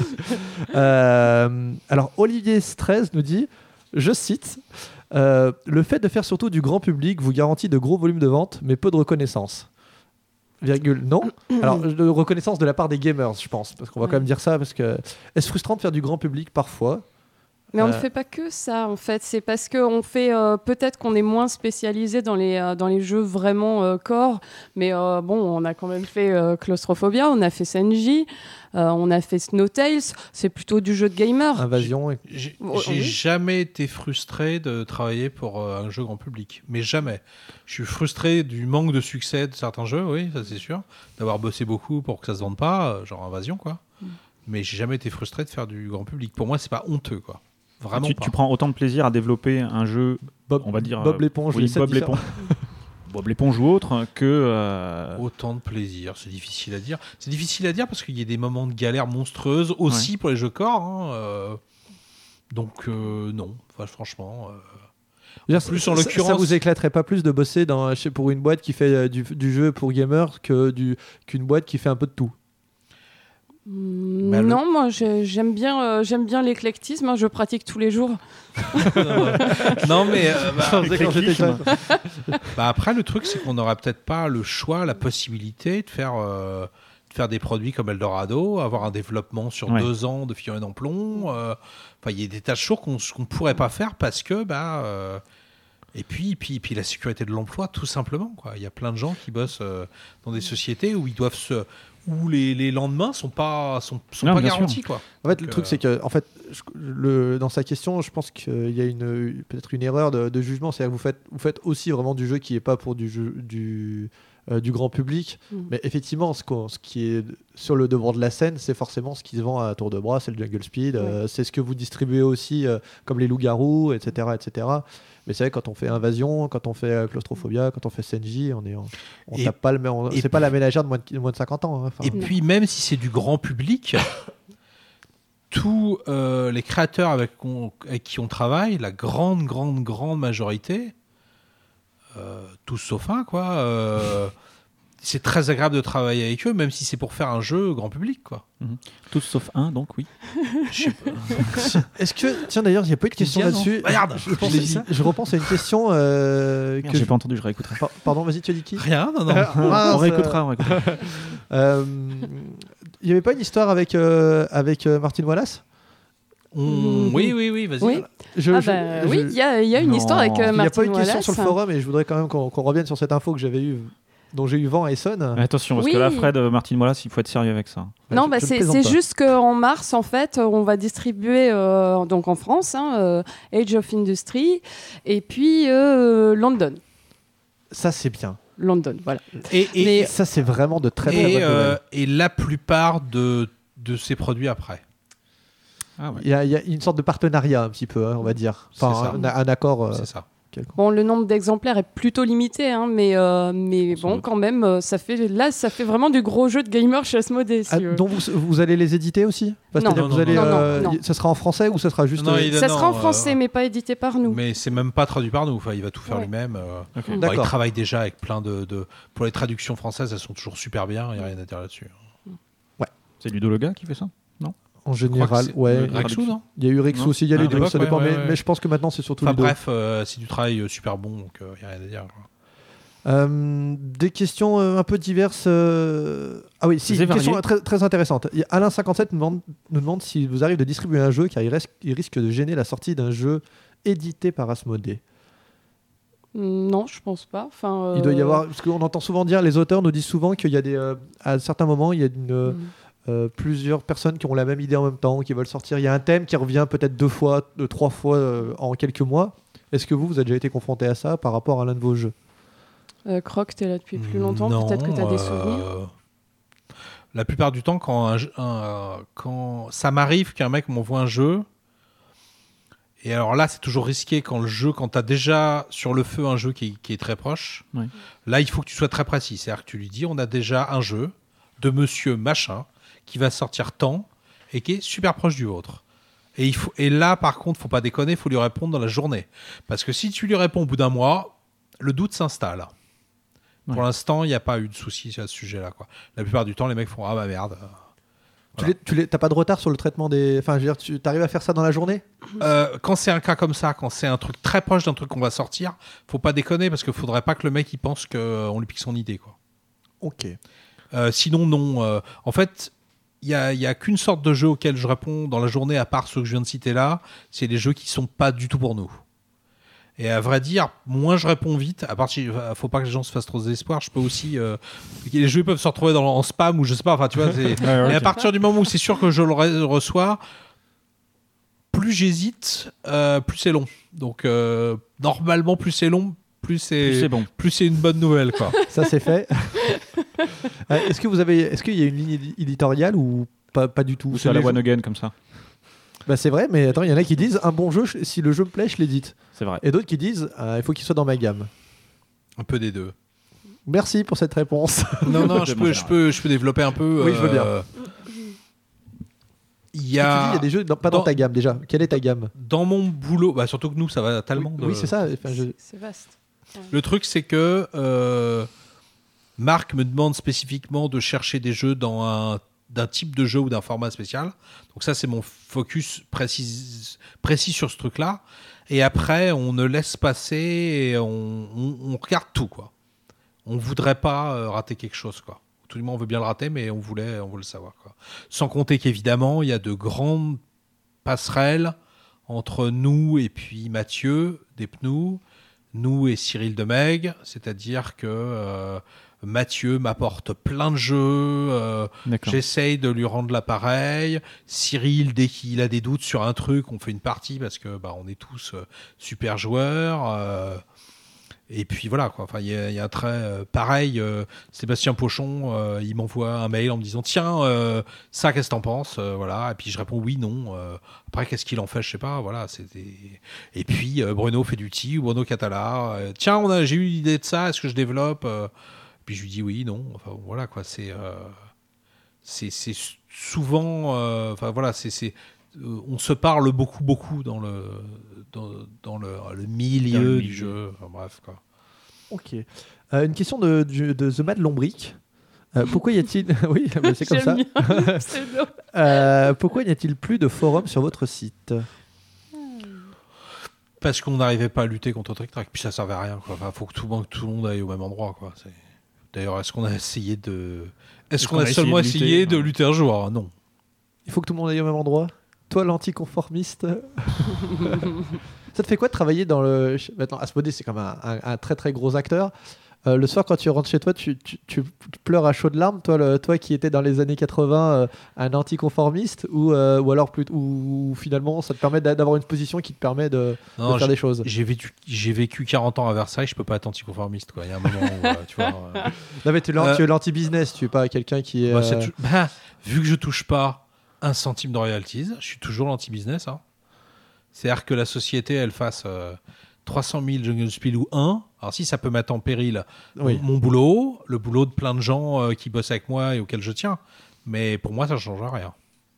Euh, alors, Olivier treize nous dit, je cite, euh, le fait de faire surtout du grand public vous garantit de gros volumes de vente, mais peu de reconnaissance. Virgule, non. Alors, de reconnaissance de la part des gamers, je pense, parce qu'on va Ouais. quand même dire ça, parce que est-ce frustrant de faire du grand public parfois? Mais on ne Euh, fait pas que ça, en fait. C'est parce qu'on fait. euh, peut-être qu'on est moins spécialisé dans les, euh, dans les jeux vraiment euh, core. Mais euh, bon, on a quand même fait euh, Claustrophobia, on a fait Senji, euh, on a fait Snowtales. C'est plutôt du jeu de gamer. Invasion. Et... J'ai Oh, j'ai oui. jamais été frustré de travailler pour euh, un jeu grand public, mais jamais. Je suis frustré du manque de succès de certains jeux, oui, ça c'est sûr, d'avoir bossé beaucoup pour que ça se vende pas, euh, genre Invasion, quoi. Mm. Mais j'ai jamais été frustré de faire du grand public. Pour moi, c'est pas honteux, quoi. Vraiment tu, pas. tu prends autant de plaisir à développer un jeu, Bob, on va dire. Bob euh, l'éponge, oui, les sept Bob différents- l'éponge. Bob l'éponge ou autre que. euh, Autant de plaisir, c'est difficile à dire. C'est difficile à dire parce qu'il y a des moments de galère monstrueuse aussi pour les jeux corps. hein, euh, Donc euh, non, enfin, franchement. euh, Je veux dire, plus, ça- en ça- l'occurrence- ça vous éclaterait pas plus de bosser dans, chez- pour une boîte qui fait euh, du, du jeu pour gamers que du, qu'une boîte qui fait un peu de tout? Mm, Bah, le- non, moi je- j'aime bien, euh, j'aime bien l'éclectisme. hein, je pratique tous les jours. non mais euh, bah, Quand j'étais jeune. bah, après le truc c'est qu'on n'aura peut-être pas le choix, la possibilité de faire euh, de faire des produits comme Eldorado, avoir un développement sur Ouais. deux ans de Fiona en plomb. euh, Enfin, il y a des tas de choses qu'on qu'on pourrait pas faire parce que bah euh, et puis, puis, puis la sécurité de l'emploi, tout simplement. Quoi. Il y a plein de gens qui bossent euh, dans des sociétés où ils doivent se, où les, les lendemains sont pas sont, sont Non, pas bien garantis. Quoi. En fait, Donc, le truc, euh, c'est que, en fait, je- le, dans sa question, je pense qu'il y a une, peut-être une erreur de, de jugement. C'est-à-dire que vous faites, vous faites aussi vraiment du jeu qui n'est pas pour du, jeu, du, euh, du grand public. Mm. Mais effectivement, ce, qu'on- ce qui est sur le devant de la scène, c'est forcément ce qui se vend à tour de bras, c'est le Jungle Speed. euh, c'est ce que vous distribuez aussi, euh, comme les loups-garous, et cetera, et cetera. Mais c'est vrai, quand on fait Invasion, quand on fait euh, Claustrophobia, quand on fait Senji, on est, on, on Et- tape pas le, même- on- et c'est pas la ménagère de moins de, moins de cinquante ans. hein. Enfin, Et puis, même si c'est du grand public, tous euh, les créateurs avec, on- avec qui on travaille, la grande, grande, grande majorité, euh, tous sauf un, quoi, euh, c'est très agréable de travailler avec eux, même si c'est pour faire un jeu grand public, quoi. Tous sauf un, donc oui. Je sais pas. Est-ce que, tiens d'ailleurs, il n'y a pas eu de question Tiens, non. là-dessus. Regarde, je, pense- je l'ai dit. je repense à une question euh, Merde, que j'ai je- pas entendu, je réécouterai. Par- Pardon, vas-y, tu as dit qui? Rien, non, non. Ah, on mince. réécoutera, on réécoutera. Euh, Il n'y avait pas une histoire avec, euh, avec euh, Martin Wallace On- Oui, oui, oui, vas-y. Oui. Je- Ah je- bah, je- oui, il y a, il y a une Non. histoire avec euh, Il n'y a Martin pas une question Wallace. sur le forum et je voudrais quand même qu'on qu'on revienne sur cette info que j'avais eue, dont j'ai eu vent à Essonne. Mais attention, parce Oui. que là, Fred, euh, Martin Wallace, il faut être sérieux avec ça. Non, Je- bah, je ne c'est plaisante c'est pas. juste qu'en mars, en fait, on va distribuer, euh, donc en France, hein, euh, Age of Industry, et puis euh, London. Ça, c'est bien. London, voilà. Et, et, Mais- Ça, c'est vraiment de très, très et, bonnes euh, nouvelles. et la plupart de, de ces produits après. Ah ouais. Il y, a, il y a une sorte de partenariat, un petit peu, hein, on va dire. Enfin, C'est un, un accord. euh, C'est ça. quelconque. Bon, le nombre d'exemplaires est plutôt limité, hein, mais, euh, mais Sans bon, doute. quand même, euh, ça fait, là, ça fait vraiment du gros jeu de gamer chez Asmodée. si, Ah, euh. donc vous, vous allez les éditer aussi Enfin, Non. c'est-à-dire Non, que vous non, allez, non, non, euh, non. y- Ça sera en français ou ça sera juste Non, euh, il- Ça non, sera en euh, français, mais pas édité par nous. Mais c'est même pas traduit par nous. Enfin, il va tout faire Ouais. lui-même. euh. Ok. Bah, il D'accord. travaille déjà avec plein de, de. Pour les traductions françaises, elles sont toujours super bien. Il n'y a rien à dire là-dessus. C'est Ludologa qui fait ça? En Je crois général, que c'est- ouais. le Rexou, non Il y a eu Rexou Non. aussi, il y a Ah, les à deux, l'époque, ça dépend, ouais, mais, ouais, ouais. mais je pense que maintenant c'est surtout Enfin Ludo. bref, euh, c'est du travail euh, super bon, donc il n'y a rien à dire. quoi. Euh, des questions euh, un peu diverses. euh, Ah oui, si, C'est une question varié. très, très intéressante. Il y a Alain cinquante-sept nous demande, nous demande s'il vous arrive de distribuer un jeu car il, reste- il risque de gêner la sortie d'un jeu édité par Asmodée. Non, je pense pas. Enfin, Il doit y euh, avoir, parce qu'on entend souvent dire, les auteurs nous disent souvent qu'il y a des, euh, à certains moments, il y a une, euh, mm. euh, plusieurs personnes qui ont la même idée en même temps, qui veulent sortir. Il y a un thème qui revient peut-être deux fois, deux, trois fois euh, en quelques mois. Est-ce que vous, vous avez déjà été confronté à ça par rapport à l'un de vos jeux? Euh, Croc, t'es là depuis plus longtemps, Non, peut-être que t'as des souvenirs. euh, La plupart du temps, quand, un jeu- un- quand ça m'arrive qu'un mec m'envoie un jeu, et alors là, c'est toujours risqué quand le jeu, quand t'as déjà sur le feu un jeu qui, qui est très proche. Oui. Là, il faut que tu sois très précis. C'est-à-dire que tu lui dis, on a déjà un jeu de monsieur machin qui va sortir tant et qui est super proche du vôtre. Et, il faut, et là, par contre, faut pas déconner, il faut lui répondre dans la journée. Parce que si tu lui réponds au bout d'un mois, le doute s'installe. Pour Ouais. l'instant, il n'y a pas eu de souci à ce sujet-là. Quoi. La plupart du temps, les mecs font ah bah merde. Tu Voilà. les- tu les- T'as pas de retard sur le traitement des. Enfin, je veux dire, tu arrives à faire ça dans la journée? Euh, quand c'est un cas comme ça, quand c'est un truc très proche d'un truc qu'on va sortir, faut pas déconner parce qu'il faudrait pas que le mec il pense qu'on lui pique son idée. Quoi. Ok. Euh, sinon, non. Euh, en fait, il n'y a, il y a qu'une sorte de jeu auquel je réponds dans la journée, à part ceux que je viens de citer là, c'est les jeux qui sont pas du tout pour nous. Et à vrai dire, moins je réponds vite, à part si, faut pas que les gens se fassent trop d'espoir, je peux aussi... Euh, les jeux peuvent se retrouver dans, en spam ou je sais pas, enfin tu vois, c'est... Ouais, ouais, Mais à ok. partir du moment où c'est sûr que je le re- reçois, plus j'hésite, euh, plus c'est long. Donc euh, normalement, plus c'est long, plus c'est, Plus c'est bon. plus c'est une bonne nouvelle. Quoi. Ça, c'est fait. Euh, est-ce que vous avez, est-ce qu'il y a une ligne édi- éditoriale ou pas, pas du tout? Ou c'est à la les one jeux- again comme ça. Bah, c'est vrai, mais attends, il y en a qui disent un bon jeu, je- si le jeu me plaît, je l'édite. C'est vrai. Et d'autres qui disent euh, il faut qu'il soit dans ma gamme. Un peu des deux. Merci pour cette réponse. Non, non, je De mon peux, je, général. peux, je peux développer un peu. Oui, je veux bien. euh, Il y Tu dis, a, il y a des jeux dans- pas dans dans- ta gamme déjà. Quelle est ta gamme? dans mon boulot, bah, surtout que nous, ça va tellement. Oui, de- oui, c'est ça. Enfin, je- C'est vaste. Le truc, c'est que euh, Marc me demande spécifiquement de chercher des jeux dans un d'un type de jeu ou d'un format spécial. Donc ça, c'est mon focus précis, précis sur ce truc-là. Et après, on ne laisse passer et on, on- on regarde tout, quoi. On voudrait pas euh, rater quelque chose, quoi. Tout le monde, on veut bien le rater, mais on voulait, on voulait le savoir, quoi. Sans compter qu'évidemment, il y a de grandes passerelles entre nous et puis Mathieu des Pneus, nous et Cyril de Meg, c'est-à-dire que euh, Mathieu m'apporte plein de jeux, euh, D'accord. j'essaye de lui rendre l'appareil. Cyril, dès qu'il a des doutes sur un truc, on fait une partie parce que bah, on est tous euh, super joueurs. euh, et puis voilà, quoi. Enfin, il y, a- il y a un trait euh, pareil. euh, Sébastien Pochon, euh, il m'envoie un mail en me disant tiens, euh, ça, qu'est-ce que t'en penses? Euh, Voilà. Et puis je réponds oui, non. Euh, après, qu'est-ce qu'il en fait? Je sais pas. Voilà. C'était. Et puis euh, Bruno Feduti ou Bruno Catala. euh, tiens, on a, j'ai eu l'idée de ça. Est-ce que je développe? Euh, Puis je lui dis oui, non. Enfin voilà quoi. C'est euh, c'est c'est souvent. euh, Enfin voilà. C'est c'est euh, on se parle beaucoup beaucoup dans le dans, dans le, le milieu Dans le du milieu. jeu. Enfin, bref quoi. Ok. Euh, une question de, du- de The Mad Lombric. Euh, pourquoi y a-t-il oui, bah, c'est comme ça. J'aime bien le pseudo. Euh, pourquoi n'y a-t-il plus de forums sur votre site? Parce qu'on n'arrivait pas à lutter contre Trick Track, puis ça servait à rien. Quoi. Enfin, faut que tout, le monde- tout le monde aille au même endroit. Quoi. C'est... D'ailleurs, est-ce qu'on a essayé de. Est-ce, Est-ce qu'on, qu'on a, a seulement essayé de essayé lutter de lutter un jour? Non. Il faut que tout le monde aille au même endroit. toi l'anticonformiste. Ça te fait quoi de travailler dans le... Maintenant, Asmodée, c'est comme un, un, un très très gros acteur. Euh, le soir, quand tu rentres chez toi, tu, tu, tu pleures à chaudes larmes, toi, le, toi qui étais dans les années quatre-vingts euh, un anticonformiste, ou, euh, ou alors plus, ou, ou finalement ça te permet d'a- d'avoir une position qui te permet de, Non, de faire j'ai- des choses. J'ai vécu, j'ai vécu quarante ans à Versailles, je peux pas être anticonformiste. Quoi. Il y a un moment où, euh, tu vois. euh, Non, mais tu es l'an- Euh, tu es l'anti-business, tu es pas quelqu'un qui est. bah, c'est euh, tou- bah, vu que je touche pas un centime de royalties, je suis toujours l'anti-business. Hein. C'est-à-dire que la société, elle fasse euh, trois cent mille Jungle Spiel ou un. Alors si ça peut mettre en péril Oui. mon, mon boulot, le boulot de plein de gens euh, qui bossent avec moi et auxquels je tiens, mais pour moi, ça ne change rien.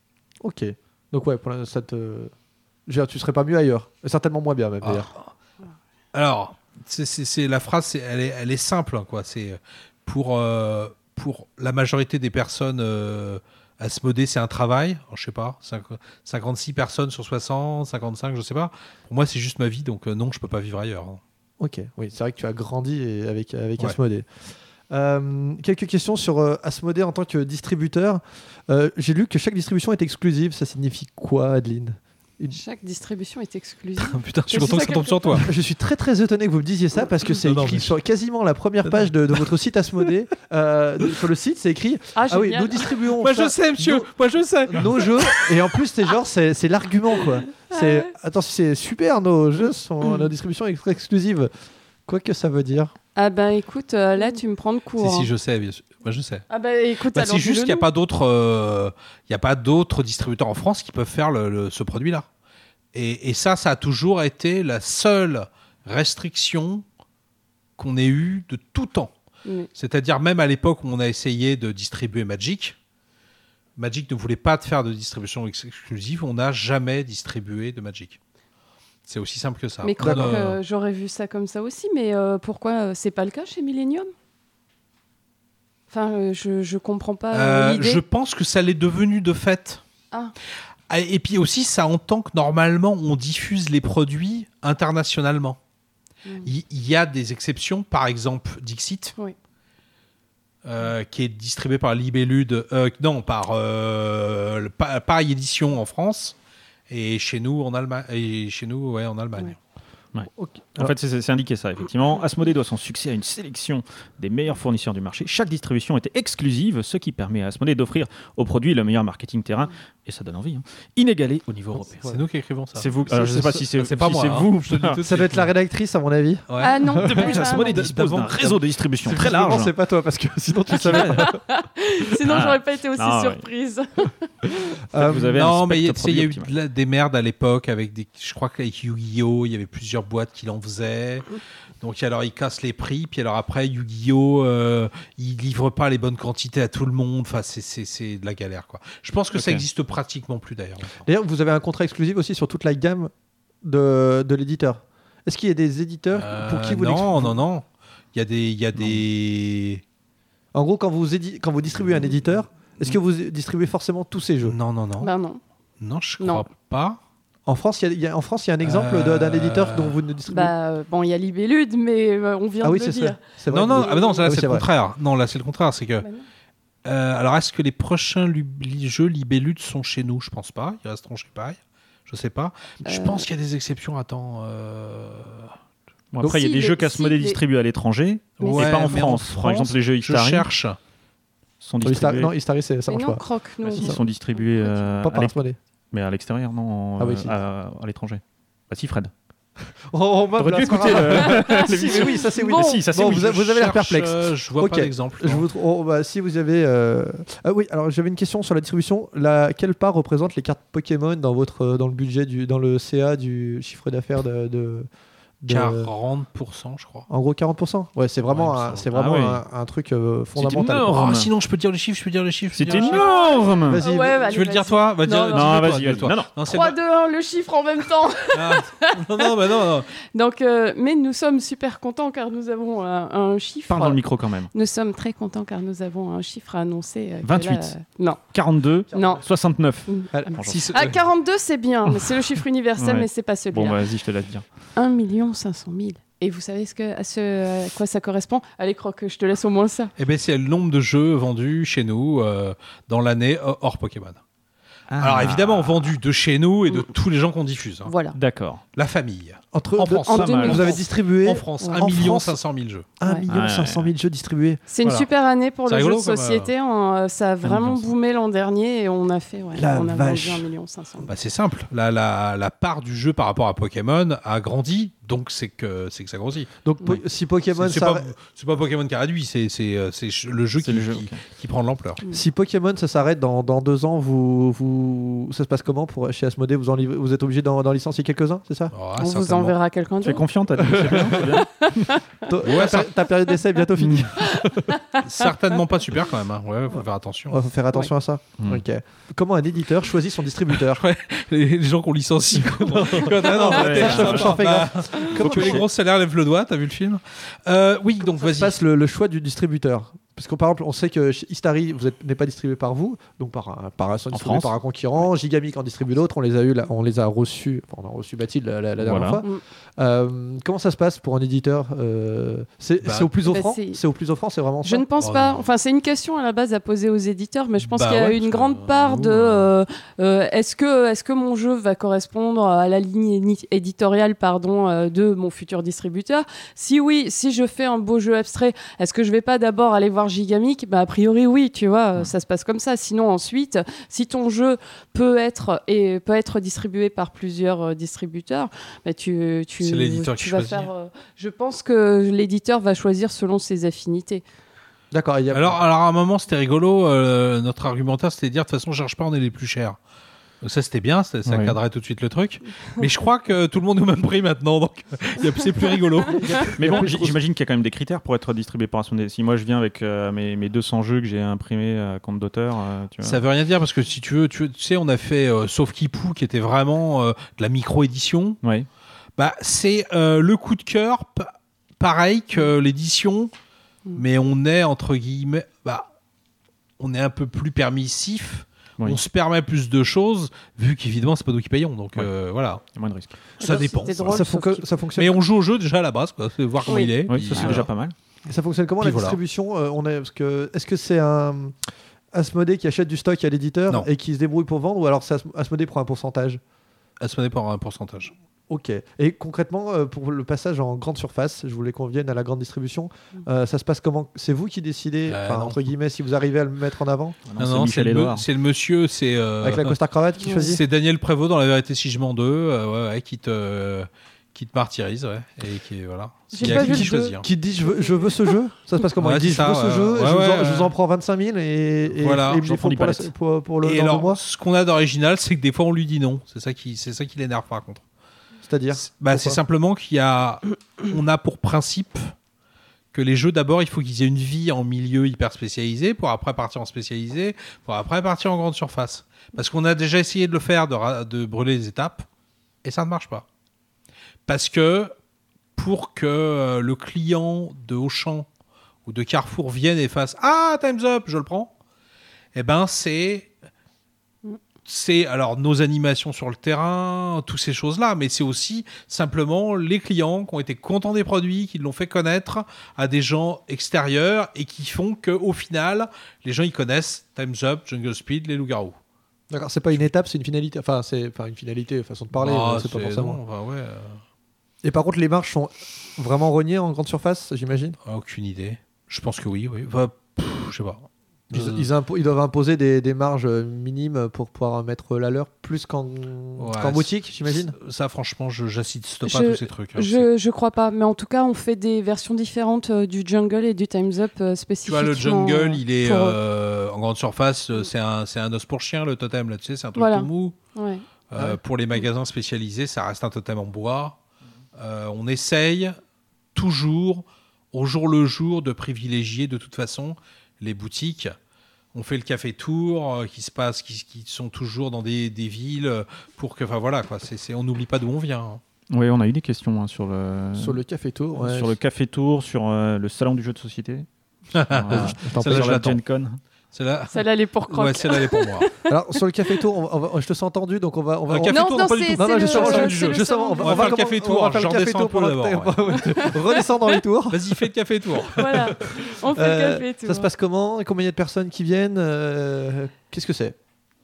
Ok. Donc, ouais, pour la- ça te. Je veux dire, tu serais pas mieux ailleurs. Certainement moins bien, même Ah. d'ailleurs. Alors, c'est, c'est, c'est- la phrase, c'est, elle, est, elle est simple. hein, quoi. C'est pour, euh, pour la majorité des personnes, euh, Asmodée, c'est un travail. Alors, je sais pas, cinq- cinquante-six personnes sur soixante, cinquante-cinq, je sais pas. Pour moi, c'est juste ma vie, donc euh, non, je peux pas vivre ailleurs. hein. Ok, oui, c'est vrai que tu as grandi et- avec, avec Ouais. Asmodée. Euh, quelques questions sur euh, Asmodée en tant que distributeur. Euh, j'ai lu que chaque distribution est exclusive. Ça signifie quoi, Adeline? Chaque distribution est exclusive. Putain, je suis Mais content c'est que ça ça tombe sur toi. Je suis très très étonné que vous me disiez ça parce que c'est Non, non, écrit mais- sur quasiment la première page de, de votre site Asmodée. Euh, de- sur le site, c'est écrit Ah, ah oui, génial. nous distribuons Moi, ça- je sais, monsieur. nos- Moi, je sais. nos jeux. Et en plus, c'est genre c'est, c'est l'argument quoi. C'est ouais. attends, c'est super, nos jeux sont nos distributions ex- exclusives. Quoi que ça veut dire. Ah ben écoute, euh, là tu me prends de court. Si, si, hein. je sais, bien sûr. Moi, je sais. Ah ben écoute, Bah, alors c'est juste dis-le qu'il n'y a nous. pas d'autres, euh, il y a pas d'autres distributeurs en France qui peuvent faire le- le- ce produit-là. Et, et ça, ça a toujours été la seule restriction qu'on ait eue de tout temps. Oui. C'est-à-dire même à l'époque où on a essayé de distribuer Magic, Magic ne voulait pas de faire de distribution ex- exclusive, on n'a jamais distribué de Magic. C'est aussi simple que ça. Mais quoi Non, que, non, non. euh, j'aurais vu ça comme ça aussi, mais euh, pourquoi euh, c'est pas le cas chez Millennium? Enfin, euh, je, je comprends pas euh, Euh, l'idée. je pense que ça l'est devenu de fait. Ah. Ah, et puis aussi, ça entend que normalement, on diffuse les produits internationalement. Mm. Il il y, a des exceptions, par exemple Dixit, Oui. euh, qui est distribué par Libellude, euh, non, par euh, le Pa- Pareil Édition en France, et chez nous en Allemagne. Et chez nous, ouais, en Allemagne. Ouais. Ok. En fait, c'est c'est indiqué ça, effectivement. Asmodée doit son succès à une sélection des meilleurs fournisseurs du marché. Chaque distribution était exclusive, ce qui permet à Asmodée d'offrir aux produits le meilleur marketing terrain, et ça donne envie, hein, inégalé au niveau européen. C'est nous qui écrivons ça. C'est vous. Alors, je ne sais pas si c'est c'est pas si moi, c'est hein. vous. Je te le dis tout de Ça doit être la rédactrice à mon avis. Ouais. Ah non, De plus, ah, Asmodée non. dispose d'un d'avant- réseau de distribution très Visiblement, large. c'est pas toi parce que sinon tu savais. Sinon Ah. j'aurais pas été aussi Ah, ouais. surprise. Euh, Vous avez Non, un mais il y a- spectre tu sais, il y a eu produit de la- des merdes à l'époque avec des. Je crois qu'avec Yu-Gi-Oh, il y avait plusieurs boîtes qui l'en faisaient. Donc alors ils cassent les prix, puis alors après Yu-Gi-Oh, euh, ils livrent pas les bonnes quantités à tout le monde. Enfin, c'est c'est c'est de la galère quoi. Je pense que ça Ok. existe pratiquement plus d'ailleurs. D'ailleurs, vous avez un contrat exclusif aussi sur toute la gamme de, de l'éditeur. Est-ce qu'il y a des éditeurs pour qui Euh, vous Non, l'exclu- non, non. Il y a des, il y a des. En gros, quand vous, édi- quand vous distribuez un éditeur, est-ce que vous distribuez forcément tous ces jeux? Non, non, non. Ben non. Non, je Non. crois pas. En France, il y a- il y, a, en France, il y a un exemple de- d'un Euh, éditeur dont vous ne distribuez Bah euh, bon, il y a Libellude, mais euh, on vient Ah oui, de le c'est dire. ça. C'est vrai. Non, non, ah, bah non, là Ah oui, c'est c'est le vrai. contraire. Non, là c'est le contraire, c'est que. Bah non. Euh, alors, est-ce que les prochains lu- li- jeux Libellude sont chez nous? Je pense pas. Ils resteront chez Pareil. Je sais pas. Je Euh. pense qu'il y a des exceptions. Attends. euh, Bon, après, il y a Si, des les- jeux qu'Asmodée si, les- distribue à l'étranger, Mais et pas en mais en France. Par exemple, France, les jeux Je Istari cherche. sont Oh, Istari- distribués. non, Istari, c'est- ça Mais marche non, pas. croque, non. Ah, si, ils sont distribués euh, Pas à par l'ex- Asmodée. mais à l'extérieur, non, Ah oui, euh, si. à, à l'étranger. Bah si, Fred. Oh, oh, T'aurais dû là, c'est écouter pas le- grave. Si, mais l'émission. oui, ça c'est oui. Bon. Si, ça c'est Bon, oui. vous, a- vous avez l'air Cherche, perplexe. euh, je vois Ok. pas d'exemple. Je non. vous trou- oh, bah, si vous avez. euh, Ah oui, alors j'avais une question sur la distribution. La... Quelle part représente les cartes Pokémon dans, votre, euh, dans le budget, du, dans le C A du chiffre d'affaires de, de, de- quarante pour cent, je crois. En gros, quarante pour cent. Ouais, c'est vraiment, Ouais, il me un, semble. c'est vraiment Ah un, un truc euh, C'est fondamental. énorme. Ah, sinon, je peux dire les chiffres, je peux dire les chiffres. je peux C'est dire les chiffres. énorme. Vas-y, Ouais, bah, Tu veux le dire vas-y. toi Bah, dis- Non, dis-le non. Non, toi, vas-y, dis-le vas-y. toi. Non, non. Non, c'est trois, pas- deux, un, le chiffre en même temps. Ah, non, non, bah non, non. Donc, euh, mais nous sommes super contents car nous avons un, un chiffre. Parle dans le micro quand même. Nous sommes très contents car nous avons un chiffre à annoncer. euh, que vingt-huit. là, euh, non, quarante-deux, non. soixante-neuf. Ah, Si- Ah, quarante-deux, c'est bien, mais c'est le chiffre universel, Ouais. mais c'est pas Bon, celui-là. bah, vas-y, je te laisse dire. un million cinq cent mille. Et vous savez ce que, à, ce, à quoi ça correspond? Allez, Croc, je te laisse au moins ça. Eh ben, c'est le nombre de jeux vendus chez nous euh, dans l'année euh, hors Pokémon. Ah. Alors évidemment, vendu de chez nous et de tous les gens qu'on diffuse. hein. Voilà. D'accord. La famille. Entre En de- France, En pas deux mal. mille. vous avez distribué En France, Ouais. un En million France. cinq cent mille jeux. un Ouais. million cinq cent mille jeux distribués. C'est une Voilà. super année pour C'est le jeu de rigolo, comme, euh, société. on, euh, ça a vraiment million. boomé l'an dernier et on a fait. Ouais, La on a vache. vendu un million cinq cent mille. Bah, c'est simple. La, la, la part du jeu par rapport à Pokémon a grandi, donc c'est que, c'est que ça grandit. Donc po- Ouais. si Pokémon C'est c'est ça pas, c'est pas Pokémon qui a réduit, c'est, c'est, euh, c'est ch- le jeu, C'est qui, le jeu, qui, ok. qui prend de l'ampleur. si Pokémon ça s'arrête dans, dans deux ans, vous, vous ça se passe comment pour chez Asmodée, vous en livrez- vous êtes obligé d'en, d'en licencier quelques-uns, c'est ça? Oh, On vous certainement. enverra quelqu'un Tu es d'autre. confiant, t'as dit, c'est bien, c'est bien. Toi, Ouais, ta, ça- ta période d'essai est bientôt finie. Certainement pas super quand même. Hein. Ouais, faut faire attention. Il faut faire attention à ça. Mm. Ok. Comment un éditeur choisit son distributeur? Les, les gens qu'on licencie. Quand, quand- ah non, Ouais, t'es- ouais, j'en- ouais. J'en fais bah, gaffe. Quand tu veux les gros salaires, lève le doigt. T'as vu le film? euh, Oui, donc Ça se vas-y. passe le, le choix du distributeur. Parce que par exemple, on sait que chez Istari, vous êtes- n'est pas distribué par vous, donc par un, par un, sont distribués France. par un concurrent. Gigamic en distribue l'autre. On les a eu, là- on les a reçus. Enfin, on a reçu Mathilde la, la- la dernière Voilà. fois. Mm. Euh, comment ça se passe pour un éditeur euh, C'est Bah, c'est au plus bah, offrant. c'est- C'est au plus offrant, c'est vraiment Je ça. ne pense Oh, pas. non. Enfin, c'est une question à la base à poser aux éditeurs, mais je pense Bah qu'il y a ouais, une parce grande que part nous, de euh, euh, est-ce que est-ce que mon jeu va correspondre à la ligne éni- éditoriale, pardon, euh, de mon futur distributeur. Si oui, si je fais un beau jeu abstrait, est-ce que je vais pas d'abord aller voir Gigamic? Bah a priori oui, tu vois, euh, ça se passe comme ça. Sinon ensuite, si ton jeu peut être et peut être distribué par plusieurs euh, distributeurs, bah tu tu C'est l'éditeur tu qui vas choisit. faire. euh, je pense que l'éditeur va choisir selon ses affinités. D'accord. il y a- Alors, alors à un moment, c'était rigolo. euh, notre argumentaire, c'était de dire de toute façon, cherche pas, on est les plus chers. Donc ça, c'était bien, ça, ça Oui. cadrait tout de suite le truc. Mais je crois que tout le monde est au même prix maintenant, donc y a- c'est plus rigolo. Mais Il y a bon, plus de j- grosses- j'imagine qu'il y a quand même des critères pour être distribué par Asmodée. Si moi je viens avec euh, mes, mes deux cents jeux que j'ai imprimés à compte d'auteur, euh, tu vois. Ça veut rien dire parce que si tu veux, tu, veux- tu sais, on a fait euh, Sauf Kipou qui était vraiment euh, de la micro-édition. Ouais. Bah, c'est euh, le coup de cœur, p- pareil que l'édition, mais on est entre guillemets, bah, on est un peu plus permissif. Oui. On se permet plus de choses, vu qu'évidemment, c'est pas nous qui payons. Donc Ouais. euh, voilà, Il y a moins de risques. ça Alors, dépend. c'était drôle. ça, sauf fonc- qu'il- ça fonctionne. Mais on joue au jeu déjà à la base, quoi, c'est voir comment Oui. il est. Oui, puis ça c'est voilà. déjà pas mal. Ça fonctionne comment Puis la voilà. distribution euh, on est, parce que, est-ce que c'est un Asmodée qui achète du stock à l'éditeur Non. et qui se débrouille pour vendre, ou alors c'est As- Asmodée prend un pourcentage? Asmodée par un pourcentage. Ok. Et concrètement, euh, pour le passage en grande surface, je voulais qu'on vienne à la grande distribution. euh, ça se passe comment? C'est vous qui décidez, Euh, enfin, non. entre guillemets, si vous arrivez à le mettre en avant, Non, c'est non, c'est Michel le, me- Édouard. c'est le monsieur, c'est euh, avec la costard cravate qui Ouais. choisit. c'est Daniel Prévost dans La Vérité si je mens deux, euh, ouais, ouais, qui te qui te martyrise, ouais, et qui voilà. J'ai Qui pas a- vu qui le jeu. choisit, hein. Qui dit je veux, je veux ce jeu? Ça se passe comment? Ouais, Il dit c'est je ça, veux ce ouais. jeu, Ouais, je, vous en, ouais, je vous en ouais. prends vingt-cinq mille et, et, Voilà. et il me J'en les faut prends pour, la- dix palettes. pour, pour le Et dans deux alors, mois. ce qu'on a d'original, c'est que des fois on lui dit non. C'est ça qui, c'est ça qui l'énerve par contre. C'est-à-dire C'est- Bah, c'est Pourquoi simplement qu'il y a, on a pour principe que les jeux d'abord, il faut qu'ils aient une vie en milieu hyper spécialisé pour après partir en spécialisé, pour après partir en grande surface. Parce qu'on a déjà essayé de le faire, de, ra- de brûler les étapes, et ça ne marche pas. Parce que pour que euh, le client de Auchan ou de Carrefour vienne et fasse ah Time's Up, je le prends. Eh ben c'est c'est alors nos animations sur le terrain, toutes ces choses-là, mais c'est aussi simplement les clients qui ont été contents des produits, qui l'ont fait connaître à des gens extérieurs et qui font que au final, les gens ils connaissent Time's Up, Jungle Speed, les loups-garous. D'accord, c'est pas une étape, c'est une finalité. Enfin, c'est enfin, une finalité, façon de parler, Ah, mais c'est pas c'est- forcément. non, enfin, ouais, euh, Et par contre, les marges sont vraiment rognées en grande surface, j'imagine. aucune idée. Je pense que oui, oui. Enfin, pff, je sais pas. Ils, Euh, ils impo- ils doivent imposer des, des marges minimes pour pouvoir mettre la leur plus qu'en Ouais, qu'en boutique, j'imagine. Ça, ça, franchement, je j'assiste pas Je- à tous ces trucs. hein. C'est- Je, je crois pas, mais en tout cas, on fait des versions différentes euh, du Jungle et du Time's Up euh, Tu vois, spécifiquement. le jungle, il est pour- euh, en grande surface, euh, c'est un, c'est un os pour chien, le totem, là, tu sais, c'est un truc Voilà. tout mou. Ouais. Euh, Ouais. Pour les magasins spécialisés, ça reste un totem en bois. Euh, on essaye toujours, au jour le jour, de privilégier de toute façon les boutiques. On fait le café tour, euh, qui se passe, qui, qui sont toujours dans des, des villes, euh, pour que, enfin voilà, quoi, c'est, c'est- on n'oublie pas d'où on vient. hein. Oui, on a eu des questions hein, sur le Sur le café tour. ouais. sur le café tour, sur euh, le salon du jeu de société, sur, euh, Je t'en Ça, prie. je sur la l'attends. Gen Con. Celle-là, Celle-là, elle est pour croque. ouais, celle-là, elle est pour moi. Alors sur le café tour, on va- on va- je te sens tendu, donc on va on va Un on- café Non, tour, non, pas du c'est- tout. Non, non, c'est justement, le- c'est c'est du jeu. le Justement, salon on du va, On va faire le comment- café on tour, va faire je le café redescends un tour peu pendant que d'abord, t'es- redescends dans les tours. Vas-y, fais le café tour. Voilà, on fait Euh, le café tour. Ça se passe comment? Combien il y a de personnes qui viennent? Euh, Qu'est-ce que c'est?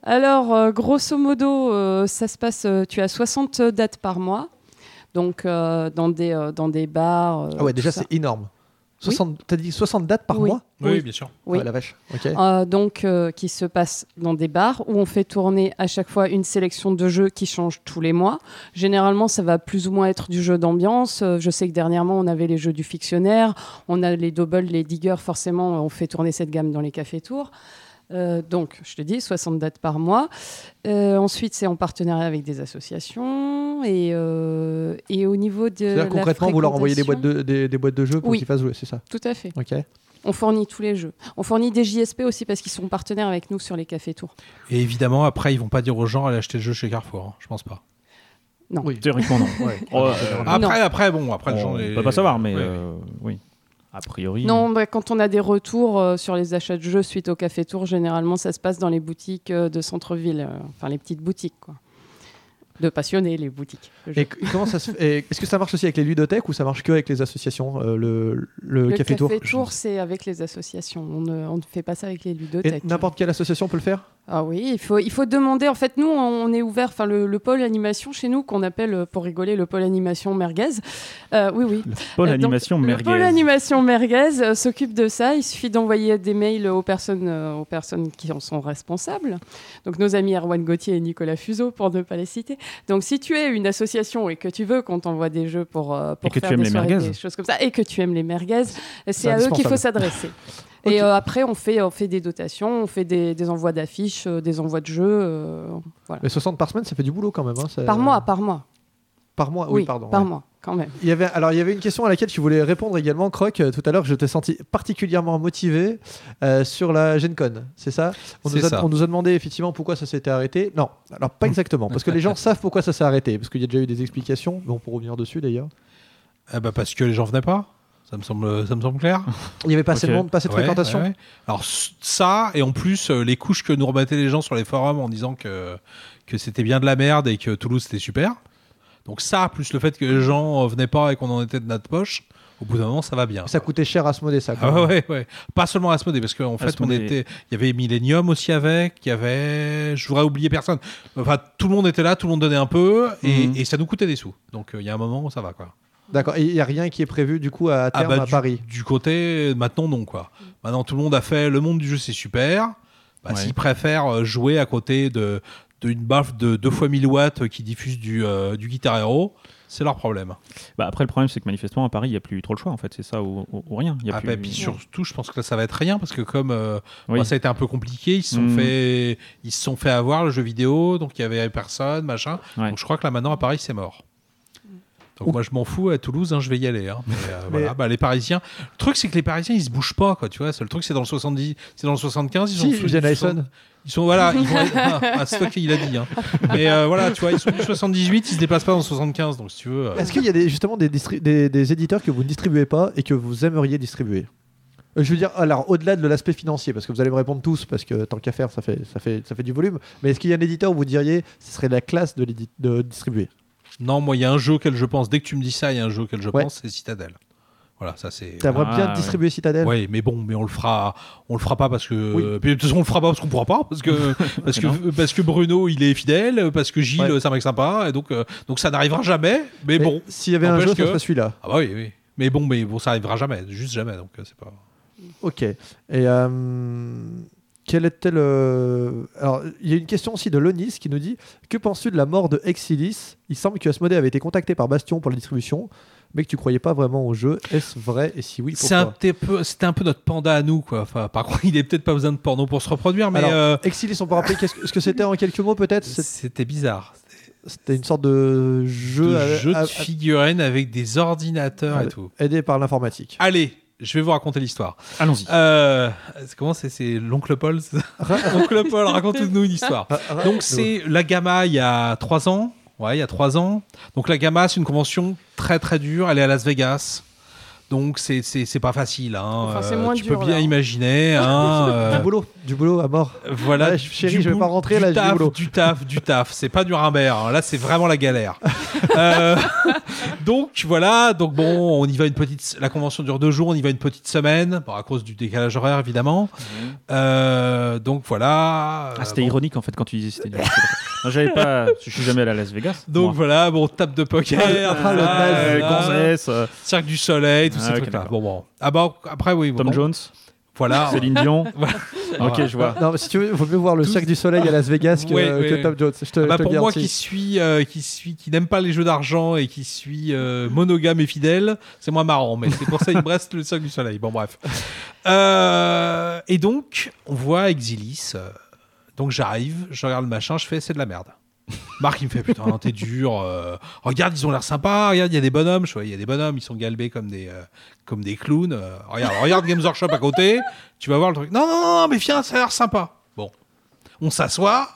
Alors, euh, grosso modo, euh, ça se passe, euh, tu as soixante dates par mois, donc euh, dans, des, euh, dans des bars. euh, Ah ouais, tout déjà ça. c'est énorme. soixante T'as dit soixante dates par Oui. mois? Oui, Oui. bien sûr. Oui. Ah, la vache. Ok. Euh, donc, euh, qui se passe dans des bars où on fait tourner à chaque fois une sélection de jeux qui change tous les mois. Généralement, ça va plus ou moins être du jeu d'ambiance. Euh, je sais que dernièrement, on avait les jeux du fictionnaire, on a les doubles, les diggers. Forcément, on fait tourner cette gamme dans les cafés-tours. Euh, donc, je te dis, soixante dates par mois. Euh, ensuite, c'est en partenariat avec des associations. Et, euh, et au niveau de. C'est-à-dire la concrètement, vous leur envoyez des boîtes fréquentation- de, des, des boîtes de jeux pour Oui. qu'ils fassent jouer, c'est ça? Tout à fait. Ok. On fournit tous les jeux. On fournit des J S P aussi parce qu'ils sont partenaires avec nous sur les cafés-tours. Et évidemment, après, ils vont pas dire aux gens d'aller acheter le jeu chez Carrefour. Hein. Je pense pas. Non. Oui. Théoriquement, non. Ouais. Oh, euh, Après, après, bon, après, les on gens. ne les- peut pas savoir, mais Ouais. euh, oui. A priori. Non, bah, quand on a des retours euh, sur les achats de jeux suite au Café Tour, généralement ça se passe dans les boutiques euh, de centre-ville, euh, enfin les petites boutiques, quoi. De passionnés, les boutiques. de jeux. Et c- comment ça se fait et Est-ce que ça marche aussi avec les ludothèques ou ça marche que avec les associations, euh, le, le, Le café tour? Tour, c'est avec les associations. On ne, on ne fait pas ça avec les Et ludothèques. n'importe quelle association peut le faire? Ah oui, il faut, il faut demander. En fait, nous, on est ouvert. Enfin, le, le pôle animation chez nous, qu'on appelle, euh, pour rigoler, le pôle animation merguez. Euh, oui, oui. Le pôle Euh, donc, animation Le merguez. pôle animation merguez euh, s'occupe de ça. Il suffit d'envoyer des mails aux personnes, euh, aux personnes qui en sont responsables. Donc nos amis Erwan Gauthier et Nicolas Fuseau, pour ne pas les citer. Donc si tu es une association et que tu veux qu'on t'envoie des jeux pour, euh, pour Et que faire tu aimes des les soirées, merguez. des choses comme ça, et que tu aimes les merguez, c'est à eux qu'il indispensable. faut s'adresser. Ok. Et euh, après, on fait, on fait des dotations, on fait des, des envois d'affiches, euh, des envois de jeux. euh, voilà. Mais soixante par semaine, ça fait du boulot quand même. Hein, ça- Par mois, par mois. Par mois, oui, Oui, pardon. par ouais. mois, quand même. Il y avait, alors, il y avait une question à laquelle tu voulais répondre également, Croc. euh, Tout à l'heure, je t'ai senti particulièrement motivé euh, sur la Gen Con, c'est ça on, C'est nous a, ça. on nous a demandé effectivement pourquoi ça s'était arrêté. Non, alors pas exactement, parce que les gens savent pourquoi ça s'est arrêté, parce qu'il y a déjà eu des explications, mais on peut revenir dessus d'ailleurs. Ah bah parce que les gens venaient pas. Ça me semble, ça me semble clair. Il n'y avait pas assez Ok. de monde, pas assez de Ouais, fréquentation. ouais, ouais. Alors c- ça, et en plus, euh, les couches que nous remettaient les gens sur les forums en disant que, que c'était bien de la merde et que Toulouse c'était super. Donc ça, plus le fait que les gens euh, venaient pas et qu'on en était de notre poche, au bout d'un moment, ça va bien. Ça coûtait cher à Asmodée, ça. quand Ah même. ouais, ouais. Pas seulement Asmodée, parce qu'en fait, on Asmodée. était. Il y avait Millennium aussi avec, il y avait. Je voudrais oublier personne. Enfin, tout le monde était là, tout le monde donnait un peu, et, Mhm. et ça nous coûtait des sous. Donc euh, il y a un moment où ça va, quoi. D'accord, et il n'y a rien qui est prévu du coup à Ah terme bah, à du, Paris. du côté, maintenant, non, quoi. Maintenant, tout le monde a fait le monde du jeu, c'est super. Bah, Ouais. S'ils préfèrent euh, jouer à côté de d'une baffe de deux fois mille watts qui diffuse du, euh, du Guitar Hero, c'est leur problème. Bah, après, le problème, c'est que manifestement, à Paris, il n'y a plus trop le choix, en fait. C'est ça ou, ou- ou rien. Il y a Ah, plus... bah, puis surtout, je pense que là, ça va être rien, parce que comme euh, Oui. bah, ça a été un peu compliqué, ils se sont, Mhm. fait, ils se sont fait avoir le jeu vidéo, donc il y avait personne, machin. Ouais. Donc je crois que là, maintenant, à Paris, c'est mort. Donc moi je m'en fous, à Toulouse hein, je vais y aller hein. Mais, euh, Mais- voilà, bah, les Parisiens, le truc c'est que les Parisiens ils se bougent pas quoi, tu vois, c'est le truc c'est dans le soixante-dix, c'est dans le soixante-quinze, ils Si, sont ils viennent à Essonne. Ils sont voilà, ils vont ah, ah, c'est toi qui l'a dit hein. Mais euh, voilà, tu vois, ils sont du soixante-dix-huit, ils se déplacent pas dans le soixante-quinze, donc si tu veux euh, Est-ce qu'il y a des, justement des, distri- des, des éditeurs que vous ne distribuez pas et que vous aimeriez distribuer? Euh, Je veux dire, alors au-delà de l'aspect financier, parce que vous allez me répondre tous, parce que tant qu'à faire, ça fait, ça, fait, ça fait du volume, mais est-ce qu'il y a un éditeur où vous diriez ce serait la classe de, l'édi- de distribuer? non, moi il y a un jeu auquel je pense, dès que tu me dis ça, il y a un jeu auquel je Ouais. pense, c'est Citadel. Voilà, ça c'est T'aimerais Ah, bien ouais. distribuer Citadel? Oui, mais bon, mais on le fera, on le fera pas parce que. Oui. Puis, de toute façon, on le fera pas parce qu'on pourra pas, parce que parce que parce que Bruno il est fidèle, parce que Gilles Ouais. c'est un mec sympa, et donc euh, donc ça n'arrivera jamais. Mais, Mais bon, s'il y avait un n'empêche jeu, ça que- serait celui-là. ah bah oui, oui. Mais bon, mais bon, ça arrivera jamais, juste jamais, donc euh, c'est pas. Ok. Et euh, quel était le. Alors, il y a une question aussi de Lonis qui nous dit que penses-tu de la mort de Exilis? Il semble que Asmodée avait été contacté par Bastion pour la distribution, mais que tu croyais pas vraiment au jeu. Est-ce vrai? Et si oui, C'est un pourquoi? petit peu, c'était un peu notre panda à nous, quoi. Enfin, par contre, il est peut-être pas besoin de porno pour se reproduire, mais Alors, euh, Exilis, on peut rappeler qu'est-ce que- ce que c'était en quelques mots peut-être? C'est- c'était bizarre. C'était une sorte de jeu, De à- jeu à- de figurines avec des ordinateurs à- et tout. aidé par l'informatique. Allez, je vais vous raconter l'histoire. Allons-y. Euh, c'est- comment c'est, c'est l'oncle Paul c'est ça Oncle Paul, raconte-nous une histoire. Donc c'est la Gamma il y a trois ans. Ouais, il y a trois ans. Donc la Gamma, c'est une convention très très dure. Elle est à Las Vegas. Donc c'est c'est c'est pas facile. Hein. Enfin, c'est Euh, moins tu dur, peux bien là. imaginer. Hein, euh, Du boulot, du boulot à mort. Voilà, Ouais, chérie, du je vais bou- pas rentrer, du là, j'ai du taf, boulot. du taf, du taf. C'est pas du Rimbert. hein. Là, c'est vraiment la galère. Euh, donc voilà. Donc bon, on y va une petite. La convention dure deux jours. On y va une petite semaine, bon, à cause du décalage horaire évidemment. Euh, donc voilà. Ah, c'était Euh, bon. ironique en fait quand tu disais c'était dur. Non, j'avais pas. Je suis jamais allé à Las Vegas. Donc Moi. voilà, bon, table de poker, Ah, le ah, naze, là, Gonzès, euh, Cirque du Soleil, tous Ah, ces ok, trucs-là. d'accord. Bon, bon. Ah bah après oui. Tom bon, Jones, Voilà. Céline Dion. Voilà. Ok, je vois. Non, mais si tu veux, il vaut mieux voir le Tous- Cirque du Soleil à Las Vegas que, Ouais, ouais, que ouais. Tom Jones. Je te, Ah bah, je te pour le moi garantis. qui suis, euh, qui suis, qui n'aime pas les jeux d'argent et qui suis euh, monogame et fidèle, c'est moins marrant. Mais c'est pour ça il me reste le Cirque du Soleil. Bon bref. Euh, et donc on voit Exilis. euh, donc j'arrive, je regarde le machin, je fais c'est de la merde. Marc il me fait putain t'es dur. euh, regarde ils ont l'air sympas. Regarde il y a des bonhommes. Je vois il y a des bonhommes ils sont galbés comme des euh, comme des clowns. euh, regarde regarde Games Workshop à côté. Tu vas voir le truc. Non non non mais viens ça a l'air sympa. Bon on s'assoit.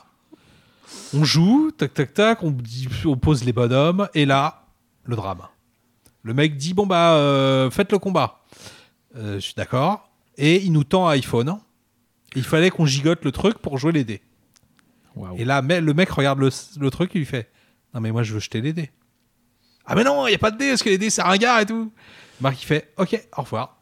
On joue, tac tac tac, on, dit- on pose les bonhommes, et là, le drame. Le mec dit bon bah euh, faites le combat. Euh, je suis d'accord. Et il nous tend un iPhone. Il fallait qu'on gigote le truc pour jouer les dés. Waouh. Et là, mais- le mec regarde le, le truc, il lui fait non mais moi je veux jeter les dés. Ah mais non, il y a pas de dés parce que les dés c'est ringard et tout. Marc il fait ok, au revoir.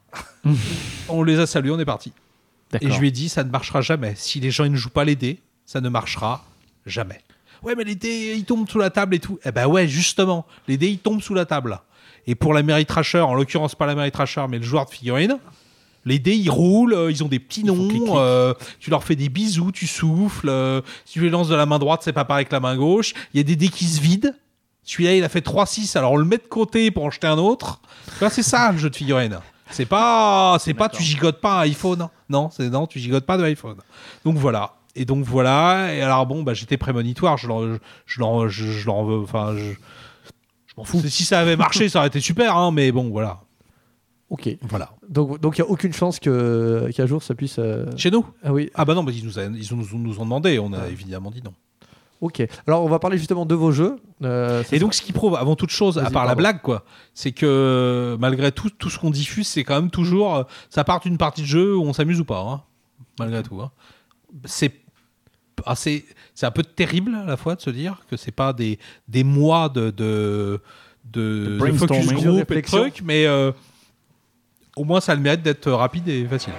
On les a salués, on est parti. D'accord. Et je lui ai dit, ça ne marchera jamais. Si les gens ils ne jouent pas les dés, ça ne marchera jamais. Ouais, mais les dés, ils tombent sous la table et tout. Eh ben ouais, justement, les dés, ils tombent sous la table. Et pour la Mary Trasher, en l'occurrence pas la Mary Trasher, mais le joueur de figurines, les dés, ils roulent, euh, ils ont des petits font noms, clic-clic. euh, tu leur fais des bisous, tu souffles. euh, si tu les lances de la main droite, c'est pas pareil que la main gauche. Il y a des dés qui se vident. Celui-là, il a fait trois six, alors on le met de côté pour en jeter un autre. Tu vois, c'est ça, le jeu de figurines. C'est pas, c'est pas, tu gigotes pas un iPhone. Non, c'est non, tu gigotes pas de iPhone. Donc voilà. Et donc voilà. Et alors bon, bah j'étais prémonitoire. Je l'en, je, je l'en, je, je l'en veux. Enfin, je, je m'en fous. Si ça avait marché, ça aurait été super. Hein, mais bon, voilà. Ok. Voilà. Donc, donc il n'y a aucune chance que, qu'un jour ça puisse. euh, Chez nous. Ah oui. Ah bah non, bah, ils nous, a- ils nous, nous ont demandé. On a évidemment dit non. Ok. Alors, on va parler justement de vos jeux. Euh, ça Et donc, ce qui prouve, avant toute chose, à Vas-y, part la pardon. blague, quoi, c'est que malgré tout, tout ce qu'on diffuse, c'est quand même toujours. euh, Ça part d'une partie de jeu où on s'amuse ou pas, hein, malgré tout. Hein. C'est assez, c'est un peu terrible à la fois de se dire que c'est pas des, des mois de, de, de, De de focus brainstorming. De group et de réflexion. trucs, mais euh, au moins ça a le mérite d'être rapide et facile.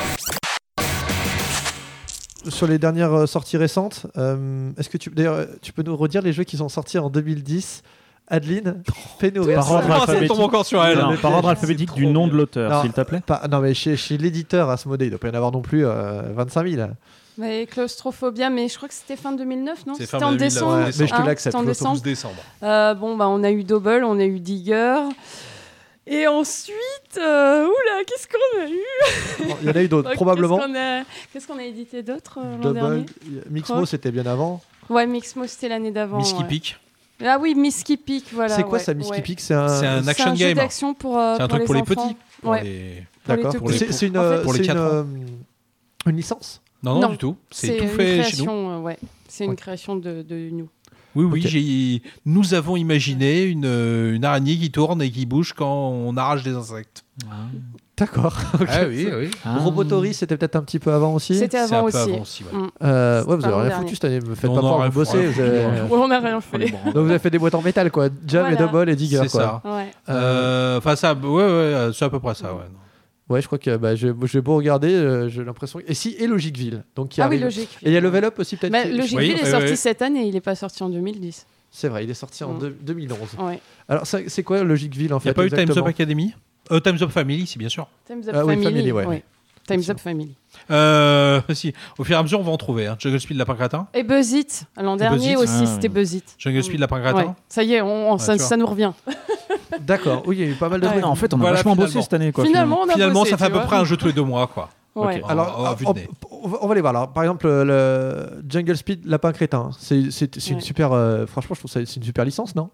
Sur les dernières euh, sorties récentes, euh, est-ce que tu, d'ailleurs, euh, tu peux nous redire les jeux qui sont sortis en deux mille dix? Adeline, fais-nous rire. Par ordre Oh, ça alphabétique. tombe encore sur elle. Non, Le par piège, ordre alphabétique c'est du trop nom bien. de l'auteur, Non, s'il te plaît. Pas- non, mais chez, chez l'éditeur Asmodée, il doit pas y en avoir non plus euh, vingt-cinq mille. Mais Claustrophobia, mais je crois que c'était fin deux mille neuf, non? C'est C'était fin en deux mille neuf, décembre. ouais, mais je te Hein, l'accepte, c'était en Claustro- décembre. douze décembre. Euh, bon, bah, on a eu Double, on a eu Digger. Et ensuite, euh, oula, qu'est-ce qu'on a eu? Bon, il y en a eu d'autres, Oh, probablement. Qu'est-ce qu'on a, qu'est-ce qu'on a édité d'autre euh, l'an Double, dernier? Mixmo, Croc. c'était bien avant. Ouais, Mixmo, c'était l'année d'avant. Miss qui ouais. pique. Ah oui, Miss qui pique, voilà. c'est quoi ouais, ça, Miss ouais. qui pique? C'est un. C'est un C'est action un jeu game. d'action pour, euh, C'est un pour truc pour les enfants. petits. Pour Ouais. les- Pour les D'accord. tout pour les- C'est petits. c'est une, En fait, euh, pour les c'est une, quatre ans. euh, une licence. Non, non, Non, du tout. C'est C'est tout une fait chez nous. création, euh, ouais. C'est une Ouais. création de, de nous. Oui, oui, Ok. j'ai... nous avons imaginé une, euh, une araignée qui tourne et qui bouge quand on arrache des insectes. D'accord. Ah oui, oui. Ah. Robotory, c'était peut-être un petit peu avant aussi. C'était C'est un avant peu aussi. avant aussi, ouais. Mm. Euh, ouais, vous Pas avez rien l'an foutu cette année. Me faites Non, pas non, croire, rien vous bossez. foutu. Vous avez... Ouais, on n'a rien Oh, les fait. branles. Donc vous avez fait des boîtes en métal, quoi. Jam et Voilà. Double et Digger, C'est quoi. ça. Ouais. Euh, Enfin, ça, ouais, ouais, euh, c'est à peu près ça, ouais. Ouais, je crois que bah, je, je vais beau regarder, euh, j'ai l'impression. Et si, et Logicville. Donc, qui Ah oui, arrive. logique. Et il y a Level Up aussi, peut-être. Bah, qui- Logic Oui, Ville est oui, sorti oui. cette année, il n'est pas sorti en deux mille dix. C'est vrai, il est sorti en Mm. deux- deux mille onze. Ouais. Alors, ça- c'est quoi Logicville en Il fait n'y a pas eu Time's Up exactement Academy euh, Time's Up Family, si, bien sûr. Time's Up Ah oui, Family. Family, ouais. Time's Up Family. Euh, si. Au fur et à mesure, on va en trouver. Hein. Jungle Speed, Lapin Gratin. Et Buzz It. L'an dernier Buzz It. aussi, Ah, c'était ouais. Buzz It. Jungle Speed, Lapin Gratin. Ouais. Ça y est, on, on- Ah, ça, tu vois. ça nous revient. D'accord, oui, il y a eu pas mal de Ouais. trucs. En fait, on a Voilà, vachement bossé finalement. cette année. Quoi, Finalement, on a Finalement, bossé, ça fait à tu peu vois. près un jeu tous les deux mois, quoi. Ouais. Ok. Alors, Oh, oh, vu de on, nez. on va, on va les voir. Alors, par exemple, le Jungle Speed, Lapin Crétin, c'est c'est- c'est une Ouais. super. euh, franchement, je trouve ça c'est une super licence, non?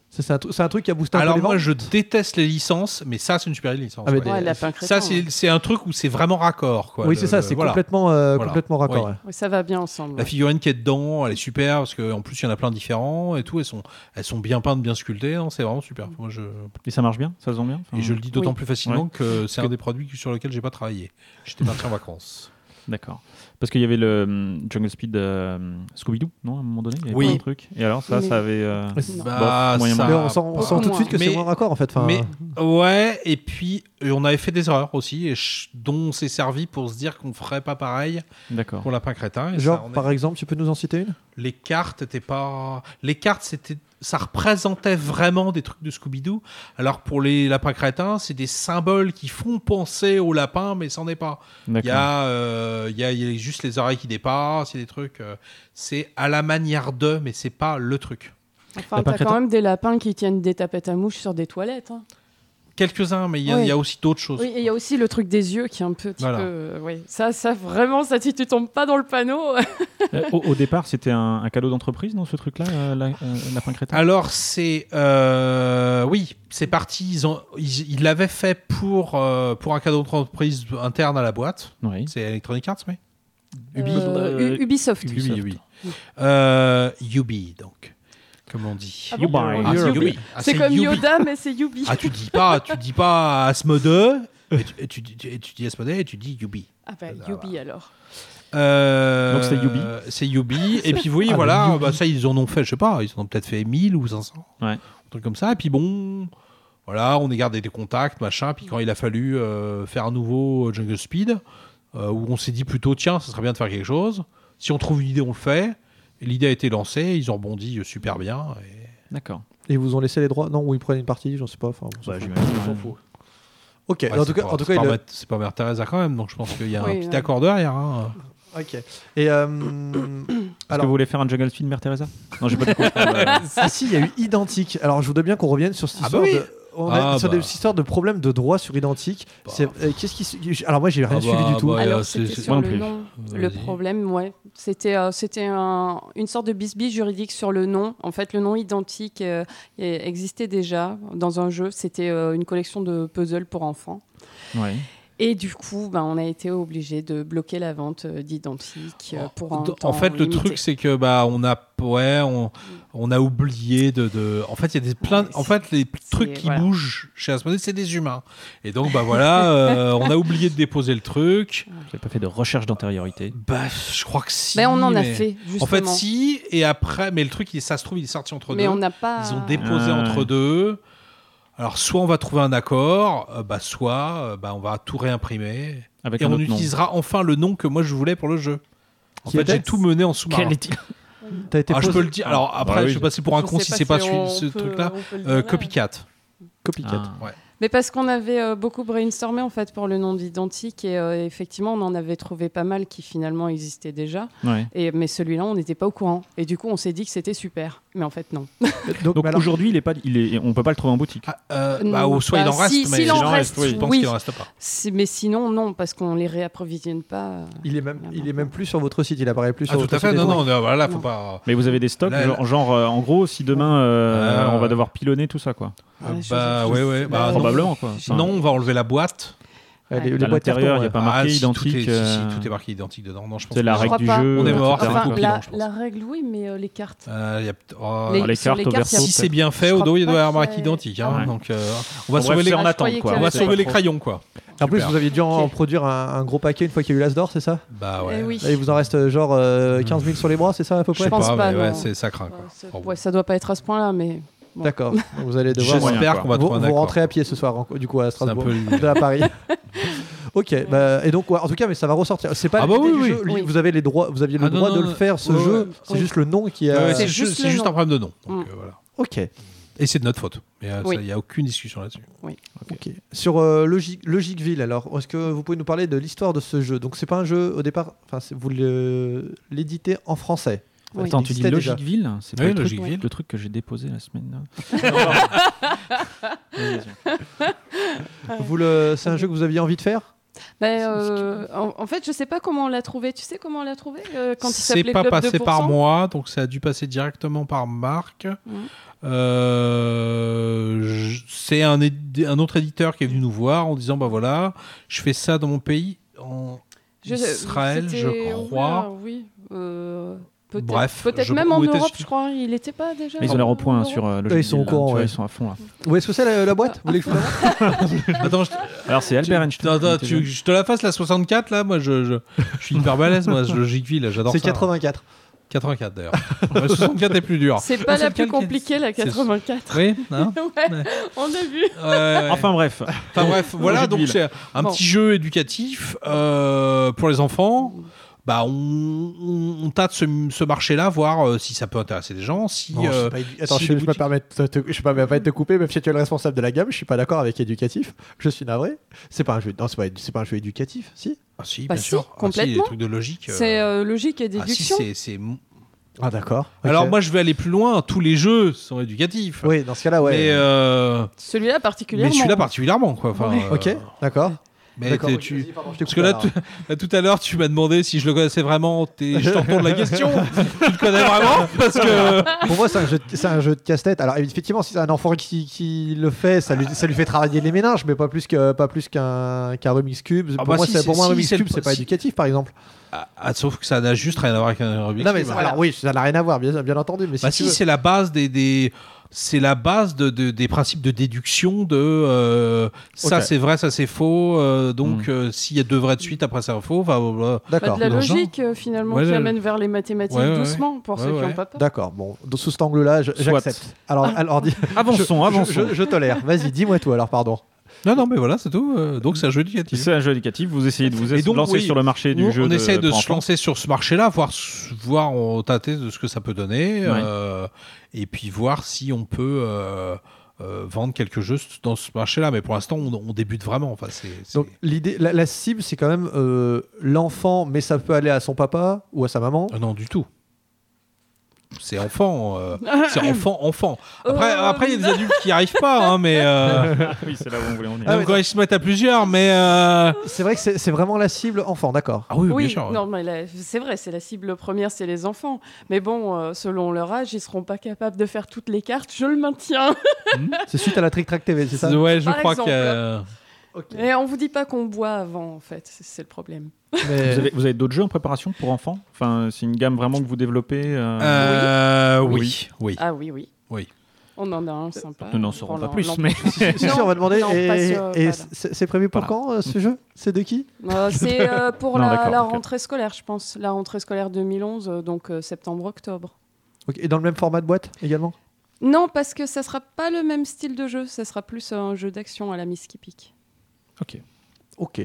C'est, c'est, un, tr- c'est un truc qui a boosté un Alors peu les moi ventes. je déteste les licences, mais ça c'est une super licence. Ah, mais ouais. des- Ouais, lapin crétin. Ça c'est, c'est un truc où c'est vraiment raccord. Quoi, Oui, le- c'est ça, le- c'est voilà. complètement, euh, Voilà. complètement raccord. Oui. ouais. Ouais, ça va bien ensemble. La ouais. figurine qui est dedans, elle est super parce qu'en plus il y en a plein de différents et tout. Elles sont, elles sont bien peintes, bien sculptées. Non, c'est vraiment super. Moi, je... Et ça marche bien, ça se vend bien. Enfin, Et je le dis d'autant Oui. plus facilement Ouais. que c'est Que- un des produits sur lesquels j'ai pas travaillé. J'étais parti en vacances. D'accord. Parce qu'il y avait le hum, Jungle Speed euh, Scooby-Doo, non, à un moment donné, il y avait Oui. pas un truc. Et alors ça, Mais- ça avait. euh, Non. Bah, moyen, ça- Mais on sent, on sent Beaucoup tout de suite que moins. c'est Mais- moins raccord en fait. Enfin, Mais ouais, et puis euh, on avait fait des erreurs aussi, et ch- dont on s'est servi pour se dire qu'on ferait pas pareil D'accord. pour Lapin Crétin. Et genre, ça, on est- par exemple, tu peux nous en citer une les cartes étaient pas. Les cartes, c'était. Ça représentait vraiment des trucs de Scooby-Doo. Alors pour les lapins crétins, c'est des symboles qui font penser au lapin, mais c'en est pas. Il y, D'accord. a, euh, il y a il y a juste les oreilles qui dépassent, il y a des trucs. euh, c'est à la manière d'eux, mais c'est pas le truc. Enfin, Lapin t'as crétin. quand même des lapins qui tiennent des tapettes à mouches sur des toilettes. Hein. Quelques-uns, mais il y, a- Oui. il y a aussi d'autres choses. Oui, et il y a aussi le truc des yeux qui est un petit Voilà. peu. euh, ouais. Ça, ça, vraiment, ça, si tu tombes pas dans le panneau. Euh, au, au départ, c'était un, un cadeau d'entreprise dans ce truc-là, euh, la- euh, Lapin Crétin. Alors c'est euh, oui, c'est parti. Ils ont, ils, ils l'avaient fait pour euh, pour un cadeau d'entreprise interne à la boîte. Oui. C'est Electronic Arts, oui. Ubi. Euh, Euh, U- Ubisoft. Ubi, Ubi. Euh, Ubi, donc, comme on dit. Ah You bon buy. Ah, c'est Yubi. Ubi. Ah, C'est comme Ubi. Yoda, mais c'est Yubi. Ah, tu dis pas, tu dis pas Asmodee, et tu, et tu, dis- et tu dis Asmodee et tu dis Ubi. Ah bah, Ah, Yubi alors. Euh, Donc, c'est Ubi. C'est Ubi. Et puis, oui, Ah, voilà, Ubi. bah, ça, ils en ont fait, je sais pas, ils en ont peut-être fait mille ou cinq cents. Ouais. Un truc comme ça. Et puis, bon, voilà, on a gardé des contacts, machin. Puis, quand il a fallu euh, faire un nouveau Jungle Speed, euh, où on s'est dit plutôt, tiens, ça serait bien de faire quelque chose. Si on trouve une idée, on le fait. Et l'idée a été lancée, ils ont rebondi super bien. Et... D'accord. Et ils vous ont laissé les droits Non, ou ils prennent une partie, j'en sais pas. Enfin, on s'en Bah, fout. j'imagine, On s'en ouais. fout. Ok, Ouais, en c'est tout cas, pas- en tout c'est cas, pas il a- Mère- c'est pas Mère Teresa quand même, donc je pense qu'il y a Oui, un petit ouais. accord derrière. Hein. Ok. Et euh, Est-ce alors, que vous voulez faire un Jungle Speed Mère Teresa? Non, j'ai pas de comprendre. ah, si, il y a eu identique. Alors, je voudrais bien qu'on revienne sur cette Ah bah histoire oui. de. On a Ah sur bah. des histoires de problèmes de droit sur identique. Bah. C'est, euh, qu'est-ce qui se- Alors moi j'ai rien Ah suivi bah, du tout. bah, Alors, euh, c'était c'est- sur moi non le plus. nom. Le Vas-y. problème, ouais. C'était euh, c'était un- une sorte de bisbille juridique sur le nom. En fait, le nom identique euh, existait déjà dans un jeu. C'était euh, une collection de puzzles pour enfants. Ouais. Et du coup, ben, on a été obligé de bloquer la vente euh, d'identique euh, pour un en temps fait, le limité. truc, c'est que bah on a, ouais, on, on a oublié de, de. En fait, il y a des plein. Ouais, en fait, les trucs qui voilà. bougent chez Asmodee, c'est des humains. Et donc, bah voilà, euh, on a oublié de déposer le truc. Vous n'avez pas fait de recherche d'antériorité? Bah, je crois que si. Mais on en a mais- fait, justement. En fait, si. Et après, mais le truc, il, ça se trouve, il est sorti entre Mais deux. on n'a pas. Ils ont déposé Ah, entre ouais. deux. Alors, soit on va trouver un accord, euh, bah, soit euh, bah, on va tout réimprimer. Avec Et un on autre nom. utilisera enfin le nom que moi je voulais pour le jeu. En Qui fait, était j'ai tout mené en sous-marin. Quel est-il? T'as été Ah, je posé- peux le dire. Alors après, bah oui. je sais pas si c'est pour un Je con, sais si pas c'est pas si on ce, ce peut- truc-là. on peut le Euh, dire. copycat. Copycat. Ah. Ouais. Mais parce qu'on avait euh, beaucoup brainstormé en fait pour le nom d'identique et euh, effectivement on en avait trouvé pas mal qui finalement existaient déjà. Ouais. Et, mais celui-là on n'était pas au courant. Et du coup on s'est dit que c'était super. Mais en fait non. Donc, Donc mais alors, aujourd'hui, il est pas, il est, on peut pas le trouver en boutique. Ah, euh, Non, bah, ou soit il bah, en reste, si- mais s'il en je reste, pense oui. qu'il en reste pas. C'est- Mais sinon non parce qu'on les réapprovisionne pas. euh. il est même, il est même plus sur votre site. Il apparaît plus Ah, sur tout votre à fait. site. Non, non, des- non, voilà, faut Non. pas. Mais vous avez des stocks, Là, genre, genre, euh, en gros, si demain euh, Ah, on va ouais. devoir pilonner tout ça, quoi. Euh, Ouais, je- bah, je- ouais, je- ouais. bah, Bah, non. Probablement, quoi. Enfin, Sinon, on va enlever la boîte. Ouais, les, les à boîtes l'intérieur, il carton, n'y a pas ouais. marqué Ah, si, identique. Tout est, si, euh, si, tout est marqué identique dedans. Non, je pense C'est la que- Je règle crois du pas. jeu. On est mort, et c'est cetera. Enfin, tout la, pilon, je pense. la règle oui mais euh, les cartes. Euh, y a- oh, Les- les sur cartes les au cartes, il y a- verso, Si c'est bien fait, Je au crois dos, il doit y pas avoir qu'il y marqué ait- identique. hein. Ah ouais. Donc, euh, on va Bon, bref, sauver les, c'est en Ah, je attente, croyais quoi. qu'il y on va avait- sauver les Pas trop. crayons, quoi. En plus, Super. vous aviez dû en Ok. produire un, un gros paquet une fois qu'il y a eu l'As d'or, c'est ça Bah ouais. Eh oui. Et il vous en reste euh, genre euh, quinze mille sur les bras, c'est ça à peu Je près Je pense sais pas, mais ouais, non. c'est- ça craint. Ouais, Quoi. c'est- Oh, bon. ouais, ça doit pas être à ce point là mais. bon. D'accord. Donc, vous allez devoir. J'espère J'espère quoi. qu'on va Vous, trouver un vous accord. rentrez à pied ce soir, en- du coup, à Strasbourg, peu l'idée. de à Paris. Ok, bah, et donc, ouais, en tout cas, mais ça va ressortir. C'est pas Ah bah l'idée oui, du oui. jeu. Oui. Vous avez les droits, vous aviez le Ah non, droit non, de non. le faire, ce Ouais, jeu. ouais. C'est Oui. juste le nom qui Ouais, a. ouais, C'est c'est juste juste, le c'est juste nom. un problème de nom. Donc, Mm. euh, voilà. Ok. Et c'est de notre faute. Il Oui. n'y a aucune discussion là-dessus. Ok. Sur euh, Logic, Logicville, alors, est-ce que vous pouvez nous parler de l'histoire de ce jeu? Donc, c'est pas un jeu au départ. Enfin, c'est- vous le- l'éditez en français. Oui. Attends, tu dis existait déjà. Logicville? C'est pas Oui, le, truc, Logicville. le truc que j'ai déposé la semaine dernière. Vous le, c'est un jeu que vous aviez envie de faire? Bah, euh, en, en fait, je sais pas comment on l'a trouvé. Tu sais comment on l'a trouvé euh, quand il C'est s'appelait pas Club passé deux pour cent? par moi, donc ça a dû passer directement par Marc. Mmh. Euh, je- c'est un, édi- un autre éditeur qui est venu nous voir en disant bah voilà, je fais ça dans mon pays, en Je- Israël, c'était- je crois. oula, oui. Euh, peut-être, Bref, peut-être je- même en où était- Europe, je crois. Il était pas déjà. Mais ils ont l'air au point hein, sur euh, le Ils sont au Deal, là. courant, Tu vois, ouais. Ils sont à fond là. Où est-ce que c'est la, la boîte Vous voulez que je vous la montre Attends, je, Alors c'est Albert Einstein. attends, attends, qui tu- était- je te la fasse la soixante-quatre là, moi je, je, je suis hyper balèze, moi je gigville, là, j'adore C'est ça. quatre-vingt-quatre. quatre-vingt-quatre d'ailleurs. La soixante-quatre est plus dur. C'est pas C'est la plus lequel qui- compliquée, la c'est- quatre-vingt-quatre. Oui, hein Ouais, on a vu. Ouais, ouais. Enfin bref. Enfin bref, voilà, Jeu de donc ville. c'est un Bon. petit jeu éducatif euh, pour les enfants. Bah, on, on, on tâte ce, ce marché-là, voir euh, si ça peut intéresser des gens. Si, Non, je euh, suis pas édu- Attends, si je, les je me boutiques- permets de te, je me permets de te couper, même si tu es le responsable de la gamme, je suis pas d'accord avec éducatif. Je suis navré. C'est pas un jeu. Non, c'est pas, c'est pas un jeu éducatif, si. Ah si, Bah bien si, sûr. Ah, si, complètement. les trucs de logique. euh, C'est euh, logique et ah, si, déduction. c'est, c'est... Ah d'accord. Alors Ok. moi, je vais aller plus loin. Tous les jeux sont éducatifs. Oui, dans ce cas-là, ouais. Mais, euh, Celui-là particulièrement. mais celui-là particulièrement, quoi. Enfin, Oui. euh, Ok, d'accord. Mais D'accord, t'es- ok, tu... vas-y, pardon, je t'ai Parce que coupé, là, alors. tout, là, tout à l'heure, tu m'as demandé si je le connaissais vraiment. T'es- Je te retourne la question. Tu le connais vraiment? Parce que... Pour moi, c'est un jeu, de, c'est un jeu de casse-tête. Alors, effectivement, si c'est un enfant qui, qui le fait, ça lui, ça lui fait travailler les méninges, mais pas plus, que, pas plus qu'un, qu'un Rubik's Cube. Ah pour bah moi, si, c'est, c'est- pour moi, un si, Rubik's c'est le- Cube, c'est pas si. éducatif, par exemple. Ah, ah, sauf que ça n'a juste rien à voir avec un Rubik's non, mais Cube. ça- alors oui, ça n'a rien à voir, bien, bien entendu. Mais Bah si, si, tu veux- c'est la base des, des c'est la base de, de- des principes de déduction de euh, ça Ok. c'est vrai, ça c'est faux. euh, donc Mm. euh, s'il y a deux vrais de suite, après c'est un faux. Enfin, voilà. Bah, D'accord. de la Dans le genre. logique, euh, finalement, Ouais, qui ouais. amène vers les mathématiques Ouais, ouais, doucement, pour ouais, ceux qui ouais. n'ont pas peur. D'accord. Bon, donc, sous cet angle-là, je- Soit. j'accepte. Alors, alors dis- Avançons, je, avançons. Je, je, je tolère. Vas-y, dis-moi tout. Alors, pardon. Non, non, mais voilà, c'est tout. euh, donc c'est un jeu éducatif. C'est un jeu éducatif. Vous essayez de vous Et donc, lancer oui, sur le marché du Nous, jeu. on de, essaie de pour se enfants. lancer sur ce marché-là, voir, voir on tâter de ce que ça peut donner, Ouais. euh, et puis voir si on peut euh, euh, vendre quelques jeux dans ce marché-là. Mais pour l'instant, on, on débute vraiment. Enfin, c'est, c'est- Donc, l'idée, la, la cible, c'est quand même euh, l'enfant, mais ça peut aller à son papa ou à sa maman. Ah non, du tout. C'est enfant, euh, c'est enfant, enfant. Après, Euh, après, il y a des adultes qui n'y arrivent pas, hein, mais euh, Oui, c'est là où on voulait en venir. Ah même ouais, quand ils se mettent à plusieurs, mais euh, C'est vrai que c'est, c'est vraiment la cible enfant, d'accord. ah oui, Oui, bien sûr. non, mais la- c'est vrai, c'est la cible première, c'est les enfants. Mais bon, euh, selon leur âge, ils seront pas capables de faire toutes les cartes. Je le maintiens. C'est suite à la Trick Track T V, c'est ça. Ouais, je Par crois exemple. qu'il y a- Et on vous dit pas qu'on boit avant, en fait. C'est, c'est le problème. Mais- Vous avez, vous avez d'autres jeux en préparation pour enfants? Enfin, c'est une gamme vraiment que vous développez. euh, Euh, oui, oui. Ah oui, oui. Oui. On en a un sympa. Nous n'en saurons Pour pas l'an- plus, l'an mais Si, si, Non, on va demander. non, et pas sur- et pas là. c'est, c'est prévu pour Voilà. quand euh, ce jeu? C'est de qui? Euh, c'est euh, pour Non, la, d'accord, la ok. rentrée scolaire, je pense. La rentrée scolaire deux mille onze, euh, donc euh, septembre-octobre. Ok, et dans le même format de boîte également? Non, parce que ça sera pas le même style de jeu. Ça sera plus un jeu d'action à la Miss Kipic. Ok. Ok.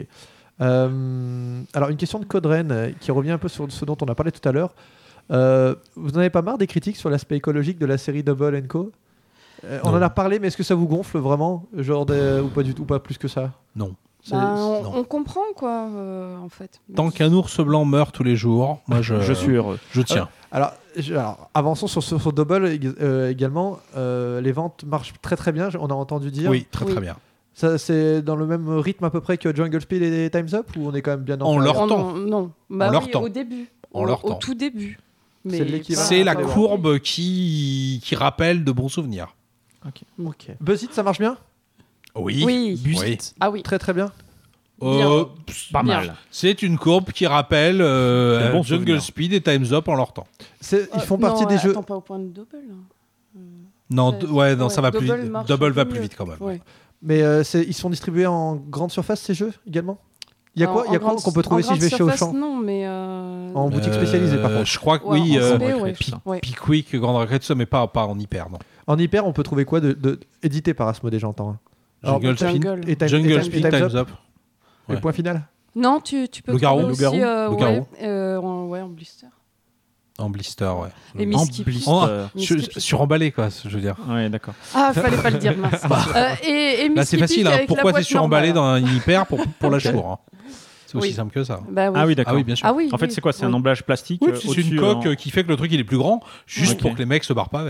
Euh, alors, une question de Codren euh, qui revient un peu sur ce dont on a parlé tout à l'heure. Euh, vous n'en avez pas marre des critiques sur l'aspect écologique de la série Double and Co? Euh, On Non. en a parlé, mais est-ce que ça vous gonfle vraiment, genre des- ou pas du tout, pas plus que ça? Non. C'est- Ben, on, non. on comprend, quoi, euh, en fait. Tant qu'un ours blanc meurt tous les jours, moi je, Je suis heureux. je tiens. Alors, je- alors, avançons sur, sur, sur Double ég- euh, également. Euh, les ventes marchent très très bien, on a entendu dire. Oui, très Oui. très bien. Ça, c'est dans le même rythme à peu près que Jungle Speed et Time's Up, ou on est quand même bien En inférieur? leur Oh, temps. non, non. Bah En leur oui, temps. au début. En au, leur au temps. tout début. C'est Mais l'équivalent. pas- C'est la pas- courbe qui, qui rappelle de bons souvenirs. Ok. Buzz It, ça marche bien? Oui. Oui. Oui. Ah oui. Très très bien. Euh, Pas Bien. mal. c'est une courbe qui rappelle euh, De bons Jungle souvenirs. Speed et Time's Up en leur temps. C'est- ils Euh, font partie non, des euh, jeux. Attends, pas au point de double. Non, Ouais, d- ouais, non, ouais, ça va plus Double vite. marche Double va mieux. plus vite quand même. Ouais. Mais euh, c'est- ils sont distribués en grande surface ces jeux également? Il y a En- quoi, il y a en quoi grande- qu'on peut trouver en si je vais grande chez surface, Auchan? Non, mais. euh, En boutique spécialisée par Euh, contre. Je crois que Ouais, oui, en euh, C P, ouais. Pic- Ouais. Pickwick, Grande Récré, tout ça, mais pas, pas en hyper, non. En hyper, on peut trouver quoi de, de édité par Asmodée, j'entends. hein. Alors, Jungle Speed, Jungle. Et Time- et Jungle Time- Speed, et Time's Time's Up. Up. Le Ouais. point final? Non, tu, tu peux Loup-garou, trouver aussi, loup-garou, euh, loup-garou. ouais, euh, en, ouais, en blister. En blister, ouais. Et En Miss Kipi. blister. En- Miss sur- Kipi. suremballé, quoi, je veux dire. Ouais, d'accord. Ah, fallait pas le dire, mince. Euh, et, et Miss Là, c'est Kipi facile. Hein. avec la Pourquoi t'es boîte suremballé normale. dans un hyper pour, pour la chour hein. C'est aussi Oui. simple que ça. Bah oui. Ah oui, d'accord. Ah oui, bien sûr. Ah oui, En fait, oui, c'est quoi? C'est un oui. emballage plastique Oui, euh, c'est au-dessus, une coque en- euh, qui fait que le truc il est plus grand, juste Ok. pour que les mecs se barrent pas avec. quoi.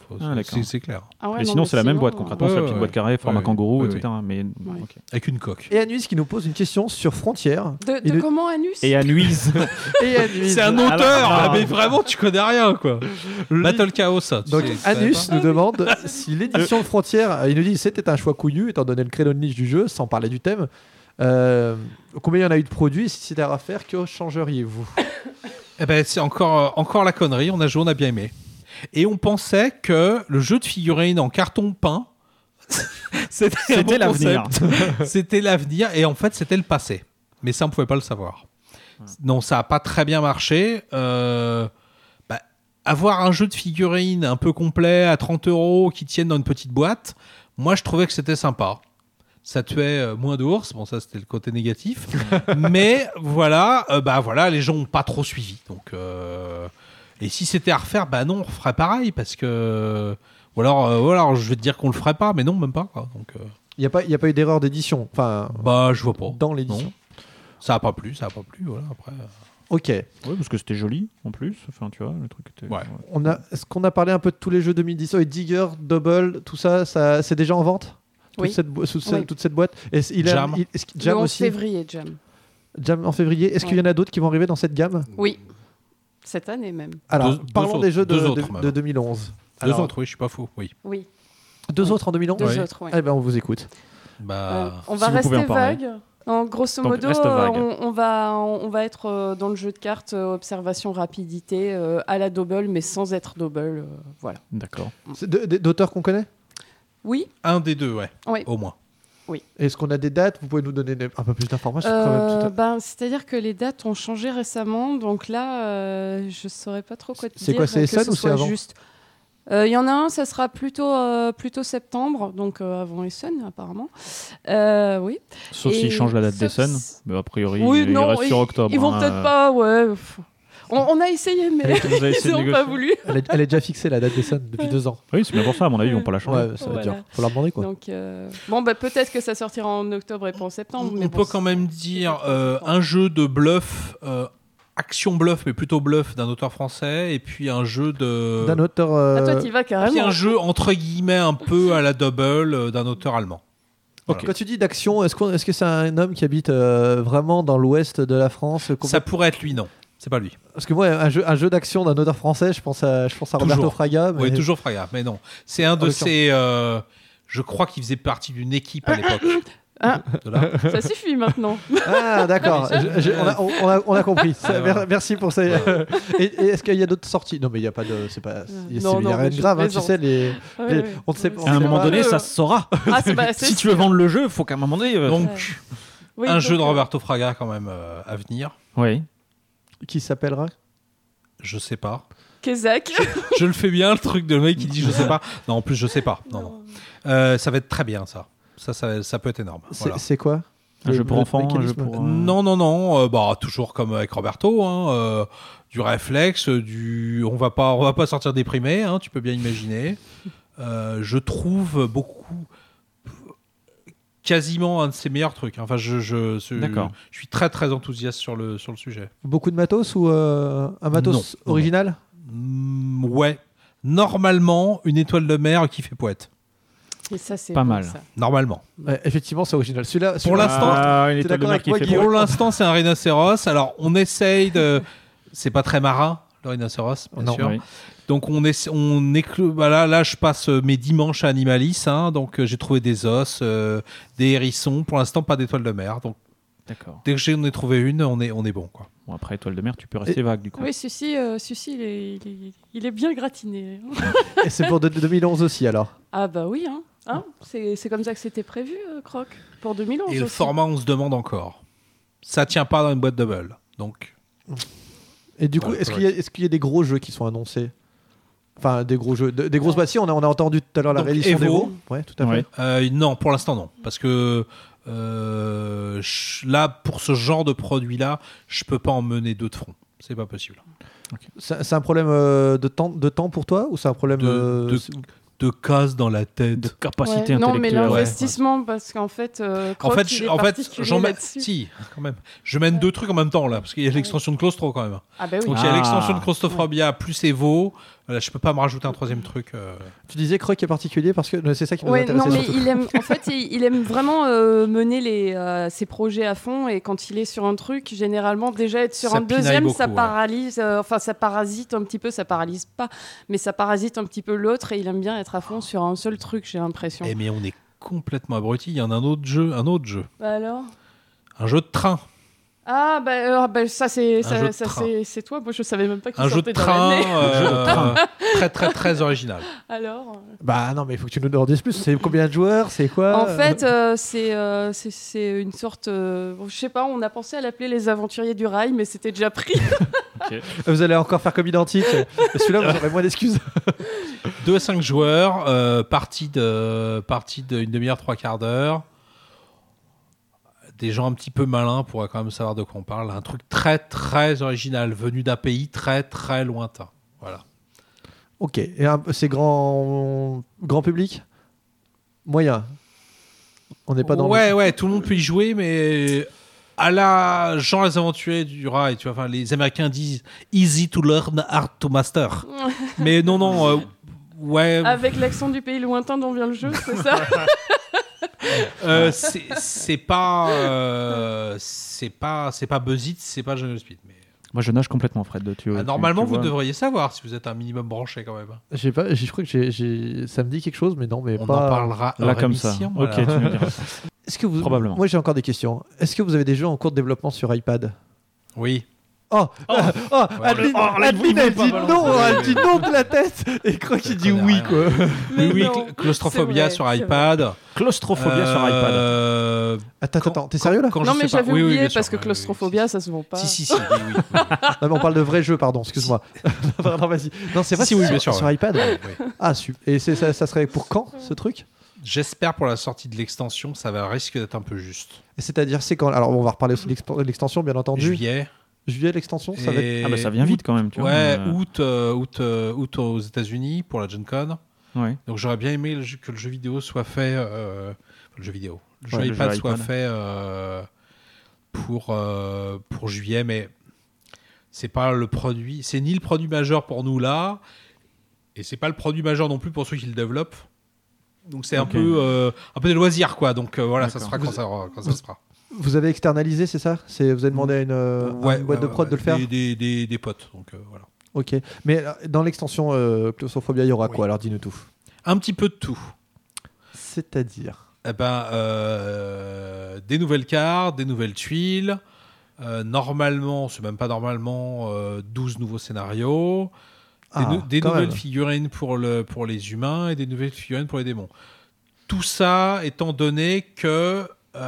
Faut- Ah, d'accord. c'est, c'est clair. Ah ouais, Mais non, sinon, mais c'est la même sinon, boîte euh, concrètement, Ouais, c'est la ouais, petite ouais. boîte carrée, format Ouais, kangourou, ouais, et cetera. Mais Ouais. ok. Avec une coque. Et Anuis qui nous pose une question sur Frontières. De, Il de est- comment Anus Et à nuise. Et Anuis. C'est un Alors, auteur, alors, ah, mais vraiment, tu connais rien, quoi. Battle Chaos, ça. tu Donc sais, tu savais Anus pas nous demande si l'édition de Frontières, il nous dit c'était un choix couillu étant donné le créneau de niche du jeu, sans parler du thème. Euh, combien il y en a eu de produits, si c'était à refaire, que changeriez-vous? Eh ben, c'est encore, euh, encore la connerie. On a joué, on a bien aimé. Et on pensait que le jeu de figurines en carton peint, c'était, un C'était bon l'avenir. concept. C'était l'avenir. Et en fait, c'était le passé. Mais ça, on ne pouvait pas le savoir. Non, ça n'a pas très bien marché. Euh, bah, avoir un jeu de figurines un peu complet à trente euros qui tienne dans une petite boîte, moi, je trouvais que c'était sympa. Ça tuait euh, moins d'ours. Bon, ça, c'était le côté négatif. Mais voilà, euh, bah, voilà, les gens n'ont pas trop suivi. Donc... Euh, Et si c'était à refaire, bah non, on referait pareil parce que. Ou alors, euh, ou alors je vais te dire qu'on le ferait pas, mais non, même pas. Quoi. Donc, euh, Il n'y a, pas- il y a pas eu d'erreur d'édition, enfin, bah, je vois pas. dans l'édition. Non. Ça a pas plu, ça a pas plu, voilà. Après. euh. Ok. Ouais, parce que c'était joli en plus. Enfin, tu vois, le truc était. Ouais. On a, est-ce qu'on a parlé un peu de tous les jeux deux mille dix? Oh, et Digger, Double, tout ça, ça c'est déjà en vente? Toute, Oui. cette, bo- sous- Oui. toute cette boîte. Et c- il a- Jam. il- est-ce qu'il- Le Jam onze aussi. février, Jam. Jam en février. Est-ce qu'il y en a d'autres qui vont arriver dans cette gamme? Oui. Cette année même. Alors, Deux- deux parlons autres- des jeux de, deux autres, de- même. de deux mille onze. Deux Alors, autres, oui, je suis pas fou. Oui. Oui. Deux Oui. autres en deux mille onze? Deux Oui. autres, oui. Eh ben, on vous écoute. Bah. Euh, on si va vous pouvez rester en parler. vague. En grosso Donc, modo, reste euh, vague. on, on va, on, on va être euh, dans le jeu de cartes euh, observation rapidité euh, à la double, mais sans être double. euh, voilà. D'accord. C'est de- de- d'auteurs qu'on connaît? Oui. Un des deux, ouais. Oui. Au moins. Est-ce qu'on a des dates? Vous pouvez nous donner des- un peu plus d'informations quand même, tout Euh, à- ben, c'est-à-dire que les dates ont changé récemment, donc là, euh, je saurais pas trop quoi te C'est dire. quoi, c'est que Essen ce ou c'est soit avant juste. Il y en a un, ça sera plutôt, euh, plutôt septembre, donc euh, avant Essen apparemment. Euh, oui. Sauf Et s'ils changent la date sauf d'Essen. si- Mais a priori, Oui, ils non, restent sur ils- octobre. Ils vont hein. peut-être pas, ouais. On, on a essayé, mais Vous avez ils essayé de n'ont négocier pas voulu. Elle est, elle est déjà fixée, la date des Suns, depuis deux ans. Oui, c'est bien pour ça, à mon avis, ils vont pas la changer. Ouais, ça va Voilà. dire. Faut leur demander quoi. Donc, euh, bon, bah, peut-être que ça sortira en octobre et pas en septembre. On mais peut bon, quand même dire euh, un jeu de bluff, euh, action bluff, mais plutôt bluff d'un auteur français, et puis un jeu de. D'un auteur. euh, Ah, toi, t'y vas Puis carrément. un jeu entre guillemets un peu à la double euh, d'un auteur allemand. Voilà. Quand tu dis d'action, est-ce, qu'on- est-ce que c'est un homme qui habite euh, vraiment dans l'ouest de la France complète- Ça pourrait être lui, non. C'est pas lui. Parce que moi, un jeu, un jeu d'action d'un auteur français, je pense à, je pense à Roberto Toujours. Fraga. Mais... Oui, toujours Fraga, mais non. C'est un de En ces. euh, je crois qu'il faisait partie d'une équipe à l'époque. Ah. De là. Ça suffit maintenant. Ah, d'accord. Je- je- on, a, on, on a, on a compris. Ça, Ouais, voilà. mer- Merci pour ça. Et, et est-ce qu'il y a d'autres sorties? Non, mais il n'y a pas de. C'est pas. Il y a, Non, il y a non, rien mais de je grave, hein, tu plaisante. sais. Les, Ouais, les- ouais. on ne sait pas. Ouais, À un on sait moment pas. donné, Euh, ça se saura. Ah, c'est bah, c'est Si tu veux vendre le jeu, il faut qu'à un moment donné. euh, Donc, Oui, un donc, jeu de euh, Roberto Fraga, quand même, euh, à venir. Oui. Qui s'appellera? Je sais pas. Kezak. Je le fais bien, le truc de le mec qui dit je sais pas. Non, en plus, je sais pas. Non, non. Euh, ça va être très bien, ça. Ça, ça, ça peut être énorme. C'est Voilà. c'est quoi? Un Le- jeu pour le enfants, un jeu mécanisme pour. euh, Non, non, non. euh, bah, toujours comme avec Roberto. Hein, euh, du réflexe, du. On va pas, on va pas sortir déprimé. Hein, tu peux bien imaginer. Euh, je trouve beaucoup. Quasiment un de ses meilleurs trucs. Enfin, je, je, je, D'accord. je suis très, très enthousiaste sur le, sur le sujet. Beaucoup de matos ou euh, un matos Non. original? Mm, ouais. Normalement, une étoile de mer qui fait poète. Et ça, c'est Pas bon, mal. ça. Normalement. Ouais, effectivement, c'est original. Celui-là, Pour celui-là- l'instant, Ah, une t'es étoile de d'accord mer avec qui moi, fait Guillaume? Pour l'instant, c'est un rhinocéros. Alors, on essaye de. C'est pas très marin, le rhinocéros, bien Non, sûr. oui. Donc, on est, on est, voilà, là, je passe euh, mes dimanches à Animalis. Hein, donc, euh, j'ai trouvé des os, euh, des hérissons. Pour l'instant, pas d'étoile de mer. Donc, D'accord. dès que j'en ai trouvé une, on est, on est bon, quoi. Bon, après, étoile de mer, tu peux rester vague du coup. Oui, celui-ci, euh, celui-ci, il, est, il, est, il est bien gratiné. Et c'est pour de- deux mille onze aussi alors. Ah bah oui, hein. Hein c'est, c'est comme ça que c'était prévu, euh, Croc, pour deux mille onze Et le aussi. format, on se demande encore. Ça tient pas dans une boîte double. Donc, Et du coup, Ouais, est-ce ouais. qu'il y, a- est-ce qu'il y a des gros jeux qui sont annoncés? Enfin, des gros jeux. de- des grosses Ouais. boîtes. Si, on a, on a entendu tout à l'heure la Donc, réédition Evo. d'Evo. Ouais, tout à fait. Ouais. euh, non, pour l'instant, non. Parce que euh, je- là, pour ce genre de produit-là, je peux pas en mener deux de front. C'est pas possible. C'est c'est un problème euh, de, temps, de temps pour toi ou c'est un problème De- euh, de- c'est- De casse dans la De tête. capacité Ouais, non, mais intellectuelle. l'investissement, parce qu'en fait, euh, En Croc, fait, il je- est en fait, particulier j'en mets. là-dessus. Si, quand même. Je mène deux trucs en même temps là, parce qu'il y a l'extension de Claustro quand même. Ah bah oui. Donc il y a Ah. l'extension de Claustrophobia plus Evo. Voilà, je peux pas me rajouter un troisième truc. Euh... Tu disais Croc est particulier parce que euh, c'est ça qui nous Ouais, intéressait non, mais surtout. il aime, en fait, il, il aime vraiment euh, mener les, euh, ses projets à fond. Et quand il est sur un truc, généralement, déjà être sur Ça un pinaille deuxième, beaucoup, ça ouais. paralyse. euh, Enfin, ça parasite un petit peu. Ça paralyse pas, mais ça parasite un petit peu l'autre. Et il aime bien être à fond sur un seul truc, j'ai l'impression. Eh, mais on est complètement abrutis. Il y en a un autre jeu, un autre jeu, Bah alors un jeu de train. Ah, bah, euh, bah, ça, c'est, Un ça, jeu de ça, train. c'est, c'est toi. Moi, je savais même pas qu'il Un jeu de sortait dans train, l'année. euh, très très très original. Alors Bah non, mais il faut que tu nous en dises plus. C'est combien de joueurs? C'est quoi? En fait, euh, c'est, euh, c'est, c'est une sorte. Euh, bon, je sais pas, on a pensé à l'appeler les Aventuriers du Rail, mais c'était déjà pris. Vous allez encore faire comme identique. Celui-là, vous aurez moins d'excuses. deux à cinq joueurs, euh, partie de partie d'une demi-heure, trois quarts d'heure. Des gens un petit peu malins pourraient quand même savoir de quoi on parle. Un truc très très original, venu d'un pays très très lointain. Voilà. Ok. Et un- c'est grand, grand public? Moyen. On n'est pas dans. Ouais, ouais, tout le monde peut y jouer, mais à la Jean les Aventuriers du Rail, tu vois, enfin, les Américains disent easy to learn, hard to master. Mais non, non, euh, ouais, Avec l'accent du pays lointain dont vient le jeu, c'est ça? euh, c'est c'est pas, euh, c'est pas, c'est pas Buzz It, c'est pas Jungle Speed. Mais Moi, je nage complètement, Fred. Tu, ah, tu- normalement, tu vous vois. devriez savoir si vous êtes un minimum branché quand même. J'ai pas. Je crois que j'ai, j'ai- ça me dit quelque chose, mais non, mais On pas. en parlera Là, hors comme ça. émission, Ok, voilà. tu me diras ça. Est-ce que vous. Probablement. Moi, j'ai encore des questions. Est-ce que vous avez des jeux en cours de développement sur iPad? Oui. Oh, oh, oh, Adeline, oh, là, Adeline, il elle veut dit pas non, balancer. elle dit non de la tête, et Croc il dit connaît oui, rien. quoi. Mais oui, oui, non, cl- claustrophobia c'est sur vrai, c'est iPad. Claustrophobia sur iPad. Euh, Attends, quand- attends, t'es sérieux là? quand Non, je mais sais pas- j'avais oui, oui, oublié bien sûr. parce que Ouais, oui, claustrophobia, oui, ça se vend pas. Si, si, si, oui, oui. oui. Non, mais on parle de vrais jeux, pardon, excuse-moi. non, non, vas-y. Non, c'est vrai, Si, oui, sur, bien sûr, sur ouais. iPad. Oui. Ah, super. Et c'est, ça, ça serait pour quand, ce truc? J'espère pour la sortie de l'extension, ça va risque d'être un peu juste. Et c'est-à-dire, c'est quand? Alors, on va reparler aussi de l'expo- de l'extension, bien entendu. Juillet. Juillet, l'extension, ça va être. Et Ah bah ça vient vite quand même, tu vois. Ouais, Euh, août, euh, août, euh, août aux États-Unis pour la Gen Con. ouais. Donc j'aurais bien aimé le jeu- que le jeu vidéo soit fait. euh, le jeu vidéo. Le jeu Ouais, le iPad jeu soit iPad. fait euh, pour, euh, pour juillet, mais c'est pas le produit. C'est ni le produit majeur pour nous là, et c'est pas le produit majeur non plus pour ceux qui le développent. Donc c'est un Ok. peu euh, un peu des loisirs quoi. Donc euh, voilà, ça se D'accord. fera quand ça, quand ça se fera. Vous avez externalisé, c'est ça? C'est, vous avez demandé à une, euh, à une boîte de prod de le faire? Des, des, des, des potes. Donc euh, voilà. Ok. Mais euh, dans l'extension euh, Claustrophobia, il y aura Oui. quoi? Alors, dis-nous tout. Un petit peu de tout. C'est-à-dire? Eh ben, euh, des nouvelles cartes, des nouvelles tuiles. Euh, normalement, c'est même pas normalement, euh, douze nouveaux scénarios. Des, Ah, nou- des quand nouvelles même. figurines pour, le, pour les humains et des nouvelles figurines pour les démons. Tout ça étant donné que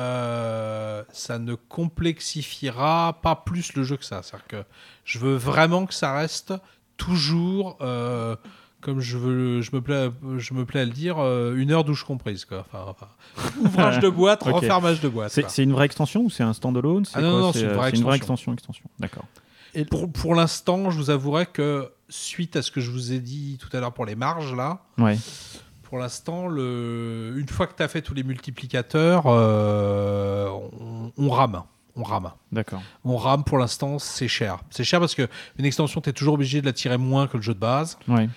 euh, ça ne complexifiera pas plus le jeu que ça. C'est-à-dire que je veux vraiment que ça reste toujours, euh, comme je, veux, je, me plais, je me plais à le dire, euh, une heure douche comprise. Quoi. Enfin, enfin, ouvrage de boîte, Ok. refermage de boîte. C'est, quoi. c'est une vraie extension ou c'est un standalone? C'est Ah non, quoi non, c'est, c'est une euh, vraie c'est une vraie extension. extension. Extension. D'accord. Pour, pour l'instant, je vous avouerai que suite à ce que je vous ai dit tout à l'heure pour les marges, là, Ouais. pour l'instant, le... une fois que tu as fait tous les multiplicateurs, euh, on, on rame. On rame. D'accord. On rame pour l'instant, c'est cher. C'est cher parce qu'une extension, tu es toujours obligé de la tirer moins que le jeu de base. Ouais.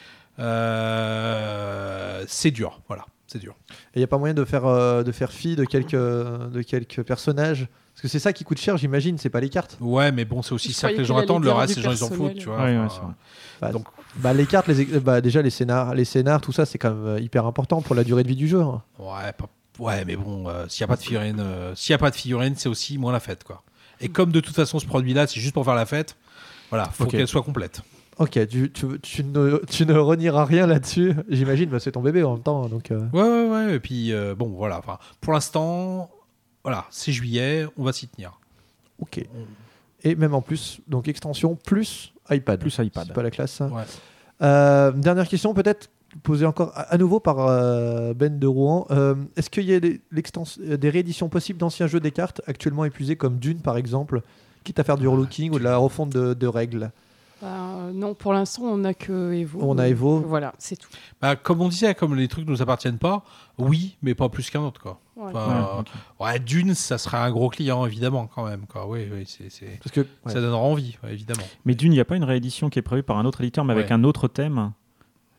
Euh, c'est dur, voilà. C'est dur. Et il n'y a pas moyen de faire, euh, de faire fi de quelques, de quelques personnages? Parce que c'est ça qui coûte cher, j'imagine, c'est pas les cartes. Ouais, mais bon, c'est aussi Je ça que croyais les gens qu'il attendent. Le allait reste, dire les gens, du ils s'en foutent, personnel. tu vois. Ouais, ouais, Enfin, c'est vrai. Bah, donc, bah, les cartes, les, ex- bah, déjà les scénars, les scénars, tout ça, c'est quand même euh, hyper important pour la durée de vie du jeu. hein. ouais, pas- ouais, mais bon, euh, s'il n'y a pas de figurine, euh, s'il y a pas de figurine, c'est aussi moins la fête, quoi. Et comme de toute façon, ce produit-là, c'est juste pour faire la fête, voilà, faut Ok. qu'elle soit complète. Ok, tu, tu, tu ne, tu ne renieras rien là-dessus, j'imagine, bah, c'est ton bébé en même temps. Donc, euh, Ouais, ouais, ouais. Et puis, euh, bon, voilà. Enfin, pour l'instant, voilà, c'est juillet, on va s'y tenir. ok. Et même en plus, donc extension plus iPad. Plus iPad. C'est pas la classe, ça. Ouais. Euh, dernière question, peut-être posée encore à, à nouveau par euh, Ben de Rouen. Euh, est-ce qu'il y a des, l'extens- euh, des rééditions possibles d'anciens jeux des cartes actuellement épuisés, comme Dune par exemple, quitte à faire du relooking ou de la refonte de, de règles? Bah, euh, non, pour l'instant, on n'a que Evo. On a Evo. Voilà, c'est tout. Bah, comme on disait, comme les trucs ne nous appartiennent pas, oui, mais pas plus qu'un autre, quoi. Voilà. Enfin, Ouais, ok. ouais, Dune, ça serait un gros client, évidemment, quand même, quoi. Oui, oui, c'est, c'est... Parce que ouais. ça donnera envie, ouais, évidemment. Mais Dune, il n'y a pas une réédition qui est prévue par un autre éditeur, mais avec Ouais. un autre thème.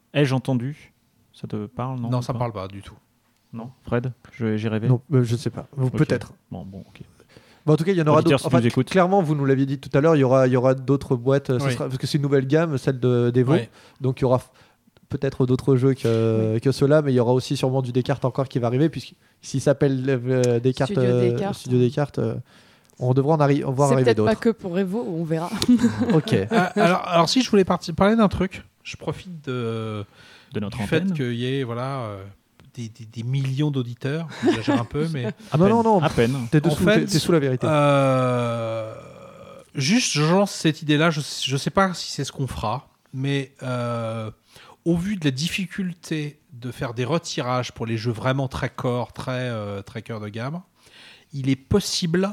Ai-je entendu? Ça te parle, non? Non, ou ça pas parle pas du tout. Non, Fred, je- j'ai rêvé. Non, euh, je ne sais pas. Ou Ok. peut-être. Bon, bon, ok. Bon, en tout cas, il y en aura Auditeurs, d'autres. si Enfin, vous écoutez. clairement, vous nous l'aviez dit tout à l'heure, il y aura, il y aura d'autres boîtes. euh, ce Oui. sera- parce que c'est une nouvelle gamme, celle de d'Evo. Ouais. Donc il y aura f- peut-être d'autres jeux que, que ceux-là, mais il y aura aussi sûrement du Descartes encore qui va arriver, puisqu'il s'appelle euh, Descartes, Studio euh, Descartes. Studio Descartes. euh, on devra en arri- en voir C'est arriver peut-être pas d'autres. que pour Evo, on verra. Ok. Ah, alors, alors, si je voulais parti- parler d'un truc, je profite de, De notre du antenne. fait qu'il y ait voilà, euh, des, des- des millions d'auditeurs. J'exagère un peu, mais. À Ah non, peine, non, non. À peine. T'es En dessous, fait, t'es- t'es sous la vérité. Euh, juste, je lance cette idée-là. Je ne sais pas si c'est ce qu'on fera, mais euh, au vu de la difficulté de faire des retirages pour les jeux vraiment très core, très, euh, très cœur de gamme, il est possible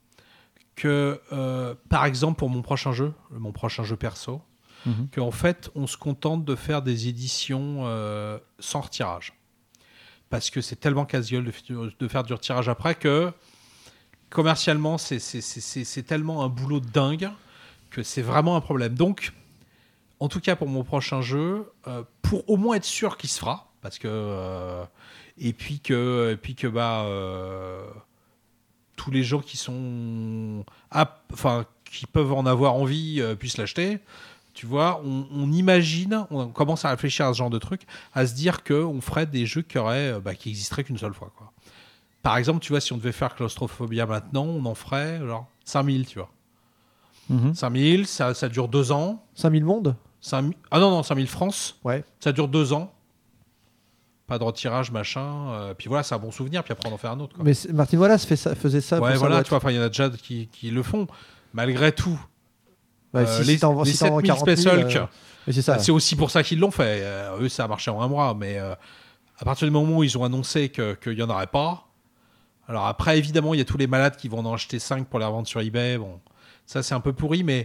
que, euh, par exemple, pour mon prochain jeu, mon prochain jeu perso, Mhm. qu'en fait, on se contente de faire des éditions euh, sans retirage. Parce que c'est tellement casse-gueule de, de faire du retirage après que commercialement, c'est, c'est, c'est, c'est, c'est tellement un boulot de dingue que c'est vraiment un problème. Donc, en tout cas pour mon prochain jeu, euh, pour au moins être sûr qu'il se fera, parce que euh, et puis que et puis que bah euh, tous les gens qui sont ap- enfin qui peuvent en avoir envie euh, puissent l'acheter. Tu vois, on, on imagine, on commence à réfléchir à ce genre de truc, à se dire qu'on ferait des jeux qui auraient, euh, bah, qui existeraient qu'une seule fois, quoi. Par exemple, tu vois, si on devait faire Claustrophobia maintenant, on en ferait genre cinq mille, tu vois. Mhm. cinq mille, ça, ça dure deux ans. cinq mille mondes. cinq mille Ah non, non, cinq mille France. Ouais. Ça dure deux ans. Pas de retirage, machin. euh, puis voilà, c'est un bon souvenir. Puis après, on en fait un autre, quoi. Mais c'est- Martin Wallace fait ça, faisait ça. ouais, pour sa voilà, boîte. tu vois, enfin, il y en a déjà qui, qui le font. Malgré tout, Ouais, euh, si- les, si t'en vends- les si t'en vends sept mille quarante mille, Space euh, Hulk, mais c'est ça. c'est aussi pour ça qu'ils l'ont fait. Euh, eux, ça a marché en un mois. Mais euh, à partir du moment où ils ont annoncé que- qu'il n'y en aurait pas, alors après, évidemment, il y a tous les malades qui vont en acheter cinq pour les revendre sur eBay. Bon, ça, c'est un peu pourri, mais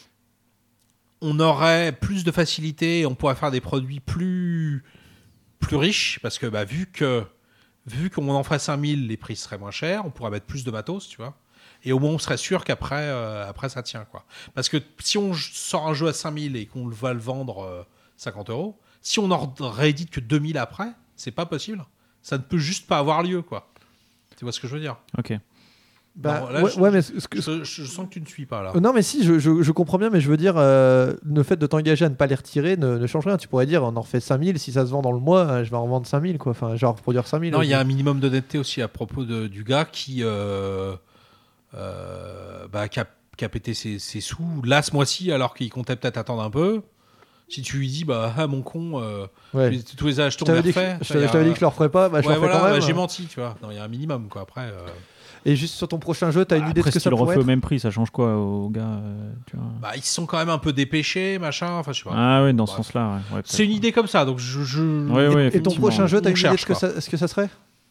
on aurait plus de facilité et on pourrait faire des produits plus, plus riches parce que bah, vu que vu qu'on en ferait cinq mille, les prix seraient moins chers, on pourrait mettre plus de matos, tu vois. Et au moins, on serait sûr qu'après, euh, après, ça tient, quoi. Parce que si on sort un jeu à cinq mille et qu'on va le vendre euh, cinquante euros, si on en réédite que deux mille après, c'est pas possible. Ça ne peut juste pas avoir lieu, quoi. Tu vois ce que je veux dire? Ok. Bah, Non, là, ouais, je- ouais, mais ce que, je, je sens que tu ne suis pas, là. Euh, Non, mais si, je, je- je comprends bien, mais je veux dire, euh, le fait de t'engager à ne pas les retirer ne, ne change rien. Tu pourrais dire, on en refait cinq mille, si ça se vend dans le mois, euh, je vais en vendre cinq mille, quoi. Enfin, je vais en reproduire cinq mille. Non, il y a un minimum d'honnêteté aussi à propos de, du gars qui, euh, euh, bah, qui, a, qui a pété ses, ses sous là ce mois-ci alors qu'il comptait peut-être attendre un peu. Si tu lui dis, bah, ah, mon con, euh, Ouais. tous- tous les achetons, Je on t'avais les dit, que- refait. je Enfin, t'avais il y je t'avais a- dit que je le referais pas, bah, je ouais, le refais voilà, quand même. bah, j'ai menti, tu vois. Non, il y a un minimum, quoi. Après, euh, Et juste sur ton prochain jeu, t'as une idée de Après, ce que si ça tu le pourrait refais au être même prix, ça change quoi aux gars euh, tu vois bah, ils se sont quand même un peu dépêchés, machin. Enfin, je sais pas. Ah oui, dans ce Bref. sens-là. Ouais. Ouais, C'est peut-être. une idée comme ça, donc je. je... Ouais, ouais, Et ton effectivement. prochain jeu, t'as On une idée de cherche, ce que, quoi. ça, ce que ça serait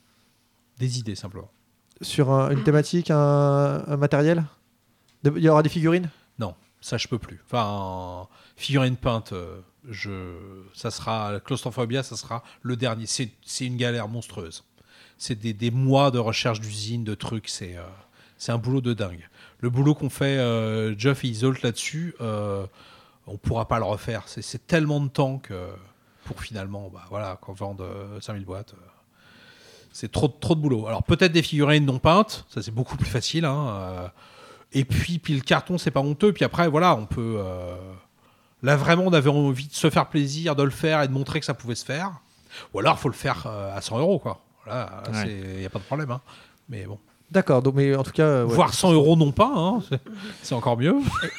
Des idées, simplement. Sur un- une thématique, un, un matériel De- Il y aura des figurines Non, ça je peux plus. Enfin, figurine peinte, euh, je, ça sera Claustrophobia, ça sera le dernier. C'est, c'est une galère monstrueuse. C'est des, des mois de recherche d'usine, de trucs. C'est, euh, c'est un boulot de dingue. Le boulot qu'on fait euh, Geoff et Isolt là-dessus, euh, on pourra pas le refaire. C'est, c'est tellement de temps que pour finalement, bah voilà, qu'on vende euh, cinq mille boîtes. euh, c'est trop, trop de boulot. Alors peut-être des figurines non peintes, ça c'est beaucoup plus facile. Hein, euh, et puis, puis le carton, c'est pas honteux. Puis après, voilà, on peut. euh, Là, vraiment, on avait envie de se faire plaisir, de le faire et de montrer que ça pouvait se faire. Ou alors, il faut le faire euh, à cent euros, quoi. Voilà, Ouais. il n'y a pas de problème. Hein. Mais bon. D'accord, donc, mais en tout cas. euh, ouais. Voire cent euros, non pas. Hein. C'est, c'est encore mieux.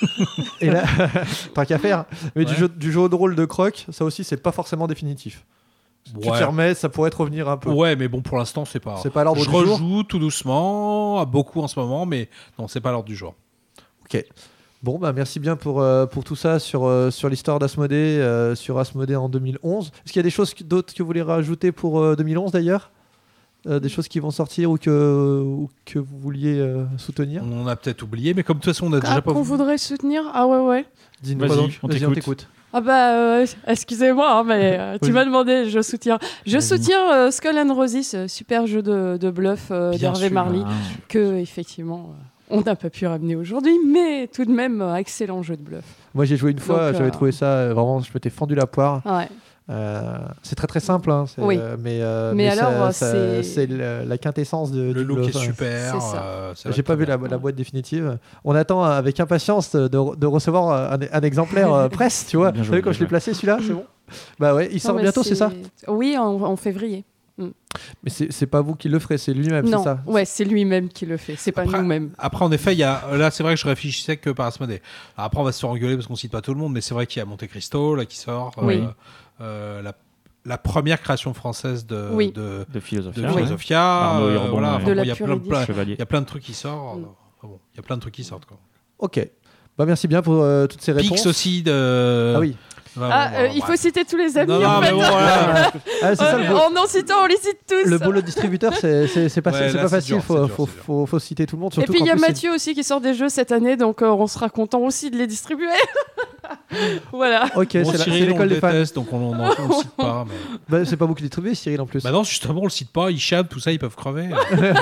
Et là, tant qu'à faire. Mais du, Ouais. jeu, du jeu de rôle de croc, ça aussi, c'est pas forcément définitif. Tu Ouais. t'y remets, ça pourrait te revenir un peu. Ouais, mais bon, pour l'instant, c'est pas. C'est pas à l'ordre Je du jour. rejoue tout doucement, beaucoup en ce moment, mais non, c'est pas à l'ordre du jour. Ok. Bon, bah merci bien pour, euh, pour tout ça sur, euh, sur l'histoire d'Asmodée, euh, sur Asmodée en deux mille onze. Est-ce qu'il y a des choses que- d'autres que vous voulez rajouter pour euh, deux mille onze d'ailleurs Euh, Des choses qui vont sortir ou que, ou que vous vouliez euh, soutenir On en a peut-être oublié, mais comme de toute façon, on a Ah, déjà pas. qu'on voudrait soutenir. Ah ouais, ouais. Dis-nous Vas-y, pas donc. on Vas-y, t'écoute. Ah bah, euh, excusez-moi, hein, mais euh, tu Oui. m'as demandé, je soutiens. Je Vas-y. soutiens euh, Skull and Roses, ce super jeu de, de bluff euh, Bien d'Hervé sûr. Marly, Ah. que effectivement euh, on n'a pas pu ramener aujourd'hui, mais tout de même, euh, excellent jeu de bluff. Moi j'ai joué une fois, Donc, j'avais euh, trouvé ça euh, vraiment, je m'étais fendu la poire. Ouais. Euh, c'est très très simple, hein, c'est, Oui. euh, mais, euh, Mais ça- alors, ça- c'est- c'est le- la quintessence de, Le du look bluff, est ouais. super. C'est ça. euh, ça va J'ai être pas très vu la, bien. la boîte définitive. On attend avec impatience de, de recevoir un, un exemplaire euh, presse, tu vois. Bien Vous joué, savez quand bien je l'ai joué. placé celui-là, c'est bon. Bah ouais, il Non, sort mais bientôt, c'est ça. Oui, en, en février. Mais c'est c'est pas vous qui le ferez, c'est lui-même, c'est Non, ça. ouais, c'est lui-même qui le fait. C'est pas Après- nous-mêmes. Après, en effet, il y a, là, c'est vrai que je réfléchissais que par Asmodée. Alors, après, on va se faire engueuler parce qu'on cite pas tout le monde, mais c'est vrai qu'il y a Monte Cristo, là, qui sort. euh, Oui. euh, la, la première création française de, Oui. de, De philosophie. de Oui. Philosophia. Arnaud euh, Hirbon, voilà, ouais. enfin, De bon, la il y a pure plein, édition. plein- Chevalier. il y a plein de trucs qui sortent. Mm. Enfin, bon, il y a plein de trucs qui sortent, quoi. Ok. Bah merci bien pour euh, toutes ces réponses. Pix aussi de. Ah oui. Ouais, Ah, bon, euh, bon, il faut bref. citer tous les amis. Non, non, en mais fait. bon, voilà. Ah, c'est ça le beau. En en citant, on les cite tous. Le boulot de distributeur, c'est c'est- c'est pas, Ouais, c'est là, pas c'est facile. dur, faut, c'est dur, faut, c'est dur. faut, faut citer tout le monde. Et Surtout puis il y a qu'en plus, Mathieu aussi qui sort des jeux cette année, donc euh, on sera content aussi de les distribuer. Voilà. c'est- Ok, c'est Bon, la- c'est Cyril, on le l'école des fans. déteste, donc on on- on le cite pas. Mais... Bah, c'est pas vous qui distribuez, Cyril en plus. Bah non, justement, on le cite pas. Hicham, tout ça, ils peuvent crever.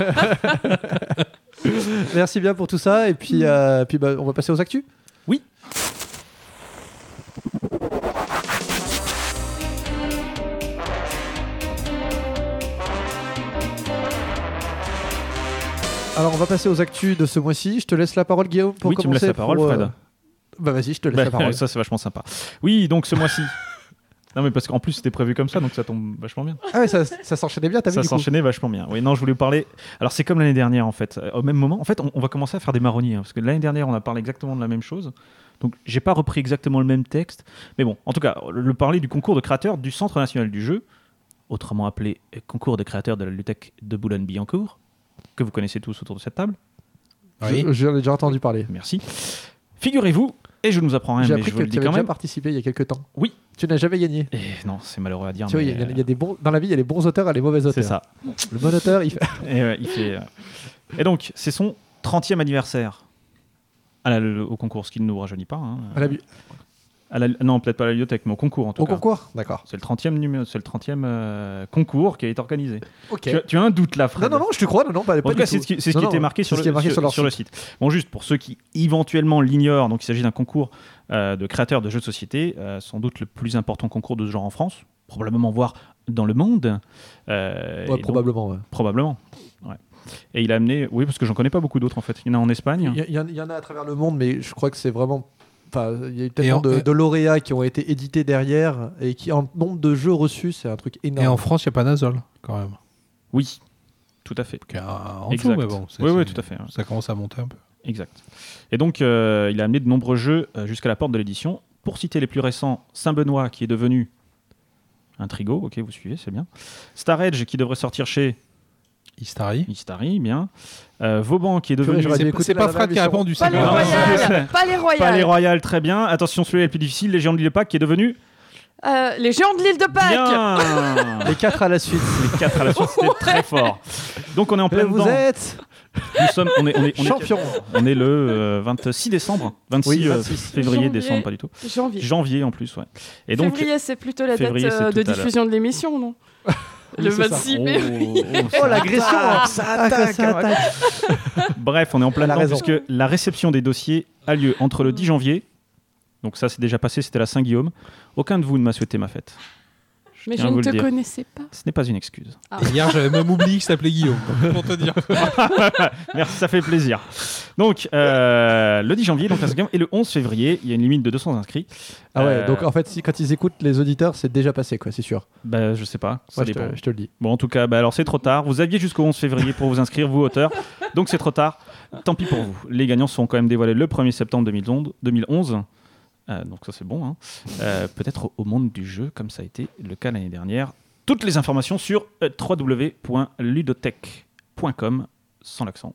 Merci bien pour tout ça. Et puis, euh, puis bah, on va passer aux actus. Oui. Alors, on va passer aux actus de ce mois-ci. Je te laisse la parole, Guillaume, pour Oui, tu me commencer. laisses la parole, pour, euh, Fred. Bah vas-y, je te laisse Bah, la parole. ça, c'est vachement sympa. Oui, donc ce mois-ci. Non, mais parce qu'en plus, c'était prévu comme ça, donc ça tombe vachement bien. Ah ouais, ça, ça s'enchaînait bien, t'as vu Ça du coup. s'enchaînait vachement bien. Oui, non, je voulais vous parler. Alors, c'est comme l'année dernière, en fait. Euh, Au même moment, en fait, on, on va commencer à faire des marronniers. Hein, parce que l'année dernière, on a parlé exactement de la même chose. Donc, j'ai pas repris exactement le même texte. Mais bon, en tout cas, le, le parler du concours de créateurs du Centre national du jeu, autrement appelé Concours de créateurs de la ludothèque de Boulogne-Billancourt, que vous connaissez tous autour de cette table. Oui. Je- J'en ai déjà entendu parler. Merci. Figurez-vous, et je ne nous apprends rien, J'ai mais appris je que vous le tu dis avais quand déjà même. participé il y a quelques temps. Oui. Tu n'as jamais gagné. Et non, c'est malheureux à dire. Tu vois, mais, il y a- il y, euh, a des bons dans la vie, il y a les bons auteurs et les mauvais auteurs. C'est ça. Le bon auteur, il fait. Et, euh, il fait, euh, et donc, c'est son trentième anniversaire à la- le- au concours, ce qui ne nous rajeunit pas. hein. À la bu- À la- non, peut-être pas à la bibliothèque, mais au concours en tout Au cas. concours, d'accord. C'est le trentième, numéro, c'est le trentième euh, concours qui a été organisé. Ok. Tu, as, tu as un doute là, Non, Fred? non, non, je te crois, non, non, pas, En pas tout du cas, c'est tout. ce qui, c'est ce Non, qui était non, marqué, c'est sur ce le, qui est marqué sur, sur leur sur le site. site. Bon, juste pour ceux qui éventuellement l'ignorent, donc il s'agit d'un concours euh, de créateurs de jeux de société, euh, sans doute le plus important concours de ce genre en France, probablement voire dans le monde. Euh, et Ouais, donc- probablement, ouais. probablement. Ouais. Et il a amené, oui, parce que j'en connais pas beaucoup d'autres en fait. Il y en a en Espagne. Il y, a- il y en a à travers le monde, mais je crois que c'est vraiment. Enfin, il y a eu Et tellement en- de, de lauréats qui ont été édités derrière et qui, en nombre de jeux reçus, c'est un truc énorme. Et en France, il n'y a pas Nazol, quand même. Oui, tout à fait. Qui est un- en Exact. dessous, mais bon. c'est- Oui, oui, c'est- tout à fait. hein. Ça commence à monter un peu. Exact. Et donc, euh, il a amené de nombreux jeux euh, jusqu'à la porte de l'édition. Pour citer les plus récents, Saint-Benoît, qui est devenu un Trigo, ok, vous suivez, c'est bien. Star Edge, qui devrait sortir chez Istari. Istari, bien. Euh, Vauban, qui est Purée, devenu... j'aurais dû C'est écouter c'est la pas dernière Fred qui a émission. répondu, Pas c'est les Non, pas- royales. Pas les royales. Pas les Royales, très bien. Attention, celui-là est le plus difficile, les Géants de l'île de Pâques, qui est devenu... Euh, les géants de l'île de Pâques. Bien. Les quatre à la suite. Les quatre à la suite, c'était très fort. Donc, on est en Et plein vous dedans. êtes Nous sommes, on est, on est, on est- champion. on est le euh, vingt-six décembre, vingt-six, Oui, euh, vingt-six. février, Janvier. décembre, pas du tout. Janvier. Janvier en plus, ouais. Et donc, Février, c'est plutôt la date février, c'est euh, de tout à l'heure. diffusion de l'émission, non? Le Oui, c'est ça. vingt-six oh, mai. oh, Oh, l'agression. ça Ah, que ça attaque. Bref, on est en plein Elle a dedans raison. puisque la réception des dossiers a lieu entre le dix janvier, donc ça c'est déjà passé, c'était la Saint-Guillaume. Aucun de vous ne m'a souhaité ma fête. Mais tiens je à vous ne le te dire. connaissais pas. Ce n'est pas une excuse. Ah. Et hier, j'avais même oublié qu'il s'appelait Guillaume. donc, Pour te dire. Merci, ça fait plaisir. Donc, euh, le dix janvier, donc la Saint-Guillaume, et le onze février, il y a une limite de deux cents inscrits. Ah ouais, Euh, donc en fait, si, quand ils écoutent les auditeurs, c'est déjà passé, quoi, c'est sûr. Bah, je sais pas, ça Moi, je, dépend. te, je te le dis. Bon, en tout cas, bah, alors c'est trop tard. Vous aviez jusqu'au onze février pour vous inscrire, vous, auteurs. Donc c'est trop tard. Tant pis pour vous. Les gagnants seront quand même dévoilés le premier septembre deux mille onze. deux mille onze. Euh, donc ça, c'est bon. Hein. Euh, peut-être au, au monde du jeu, comme ça a été le cas l'année dernière. Toutes les informations sur euh, w w w point ludothèque point com, sans l'accent.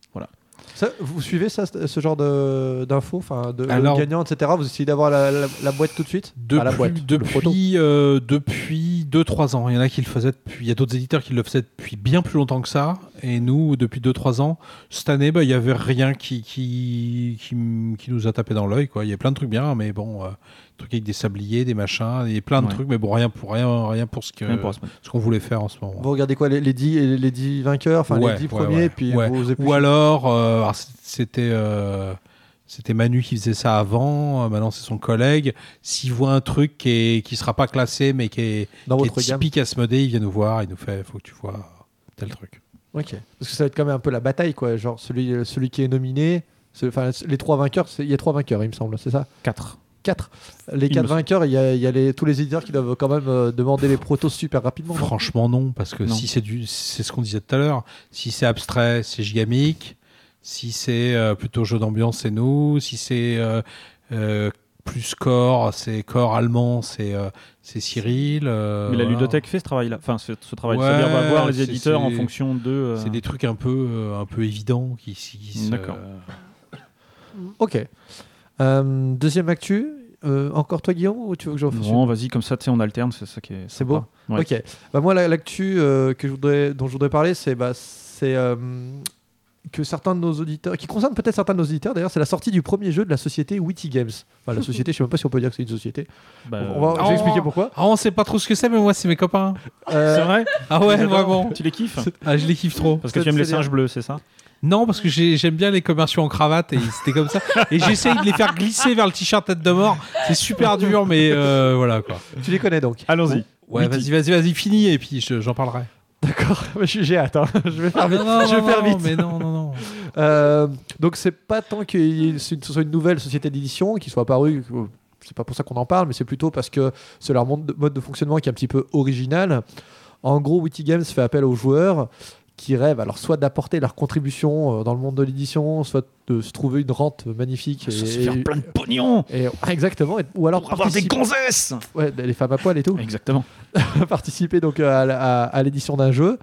Ça, vous suivez ça, ce genre de, d'infos, enfin, de Alors- gagnants, et cetera. Vous essayez d'avoir la, la, la boîte tout de suite Depuis, Ah, la boîte, le proto. depuis, euh, depuis deux trois ans. Il y en a qui le faisaient depuis. Il y a d'autres éditeurs qui le faisaient depuis bien plus longtemps que ça. Et nous, depuis deux trois ans, cette année, bah, il n'y avait rien qui, qui, qui, m- qui nous a tapé dans l'œil, quoi. Il y a plein de trucs bien, mais bon, euh, des trucs avec des sabliers, des machins, et plein de Ouais. trucs, mais bon, rien pour, rien, rien pour ce que- Rien pour la semaine. ce qu'on voulait faire en ce moment. Vous regardez quoi, les, les, dix, les dix vainqueurs, enfin Ouais, les dix ouais, premiers, ouais. puis Ouais. vous épluchez. Ou alors, euh, alors, c- c'était euh, C'était Manu qui faisait ça avant, euh, maintenant c'est son collègue. S'il voit un truc qui est, qui sera pas classé mais qui est, Dans qui est votre gamme. typique Asmodée, il vient nous voir, il nous fait faut que tu vois tel truc. Ok. Parce que ça va être quand même un peu la bataille, quoi. Genre celui, celui qui est nominé, ce- enfin les trois vainqueurs, c'est- il y a trois vainqueurs, il me semble, c'est ça quatre. Quatre. Les Il quatre me semble. vainqueurs, il y a, il y a les, tous les éditeurs qui doivent quand même euh, demander les protos super rapidement. non Franchement non, parce que Non. si c'est du, c'est ce qu'on disait tout à l'heure. Si c'est abstrait, c'est Gigamic. Si c'est euh, plutôt jeu d'ambiance, c'est nous. Si c'est euh, euh, plus core, c'est core allemand, c'est euh, c'est Cyril. euh, Mais la voilà. ludothèque fait ce travail-là. Enfin, ce, ce travail. Ouais, C'est-à-dire, on va voir les c'est- éditeurs en c'est- fonction de. euh, C'est des trucs un peu euh, un peu évidents qui, qui se- D'accord. Ok. Euh, deuxième actu. Euh, encore toi, Guillaume, ou tu veux que j'en fasse une Non, vas-y, comme ça, tu sais, on alterne, c'est ça qui est. C'est sympa. Ouais. Ok. Bah moi, la- l'actu euh, que je voudrais, dont je voudrais parler, c'est bah, c'est euh, que certains de nos auditeurs, qui concerne peut-être certains de nos auditeurs, d'ailleurs, c'est la sortie du premier jeu de la société Witty Games. Enfin, la société, je sais même pas si on peut dire que c'est une société. Bah, On va, je vais Oh. expliquer pourquoi. Ah, on sait pas trop ce que c'est, mais moi c'est mes copains. Euh, C'est vrai. Ah ouais, J'adore. vraiment. Tu les kiffes Ah, je les kiffe trop. Parce que C'est- tu aimes les c'est bien. singes bleus, c'est ça? Non, parce que j'ai- j'aime bien les commerciaux en cravate et c'était comme ça. Et j'essaye de les faire glisser vers le t-shirt tête de mort. C'est super dur, mais euh, voilà quoi. tu les connais donc. Allons-y. Ouais, vas-y, vas-y, vas-y, finis et puis je- j'en parlerai. D'accord. Mais je- J'ai hâte. hein. Je vais faire vite. Ah, non, je vais non, faire non, vite. mais non, non, non. Euh, donc c'est pas tant que ce soit une nouvelle société d'édition qui soit apparue, euh, c'est pas pour ça qu'on en parle, mais c'est plutôt parce que c'est leur mode de, mode de fonctionnement qui est un petit peu original. En gros, Witty Games fait appel aux joueurs qui rêvent alors soit d'apporter leur contribution euh, dans le monde de l'édition, soit de se trouver une rente magnifique. Ça et, se faire plein de pognon et- ah, exactement. et- ou alors pour avoir des participer- gonzesses. ouais, les femmes à poil et tout. Exactement. participer donc à, la- à- à l'édition d'un jeu.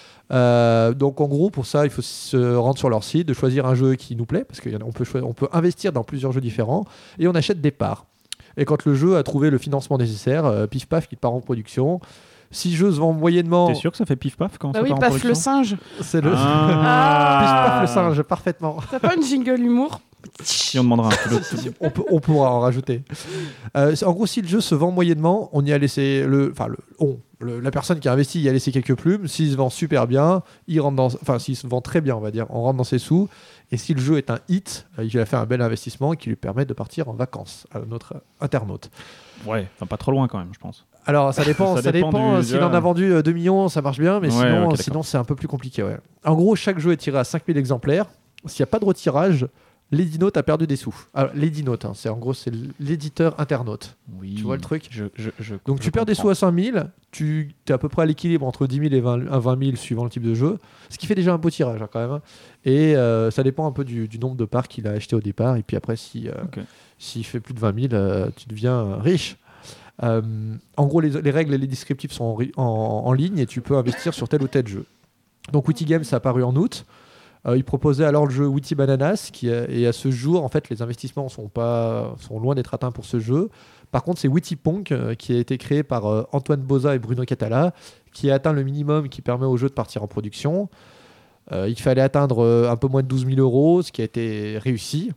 Euh, donc en gros pour ça il faut se rendre sur leur site, de choisir un jeu qui nous plaît parce qu'on peut, choi- on peut investir dans plusieurs jeux différents et on achète des parts. Et quand le jeu a trouvé le financement nécessaire, euh, pif paf, il part en production. Si le jeu se vend moyennement, T'es sûr que ça fait pif paf quand Bah ça oui, part en paf production le singe. c'est le Ah. pif paf le singe parfaitement. T'as pas une jingle humour? Si on demandera un pilote. on, peut, on pourra en rajouter. Euh, c'est- en gros, si le jeu se vend moyennement, on y a laissé le, enfin le, on, le- la personne qui a investi y a laissé quelques plumes. S'il se vend super bien, il rentre dans, enfin s'il se vend très bien, on va dire, on rentre dans ses sous. Et si le jeu est un hit, euh, il a fait un bel investissement qui lui permet de partir en vacances à notre internaute. Ouais, enfin pas trop loin quand même, je pense. Alors ça dépend, Ça ça dépend dépend. du- euh, S'il en a vendu euh, deux millions, ça marche bien, mais Ouais, sinon, ok, d'accord. sinon c'est un peu plus compliqué. Ouais. En gros, chaque jeu est tiré à cinq mille exemplaires. S'il n'y a pas de retirage, l'édinote a perdu des sous. Alors, l'édinote, hein, c'est en gros c'est l'éditeur internaute. Oui. Tu vois le truc? je, je, je, Donc je tu perds des comprends. sous à cinq mille, tu es à peu près à l'équilibre entre dix mille et vingt, à vingt mille suivant le type de jeu, ce qui fait déjà un beau tirage hein, quand même. Et euh, ça dépend un peu du, du nombre de parts qu'il a acheté au départ. Et puis après, si, euh, Ok. s'il fait plus de vingt mille, euh, tu deviens euh, riche. Euh, en gros, les, les règles et les descriptifs sont en, ri- en- en ligne et tu peux investir sur tel ou tel jeu. Donc Witty Games a apparu en août. Euh, il proposait alors le jeu Witty Bananas qui a- et à ce jour, en fait, les investissements sont, pas, sont loin d'être atteints pour ce jeu. Par contre, c'est Witty Punk euh, qui a été créé par euh, Antoine Boza et Bruno Catala qui a atteint le minimum qui permet au jeu de partir en production. Euh, il fallait atteindre euh, un peu moins de douze mille euros, ce qui a été réussi.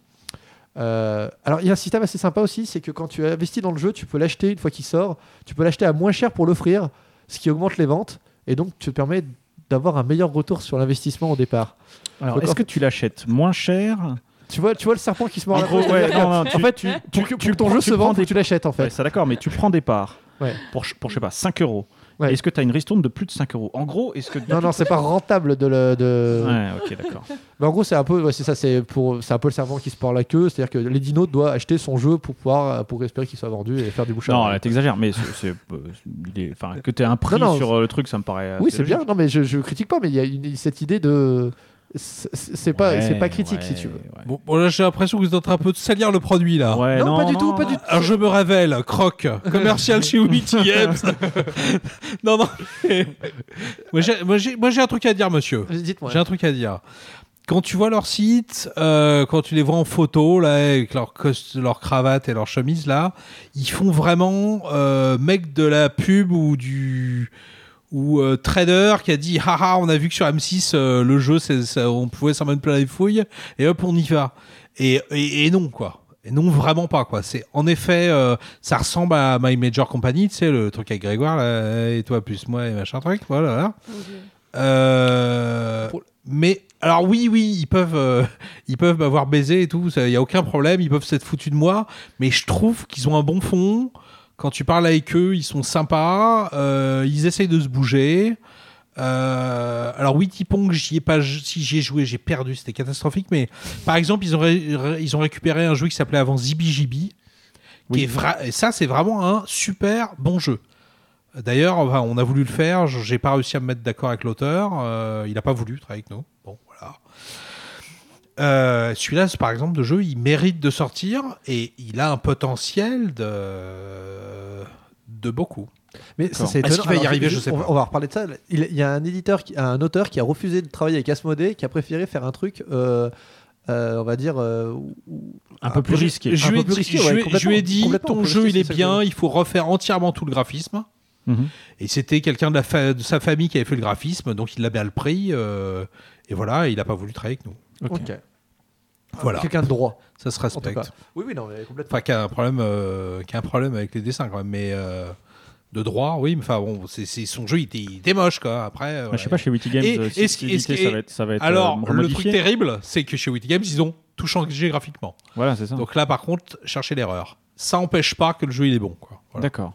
Euh, alors il y a un système assez sympa aussi, c'est que quand tu investis dans le jeu, tu peux l'acheter une fois qu'il sort, tu peux l'acheter à moins cher pour l'offrir, ce qui augmente les ventes, et donc tu te permets d'avoir un meilleur retour sur l'investissement au départ. Alors, Donc, est-ce en- que tu l'achètes moins cher? Tu vois, tu vois le serpent qui se mord En la gros, queue, ouais, c'est-à-dire non, non, que- tu- en fait, tu, tu- pour que, tu pour que ton prends- jeu tu se prends vende, des- faut que tu l'achètes en fait. Ouais, ça d'accord, mais tu prends des parts Ouais. pour, ch- pour je sais pas, cinq euros. Ouais. Est-ce que tu as une ristourne de plus de cinq euros? En gros, est-ce que. Non, non, c'est pas rentable de le. De... Ouais, ok, d'accord. Mais en gros, c'est un peu, ouais, c'est ça, c'est pour, c'est un peu le serpent qui se mord la queue, c'est-à-dire que l'édinote doit acheter son jeu pour pouvoir, pour espérer qu'il soit vendu et faire du bouche à Non, oreille. là, t'exagères, mais c'est, c'est, euh, il est- enfin, que tu aies un prix Non, non, sur euh, le truc, ça me paraît. Oui, assez c'est bien. logique. Non, mais je, je critique pas, mais il y a une- cette idée de. C'est c'est pas, Ouais, c'est pas critique ouais, si tu veux. ouais. Bon, bon, là j'ai l'impression que vous êtes en train un peu de salir le produit là. Ouais, Non, pas du tout, pas du tout. Alors je me révèle, Croc, commercial chez Witty Games. non, non. mais- moi, j'ai, moi, j'ai, moi j'ai un truc à dire, monsieur. Dites-moi. J'ai un truc à dire. Quand tu vois leur site, euh, quand tu les vois en photo, là, avec leur, cost- leur cravate et leur chemise, là, ils font vraiment euh, mec de la pub ou du ou euh, trader qui a dit haha, on a vu que sur M six euh, le jeu, c'est, ça, on pouvait s'en mettre plein les fouilles et hop, on y va. Et, et, et non, quoi. Et non, vraiment pas, quoi. C'est, en effet, euh, ça ressemble à My Major Company, tu sais, le truc avec Grégoire, là, et toi plus moi et machin truc, voilà. Là. Euh, Pour- mais alors oui, oui, ils peuvent, euh, ils peuvent m'avoir baisé et tout, il y a aucun problème, ils peuvent s'être foutus de moi, mais je trouve qu'ils ont un bon fond. Quand tu parles avec eux, ils sont sympas, euh, ils essayent de se bouger. Euh, alors Witty Pong, j'y ai pas, si j'y ai joué, j'ai perdu, c'était catastrophique. Mais par exemple, ils ont, ré, ils ont récupéré un jeu qui s'appelait avant Zibi Jibi, oui. qui est vra- et ça c'est vraiment un super bon jeu. D'ailleurs, enfin, on a voulu le faire, j'ai pas réussi à me mettre d'accord avec l'auteur, euh, il a pas voulu travailler avec nous. Bon, voilà. Euh, celui-là, par exemple, de jeu, il mérite de sortir et il a un potentiel de, de beaucoup. Mais ça, c'est Est-ce qu'il va y Alors, arriver? juste, Je sais on, pas. On va reparler de ça. Il, il y a un éditeur, qui, un auteur qui a refusé de travailler avec Asmodée, qui a préféré faire un truc, euh, euh, on va dire, euh, où- Un peu plus risqué. Je Un lui ai peu plus dit, risqué, je ouais, lui ai- je lui ai complètement, dit complètement, ton plus jeu risqué, il est c'est ça bien, que- il faut refaire entièrement tout le graphisme. Mhm. Et c'était quelqu'un de, la fa- de sa famille qui avait fait le graphisme, donc il l'a bien pris. euh, et voilà, il n'a pas voulu travailler avec nous. Ok. Voilà, Quelqu'un de droit. ça se En tout respecte. cas. Oui, oui, non, mais complètement. Enfin, qui a un problème, euh, qui a un problème avec les dessins quand même, mais euh, de droit, oui. Mais enfin bon, c'est, c'est son jeu, il était, il était moche quoi. Après, euh, Bah, voilà. je sais pas, chez Witty Games, Et- euh, et si ce- c'est et ce- édité, ça va être, ça va être Alors, euh, le remodifié. truc terrible, c'est que chez Witty Games, ils ont tout changé graphiquement. Voilà, c'est ça. Donc là, par contre, cherchez l'erreur. Ça n'empêche pas que le jeu il est bon, quoi. Voilà. D'accord.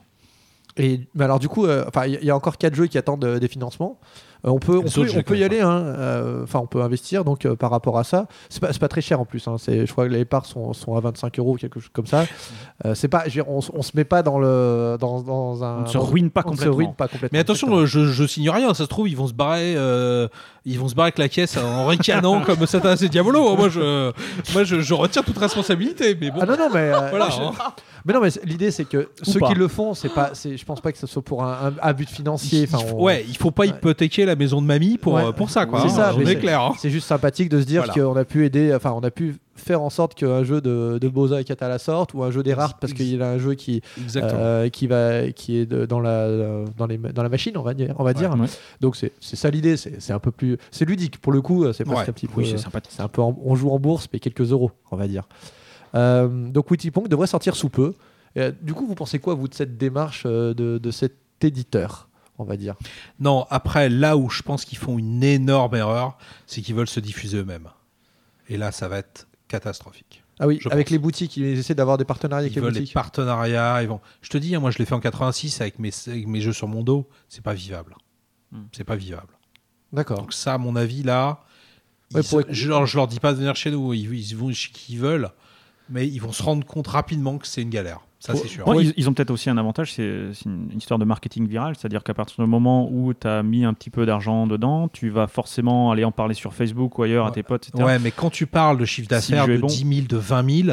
Et mais alors du coup, euh, enfin, il y, y a encore quatre jeux qui attendent euh, des financements. Euh, on peut, on Les peut, autres, je on les peut y connais aller. hein, euh, Enfin, on peut investir. Donc, euh, par rapport à ça, c'est pas, c'est pas très cher en plus. Hein, c'est, je crois que les parts sont, sont à vingt-cinq euros, quelque chose comme ça. Euh, c'est pas, je veux dire, on, s- on se met pas dans le, dans, dans un. On ne se dans- ruine pas on ne se complètement. ruine pas complètement. Mais attention, je, je signe rien. Ça se trouve, ils vont se barrer, euh, ils vont se barrer avec la caisse en ricanant comme Satan et Diabolo. Moi, je, moi, je, je retire toute responsabilité. Mais bon, Ah non non mais euh, voilà. moi, je- hein. mais non mais c'est- l'idée c'est que ceux pas. qui le font, c'est pas, c'est, je pense pas que ce soit pour un, un, un but financier. Il Enfin, faut- on- ouais, il faut pas hypothéquer la maison de mamie pour Ouais. euh, pour ça, quoi. C'est hein. ça, On mais est c'est- clair. hein. C'est juste sympathique de se dire Voilà. qu'on a pu aider, enfin on a pu faire en sorte qu'un jeu de, de Boza et Kata la sorte, ou un jeu d'Erhardt parce qu'il y a un jeu qui, Exactement. euh, qui, va, qui est de- dans, la, dans, les, dans la machine, on va dire. On va dire. Ouais. Donc c'est, c'est ça l'idée, c'est, c'est un peu plus... C'est ludique, pour le coup, c'est presque Ouais. un petit peu... Oui, c'est sympathique. c'est un peu en- on joue en bourse, mais quelques euros, on va dire. Euh, donc Witty Pong devrait sortir sous peu. Et, euh, du coup, vous pensez quoi, vous, de cette démarche euh, de, de cet éditeur, on va dire? Non, après, là où je pense qu'ils font une énorme erreur, c'est qu'ils veulent se diffuser eux-mêmes. Et là, ça va être catastrophique. Ah oui, Je avec pense. les boutiques, ils essaient d'avoir des partenariats avec Ils les veulent des boutiques. partenariats. Ils vont... Je te dis, hein, moi, je l'ai fait en quatre-vingt-six avec mes, avec mes jeux sur mon dos. C'est pas vivable. Hmm. C'est pas vivable. D'accord. Donc ça, à mon avis, là, Ouais, ils pour se- je, leur, je leur dis pas de venir chez nous. Ils, ils vont chez qui ils veulent, mais ils vont se rendre compte rapidement que c'est une galère. Ça, Pour- c'est sûr. Ouais, Oui. ils, ils ont peut-être aussi un avantage, c'est, c'est une, une histoire de marketing viral, c'est-à-dire qu'à partir du moment où tu as mis un petit peu d'argent dedans, tu vas forcément aller en parler sur Facebook ou ailleurs à Ouais. tes potes, et cetera. Ouais, mais quand tu parles de chiffre Si d'affaires le jeu de est bon. dix mille, de vingt mille,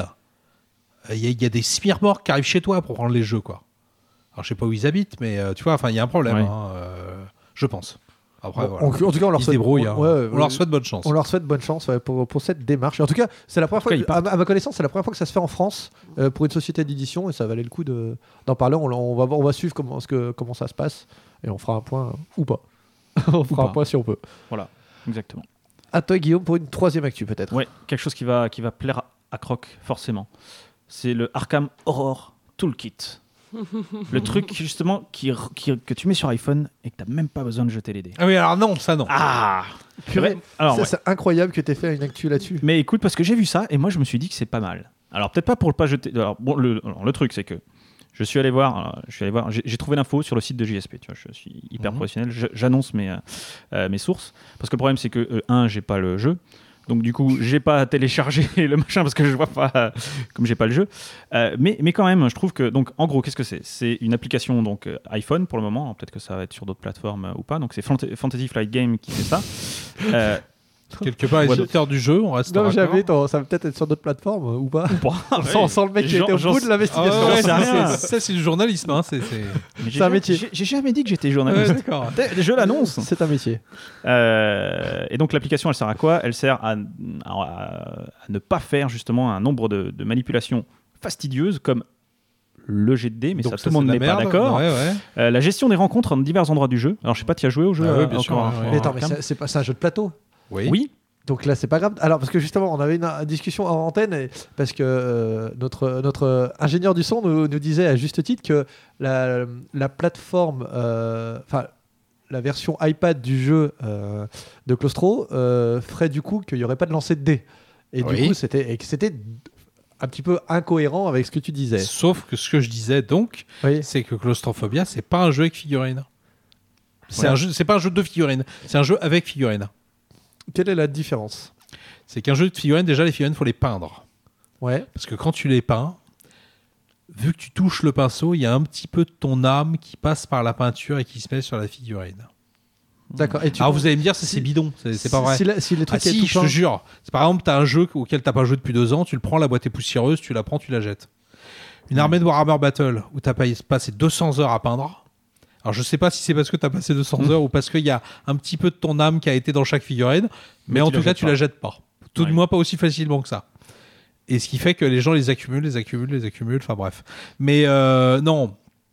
il y, a- y a des smirmorques qui arrivent chez toi pour prendre les jeux, quoi. Alors, je sais pas où ils habitent, mais euh, tu vois, enfin, il y a un problème, Ouais. hein, euh, je pense. Après, Bon, voilà. en, en tout cas, on leur Ils se souhaite, débrouillent. on, hein. ouais, ouais, on leur ouais, souhaite bonne chance. on leur souhaite bonne chance ouais, pour, pour cette démarche. Et en tout cas, c'est la première fois, cas, que- ils partent. à, ma- à ma connaissance, c'est la première fois que ça se fait en France euh, pour une société d'édition et ça valait le coup de, d'en parler. On, on va, voir- on va suivre comment, ce que, comment ça se passe et on fera un point euh, ou pas. on fera un pas. point si on peut. Voilà, exactement. À toi, Guillaume, pour une troisième actu peut-être. Ouais, quelque chose qui va, qui va plaire à, à Croc, forcément. C'est le Arkham Horror Toolkit. Le truc, justement, qui, qui- que tu mets sur iPhone et que tu n'as même pas besoin de jeter les dés. Ah oui, alors non, ça non. Ah Purée, Alors, ça, ouais. c'est incroyable que tu aies fait une actu là-dessus. Mais écoute, parce que j'ai vu ça et moi je me suis dit que c'est pas mal. Alors peut-être pas pour le pas jeter. Alors, bon, le, alors, le truc c'est que je suis allé voir, alors, je suis allé voir, j'ai, j'ai trouvé l'info sur le site de J S P. Tu vois, je suis hyper Mhm. professionnel. Je- j'annonce mes euh, euh, mes sources parce que le problème c'est que euh, un, j'ai pas le jeu. Donc du coup, j'ai pas téléchargé le machin parce que je vois pas, euh, comme j'ai pas le jeu. Euh, mais, mais quand même, je trouve que donc en gros, qu'est-ce que c'est ? C'est une application donc euh, iPhone pour le moment. Peut-être que ça va être sur d'autres plateformes euh, ou pas. Donc c'est Fant- Fantasy Flight Game qui fait ça. Euh, Quelque part, les What- auteurs du jeu, on reste Non, raccord. jamais, ton- ça va peut-être être sur d'autres plateformes euh, ou pas. On sent, on sent le mec qui J'en- était au j'en bout sais- de l'investigation. Ah ouais, J'en sais rien. c'est- ça, c'est du journalisme. Hein, c'est, c'est... mais j'ai un jamais- métier. J'ai, j'ai jamais dit que j'étais Ouais, journaliste. d'accord. Je l'annonce. C'est un métier. Euh, et donc l'application, elle sert à quoi ? Elle sert à, à- à ne pas faire justement un nombre de, de manipulations fastidieuses comme le jet de dés, mais Donc ça, ça, tout le monde c'est de n'est la pas merde. d'accord. Ouais, ouais. Euh, la gestion des rencontres en divers endroits du jeu. Alors je sais pas, tu as joué au jeu Ah oui, euh, bien sûr, encore, ouais, encore Mais attends, mais Arkham c'est, c'est pas, c'est un jeu de plateau. Oui. Oui. Donc là, c'est pas grave. Alors, parce que justement, on avait une euh, discussion en antenne, et- parce que euh, notre, notre euh, ingénieur du son nous, nous disait à juste titre que la, la plateforme, euh, enfin, la version iPad du jeu euh, de Claustro euh, ferait du coup qu'il n'y aurait pas de lancer de dés. Et Oui. du coup, c'était, et que c'était un petit peu incohérent avec ce que tu disais. Sauf que ce que je disais donc, Oui. c'est que Claustrophobia, c'est pas un jeu avec figurines. C'est Ouais. un jeu, c'est pas un jeu de figurines, c'est un jeu avec figurines. Quelle est la différence? C'est qu'un jeu de figurines, déjà les figurines, faut les peindre. Ouais. Parce que quand tu les peins, vu que tu touches le pinceau, il y a un petit peu de ton âme qui passe par la peinture et qui se met sur la figurine. D'accord. Et tu Alors vous allez me dire, ça, si- c'est bidon, c'est, c'est pas vrai. Si, la- si les Ah trucs est si, tout je te peint- jure. C'est, par exemple, t'as un jeu auquel t'as pas joué depuis deux ans, tu le prends, la boîte est poussiéreuse, tu la prends, tu la jettes. Une armée de Warhammer Battle où t'as pas- passé deux cents heures à peindre. Alors je sais pas si c'est parce que t'as passé deux cents Mmh. heures ou parce qu'il y a un petit peu de ton âme qui a été dans chaque figurine, mais, Mais en tu tout la cas jettes tu pas. la jettes pas. Tout Ouais. de moins pas aussi facilement que ça. Et ce qui fait que les gens les accumulent, les accumulent, les accumulent, enfin bref. Mais euh, non,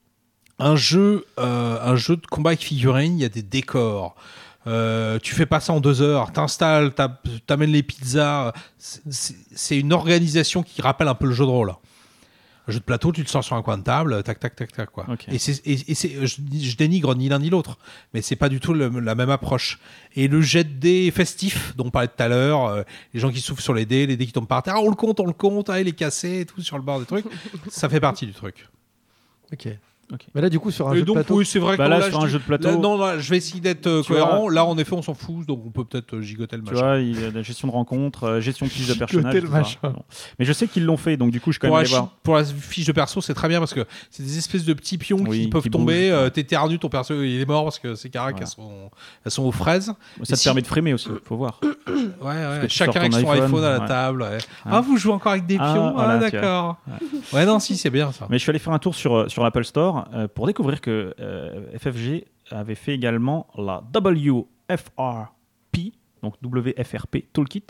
un jeu, euh, un jeu de combat avec figurines, il y a des décors. Euh, tu fais pas ça en deux heures, t'installes, t'as- t'amènes les pizzas. C'est- C'est c'est une organisation qui rappelle un peu le jeu de rôle. Un jeu de plateau, tu te sors sur un coin de table, tac, tac, tac, tac, quoi. Ok. Et, c'est, et, et c'est, je, dis- je dénigre ni l'un ni l'autre, mais c'est pas du tout le- la même approche. Et le jet de dés festif dont on parlait tout à l'heure, euh, les gens qui soufflent sur les dés, les dés qui tombent par terre, ah, on le compte, on le compte, ah, il est cassé et tout sur le bord des trucs, ça fait partie du truc. Ok. Ok. Mais là, du coup, sur un Et jeu de donc, plateau. oui, c'est vrai Bah que là, là, sur je un dis- jeu de plateau- là, non, là, je vais essayer d'être euh, Tu vois- cohérent. Là, en effet, on s'en fout, donc on peut peut-être euh, gigoter le Tu machin. vois, il y a la gestion de rencontres, euh, gestion de fiches de personnages. le et cetera. machin. Bon. Mais je sais qu'ils l'ont fait, donc du coup, je suis quand Pour même la, allé chi- voir. pour la fiche de perso, c'est très bien parce que c'est des espèces de petits pions Oui, qui peuvent qui tomber. bougent, euh, ouais. T'éternues, ton perso il est mort parce que ces caracs Voilà. elles, sont, elles sont aux fraises. Ça Et te si- permet de framer aussi, faut voir. Ouais, ouais. que tu Chacun sors avec ton son iPhone, iPhone, à la ouais. table. Ouais. Ah, vous jouez encore avec des Ah, pions? Ah, voilà, tu d'accord. Ouais. non, si, c'est bien ça. Mais je suis allé faire un tour sur, sur l'Apple Store euh, pour découvrir que euh, F F G avait fait également la W F R P, donc W F R P Toolkit,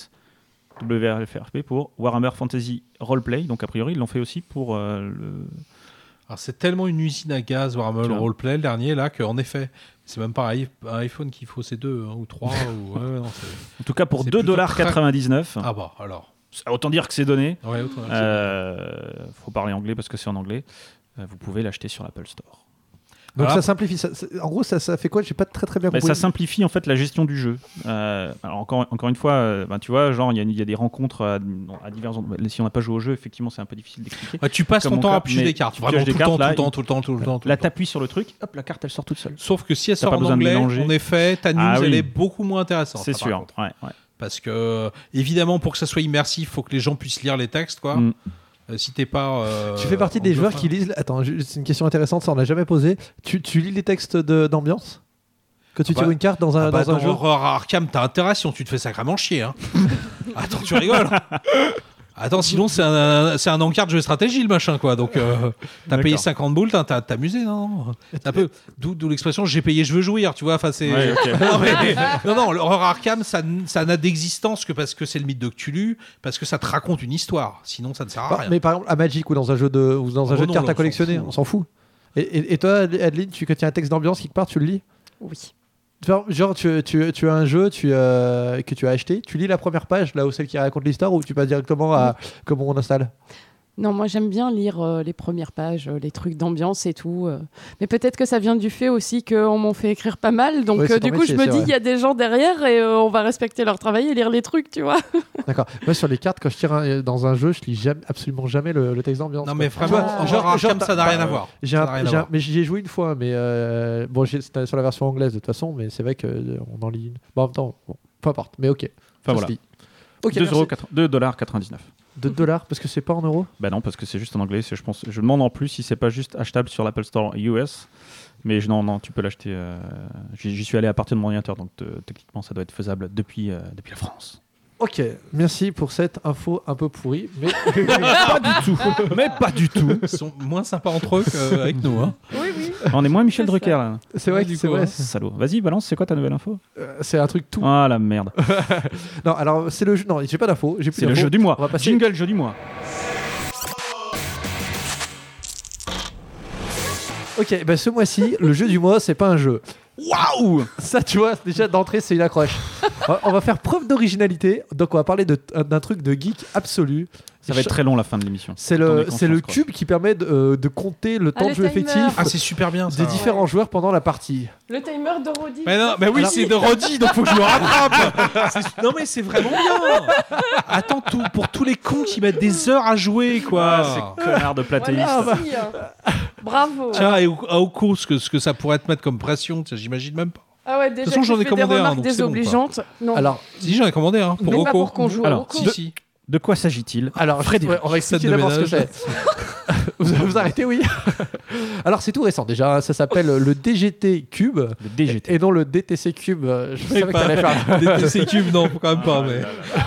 W F R P pour Warhammer Fantasy Roleplay. Donc a priori, ils l'ont fait aussi pour euh, le. Alors, c'est tellement une usine à gaz, Warhammer Tu le vois. roleplay, le dernier, là, qu'en effet, c'est même pas un i- un iPhone qu'il faut, c'est deux hein, ou trois. ou... ouais, ouais, non, c'est- En tout cas, pour C'est deux plutôt dollars quatre-vingt-dix-neuf. Ah bah, alors. Autant dire que c'est donné. Ouais, autant- Euh, faut parler anglais parce que c'est en anglais. Euh, vous pouvez l'acheter sur l'Apple Store. Donc Voilà. ça simplifie. ça- ça- en gros, ça, ça fait quoi? J'ai pas très très bien Bah, compris. ça simplifie en fait la gestion du jeu. Euh, alors encore, encore une fois, euh, ben, tu vois, genre il y, a- il y a des rencontres à, à divers endroits. Si on n'a pas joué au jeu, effectivement, c'est un peu difficile d'expliquer. Ouais, tu passes Comme ton mon temps cas, à piocher mais des cartes. tu Vraiment pioches tout des le cartes, temps, tout là, le temps, tout le temps, tout le temps. tout le Là, temps. t'appuies sur le truc, hop, la carte elle sort toute seule. Sauf que si elle T'as sort pas en besoin de anglais, mélanger. en effet, ta news, Ah oui. elle est beaucoup moins intéressante. C'est ça, par sûr. contre. Ouais, ouais. Parce que, euh, évidemment, pour que ça soit immersif, il faut que les gens puissent lire les textes, quoi. Mm. Euh, si t'es pas. euh, Tu fais partie des joueurs anglophone. qui lisent. Attends, je- c'est une question intéressante, ça on l'a jamais posé. Tu, tu lis les textes de- d'ambiance quand tu Ah tires bah- une carte dans un, Ah bah, dans un dans jeu? Horror Arkham, t'as intérêt, sinon tu te fais sacrément chier. Hein. Attends, tu rigoles. Attends, sinon c'est un, c'est un encart de jeu de stratégie le machin quoi. Donc euh, t'as payé D'accord. cinquante boules, t'as t'as t'amusé non? C'est un peu d'où d'où l'expression j'ai payé, je veux jouir, tu vois. Enfin c'est. Ouais, ok. non, mais- non non, l'horreur Arkham ça, n- ça n'a d'existence que parce que c'est le mythe de Cthulhu, parce que ça te raconte une histoire. Sinon ça ne sert à Par- rien. mais par exemple, à Magic ou dans un jeu de, ou dans un Ah jeu bah de non, cartes là, à on collectionner, s'en fout. on s'en fout. Et, et- et toi, Adeline, tu, quand il y a un texte d'ambiance quelque part, tu le lis? Oui. Genre, genre, tu, tu, tu as un jeu tu, euh, que tu as acheté, tu lis la première page, là où celle qui raconte l'histoire, ou tu passes directement à comment on installe? Non, moi j'aime bien lire euh, les premières pages, euh, les trucs d'ambiance et tout. euh. Mais peut-être que ça vient du fait aussi qu'on m'en fait écrire pas mal. Donc Ouais, c'est euh, ton du coup, métier, je me c'est dis, vrai. il y a des gens derrière et euh, on va respecter leur travail et lire les trucs, tu vois. D'accord. Moi, sur les cartes, quand je tire un- dans un jeu, je lis jamais, absolument jamais le, le texte d'ambiance. Non quoi. mais Tu vraiment, vois, Horror genre- Arkham genre, ça n'a bah, rien à voir. J'ai Ça un- n'a rien à j'ai un- voir. mais j'y ai joué une fois, mais euh, bon, j'ai- c'était sur la version anglaise de toute façon, mais c'est vrai qu'on en lit une. Bon, en même temps, bon, peu importe, mais ok. Enfin ça voilà. se lit. Ok, deux dollars quatre-vingt-dix-neuf. deux dollars parce que c'est pas en euros. Bah non, parce que c'est juste en anglais. c'est- Je pense. Je demande en plus si c'est pas juste achetable sur l'Apple Store U S. Mais je- non, non, tu peux l'acheter. euh, J'y j'y suis allé à partir de mon ordinateur, donc te- techniquement ça doit être faisable depuis euh, depuis la France. Ok, merci pour cette info un peu pourrie, mais pas du tout. Mais pas du tout. Ils sont moins sympas entre eux qu'avec nous. Hein. Oui, oui. On est moins Michel C'est Drucker ça. là. C'est vrai Ouais, que du c'est coup, vrai. hein. Salaud. Vas-y, balance. C'est quoi ta nouvelle info? Euh, C'est un truc tout. Ah la merde. Non, alors c'est le jeu. Non, j'ai pas d'info. J'ai plus C'est le d'infos. jeu du mois. On va passer. Jingle jeu du mois. Ok, bah ce mois-ci, le jeu du mois, c'est pas un jeu. Waouh. Ça, tu vois, déjà d'entrée, c'est une accroche. On va- on va faire preuve d'originalité. Donc, on va parler de- d'un truc de geek absolu. Ça va être très long la fin de l'émission. C'est T'en le, es c'est le conscience, quoi. cube qui permet de, euh, de compter le Ah, temps le de jeu timer. effectif Ah, c'est super bien ça. des différents joueurs pendant la partie. Le timer de Roddy. Mais non, mais oui, Alors- c'est de Roddy, donc faut que je me rattrape. C'est- Non, mais c'est vraiment bien. Attends, tout, pour tous les cons qui mettent des heures à jouer, quoi. Ah, ces connards de Ouais, platéistes. merci, hein. Bravo. Tiens, et au, au cours, ce que, ce que ça pourrait te mettre comme pression, tiens, j'imagine même pas. Ah ouais, déjà façon, que j'en tu ai fais commandé des un, remarques donc c'est bon, quoi. désobligeantes. Non. Alors, Si, j'en ai commandé un pour mais pas Rocco. pour qu'on joue Alors, au Rocco. Si, si. De quoi s'agit-il alors Frédéric. ouais, on va expliquer Scène de d'abord ce que ménage. c'est. vous, vous arrêtez, oui. Alors, c'est tout récent déjà. Ça s'appelle le D G T Cube Le D G T. et non le D T C Cube. Euh, Je Mais savais que pas- t'allais faire. Des T C Cube, non, quand même pas. Mais...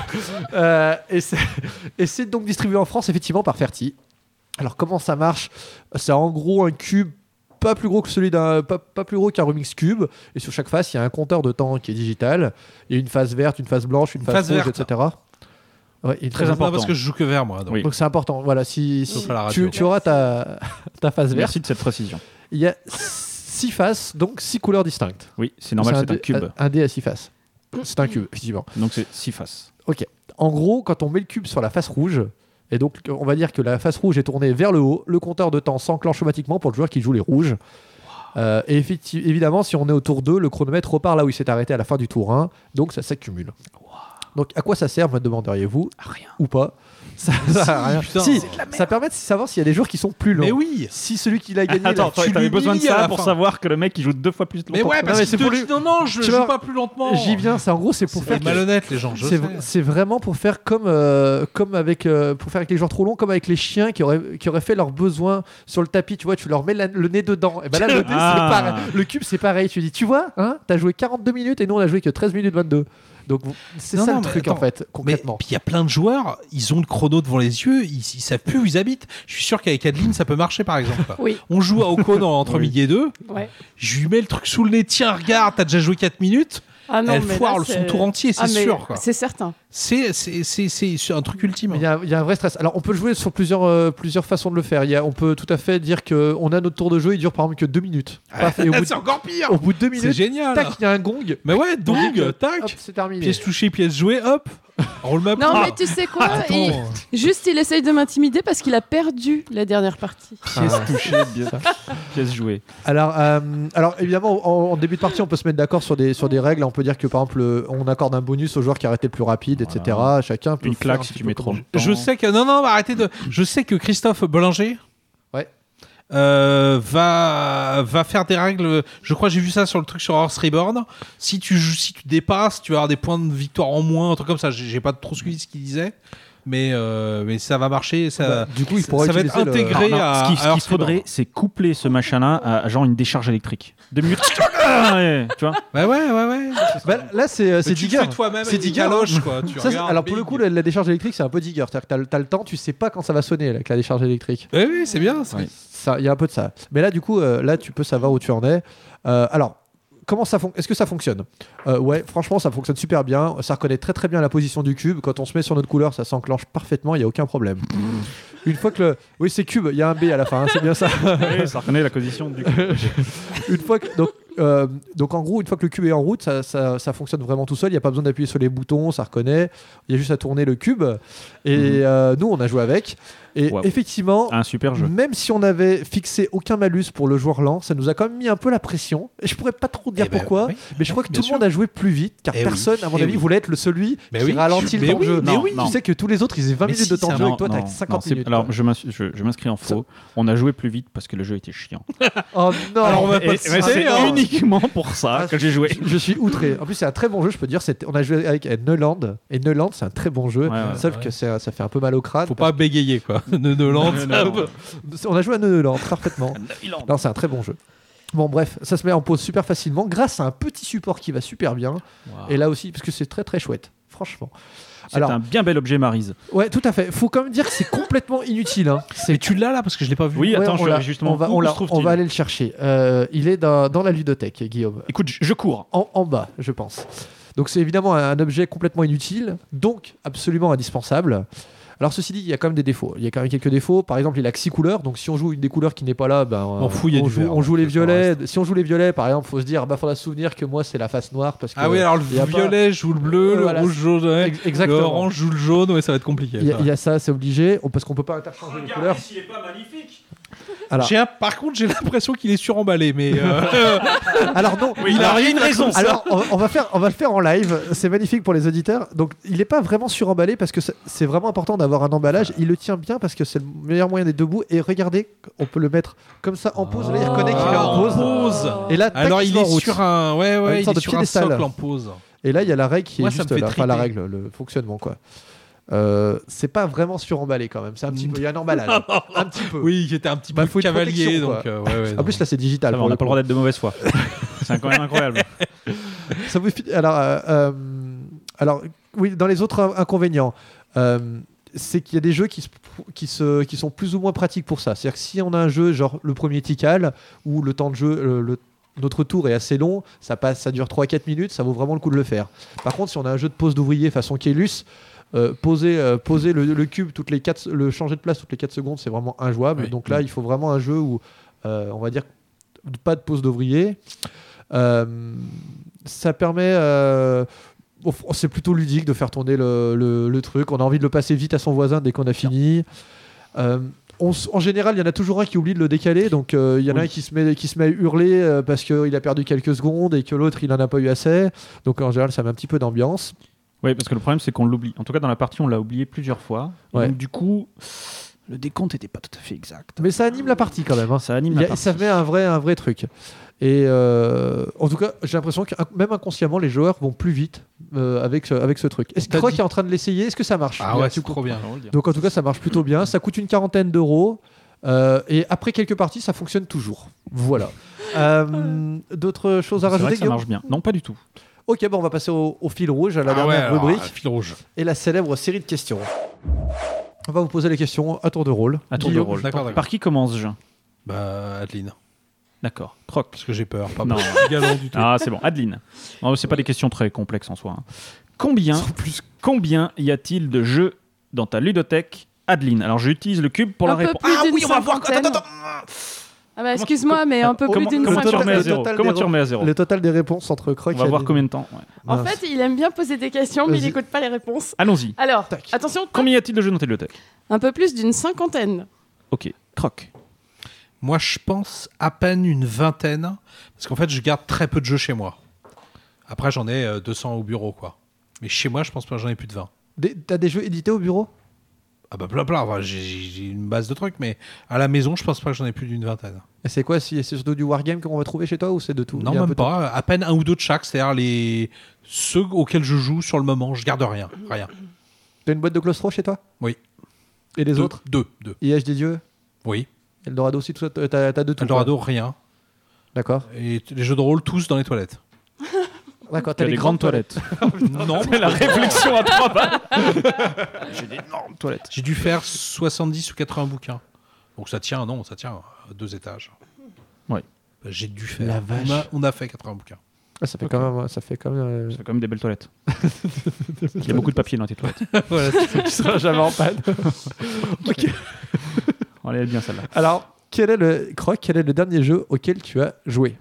Euh, et c'est- et c'est donc distribué en France effectivement par Ferti. Alors comment ça marche? C'est en gros un cube pas plus gros que celui d'un pas, pas plus gros qu'un Rubik's Cube, et sur chaque face il y a un compteur de temps qui est digital. Il y a une face verte, une face blanche, une, Une face, face rouge, verte. et cetera. Ouais, et Très très important. Non, parce que je joue que vert, moi. Donc. Oui. Donc c'est important. Voilà, si, Sauf si à la radio. tu, tu auras ta, ta face verte. Merci de cette précision. Il y a six faces, donc six couleurs distinctes. Oui, c'est normal, c'est un dé- cube. Un dé à six faces. C'est un cube, effectivement. Donc c'est six faces. En gros, quand on met le cube sur la face rouge, et donc on va dire que la face rouge est tournée vers le haut, le compteur de temps s'enclenche automatiquement pour le joueur qui joue les rouges. Euh, et effecti- évidemment, si on est au tour deux, le chronomètre repart là où il s'est arrêté à la fin du tour un, donc ça s'accumule. Donc à quoi ça sert, me demanderiez-vous? Rien. Ou pas? Ça, ça sert à rien. putain. Si, ça permet de savoir s'il y a des joueurs qui sont plus longs. Mais oui. Si celui qui l'a gagné, Attends, là, toi, t'avais besoin de l'humilies à ça la pour fin. savoir que le mec il joue deux fois plus longtemps. Mais ouais, parce mais que c'est pour te lui- dis, non, non, je Tu joue vois, pas plus lentement. j'y viens. C'est en gros, c'est pour C'est faire. que- malhonnête, les gens. Je C'est sais. v- c'est vraiment pour faire comme, euh, comme avec, euh, pour faire avec les joueurs trop longs, comme avec les chiens qui auraient, qui auraient fait leurs besoins sur le tapis. Tu vois, tu leur mets la- le nez dedans. Et ben là, le, dé, Ah. c'est pareil. Le cube, c'est pareil. Tu dis, tu vois, hein, t'as joué quarante-deux minutes et nous, on a joué que treize minutes vingt-deux. Donc, c'est Non, ça non, le mais truc, attends. en fait, Mais concrètement. puis il y a plein de joueurs, ils ont le chrono devant les yeux, ils, ils savent plus où ils habitent. Je suis sûr qu'avec Adeline, ça peut marcher par exemple. Oui. On joue à Oko dans entre Oui. midi et deux. Ouais. Je lui mets le truc sous le nez. Tiens, regarde, t'as déjà joué quatre minutes. Ah non, Elle mais foire là, le son c'est- tour entier, c'est Ah, mais sûr. quoi. C'est certain. C'est c'est- c'est- c'est- c'est un truc ultime. Mais Il y, a- il y a un vrai stress. Alors, on peut le jouer sur plusieurs, euh, plusieurs façons de le faire. Il y a, on peut tout à fait dire qu'on a notre tour de jeu, il dure par exemple que deux minutes. Paf, et au, bout de, c'est encore pire. au bout de deux C'est minutes, génial. tac, il y a un gong. Mais ouais, Donc, donc, euh, tac. Hop, c'est terminé. Pièce touchée, pièce jouée, hop. Roule ma Non, poule. mais tu sais quoi Attends. il- Juste, il essaye de m'intimider parce qu'il a perdu la dernière partie. Pièce touchée, bien. Pièce jouée. Alors, euh, alors évidemment, en, en début de partie, on peut se mettre d'accord sur des, sur des règles. On peut dire que par exemple, euh, on accorde un bonus au joueur qui a arrêté le plus rapide, et cetera. Chacun peut Une faire claque un si petit tu peu mets comme trop on- longtemps. Je sais que non non bah, arrêtez de. Je sais que Christophe Bollinger. Ouais. euh, va va faire des règles. Je crois que j'ai vu ça sur le truc sur Horse Reborn. Si tu joues- si tu dépasses, tu vas avoir des points de victoire en moins, un truc comme ça. J'ai j'ai pas trop suivi ce qu'il disait, mais euh, mais ça va marcher. Ça Bah, du coup, il pourra ça va être utiliser le- intégré Non, non, à. ce qu'il à ce qu'il Horse faudrait, Reborn. c'est coupler ce machin-là à, à genre une décharge électrique. Deux minutes. Ah, ouais, tu vois. Bah ouais ouais ouais. Bah, là, c'est euh, Mais c'est tu le Digger. fais toi-même. C'est avec des Digger, hein. galoches, quoi. Tu Ça, c'est- regardes, alors pour le bing. coup, la, la décharge électrique, c'est un peu Digger. C'est-à-dire que t'as le- t'as le temps, tu sais pas quand ça va sonner là, avec la décharge électrique. Oui oui c'est bien. c'est- Ouais. Ça, il y a un peu de ça. Mais là, du coup, euh, là, tu peux savoir où tu en es. Euh, alors. Comment ça fon- Est-ce que ça fonctionne? euh, Ouais, franchement, ça fonctionne super bien. Ça reconnaît très très bien la position du cube. Quand on se met sur notre couleur, ça s'enclenche parfaitement. Il y a aucun problème. Une fois que le, oui, c'est cube. Il y a un B à la fin. Hein, c'est bien ça. Ouais, ça reconnaît la position du. Une fois que donc euh, donc en gros, une fois que le cube est en route, ça, ça, ça fonctionne vraiment tout seul. Il n'y a pas besoin d'appuyer sur les boutons, ça reconnaît. Il y a juste à tourner le cube. Et Mhm. euh, nous, on a joué avec. Et Wow. effectivement, Un super jeu. même si on avait fixé aucun malus pour le joueur lent, ça nous a quand même mis un peu la pression. Et je pourrais pas trop dire Eh ben, pourquoi, oui. mais je crois que Bien tout sûr. le monde a joué plus vite, car Eh oui. personne, à mon Eh avis, oui. voulait être le celui Mais qui oui, ralentit je- le mais temps oui, de jeu. mais Non, oui. non. Tu sais que tous les autres, ils avaient vingt Mais minutes si, de temps ça de jeu, Non, et toi, t'as non, cinquante non, c'est- minutes. Alors, quoi. je m'ins- je- je m'inscris en faux. On a joué plus vite parce que le jeu était chiant. Oh non. Alors, on va Et- pas et- te mais citer, c'est hein. uniquement pour ça Ah, que j'ai joué. Je suis outré. En plus, c'est un très bon jeu, je peux dire. C'était- On a joué avec euh, Neuland. Et Neuland, c'est un très bon jeu. Ouais, ouais, sauf ouais. que c'est- ça fait un peu mal au crâne. Faut pas bégayer quoi. Ne ne lance. Non, non. On a joué à Neuland, parfaitement. Non, c'est un très bon jeu. Bon, bref, ça se met en pause super facilement grâce à un petit support qui va super bien. Et là aussi, parce que c'est très très chouette, franchement. C'est Alors- un bien bel objet Maryse. Ouais, tout à fait. Faut quand même dire que c'est complètement inutile. Hein. C'est Mais tu l'as là parce que je l'ai pas vu. Oui, Ouais, attends, on je l'a- justement. on va, où on, se l'a- trouve-t-il on va aller le chercher. Euh, il est dans, dans la ludothèque, Guillaume. Écoute, je je cours. En, en bas, je pense. Donc c'est évidemment un, un objet complètement inutile, donc absolument indispensable. Alors ceci dit, il y a quand même des défauts. Il y a quand même quelques défauts. Par exemple, il a que six couleurs. Donc si on joue une des couleurs qui n'est pas là, ben, On fout, il y a on du joue, vert, on joue donc les ça violets. reste. Si on joue les violets, par exemple, faut se dire, bah faudra se souvenir que moi c'est la face noire parce que. Ah oui, alors le il y a pas- violet joue le bleu, le Voilà, rouge joue ouais, Ex- exactement. le orange joue le jaune, ouais, ça va être compliqué. Il y, a- ça. il y a ça, c'est obligé, parce qu'on peut pas interchanger les couleurs. s'il est pas magnifique. Alors, J'ai un- Par contre, j'ai l'impression qu'il est suremballé, mais euh, alors non. Oui, il a rien une raison. Alors, on, on va faire, on va le faire en live. C'est magnifique pour les auditeurs. Donc, il n'est pas vraiment suremballé parce que c'est- c'est vraiment important d'avoir un emballage. Il le tient bien parce que c'est le meilleur moyen des deux bouts. Et regardez, on peut le mettre comme ça en pause. Là, il reconnaît qu'il est en pause. pause. Et là, tac, alors se il met en est route. sur un, ouais, Une ouais, il sorte est de sur un piédestal. socle en pause. Et là, il y a la règle qui Moi, est ça me juste fait là. Enfin, la triper. règle, le fonctionnement, quoi. Euh, c'est pas vraiment suremballé quand même. C'est un petit peu. Il y a un emballage. Un petit peu. Oui, qui était un petit Bah, peu faut une cavalier, protection, donc quoi. euh, ouais, ouais, En non. plus, là, c'est digital. Ça va, pour on le n'a pas le coup. droit d'être de mauvaise foi. C'est quand même incroyable. Ça vous fait- alors, euh, euh, alors, oui, dans les autres in- inconvénients, euh, c'est qu'il y a des jeux qui, se, qui, se, qui sont plus ou moins pratiques pour ça. C'est-à-dire que si on a un jeu, genre le premier Tikal, où le temps de jeu, le, le- notre tour est assez long, ça, passe, ça dure trois à quatre minutes, ça vaut vraiment le coup de le faire. Par contre, si on a un jeu de pose d'ouvrier façon Kélus, euh, poser, euh, poser le, le cube, toutes les quatre, le changer de place toutes les quatre secondes, c'est vraiment injouable. Oui. Donc là, il faut vraiment un jeu où, euh, on va dire, pas de pose d'ouvrier. Euh, ça permet. euh, bon, c'est plutôt ludique de faire tourner le, le- le truc. On a envie de le passer vite à son voisin dès qu'on a fini. Euh, on s- en général, il y en a toujours un qui oublie de le décaler. Donc, euh, il y en a Oui. un qui se met, qui se met à hurler euh, parce qu'il a perdu quelques secondes et que l'autre, il en a pas eu assez. Donc, en général, ça met un petit peu d'ambiance. Oui, parce que le problème, c'est qu'on l'oublie. En tout cas, dans la partie, on l'a oublié plusieurs fois. Et Ouais. Donc, du coup, le décompte n'était pas tout à fait exact. Mais ça anime la partie quand même. hein. Ça anime Il y la a- partie. ça met un vrai, un vrai truc. Et euh, en tout cas, j'ai l'impression que inc- même inconsciemment, les joueurs vont plus vite euh, avec, ce, avec ce truc. Est-ce que T'as Croc dit- est en train de l'essayer? Est-ce que ça marche? Ah Il y a ouais, tout c'est coup. trop bien. Donc en tout cas, ça marche plutôt bien. Ça coûte une quarantaine d'euros. Euh, et après quelques parties, ça fonctionne toujours. Voilà. Euh, D'autres choses à C'est vrai rajouter, que ça Guillaume? marche bien. Non, pas du tout. Ok, bon, on va passer au, au fil rouge, à la Ah dernière ouais, alors, rubrique, ah, fil rouge. et la célèbre série de questions. On va vous poser les questions à tour de rôle. À tour de Guillaume, rôle. d'accord, d'accord. Par qui commence-je? Bah, Adeline. D'accord. Croc. Parce que j'ai peur. Pas Non. pas galant du tout. Ah, c'est bon. Adeline. Non, c'est pas des questions très complexes en soi. hein. Combien, combien y a-t-il de jeux dans ta ludothèque, Adeline? Alors, j'utilise le cube pour Un la peu réponse. plus Ah d'une oui, on va voir. cinquantaine. Attends, attends, Ah bah, excuse-moi, mais un peu plus Comment, d'une comment tu total- remets à le zéro total Comment des tu remets à zéro Le total des réponses entre Croc On et va voir Adeline. combien de temps. ouais. En Mince. fait, il aime bien poser des questions, mais il Vas-y. n'écoute pas les réponses. Allons-y. Alors, Tac. attention, Combien y a-t-il de jeux dans ta ludothèque? un peu plus d'une cinquantaine. Ok. Croc. Moi, je pense à peine une vingtaine. Parce qu'en fait, je garde très peu de jeux chez moi. Après, j'en ai euh, deux cents au bureau, quoi. Mais chez moi, je pense pas que j'en ai plus de vingt. Des- T'as des jeux édités au bureau? Ah bah plein plein, enfin, j'ai- j'ai une base de trucs, mais à la maison, je pense pas que j'en ai plus d'une vingtaine. Et c'est quoi? si- C'est surtout du wargame qu'on va trouver chez toi ou c'est de tout? Non, Il y a un même peu de tout. pas. À peine un ou deux de chaque, c'est-à-dire les ceux auxquels je joue sur le moment, je garde rien, rien. T'as une boîte de claustro chez toi? Oui. Et les deux, autres? Deux, deux. I H des dieux? Oui. Eldorado aussi, tout ça? T'as t'as de tout? Eldorado, quoi. rien. D'accord. Et t- les jeux de rôle, tous dans les toilettes. D'accord, T'as t'as les grandes toilettes. non, C'est la réflexion à trois balles. J'ai d'énormes toilettes. j'ai dû faire soixante-dix ou quatre-vingts bouquins. Donc ça tient, non, ça tient à deux étages. Ouais. Bah, j'ai dû faire. La vache. On a, on a fait quatre-vingts bouquins. Ah, ça fait Ok. quand même. Ça fait quand même euh, C'est quand même des belles toilettes. Il y a beaucoup de papier dans tes toilettes. Voilà. tu seras jamais en panne. Ok. On elle est bien celle-là. Alors, quel est le Croc, quel est le dernier jeu auquel tu as joué?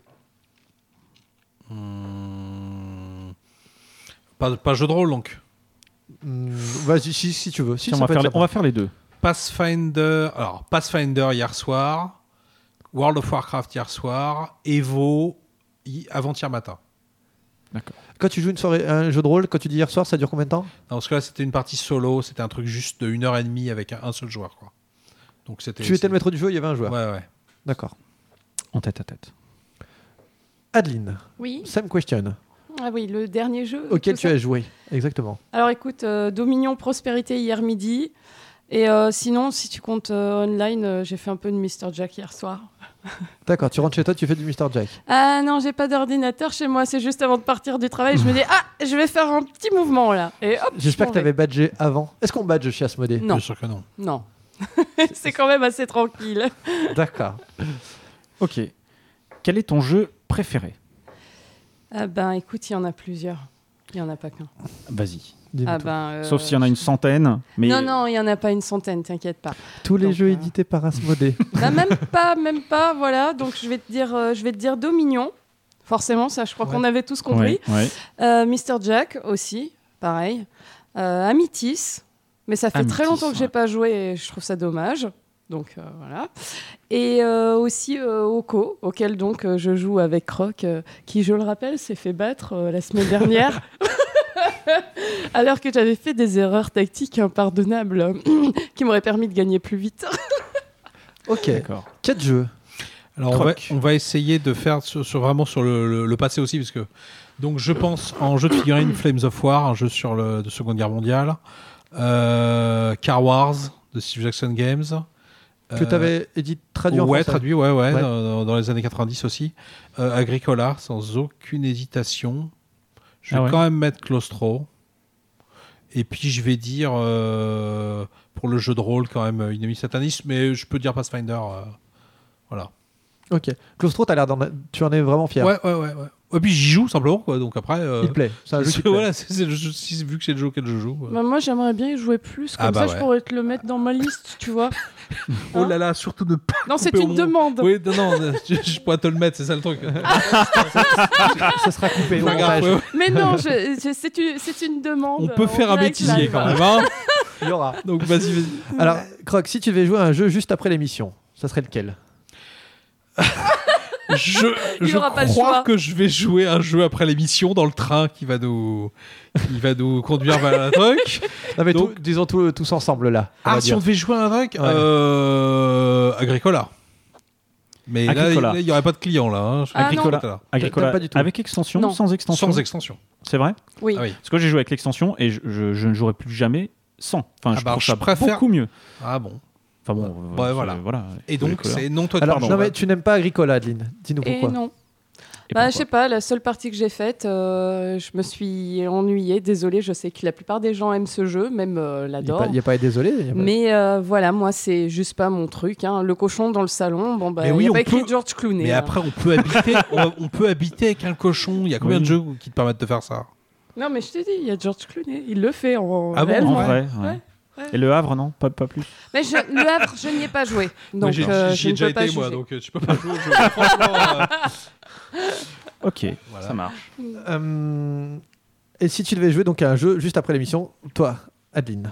Hmm. Pas, pas jeu de rôle, donc. Hmm, Vas-y, si, si tu veux. Si, Tiens, ça on, va peut faire être les, sympa. on va faire les deux. Pathfinder, alors Pathfinder hier soir, World of Warcraft hier soir, Evo hi- avant-hier matin. Quand tu joues une soirée, un jeu de rôle, quand tu dis hier soir, ça dure combien de temps? Non, parce que là c'était une partie solo, c'était un truc juste de une heure et demie avec un, un seul joueur, quoi. Donc c'était. Tu étais le maître du jeu, il y avait un joueur. Ouais, ouais. D'accord. En tête à tête. Adeline, Oui. same question. Ah oui, le dernier jeu. Auquel tout tu ça. as joué, exactement. Alors écoute, euh, Dominion Prospérité hier midi. Et euh, sinon, si tu comptes euh, online, euh, j'ai fait un peu de mister Jack hier soir. D'accord, tu rentres chez toi, tu fais du mister Jack. Ah non, j'ai pas d'ordinateur chez moi, c'est juste avant de partir du travail, je me dis ah, je vais faire un petit mouvement là. Et hop. J'espère je que m'en tu avais badgé avant. Est-ce qu'on badge chez Asmodée? Non. Bien sûr que non. vais. Non. C'est quand même assez tranquille. D'accord. Ok. Quel est ton jeu préféré? Ah ben écoute, il y en a plusieurs. Il y en a pas qu'un. Vas-y. Dis-nous Ah tout. ben, euh, Sauf s'il y en a une centaine. Mais Non, non, il n'y en a pas une centaine, t'inquiète pas. Tous les Donc, jeux euh, édités par Asmodée. Bah, même pas, même pas, voilà. Donc je vais te dire, euh, je vais te dire Dominion. Forcément, ça, je crois Ouais. qu'on avait tous compris. Ouais, ouais. Euh, mister Jack aussi, pareil. Euh, Amitis, mais ça fait Amitis, très longtemps que j'ai ouais. pas joué et je trouve ça dommage. Donc euh, voilà. Et euh, aussi euh, Oko, auquel donc euh, je joue avec Croc, euh, qui, je le rappelle, s'est fait battre euh, la semaine dernière. Alors que j'avais fait des erreurs tactiques impardonnables euh, qui m'auraient permis de gagner plus vite. Ok. D'accord. Quatre jeux. Alors on va, Croc. on va essayer de faire sur, sur- vraiment sur le, le- le passé aussi, parce que donc je pense en jeu de figurines Flames of War, un jeu sur le de Seconde Guerre mondiale, euh, Car Wars de Steve Jackson Games, Que tu avais édité, traduit en ouais, français. traduit, ouais, ouais, Ouais. Dans, dans les années quatre-vingt-dix aussi. Euh, Agricola, sans aucune hésitation. Je vais Ah ouais. quand même mettre Claustro. Et puis je vais dire euh, pour le jeu de rôle quand même une émission sataniste, mais je peux dire Pathfinder. euh, voilà. Ok. Claustro, t'as l'air d'en a- tu en es vraiment fier. Ouais, ouais, ouais, ouais. Et puis j'y joue simplement, quoi. Donc après. euh, Il te plaît. C'est un jeu qui te plaît. voilà, c'est, c'est le jeu- si- vu que c'est le jeu auquel je joue. euh. Bah, moi, j'aimerais bien y jouer plus. Comme Ah bah ça, ouais. je pourrais te le mettre dans ma liste, tu vois. Oh là là, surtout ne pas. Non, c'est couper au une mon- demande. Oui, non, non, je, je pourrais te le mettre, c'est ça le truc. Ce sera coupé. au Regarde, montage. ouais, ouais. Mais non, je- je- c'est une, c'est une demande. On peut en faire un direct bêtisier live. quand même. Hein. Il y aura. Donc vas-y, vas-y. Alors, Croc, si tu devais jouer à un jeu juste après l'émission, ça serait lequel? Je, Il y je aura pas le crois choix. que je vais jouer un jeu après l'émission dans le train qui va nous, qui va nous conduire vers un truc. Non, mais Donc- tout- disons tout- tous ensemble là. on va Ah, si dire. on devait jouer à un truc, Ouais. euh, Agricola. Mais là, Agricola. il n'y aurait pas de client là. hein. Je- Ah, Agricola. Agricola. Agricola. T'aimes pas du tout. Avec extension, Non. sans extension. Sans extension. C'est vrai? Oui. Ah oui. Parce que j'ai joué avec l'extension et je, je- je ne jouerai plus jamais sans. Enfin, Ah je bah, trouve je ça préfère- beaucoup mieux. Ah bon. Enfin bon, Ouais, euh, voilà. c'est- voilà. Et donc, Agricola. c'est non, toi, Alors, pardon. non, mais tu n'aimes pas Agricola, Adeline. Dis-nous Et pourquoi. non. Et Bah, je pourquoi sais pas, la seule partie que j'ai faite, euh, je me suis ennuyée. Désolée, je sais que la plupart des gens aiment ce jeu, même euh, Il n'y a, l'adorent. pas- il y a pas à être désolé. il y a pas- Mais euh, voilà, moi, c'est juste pas mon truc. Hein. Le cochon dans le salon, bon, bah, Mais il oui, n'y a on pas écrit peut- George Clooney. Mais hein. après, on peut habiter, on, on peut habiter avec un cochon. Il y a combien Oui. de jeux qui te permettent de faire ça? Non, mais je t'ai dit, il y a George Clooney. Il le fait en Ah bon, réellement. En vrai, ouais. Ouais, ouais. Et le Havre, non, pas, pas plus. Mais je- le Havre, je n'y ai pas joué. Donc, Moi, j'ai- euh, j'y je ai ne déjà peux pas été, moi, juger. donc euh, tu peux pas jouer au jeu. Franchement, euh, Ok, Voilà. ça marche. Euh, et si tu devais jouer donc à un jeu juste après l'émission, toi, Adeline.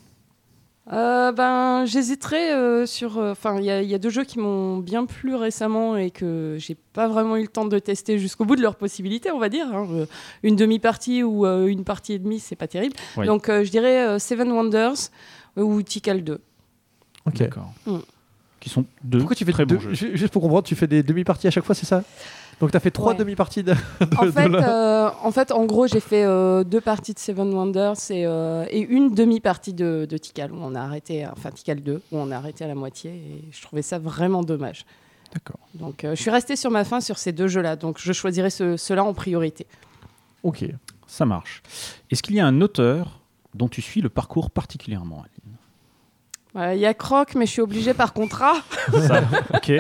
Euh, ben, j'hésiterais euh, sur. Enfin, il y, a- il y a deux jeux qui m'ont bien plu récemment et que j'ai pas vraiment eu le temps de tester jusqu'au bout de leurs possibilités, on va dire. hein. Euh, Une demi-partie ou euh, une partie et demie, c'est pas terrible. Oui. Donc, euh, je dirais euh, Seven Wonders euh, ou Tikal deux. Ok. D'accord. Mm. Qui sont deux Pourquoi tu fais très deux, bons jeux. ju- Juste pour comprendre, tu fais des demi-parties à chaque fois, c'est ça? Donc tu as fait trois Ouais. demi-parties de, de- En de fait, la- euh, en fait, en gros, j'ai fait euh, deux parties de Seven Wonders et, euh, et une demi-partie de, de Tikal, où on a arrêté, enfin Tikal deux, où on a arrêté à la moitié, et je trouvais ça vraiment dommage. D'accord. Donc, euh, je suis restée sur ma fin sur ces deux jeux-là, donc je choisirais ce- ceux-là en priorité. Ok. Ça marche. Est-ce qu'il y a un auteur dont tu suis le parcours particulièrement, Aline? Voilà, il y a Croc, mais je suis obligée par contrat. Ça, ok.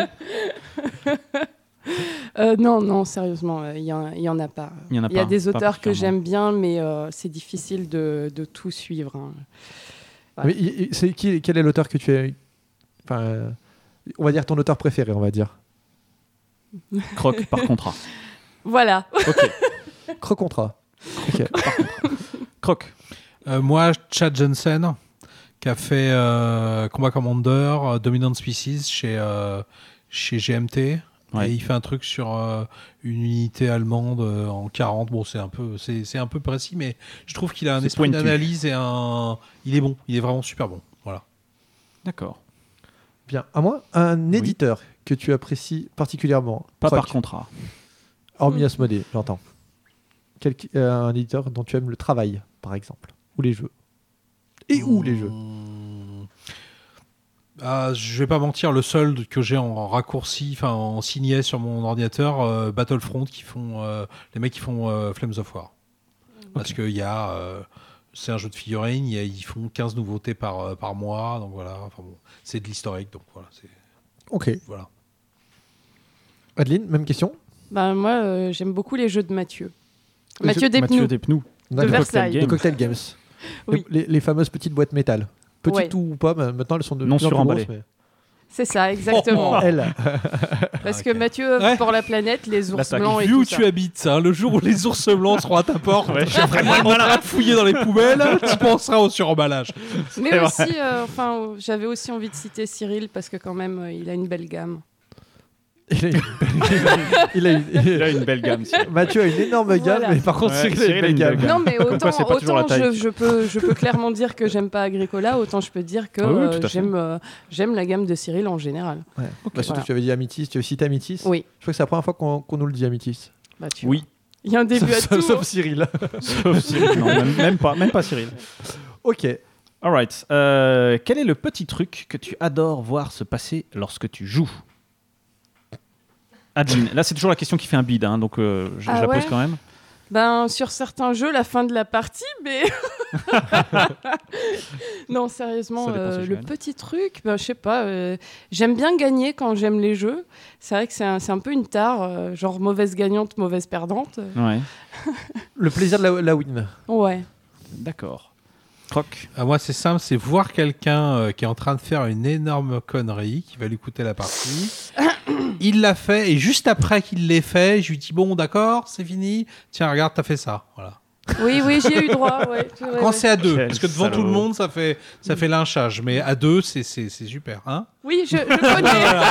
Euh, non, non, sérieusement, euh, il y, en- il y en a pas. Il y en a Il y a pas, des pas auteurs que particulièrement. j'aime bien, mais euh, c'est difficile de, de tout suivre. hein. Mais il- il- c'est qui, quel est l'auteur que tu es enfin, euh, on va dire ton auteur préféré, on va dire. Croc par contrat. Voilà. Ok. Croc contrat. Ok. Croc. Euh, moi, Chad Jensen, qui a fait euh, Combat Commander, euh, Dominant Species chez, euh, chez G M T. Ouais. Et il fait un truc sur euh, une unité allemande euh, en quarante. Bon, c'est un peu, c'est, c'est un peu précis, mais je trouve qu'il a un C'est esprit pointu. d'analyse et un. Il est bon. Il est vraiment super bon. Voilà. D'accord. Bien. À moi, un Oui. éditeur que tu apprécies particulièrement. Pas Croc. par contrat. Hormis Asmodée, j'entends. Quel- euh, un éditeur dont tu aimes le travail, par exemple, ou les jeux. Et où les jeux. Mmh. Ah, je vais pas mentir, le seul que j'ai en raccourci, enfin en signet sur mon ordinateur, euh, Battlefront, qui font euh, les mecs qui font euh, Flames of War. Parce que il y a, euh, c'est un jeu de figurines, il y a- ils font quinze nouveautés par euh, par mois, donc voilà. Enfin bon, c'est de l'historique, donc voilà. C'est, Ok. voilà. Adeline, même question. Bah, moi, euh, j'aime beaucoup les jeux de Mathieu. Les Mathieu jeux- Despnous. Mathieu Despnous. De D'accord. Versailles. De Games. Cocktail Games. Oui. les, les fameuses petites boîtes métal. Petites Ouais. ou pas, mais maintenant elles sont de Non plus en plus suremballées. grosses, mais- C'est ça, exactement. Elles. Parce Ah, que ok. Mathieu, Ouais. pour la planète, les ours L'attaque. blancs et Vu tout où ça. tu habites, hein, le jour où les ours blancs seront à ta porte, Ouais. je serai vraiment en train de fouiller dans les poubelles, tu penseras au suremballage. Mais C'est aussi, euh, enfin, euh, j'avais aussi envie de citer Cyril parce que quand même, euh, il a une belle gamme. Il a une belle- il a une- Il a une belle gamme. Cyril. Mathieu a une énorme gamme, Voilà. mais par contre, Ouais, Cyril a Cyril une a belle une belle gamme. gamme. Non, mais Comme autant, quoi, c'est pas toujours la autant je, taille. je peux, je peux clairement dire que j'aime pas Agricola, autant je peux dire que Ah oui, euh, tout à fait. j'aime, euh, j'aime la gamme de Cyril en général. Ouais. Bah, surtout Voilà. que tu avais dit Amitis, tu avais cité Amitis. Oui. Je crois que c'est la première fois qu'on qu'on nous le dit, Amitis. Bah, tu Oui. vois. Il y a un début à Sauf, tout. sauf hein. Cyril. Sauf Cyril. Non, même, même pas, même pas Cyril. Ok. Alright. Euh, quel est le petit truc que tu adores voir se passer lorsque tu joues Adeline, là c'est toujours la question qui fait un bide, hein, donc euh, je, je Ah la ouais pose quand même. Ben, sur certains jeux, la fin de la partie, mais. non, sérieusement, Ça dépend euh, si je le gagne. petit truc, ben, je sais pas. euh, j'aime bien gagner quand j'aime les jeux. C'est vrai que c'est un, c'est un peu une tare, euh, genre mauvaise gagnante, mauvaise perdante. Ouais. Le plaisir de la, la win. Ouais. D'accord. Croc. Ah, moi, c'est simple, c'est voir quelqu'un euh, qui est en train de faire une énorme connerie qui va lui coûter la partie. Il l'a fait, et juste après qu'il l'ait fait, je lui dis bon, d'accord, c'est fini. Tiens, regarde, t'as fait ça. Voilà. Oui, oui, j'y ai eu droit. Ouais, c'est vrai, Quand ouais. c'est à deux, Quel parce que devant salaud. tout le monde, ça fait ça fait lynchage, mais à deux, c'est c'est c'est super, hein. Oui, je, je connais.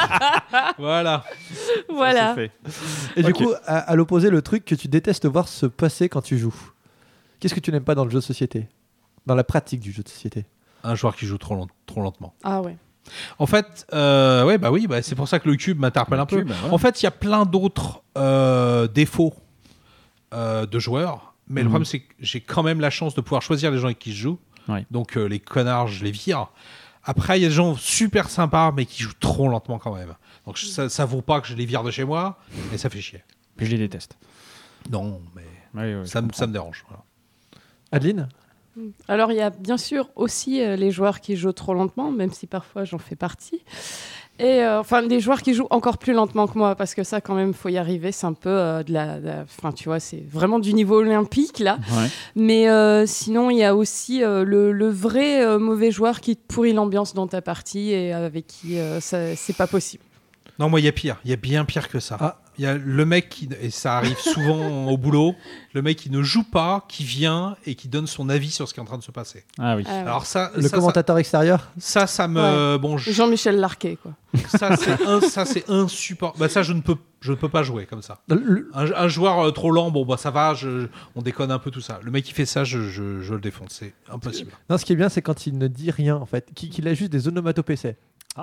Voilà. voilà. C'est fait. Et du Ok. coup, à, à l'opposé, le truc que tu détestes voir se passer quand tu joues. Qu'est-ce que tu n'aimes pas dans le jeu de société? Dans la pratique du jeu de société? Un joueur qui joue trop, lent- trop lentement. Ah ouais. En fait, euh, ouais, bah oui, bah, c'est pour ça que le cube m'interpelle un peu. cube, bah voilà. En fait, il y a plein d'autres euh, défauts euh, de joueurs, mais le Mhm. problème, c'est que j'ai quand même la chance de pouvoir choisir les gens avec qui je joue. Ouais. Donc, euh, les connards, je les vire. Après, il y a des gens super sympas, mais qui jouent trop lentement quand même. Donc, je- ça, ça vaut pas que je les vire de chez moi, et ça fait chier. Puis je les déteste. Non, mais Ouais, ouais, ça, je me- comprends. ça me dérange. Voilà. Adeline? Alors, il y a bien sûr aussi euh, les joueurs qui jouent trop lentement, même si parfois j'en fais partie. Et euh, enfin, les joueurs qui jouent encore plus lentement que moi, parce que ça, quand même, faut y arriver. C'est un peu euh, de la. de la- Enfin, tu vois, c'est vraiment du niveau olympique, là. Ouais. Mais euh, sinon, il y a aussi euh, le, le vrai euh, mauvais joueur qui te pourrit l'ambiance dans ta partie et avec qui euh, ça- c'est pas possible. Non, moi, il y a pire. Il y a bien pire que ça. Ah. Il y a le mec qui, et ça arrive souvent au boulot, le mec qui ne joue pas, qui vient et qui donne son avis sur ce qui est en train de se passer. Ah oui. Ah ouais. Alors ça, Le ça, ça, commentateur extérieur? ça, ça me, bon, je- Jean-Michel Larquet, quoi. ça c'est un, ça c'est insupportable. Bah ça, je ne peux, je ne peux pas jouer comme ça. Le- Un, un joueur euh, trop lent, bon bah ça va, je- on déconne un peu tout ça. Le mec qui fait ça, je, je, je le défonce, c'est impossible. Non, ce qui est bien, c'est quand il ne dit rien, en fait. Qu'il qu'il a juste des onomatopées. c'est-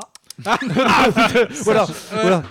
Voilà, voilà.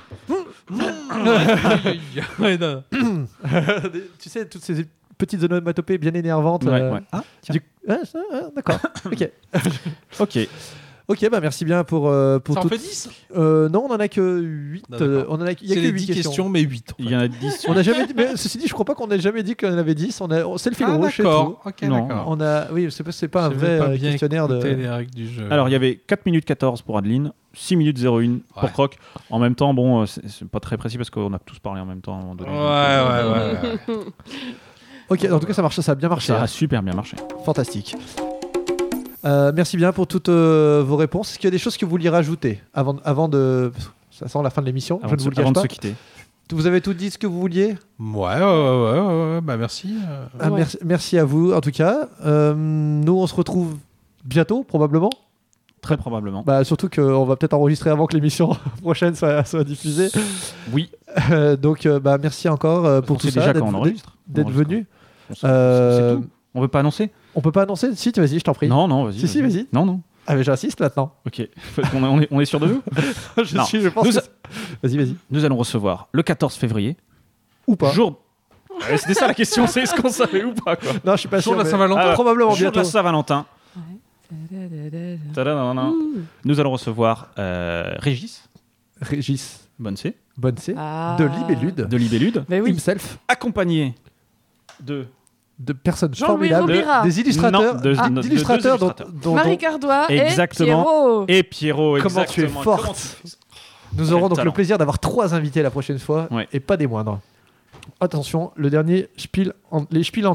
Ouais, non. Tu sais, toutes ces petites onomatopées bien énervantes. Ouais, euh, ouais. Ah, tiens. du- Ah, ça, ah, d'accord. Ok. Ok. Ok, bah merci bien pour, euh, pour Ça en toutes- fait dix. Euh, non, on en a que huit. Non, d'accord. on en a, il y a C'est que les huit dix questions. questions, mais huit. Il y en a dix. On n'a jamais dit, mais ceci dit, je crois pas qu'on ait jamais dit qu'on en avait dix. On a, on- c'est le fil Ah rouge, c'est tout. d'accord, ok Non. d'accord. On a, oui, c'est pas, c'est pas un J'avais vrai pas euh, bien questionnaire de. écouté les règles du jeu. Alors, il y avait quatre minutes quatorze pour Adeline, six minutes zéro un pour Ouais. Croc. En même temps, bon, euh, c'est c'est pas très précis parce qu'on a tous parlé en même temps. à un moment donné. Ouais, Donc, euh, ouais, ouais, ouais. Ok, en tout cas, ça marche, ça a bien marché. Ça hein. a super bien marché. Fantastique. Euh, merci bien pour toutes euh, vos réponses. Est-ce qu'il y a des choses que vous vouliez rajouter avant, avant de. Ça sent la fin de l'émission, Avant je de, ne se, vous le avant cache de pas. se quitter. Vous avez tout dit ce que vous vouliez. Ouais, ouais, ouais, ouais, ouais, ouais, bah merci. euh. Ah, Ouais. merci, merci à vous, en tout cas. Euh, nous, on se retrouve bientôt, probablement. Très probablement. Bah, surtout qu'on va peut-être enregistrer avant que l'émission prochaine soit, soit diffusée. Oui. Euh, donc, euh, bah, merci encore euh, pour On tout sait ça, déjà d'être, quand on enregistre. d'être On enregistre venu. quand- on sait- Euh, C'est tout. On veut pas annoncer On peut pas annoncer? Si, tu vas-y, je t'en prie. Non, non, vas-y. Si, si, vas-y. Non, non. Ah, mais j'insiste maintenant. Ok. Parce qu'on est- on, est, on est sûr de nous. je, Non. suis, je pense Nous que a- c'est- Vas-y, vas-y. Nous allons recevoir le quatorze février. Ou pas. Jour. Ouais, C'était ça la question, c'est est-ce qu'on savait ou pas quoi. Non, je suis pas Jour sûr. de la mais- Saint-Valentin. Ah, Probablement Jour de bientôt. la Saint-Valentin. Ouais. Tadadadada. Nous allons recevoir euh, Régis, Régis bonne C, Bonne C. Ah. De Libellude. de Libellude, Mais oui. Himself. accompagné de De personnes Jean-Louis formidables. Roubira. Des illustrateurs. Non, de- Ah, de- de d'illustrateurs deux dont, illustrateurs. dont- Marie dont Cardois Exactement. et Pierrot. et Pierrot. Comment tu es exactement. forte. Comment tu- nous aurons donc talent. le plaisir d'avoir trois invités la prochaine fois Ouais. et pas des moindres. Attention, le dernier spiel en- les spiels en date.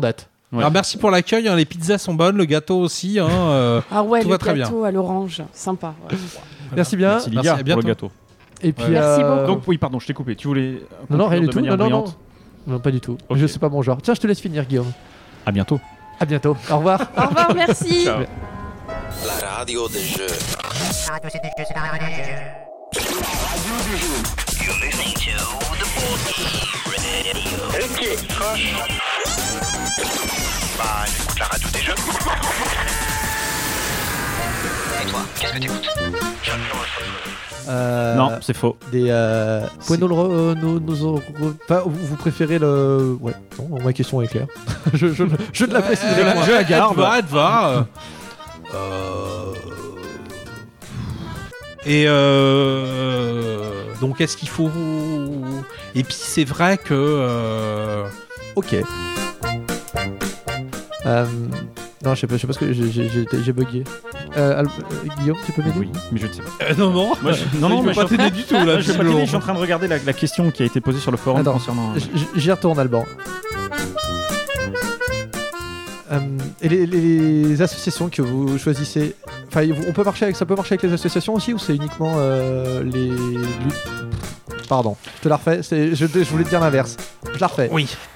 Ouais. Alors merci pour l'accueil, hein, les pizzas sont bonnes, le gâteau aussi. Hein, euh, Ah ouais, tout le va très bien. gâteau à l'orange, sympa. Ouais. Merci bien. Merci, Lydia, Merci, à pour bientôt. le gâteau. Et puis, Ouais. Merci euh, beaucoup. Donc, oui, pardon, je t'ai coupé. Tu voulais. Non, non, rien du de tout. manière Non, non, non. brillante. Non, pas du tout. Ok. Je sais pas mon genre. Tiens, je te laisse finir, Guillaume. À bientôt. À bientôt. Au revoir. Au revoir, merci. Ciao. La radio des jeux. Radio c'est des jeux, c'est la radio des jeux. You're listening to the board game radio. Ok, proche. Bah, j'écoute la radio des jeux. Et toi, qu'est-ce que t'écoutes? Euh, Non, c'est faux. Des. Euh... Vous pouvez nous le. re- euh, nous, nous en re- Enfin, vous, vous préférez le. Ouais, non, ma question est claire. je, je, je ne la préciserai Euh, point. je la garde. Va, elle va. Euh... Et euh... donc, est-ce qu'il faut. Et puis, c'est vrai que. Euh... Ok. Euh... Non, je sais pas, je sais pas ce que j'ai, j'ai, j'ai, j'ai bugué. Euh, Al- euh, Guillaume, tu peux m'aider? Oui, mais je ne sais pas. Euh, non, non. Moi, je- non, non, je mais peux pas je suis en t'aider du tout là. Je vais pas t'aider, je suis en train de regarder la, la question qui a été posée sur le forum Attends, concernant. J- j- J'y retourne, Alban. Euh, et les, les associations que vous choisissez, enfin, on peut marcher avec, ça peut marcher avec les associations aussi ou c'est uniquement euh, les, les- Pardon, je te la refais. c'est- Je, je voulais te dire l'inverse. Je la refais. Oui.